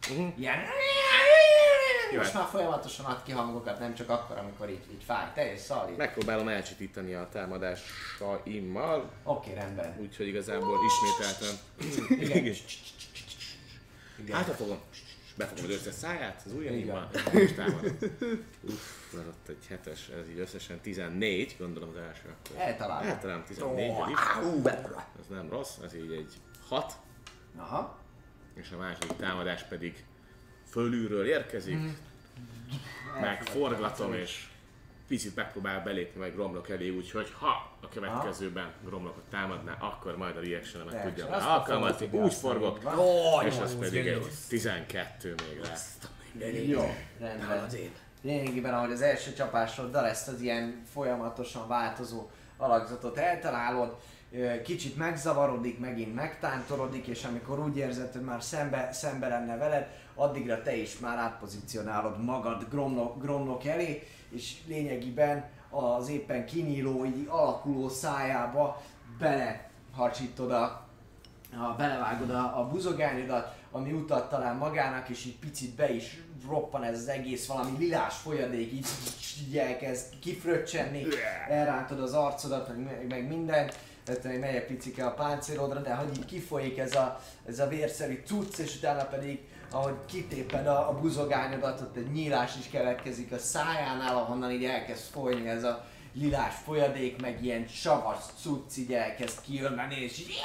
ilyen... Most már folyamatosan ad ki hangokat, nem csak akkor, amikor így, így fáj. Teljes szalít. Megpróbálom elcsitítani a támadásaimmal, Oké, rendben. úgyhogy igazából ismételtem. Igen. Igen. Hát fogom. Befogom az összes száját az ujjaimmal, Igen. és támadom. Uff, az ott egy hetes, ez így összesen tizennégy, gondolom az első akkor. Eltalálom. Eltalálom tizennégy is. Ez nem rossz, ez így egy hat. Aha. És a második támadás pedig fölülről érkezik. Megforgatom és picit megpróbál belépni majd Gromlok elé, úgyhogy ha a következőben Gromlokot támadná, akkor majd a reaction-emet Reaction. tudja Azt alkalmazni. fogom Úgy tudni, forgok, azt van. és az pedig egy tizenkettő még lesz. Jó, rendben. Lényegében, ahogy az első csapásoddal ezt az ilyen folyamatosan változó alakzatot eltalálod, ö, kicsit megzavarodik, megint megtántorodik, és amikor úgy érzed, hogy már szembe, szembe lenne veled, addigra te is már átpozícionálod magad Gromlok, Gromlok elé, és lényegében az éppen kinyíló, így alakuló szájába beleharcsítod a, a belevágod a, a buzogányodat, ami utat talál magának, és így picit be is roppan ez az egész, valami lilás folyadék, így, így elkezd kifröccsenni, elrántod az arcodat, meg, meg mindent, tehát megy egy picike a páncélodra, de hogy így kifolyik ez a, ez a vérszerű cucc, és utána pedig, ahogy kitéped a, a buzogányodat, ott egy nyílás is keletkezik a szájánál, ahonnan így elkezd folyni ez a lilás folyadék, meg ilyen savas cucc így elkezd kijönni, és így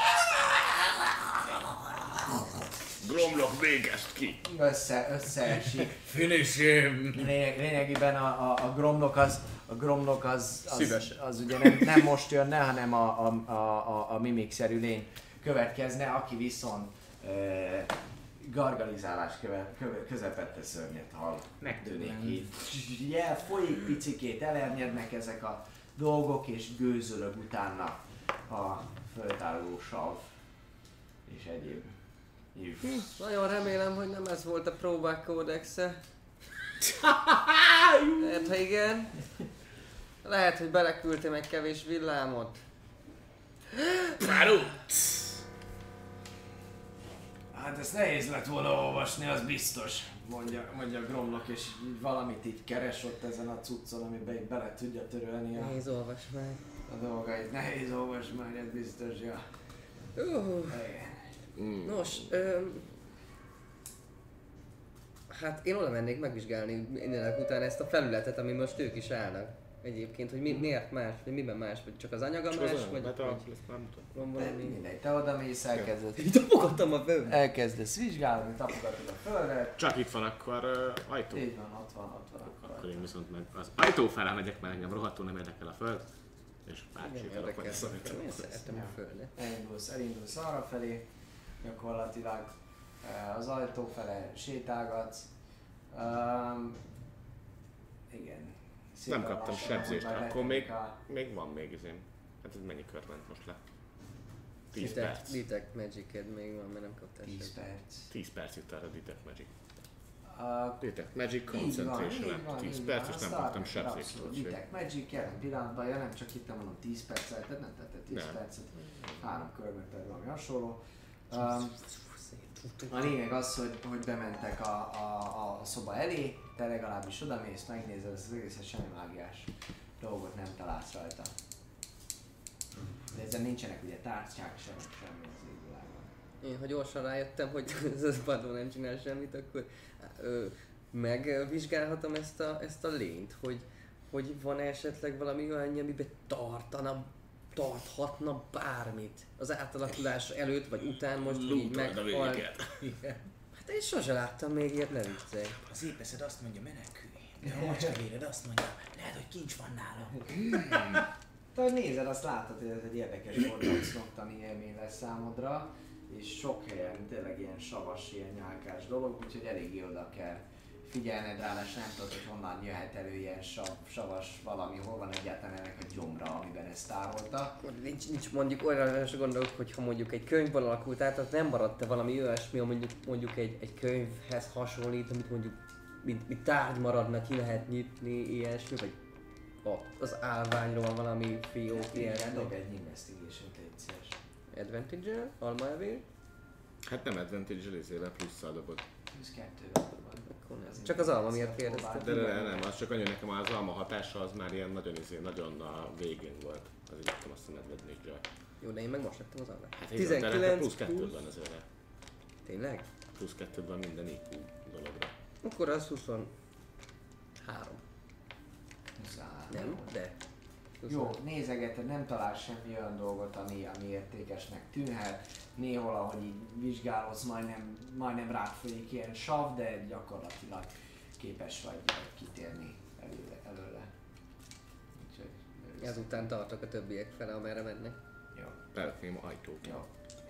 Gromlok végezd ki! össze, összeesik. Finish him! Lényeg, lényegében a, a, a Gromlok az, a Gromlok az, az, Szívesen. az ugye nem, nem most jönne, hanem a, a, a, a, a mimikszerű lény következne, aki viszont e, gargalizálás köve, köve, közepette szörnyet hall. Megtűnik így. Így elfolyik picikét, elernyednek ezek a dolgok, és gőzölög utána a föltáruló sav és egyéb. Hm, nagyon remélem, hogy nem ez volt a próbák kódexe. Lehet, ha igen. Lehet, hogy beleküldtem egy kevés villámot. Hát ezt nehéz lett volna olvasni, az biztos, mondja, mondja Gromlok, és így valamit így keres ott ezen a cuccon, amiben így bele tudja törölni a, Nézd, olvasd meg. a dolgait. Nehéz olvasmány, ez biztos, ja. Uh, Igen. nos, öm, hát én oda mennék megvizsgálni mindenek után ezt a felületet, ami most ők is állnak. Egyébként, hogy mi, miért más, vagy miben más, vagy csak az anyaga Csak más, az olyan, vagy, hát a, vagy ezt nem tudom. van De valami... mindegy, te oda mész, elkezded. Így tapogatom a föld. Elkezdesz vizsgálni, tapogatod a földet. Csak itt van akkor uh, ajtó. Így van, ott van, ott van Akkor akkor. én viszont meg az ajtó felé megyek, mert engem rohadtul nem érdekel a föld. És Igen, bárcsételek meg érdekel. szerintem. Én szeretem a földet. Elindulsz, elindulsz arra felé, gyakorlatilag eh, az ajtó fele sétálgatsz. Um, igen. Szépen Nem kaptam lassan, sebzést, ahogy akkor letérnek még, a- még van még izém. Hát ez mennyi kör ment most le? tíz Detect, perc. detect Magic-ed még van, mert nem kaptál tíz sem. perc. tíz perc jut arra Detect Magic. Uh, Detect Magic így van, Concentration így lett van, tíz így perc, van. és nem Azt kaptam látod, sebzést. abszolút. úgyhogy- Detect Magic jelen pillanatban, ja nem csak itt mondom tíz percet, tehát nem tetted tíz Nem. percet, három körben tehát valami hasonló. Um, a lényeg az, hogy, hogy bementek a, a, a szoba elé, te legalábbis odamész, megnézed ezt az egészet, semmi mágiás dolgot nem találsz rajta. De ezen nincsenek ugye tárcák, semmi, semmi az égvilágon. Én, ha gyorsan rájöttem, hogy ez a padló nem csinál semmit, akkor ö, megvizsgálhatom ezt a, ezt a lényt, hogy, hogy van esetleg valami olyan, amiben tartana, tarthatna bármit az átalakulás előtt vagy után, most hogy így Lootolod a meghal. véget. Igen. Hát én sose láttam még ilyet, ne viccelj. Az épeszed azt mondja, menekülj. De a macskavéred azt mondja, lehet, hogy kincs van nála. Te, hogy nézed, azt látod, hogy ez egy érdekes forgalomszoktani élmény lesz számodra, és sok helyen tényleg ilyen savas, ilyen nyálkás dolog, úgyhogy eléggé oda kell figyelned rá, és nem tudod, hogy honnan jöhet elő ilyen sav, savas valami, hol van egyáltalán ennek a gyomra, amiben ezt tárolta. Akkor Nincs, nincs mondjuk olyan is gondolok, hogy ha mondjuk egy könyvben alakult át, az nem maradt-e valami olyasmi, mondjuk, mondjuk egy, egy könyvhez hasonlít, amit mondjuk mint, mint tárgy maradna, ki lehet nyitni, ilyesmi, vagy a, az állványról valami fiók, Igen, ilyesmi. dob egy investigation-t, légy szíves. Advantage-el, Alma Evil. Hát nem advantage részével plusszal dobod. Plusz kettővel van. Akkor nem. Csak az alma miatt kérdeztem. De, de, de nem, az csak annyi nekem az alma hatása az már ilyen nagyon izé, nagyon a végén volt. Azért lettem azt a advantage-rel. Jó, de én meg most lettem az alma. Hát tizenkilenc plusz kettőd plusz- van az erre. Tényleg? Plusz kettőd van minden I Q dologra. Akkor az huszonhárom. huszonhárom. Nem, de. Jó, nézegeted, nem talál semmi olyan dolgot, ami, ami értékesnek tűnhet. Néhol, ahogy így vizsgálodsz, majdnem, majdnem rád folyik ilyen sav, de gyakorlatilag képes vagy kitérni előle. előle. Úgyhogy, Ezután tartok a többiek fele, amerre mennek. jó. Belökném ajtót. Jó.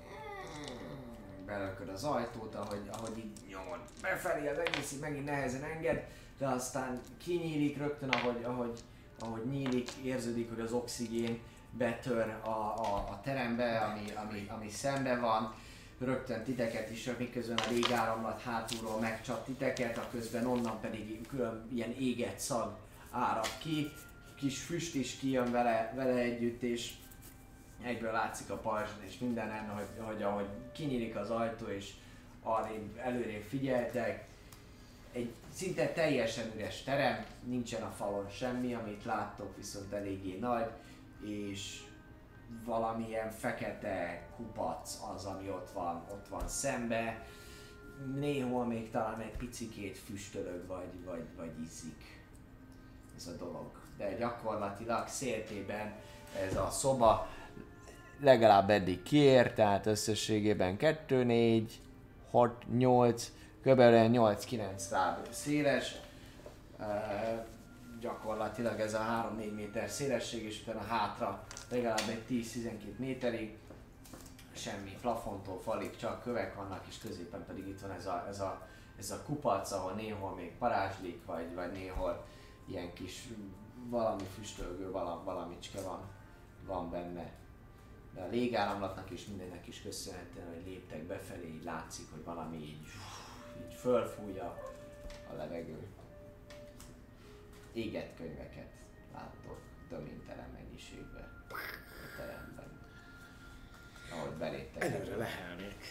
Belököd az ajtót, ahogy, ahogy így nyomod befelé, az egész így megint nehezen enged, de aztán kinyílik rögtön, ahogy, ahogy, ahogy nyílik, érződik, hogy az oxigén betör a, a, a terembe, ami, ami, ami szembe van. Rögtön titeket is, miközben a légáramlat hátulról megcsap titeket, a közben onnan pedig külön ilyen égett szag árad ki, kis füst is kijön vele, vele együtt, és egyből látszik a pajzson és mindenen, hogy, hogy ahogy kinyílik az ajtó és arrébb, előrébb figyeltek, egy szinte teljesen üres terem, nincsen a falon semmi, amit láttok, viszont eléggé nagy, és valamilyen fekete kupac az, ami ott van, ott van szembe. Néhol még talán egy picikét füstölög, vagy, vagy, vagy izzik ez a dolog. De gyakorlatilag széltében ez a szoba legalább eddig kiér, tehát összességében kettő, négy, hat, nyolc, kb. nyolc-kilenc láb széles. Uh, gyakorlatilag ez a három-négy méter szélesség, és utána hátra legalább egy tíz-tizenkét méterig. Semmi plafontól falig, csak kövek vannak, és középen pedig itt van ez a, ez a, ez a kupac, ahol néhol még parázslik, vagy, vagy néhol ilyen kis valami füstölgő, valami, valamicske van, van benne. De a légáramlatnak és mindennek is köszönhetően, hogy léptek befelé, így látszik, hogy valami így, így fölfújja a levegő. Égett könyveket láttok töménytelen mennyiségben a teremben. Ahogy beléptek. Előre lehelnék.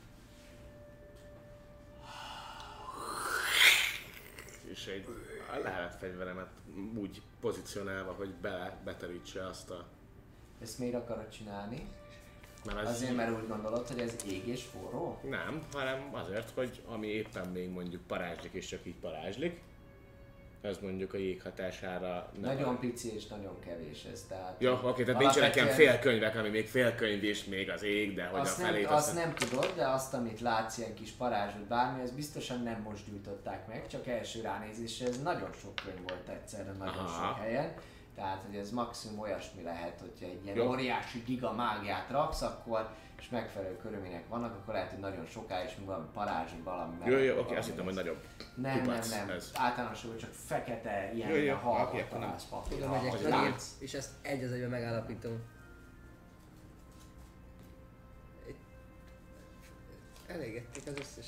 És egy a lehelet fegyveremet úgy pozícionálva, hogy bele beterítse azt a... Ezt miért akarod csinálni? Mert az Azért, mert úgy gondolod, hogy ez ég és forró? Nem, hanem azért, hogy ami éppen még mondjuk parázslik és csak így parázslik, az mondjuk a jég hatására nem... Nagyon pici és nagyon kevés ez, tehát... Jó, oké, tehát nincsenek ilyen félkönyvek, ami még félkönyv és még az ég, de hogy azt a felét... Nem, azt nem tudod, de azt, amit látsz, ilyen kis parázs vagy bármi, ez biztosan nem most gyújtották meg, csak első ránézésre ez nagyon sok könyv volt egyszerre, nagyon Aha. sok helyen. Tehát, hogy ez maximum olyasmi lehet, hogyha egy ilyen Jó. óriási giga mágiát raksz, akkor és megfelelő körülmények vannak, akkor lehet, hogy nagyon sokáig és még valami parázs, vagy valami Jó, jó, valami oké, azt hittem, hogy lesz. nagyobb Nem, nem, kupac nem. ez. Általánosan csak fekete, ilyen, Jó, jó, ilyen oké, halkat akkor nem. találsz papírra. Oda megyek ahogy felé, látsz. és ezt egy az egyben megállapítom. Elégették az összes.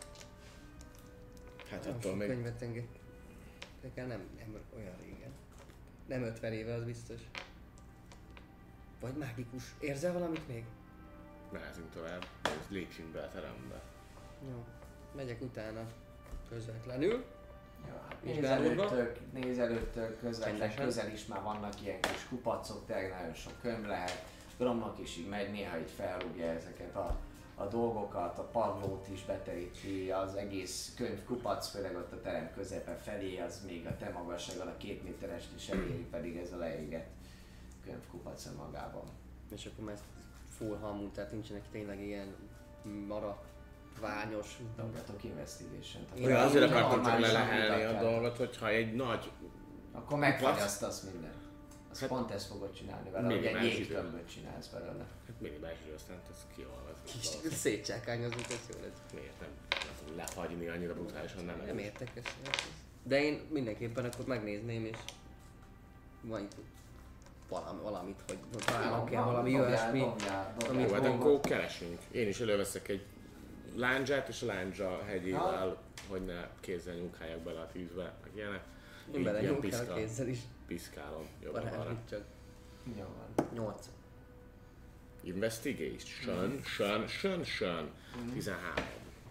Hát Nagyon attól sok még... könyvet engedtek el, nem, nem olyan régen. Nem ötven éve, az biztos. Vagy mágikus. Érzel valamit még? Mehetünk tovább, és lépjünk be a terembe. Jó. Megyek utána. Közvetlenül. Ja, hát És néz beállulva? előttök, néz előttök, közvetlen Csendesen. közel is már vannak ilyen kis kupacok, tényleg nagyon sok könyv lehet. Gromnak is így megy, néha így felrúgja ezeket a, a dolgokat, a padlót is beteríti, az egész könyvkupac, főleg ott a terem közepe felé, az még a te magassággal a két méterest is eléri, pedig ez a leégett könyvkupac magában. És akkor már full halmú, tehát nincsenek tényleg ilyen maradványos. Dobjatok investigation-t. Én Olyan, azért Úgy akartam csak normálisan lelehelni a vitatják. dolgot, hogyha egy nagy... Akkor megfagyasztasz minden. Azt Hát- pont ezt fogod csinálni vele, hogy egy Minimális idő. jégtömböt csinálsz belőle. Hát minimális idő, aztán ez kiolvad. Kis szétcsákányozni, ez jó lesz. Miért nem? Nem lehagyni annyira brutálisan, nem. Nem értek ezt. De én mindenképpen akkor megnézném, és majd valami, valamit, hogy találok el valami Dobjál, olyasmi. dobjál, dobjál. amit Jó, hát fogok. akkor keresünk. Én is előveszek egy lándzsát, és a lándzsa hegyével, hogy ne kézzel nyúlkáljak bele a tűzbe, meg ilyenek. Én Így bele ilyen nyúlkál a piszka- kézzel is. Piszkálom jobbra-balra. Varázslik csak. Jó van. Nyolc. Investigation, sön, sön, sön. tizenhárom.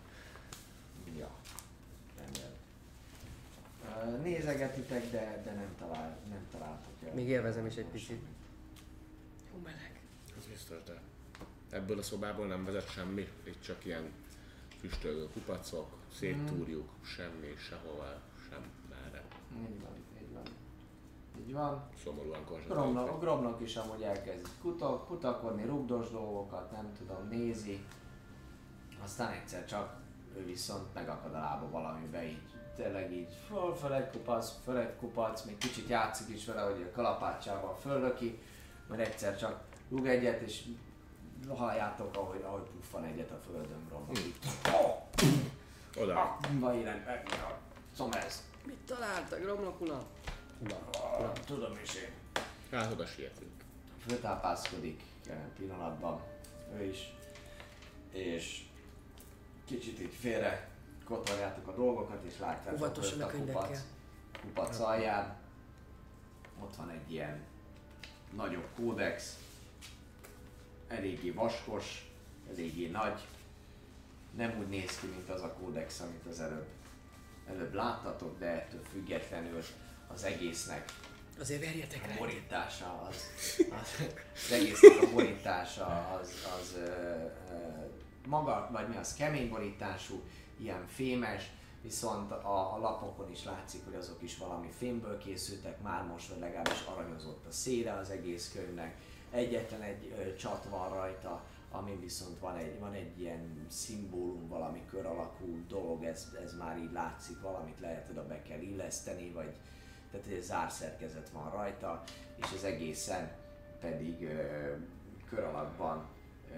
Ja. Rendben. Ö, Nézegetitek, de, de nem, talál, nem találtok el. Még élvezem is egy picit. Jó meleg. Az biztos, de ebből a szobából nem vezet semmi. Itt csak ilyen füstölgő kupacok, széttúrjuk, semmi, sehova, sem merre. Így van, így van. Így van. Szomorúan Gromnak, konstatáljuk. a Gromnak is amúgy elkezd kutak, kutakodni, rugdos dolgokat, nem tudom, nézi. Aztán egyszer csak ő viszont megakad a lába valamibe, így tényleg így föl, föl egy kupac, föl egy kupac, még kicsit játszik is vele, hogy a kalapácsával föllöki, majd egyszer csak rúg egyet, és halljátok, ahogy, ahogy puffan egyet a földön Gromnak. Hmm. Oda. Ah, vagy ilyen, szóval ez. Mit találtak, romlokuna? Ah, tudom is én. Hát oda sietünk. Föltápászkodik jelen pillanatban ő is, és kicsit így félre kotorjátok a dolgokat, és látjátok Óvatosan ott a a kupac, könyvekkel. kupac alján. Ott van egy ilyen nagyobb kódex, eléggé vaskos, eléggé nagy. Nem úgy néz ki, mint az a kódex, amit az előbb, előbb láttatok, de ettől függetlenül az egésznek Azért verjetek a rá. borítása az, az, az egésznek a borítása az, az ö, ö, maga, vagy mi az, kemény borítású, ilyen fémes, viszont a, a lapokon is látszik, hogy azok is valami fémből készültek, már most, vagy legalábbis aranyozott a széle az egész könyvnek. Egyetlen egy ö, csat van rajta, amin viszont van egy, van egy ilyen szimbólum, valami kör alakú dolog, ez, ez már így látszik, valamit lehet oda be kell illeszteni, vagy tehát egy zárszerkezet van rajta, és az egészen pedig ö, kör alakban ö,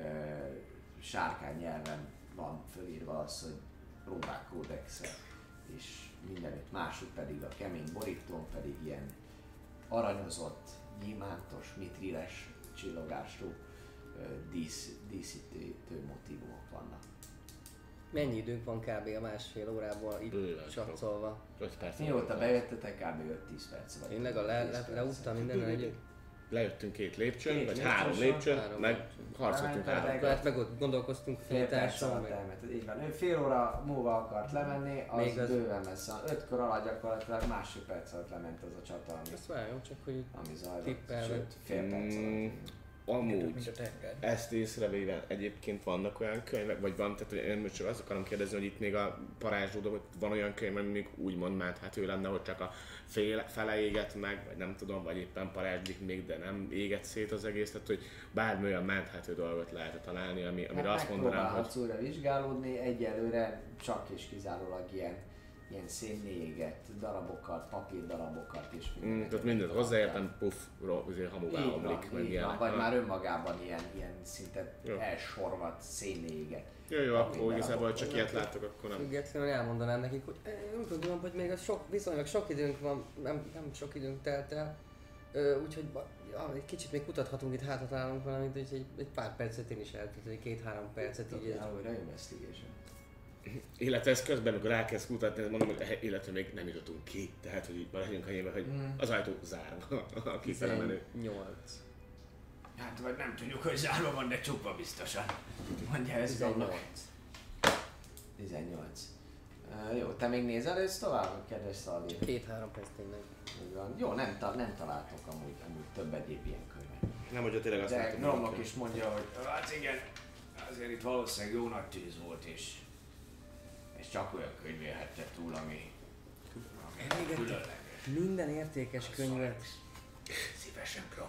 sárkány nyelven van fölírva az, hogy próbák kódexe, és mindenütt másút pedig a kemény borítón pedig ilyen aranyozott, gyémántos, mitriles csillogású ö, dísz, díszítő motívumok vannak. Mennyi időnk van kb. A másfél órából Bőven itt csatszolva? öt perc. Mióta bejöttetek, kb. öt-tíz perc vagy. Tényleg a le, le, leúttam mindennel együtt? Lejöttünk két lépcsőn, Két vagy lépcsőn, három lépcsőn, három meg lépcsőn. harcoltunk Rámentek, három. Akkor hát meg ott gondolkoztunk Fél perc féltáson, alatt meg... elment, így van. Ő fél óra múlva akart lemenni, az, Még az- bőven messze van. Öt kör alatt gyakorlatilag másfél perc alatt lement az a csata, ami, Ezt várom, csak hogy ami zajlott. tippelve. Sőt, fél perc Mm, alatt. Amúgy, Mint a tenger. ezt észrevéve egyébként vannak olyan könyvek, vagy van, tehát hogy én most csak azt akarom kérdezni, hogy itt még a parázslódó, hogy van olyan könyv, ami még úgymond menthető lenne, hogy csak a fél, fele éget meg, vagy nem tudom, vagy éppen parázslik még, de nem éget szét az egész, tehát hogy bármi olyan menthető dolgot lehet találni, ami, amire Hát azt mondanám, hogy megpróbálhatsz újra vizsgálódni, egyelőre csak és kizárólag ilyen, ilyen szénné égett darabokat, papírdarabokat és mm, mindeneket. tehát mindent hozzáértem, puff, ro- azért hamuvá Így omlik, van, meg így ilyenek. van, vagy Ha? már önmagában ilyen, ilyen szinte Jó. elsorvat szénné égett. Jó, jó, akkor Minden igazából darabot. csak ilyet látok, akkor nem. Függetlenül elmondanám nekik, hogy eh, nem tudom, hogy még az sok, viszonylag sok időnk van, nem, nem sok időnk telt el. Ö, úgyhogy ba- ja, egy kicsit még kutathatunk itt, hátra találunk valamit, úgyhogy egy, egy pár percet én is eltölteni, két-három percet így. Dobjál újra investigation. Illetve ez közben, amikor elkezd kutatni, mondom, hogy eh, illetve még nem jutottunk ki, tehát hogy így maradjunk annyiba, hogy Mm. az ajtó zárva, a kifele menő. tizennyolc. Hát vagy nem tudjuk, hogy zárva van, de csukva biztosan. Mondja ez tizennyolc. tizennyolc. Uh, jó, te még nézel ezt tovább, kedves Szaldi? Két-három perc tényleg. Így van. Jó, nem, ta- nem találtok amúgy, amúgy több egyéb ilyen könyvet. Nem, hogyha tényleg azt De látom, Gromlok hogy- is mondja, hogy hát igen, azért itt valószínűleg jó nagy tűz volt, és, és csak olyan könyv élhette túl, ami, ami Elégettek különleges. minden értékes könyvet, Szívesen, Grom.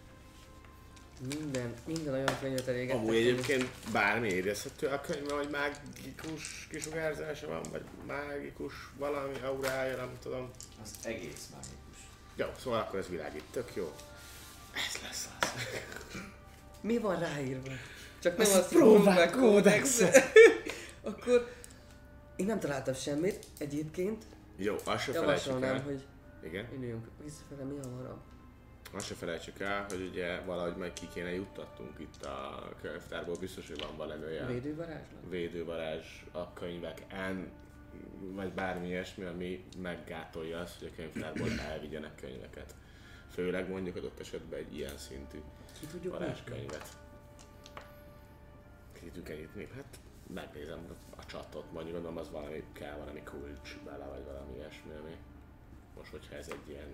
minden, minden olyan könyvet elégettek. Amúgy egyébként bármi érezhető a könyvben, hogy mágikus kisugárzása van, vagy mágikus valami aurája, nem tudom. Az egész mágikus. Jó, szóval akkor ez világít, tök jó. Ez lesz az. Mi van ráírva? Csak nem Az azt próbák próbál kódex. Akkor én nem találtam semmit egyébként. Jó, azt se felejtsük Javasolnám, el. hogy Igen, üljünk visszafele mi hamarabb. azt se felejtsük el, hogy ugye valahogy majd ki kéne juttattunk itt a könyvtárból, biztos, hogy van valami olyan Védővarázslat? védővarázs a könyveken, vagy bármi ilyesmi, ami meggátolja azt, hogy a könyvtárból elvigyenek könyveket. Főleg mondjuk adott esetben egy ilyen szintű Ki tudjuk nyitni? varázskönyvet. vetítünk ennyit mi? Hát megnézem a csatot, mondjuk gondolom az valami kell, valami kulcs bele, vagy valami ilyesmi, ami most hogyha ez egy ilyen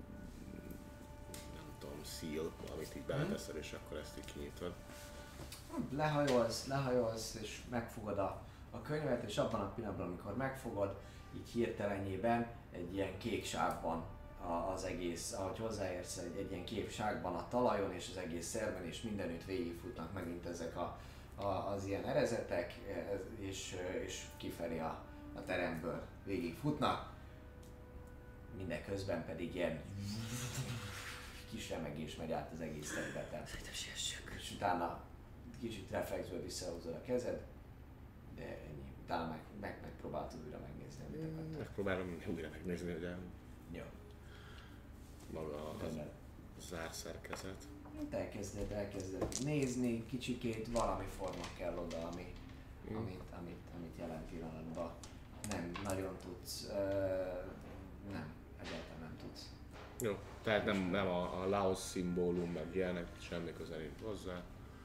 nem tudom, seal, amit így beleteszed, és akkor ezt így kinyitod. Lehajolsz, lehajolsz, és megfogod a, a könyvet, és abban a pillanatban, amikor megfogod, így hirtelenjében egy ilyen kék sávban a, az egész, ahogy hozzáérsz, egy, egy ilyen kék sávban a talajon és az egész szerven, és mindenütt végigfutnak megint ezek a, a, az ilyen erezetek, és, és kifelé a, a teremből végigfutnak. Mindeközben pedig ilyen kis remegés megy át az egész területen. És utána kicsit reflexből visszahúzod a kezed, de ennyi. Utána meg, meg, megpróbáltad újra megnézni, amit akartál. Megpróbálom újra megnézni, ugye Jó. maga a zárszerkezet. Itt elkezded, elkezded nézni, kicsikét valami forma kell oda, ami, Mm. amit, amit, amit jelen pillanatban nem nagyon tudsz, uh, nem, egyáltalán nem tudsz. Jó, tehát nem, nem a, a Laos szimbólum, meg ilyenek, semmi köze nincs hozzá.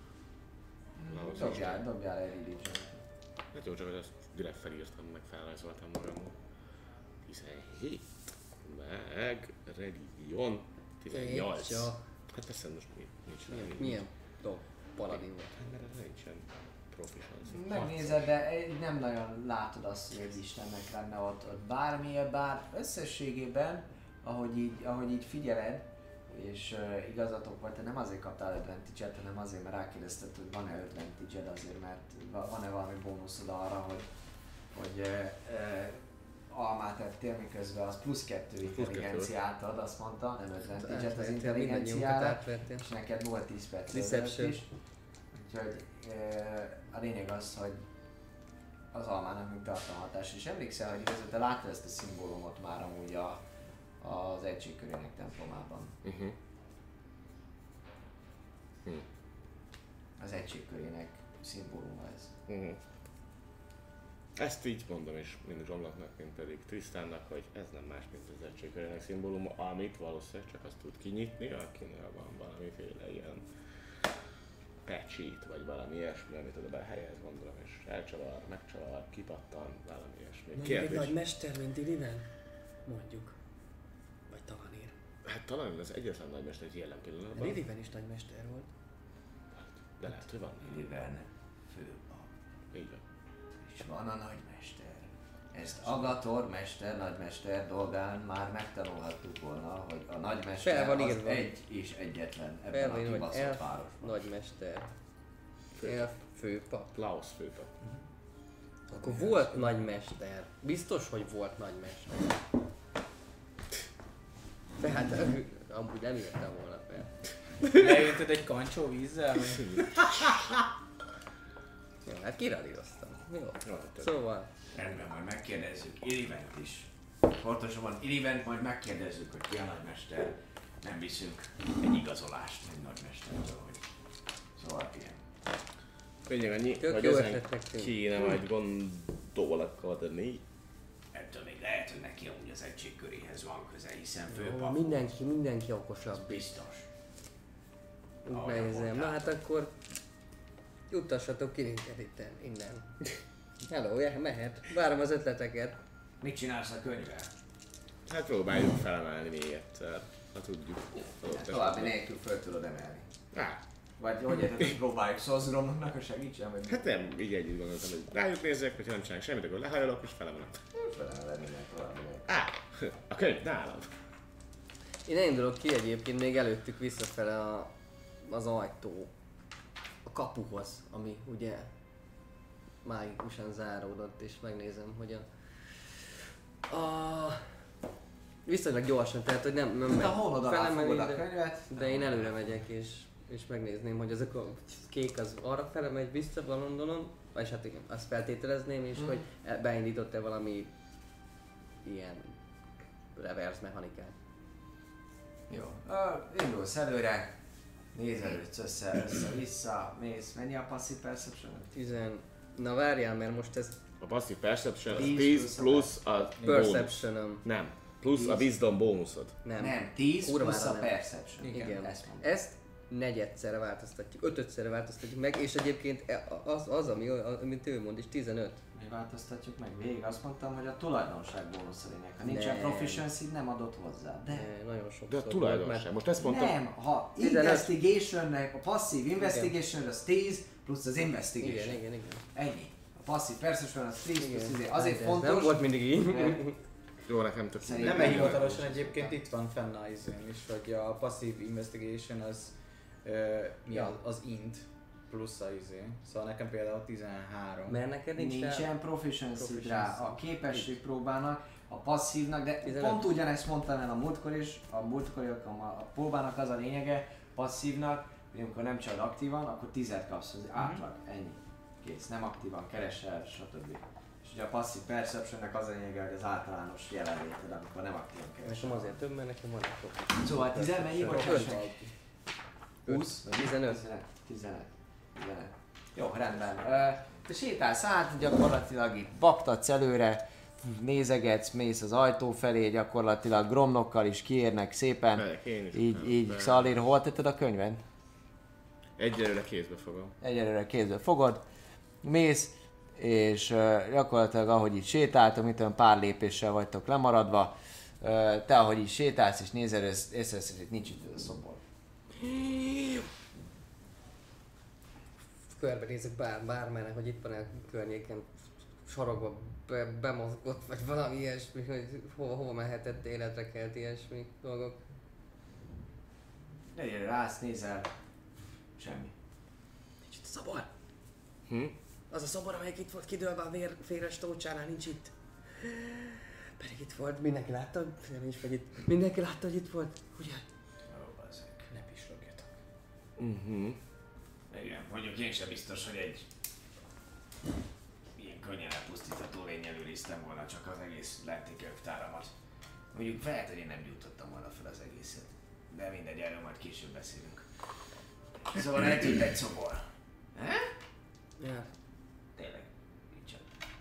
Laos Dobjál, dobjál egy religion. Hát jó, csak hogy ezt direkt felírtam, meg felrajzoltam magamon. tizenhét, meg religion, tizennyolc. Jó. Hát persze most mi, nincs rá. Milyen, milyen dolg? Paladin volt. Hát mert ez nincsen proficiency. Megnézed, de nem nagyon látod azt, hogy az Istennek lenne ott, ott bármilyen, bár összességében, ahogy így, ahogy így figyeled, és uh, igazatok volt, te nem azért kaptál advantage-et, hanem azért, mert rákérdezted, hogy van-e advantage-ed azért, mert van-e valami bónuszod arra, hogy, hogy uh, uh, almát ettél, miközben az plusz kettő intelligenciát ad, azt mondta, nem advantage-et az intelligenciára, és neked volt tíz perc Deception. is. Úgyhogy uh, a lényeg az, hogy az almának még tart a hatás, és emlékszel, hogy igazán te láttad ezt a szimbólumot már amúgy a, az egységkörének templomában. Uh-huh. Hmm. Az egységkörének szimbóluma ez. Uh-huh. Ezt így mondom is mind Zsomlatnak, mint pedig Trisztánnak, hogy ez nem más, mint az egységkörének szimbóluma, amit valószínűleg csak azt tud kinyitni, akinél van valamiféle ilyen patch-it, vagy valami ilyesmi, amit oda behelyez, gondolom, és elcsavar, megcsavar, kipattan, valami ilyesmi. Mondjuk egy nagy mester, mint Iriven? Mondjuk. Vagy Tavanir. Hát talán az egyetlen nagymester egy jelen pillanatban. Iriven is nagy mester volt. De lehet, hogy van. Iriven főpap. Így van. És van a nagymester. Ezt Agator mester, nagymester dolgán már megtanulhattuk volna, hogy a nagymester Fel van az írva. egy és egyetlen ebben Fel a van írva, hogy kibaszott elf, városban. nagymester. Főpap. Elf, főpap. Laos főpap. Akkor volt nagymester. Biztos, hogy volt nagymester. Tehát ő- amúgy nem írtam volna fel. Leöntöd egy kancsó vízzel? Vagy? Jó, hát kiradíroztam. Jó. Jó, Szóval, Rendben, majd megkérdezzük Irivent is. Pontosabban Irivent majd megkérdezzük, hogy ki a nagymester. Nem viszünk egy igazolást egy nagymestertől, hogy szóval ilyen. Lényeg annyi, Tök hogy jó ezen ötletnek tűnik. kéne majd gondolkodni. Ettől még lehet, hogy neki amúgy az egység köréhez van köze, hiszen jó, főpap. mindenki, mindenki okosabb. Biztos. Úgy Ahogy nehézem. Na mondtál. hát akkor juttassatok ki minket itten, innen. Hello, ja, mehet. Várom az ötleteket. Mit csinálsz a könyvvel? Hát próbáljuk felemelni még egyszer, ha tudjuk. Adott További esetben. nélkül föl tudod emelni. Á, Vagy hogy érted, hogy próbáljuk Szolzuromnak a segítsen, vagy hát nem, így együtt gondoltam, hogy rájuk nézzek, hogyha nem csinálok semmit, akkor lehajolok és felemelem. felemeled minden további nélkül. Á, a könyv nálam. Én elindulok ki egyébként még előttük visszafele a, az ajtó. A kapuhoz, ami ugye mágikusan záródott, és megnézem, hogy a... a viszonylag gyorsan, tehát hogy nem, nem Hát a hónod alá felemelni, fogod a de- könyvet. De én előre megyek és, és megnézném, hogy azok a kék az arra fele megy vissza a Londonon, vagy hát igen, azt feltételezném is, Mhm. hogy e- beindított-e valami ilyen reverse mechanikát. Jó. Uh, indulsz előre, nézelődsz össze, össze-vissza, mész. Mennyi a passive perception? Tizen... Na várjál, mert most ez A passive perception az tíz tíz plusz a plusz a bónusz. perception-om. Nem, plusz a tíz. wisdom bónuszod. Nem. Nem, tíz Kurvára plusz a nem. perception. Igen. Ezt mondom. Ezt negyedszerre változtatjuk, ötödszerre változtatjuk meg, és egyébként az, az ami, amit ő mond is, tizenöt. Mi változtatjuk meg? Végig azt mondtam, hogy a tulajdonság bónusz a lényeg. Ha nincsen Nem. proficiency, nem adott hozzá. De Ne, nagyon sok. De a tulajdonság, most ezt mondtam. nem, ha tizenöt. Investigationnek, a passzív investigation az tíz plusz az investigation. Igen, igen, igen. Ennyi. A passzív perception az tíz plusz Igen. tíz. Azért De ez fontos. nem volt mindig így. mert Jó, nekem tök Szerintem Nem egy jó. hivatalosan egyébként itt van fenn a izén is, hogy a passive investigation az ö, mi az, az int plusz a izé. Szóval nekem például tizenhárom. Mert neked nincs rá- Nincsen proficiency proficiency. rá a képesség próbának, a passzívnak, de tizenöt. pont ugyanezt mondtam el a múltkor is, a múltkor alkalommal a próbának az a lényege, passzívnak, hogy amikor nem csinálod aktívan, akkor tízet kapsz az átlag, ennyi. Kész, nem aktívan keresel, stb. És ugye a passzív perceptionnek az a lényege, hogy az általános jelenléted, amikor nem aktívan keresel. Nekem azért több, mert nekem van egy sok. Szóval tíz mennyi vagy? húsz? tizenöt. tizenöt. tizenöt. tizenöt. Jó, rendben. Ö, Te sétálsz át, gyakorlatilag itt baktatsz előre, nézegetsz, mész az ajtó felé, gyakorlatilag gromnokkal is kiérnek szépen. Megyek én is. Így, utána, így de Xalir, hol tetted a könyvet? Egyelőre kézbe fogom. Egyelőre kézbe fogod, mész, és uh, gyakorlatilag ahogy így sétáltok, mint olyan pár lépéssel vagytok lemaradva, uh, te ahogy így sétálsz és nézel, észreveszed, hogy nincs itt ez a szobor. Körbenézek bár, bármelynek, hogy itt van a környéken, sarokba be, bemozgott, vagy valami ilyesmi, hogy hova, hova mehetett életre kelt ilyesmi dolgok. Egyelőre állsz, nézel, semmi. Nincs itt a szobor? Hm? Az a szobor, amelyik itt volt kidőlve a vér, véres tócsánál, nincs itt. Pedig itt volt, mindenki látta, nem nincs meg itt. Mindenki látta, hogy itt volt, ugye? Jó, ezek. Ne pislogjatok. Uh-huh. Igen, mondjuk én sem biztos, hogy egy ilyen könnyen elpusztítható lényel őriztem volna csak az egész lenti könyvtáramat. Mondjuk lehet, hogy én nem jutottam volna fel az egészet. De mindegy, erről majd később beszélünk. Szóval eltűnt egy szobor. He? Ja. Tényleg, nincsen.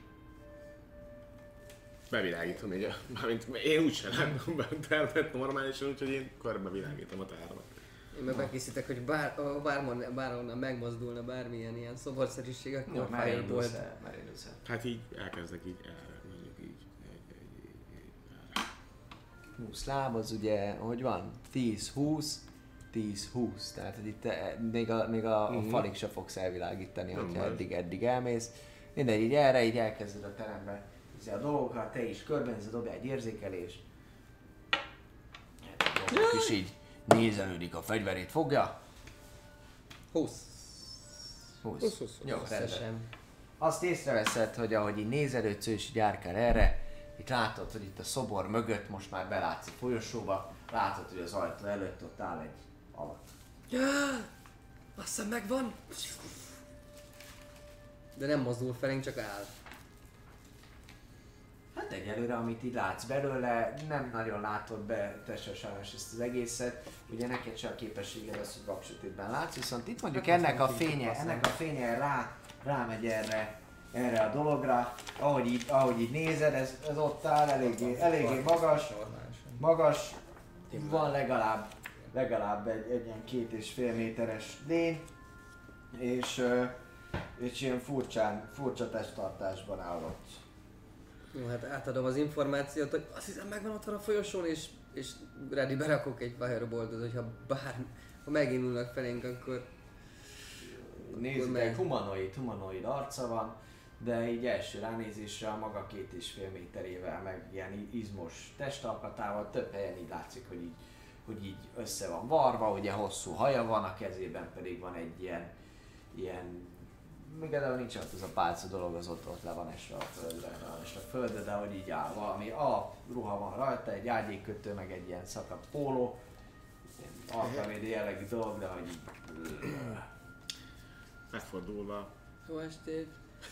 Bevilágítom így, a, mármint én úgysem látom bent elment normálisan, úgyhogy én körbe világítom a tármat. Én meg bekészítek, hogy bár, ha bármon, bárhonnan megmozdulna bármilyen ilyen szoborszerűség, akkor Jó, már Firebolt. indulsz el, már indulsz el. Hát így elkezdek így erre, mondjuk így. Egy, egy, egy, egy, erre. húsz láb az ugye, hogy van? tíz húsz, tíz húsz. Tehát hogy itt eh, még a, még a, a Mhm. falig se fogsz elvilágítani, Nem hogyha baj. eddig, eddig elmész. Mindegy, így erre, így elkezded a terembe hiszi a dolgokat, te is körbenézed, dobj egy érzékelés. Hát a dolgok is így nézelődik, a fegyverét fogja. húsz. húsz. húsz, húsz, Jó, rendben. Összesen. Azt észreveszed, hogy ahogy így nézelődsz, ő is így járkál erre, itt látod, hogy itt a szobor mögött most már belátsz a folyosóba, látod, hogy az ajtó előtt ott áll egy alak. Azt hiszem megvan. De nem mozdul felénk, csak áll. Hát egyelőre, amit így látsz belőle, nem nagyon látod be te se sajnos ezt az egészet. Ugye neked se a képességed az, hogy vaksötétben látsz, viszont itt mondjuk Hát ennek a azt nem fénye, tudjuk ennek a fénye rá, rámegy erre, erre a dologra. Ahogy így, ahogy így nézed, ez, ez ott áll, eléggé, eléggé magas, Normálisan. magas, van legalább, legalább egy, egy ilyen két és fél méteres lény, és, ö, és ilyen furcsán, furcsa testtartásban áll ott. Jó, hát átadom az információt, hogy azt hiszem megvan ott van a folyosón, és, és ready berakok egy Fireboltot, hogyha bár, ha megindulnak felénk, akkor... Nézzük, meg. egy humanoid, humanoid arca van, de így első ránézésre a maga két és fél méterével, meg ilyen izmos testalkatával, több helyen így látszik, hogy így, hogy így össze van varva, ugye hosszú haja van, a kezében pedig van egy ilyen, ilyen még de nincs ott az a pálca dolog, az ott, ott le van esve a földre, le van esve a földre, de hogy így áll valami, a ruha van rajta, egy ágyékkötő, meg egy ilyen szakadt póló, ilyen alkalmédi jellegű dolog, de hogy így... Megfordulva. Jó estét!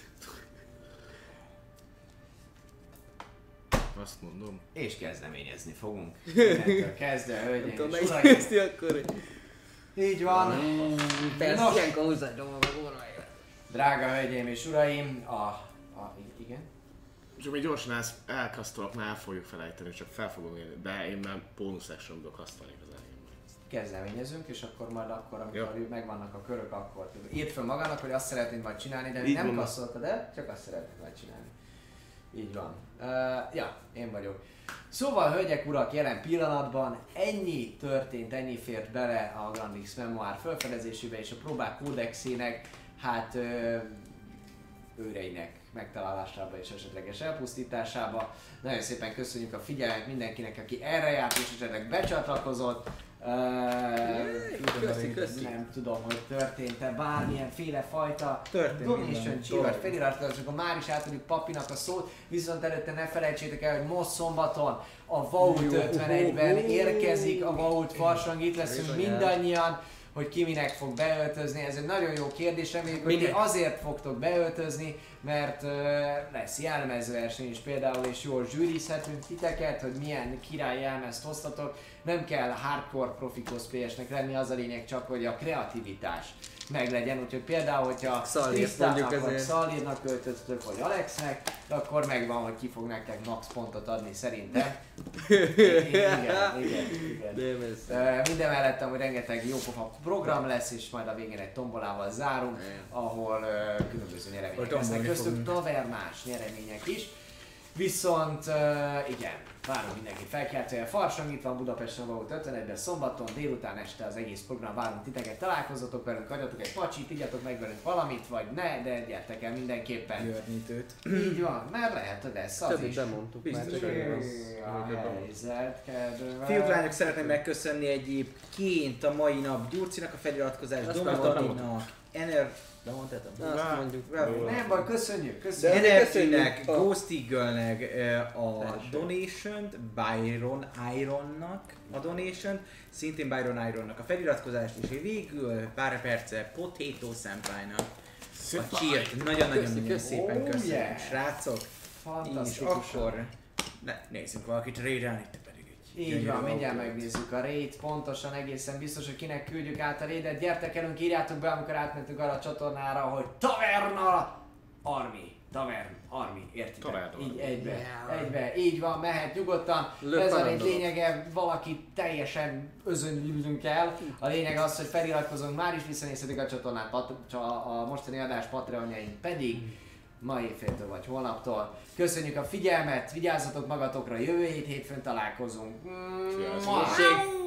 Azt mondom. És kezdeményezni fogunk. Innentől kezdve, Nem hölgyeim tudom és uraim. megnézni akkor, hogy... Így van. Persze, Nos. ilyenkor hozzáadom a orra. Drága hölgyeim és uraim, a... a igen? Csak még gyorsan elsz- elkasztolok, már el fogjuk felejteni, csak fel fogom érni. De én már bonus action tudok használni az elején. kezdeményezünk, és akkor majd akkor, amikor Jó. megvannak a körök, akkor írd fel magának, hogy azt szeretnéd majd csinálni, de még Így nem van. kasszoltad el, csak azt szeretnéd majd csinálni. Így van. Uh, ja, én vagyok. Szóval, hölgyek, urak, jelen pillanatban ennyi történt, ennyi fért bele a Grand X Memoir felfedezésébe és a próbák kódexének, hát ö, őreinek megtalálásába és esetleges elpusztításába. Nagyon szépen köszönjük a figyelmet mindenkinek, aki erre járt és esetleg becsatlakozott. Uh, Köszi, köszi. Nem tudom, hogy történt-e bármilyen féle fajta Történt donation minden csír vagy dolog. feliratkozások, akkor már is átadjuk Papinak a szót, viszont előtte ne felejtsétek el, hogy most szombaton a Vault ötvenegyben érkezik a Vault farsang, itt leszünk mindannyian, hogy ki minek fog beöltözni. Ez egy nagyon jó kérdés, reméljük, hogy ti azért fogtok beöltözni, mert uh, lesz jelmezverseny is például, és jól zsűrizhetünk titeket, hogy milyen király jelmezt hoztatok. Nem kell hardcore profi cosplayesnek lenni, az a lényeg csak, hogy a kreativitás meglegyen, úgyhogy például, hogyha Szalírt Krisztának mondjuk vagy ezért. Szalírnak költöztök, vagy Alexnek, akkor megvan, hogy ki fog nektek max pontot adni szerintem. Igen, igen, igen. Nem ez. Ö, Minden mellett amúgy rengeteg jópofa program lesz, és majd a végén egy tombolával zárunk, ahol ö, különböző nyeremények Hogy lesznek, tombolni köztük fogunk. tavernás nyeremények is. Viszont uh, igen, várunk mindenkit felkeltően. Farsang itt van Budapesten Vault ötvenegyben szombaton, délután este az egész program, várunk titeket, találkozzatok velünk, adjatok egy pacsit, igyatok meg velünk valamit, vagy ne, de gyertek el mindenképpen. Jörnyítőt. Így van, mert lehet, hogy lesz az Többit is. bemondtuk már, Biztos, csak hogy az, A hogy a helyzet, kedves. Fiúk, lányok, szeretném megköszönni egyébként a mai nap Gyurcinak a feliratkozást, Azt Domitaninak, Ener... Lemondtad? Azt mondjuk. Nem baj, köszönjük, köszönjük. De- Energy-nek, köszönjük a- Ghost Eagle-nek eh, a Felső. donation-t, Byron Ironnak a donation szintén Byron Ironnak a feliratkozást, és végül pár perce Potato Senpai-nak a cheert. Nagyon-nagyon Köszi, köszi. szépen Oh, köszönjük, yeah. srácok! És Fantasztikus. akkor ne, nézzünk valakit raidálni, itt pedig egy Így gyönyörű van, mindjárt autót. megnézzük a raid, pontosan egészen biztos, hogy kinek küldjük át a raidet. Gyertek elünk, írjátok be, amikor átmentünk arra a csatornára, hogy Taverna Army. Tavern Army, értitek? Taverna Így Army. egybe, Yeah. egybe, így van, mehet nyugodtan. Le Ez a raid Pandora. lényege, valaki teljesen özönlülünk el. A lényeg az, hogy feliratkozunk, már is visszanézhetik a csatornát, pat- csa- a mostani adás Patreonjaink pedig ma éjféltől vagy holnaptól. Köszönjük a figyelmet, vigyázzatok magatokra, jövő hét hétfőn találkozunk. Sziasztok. Mua!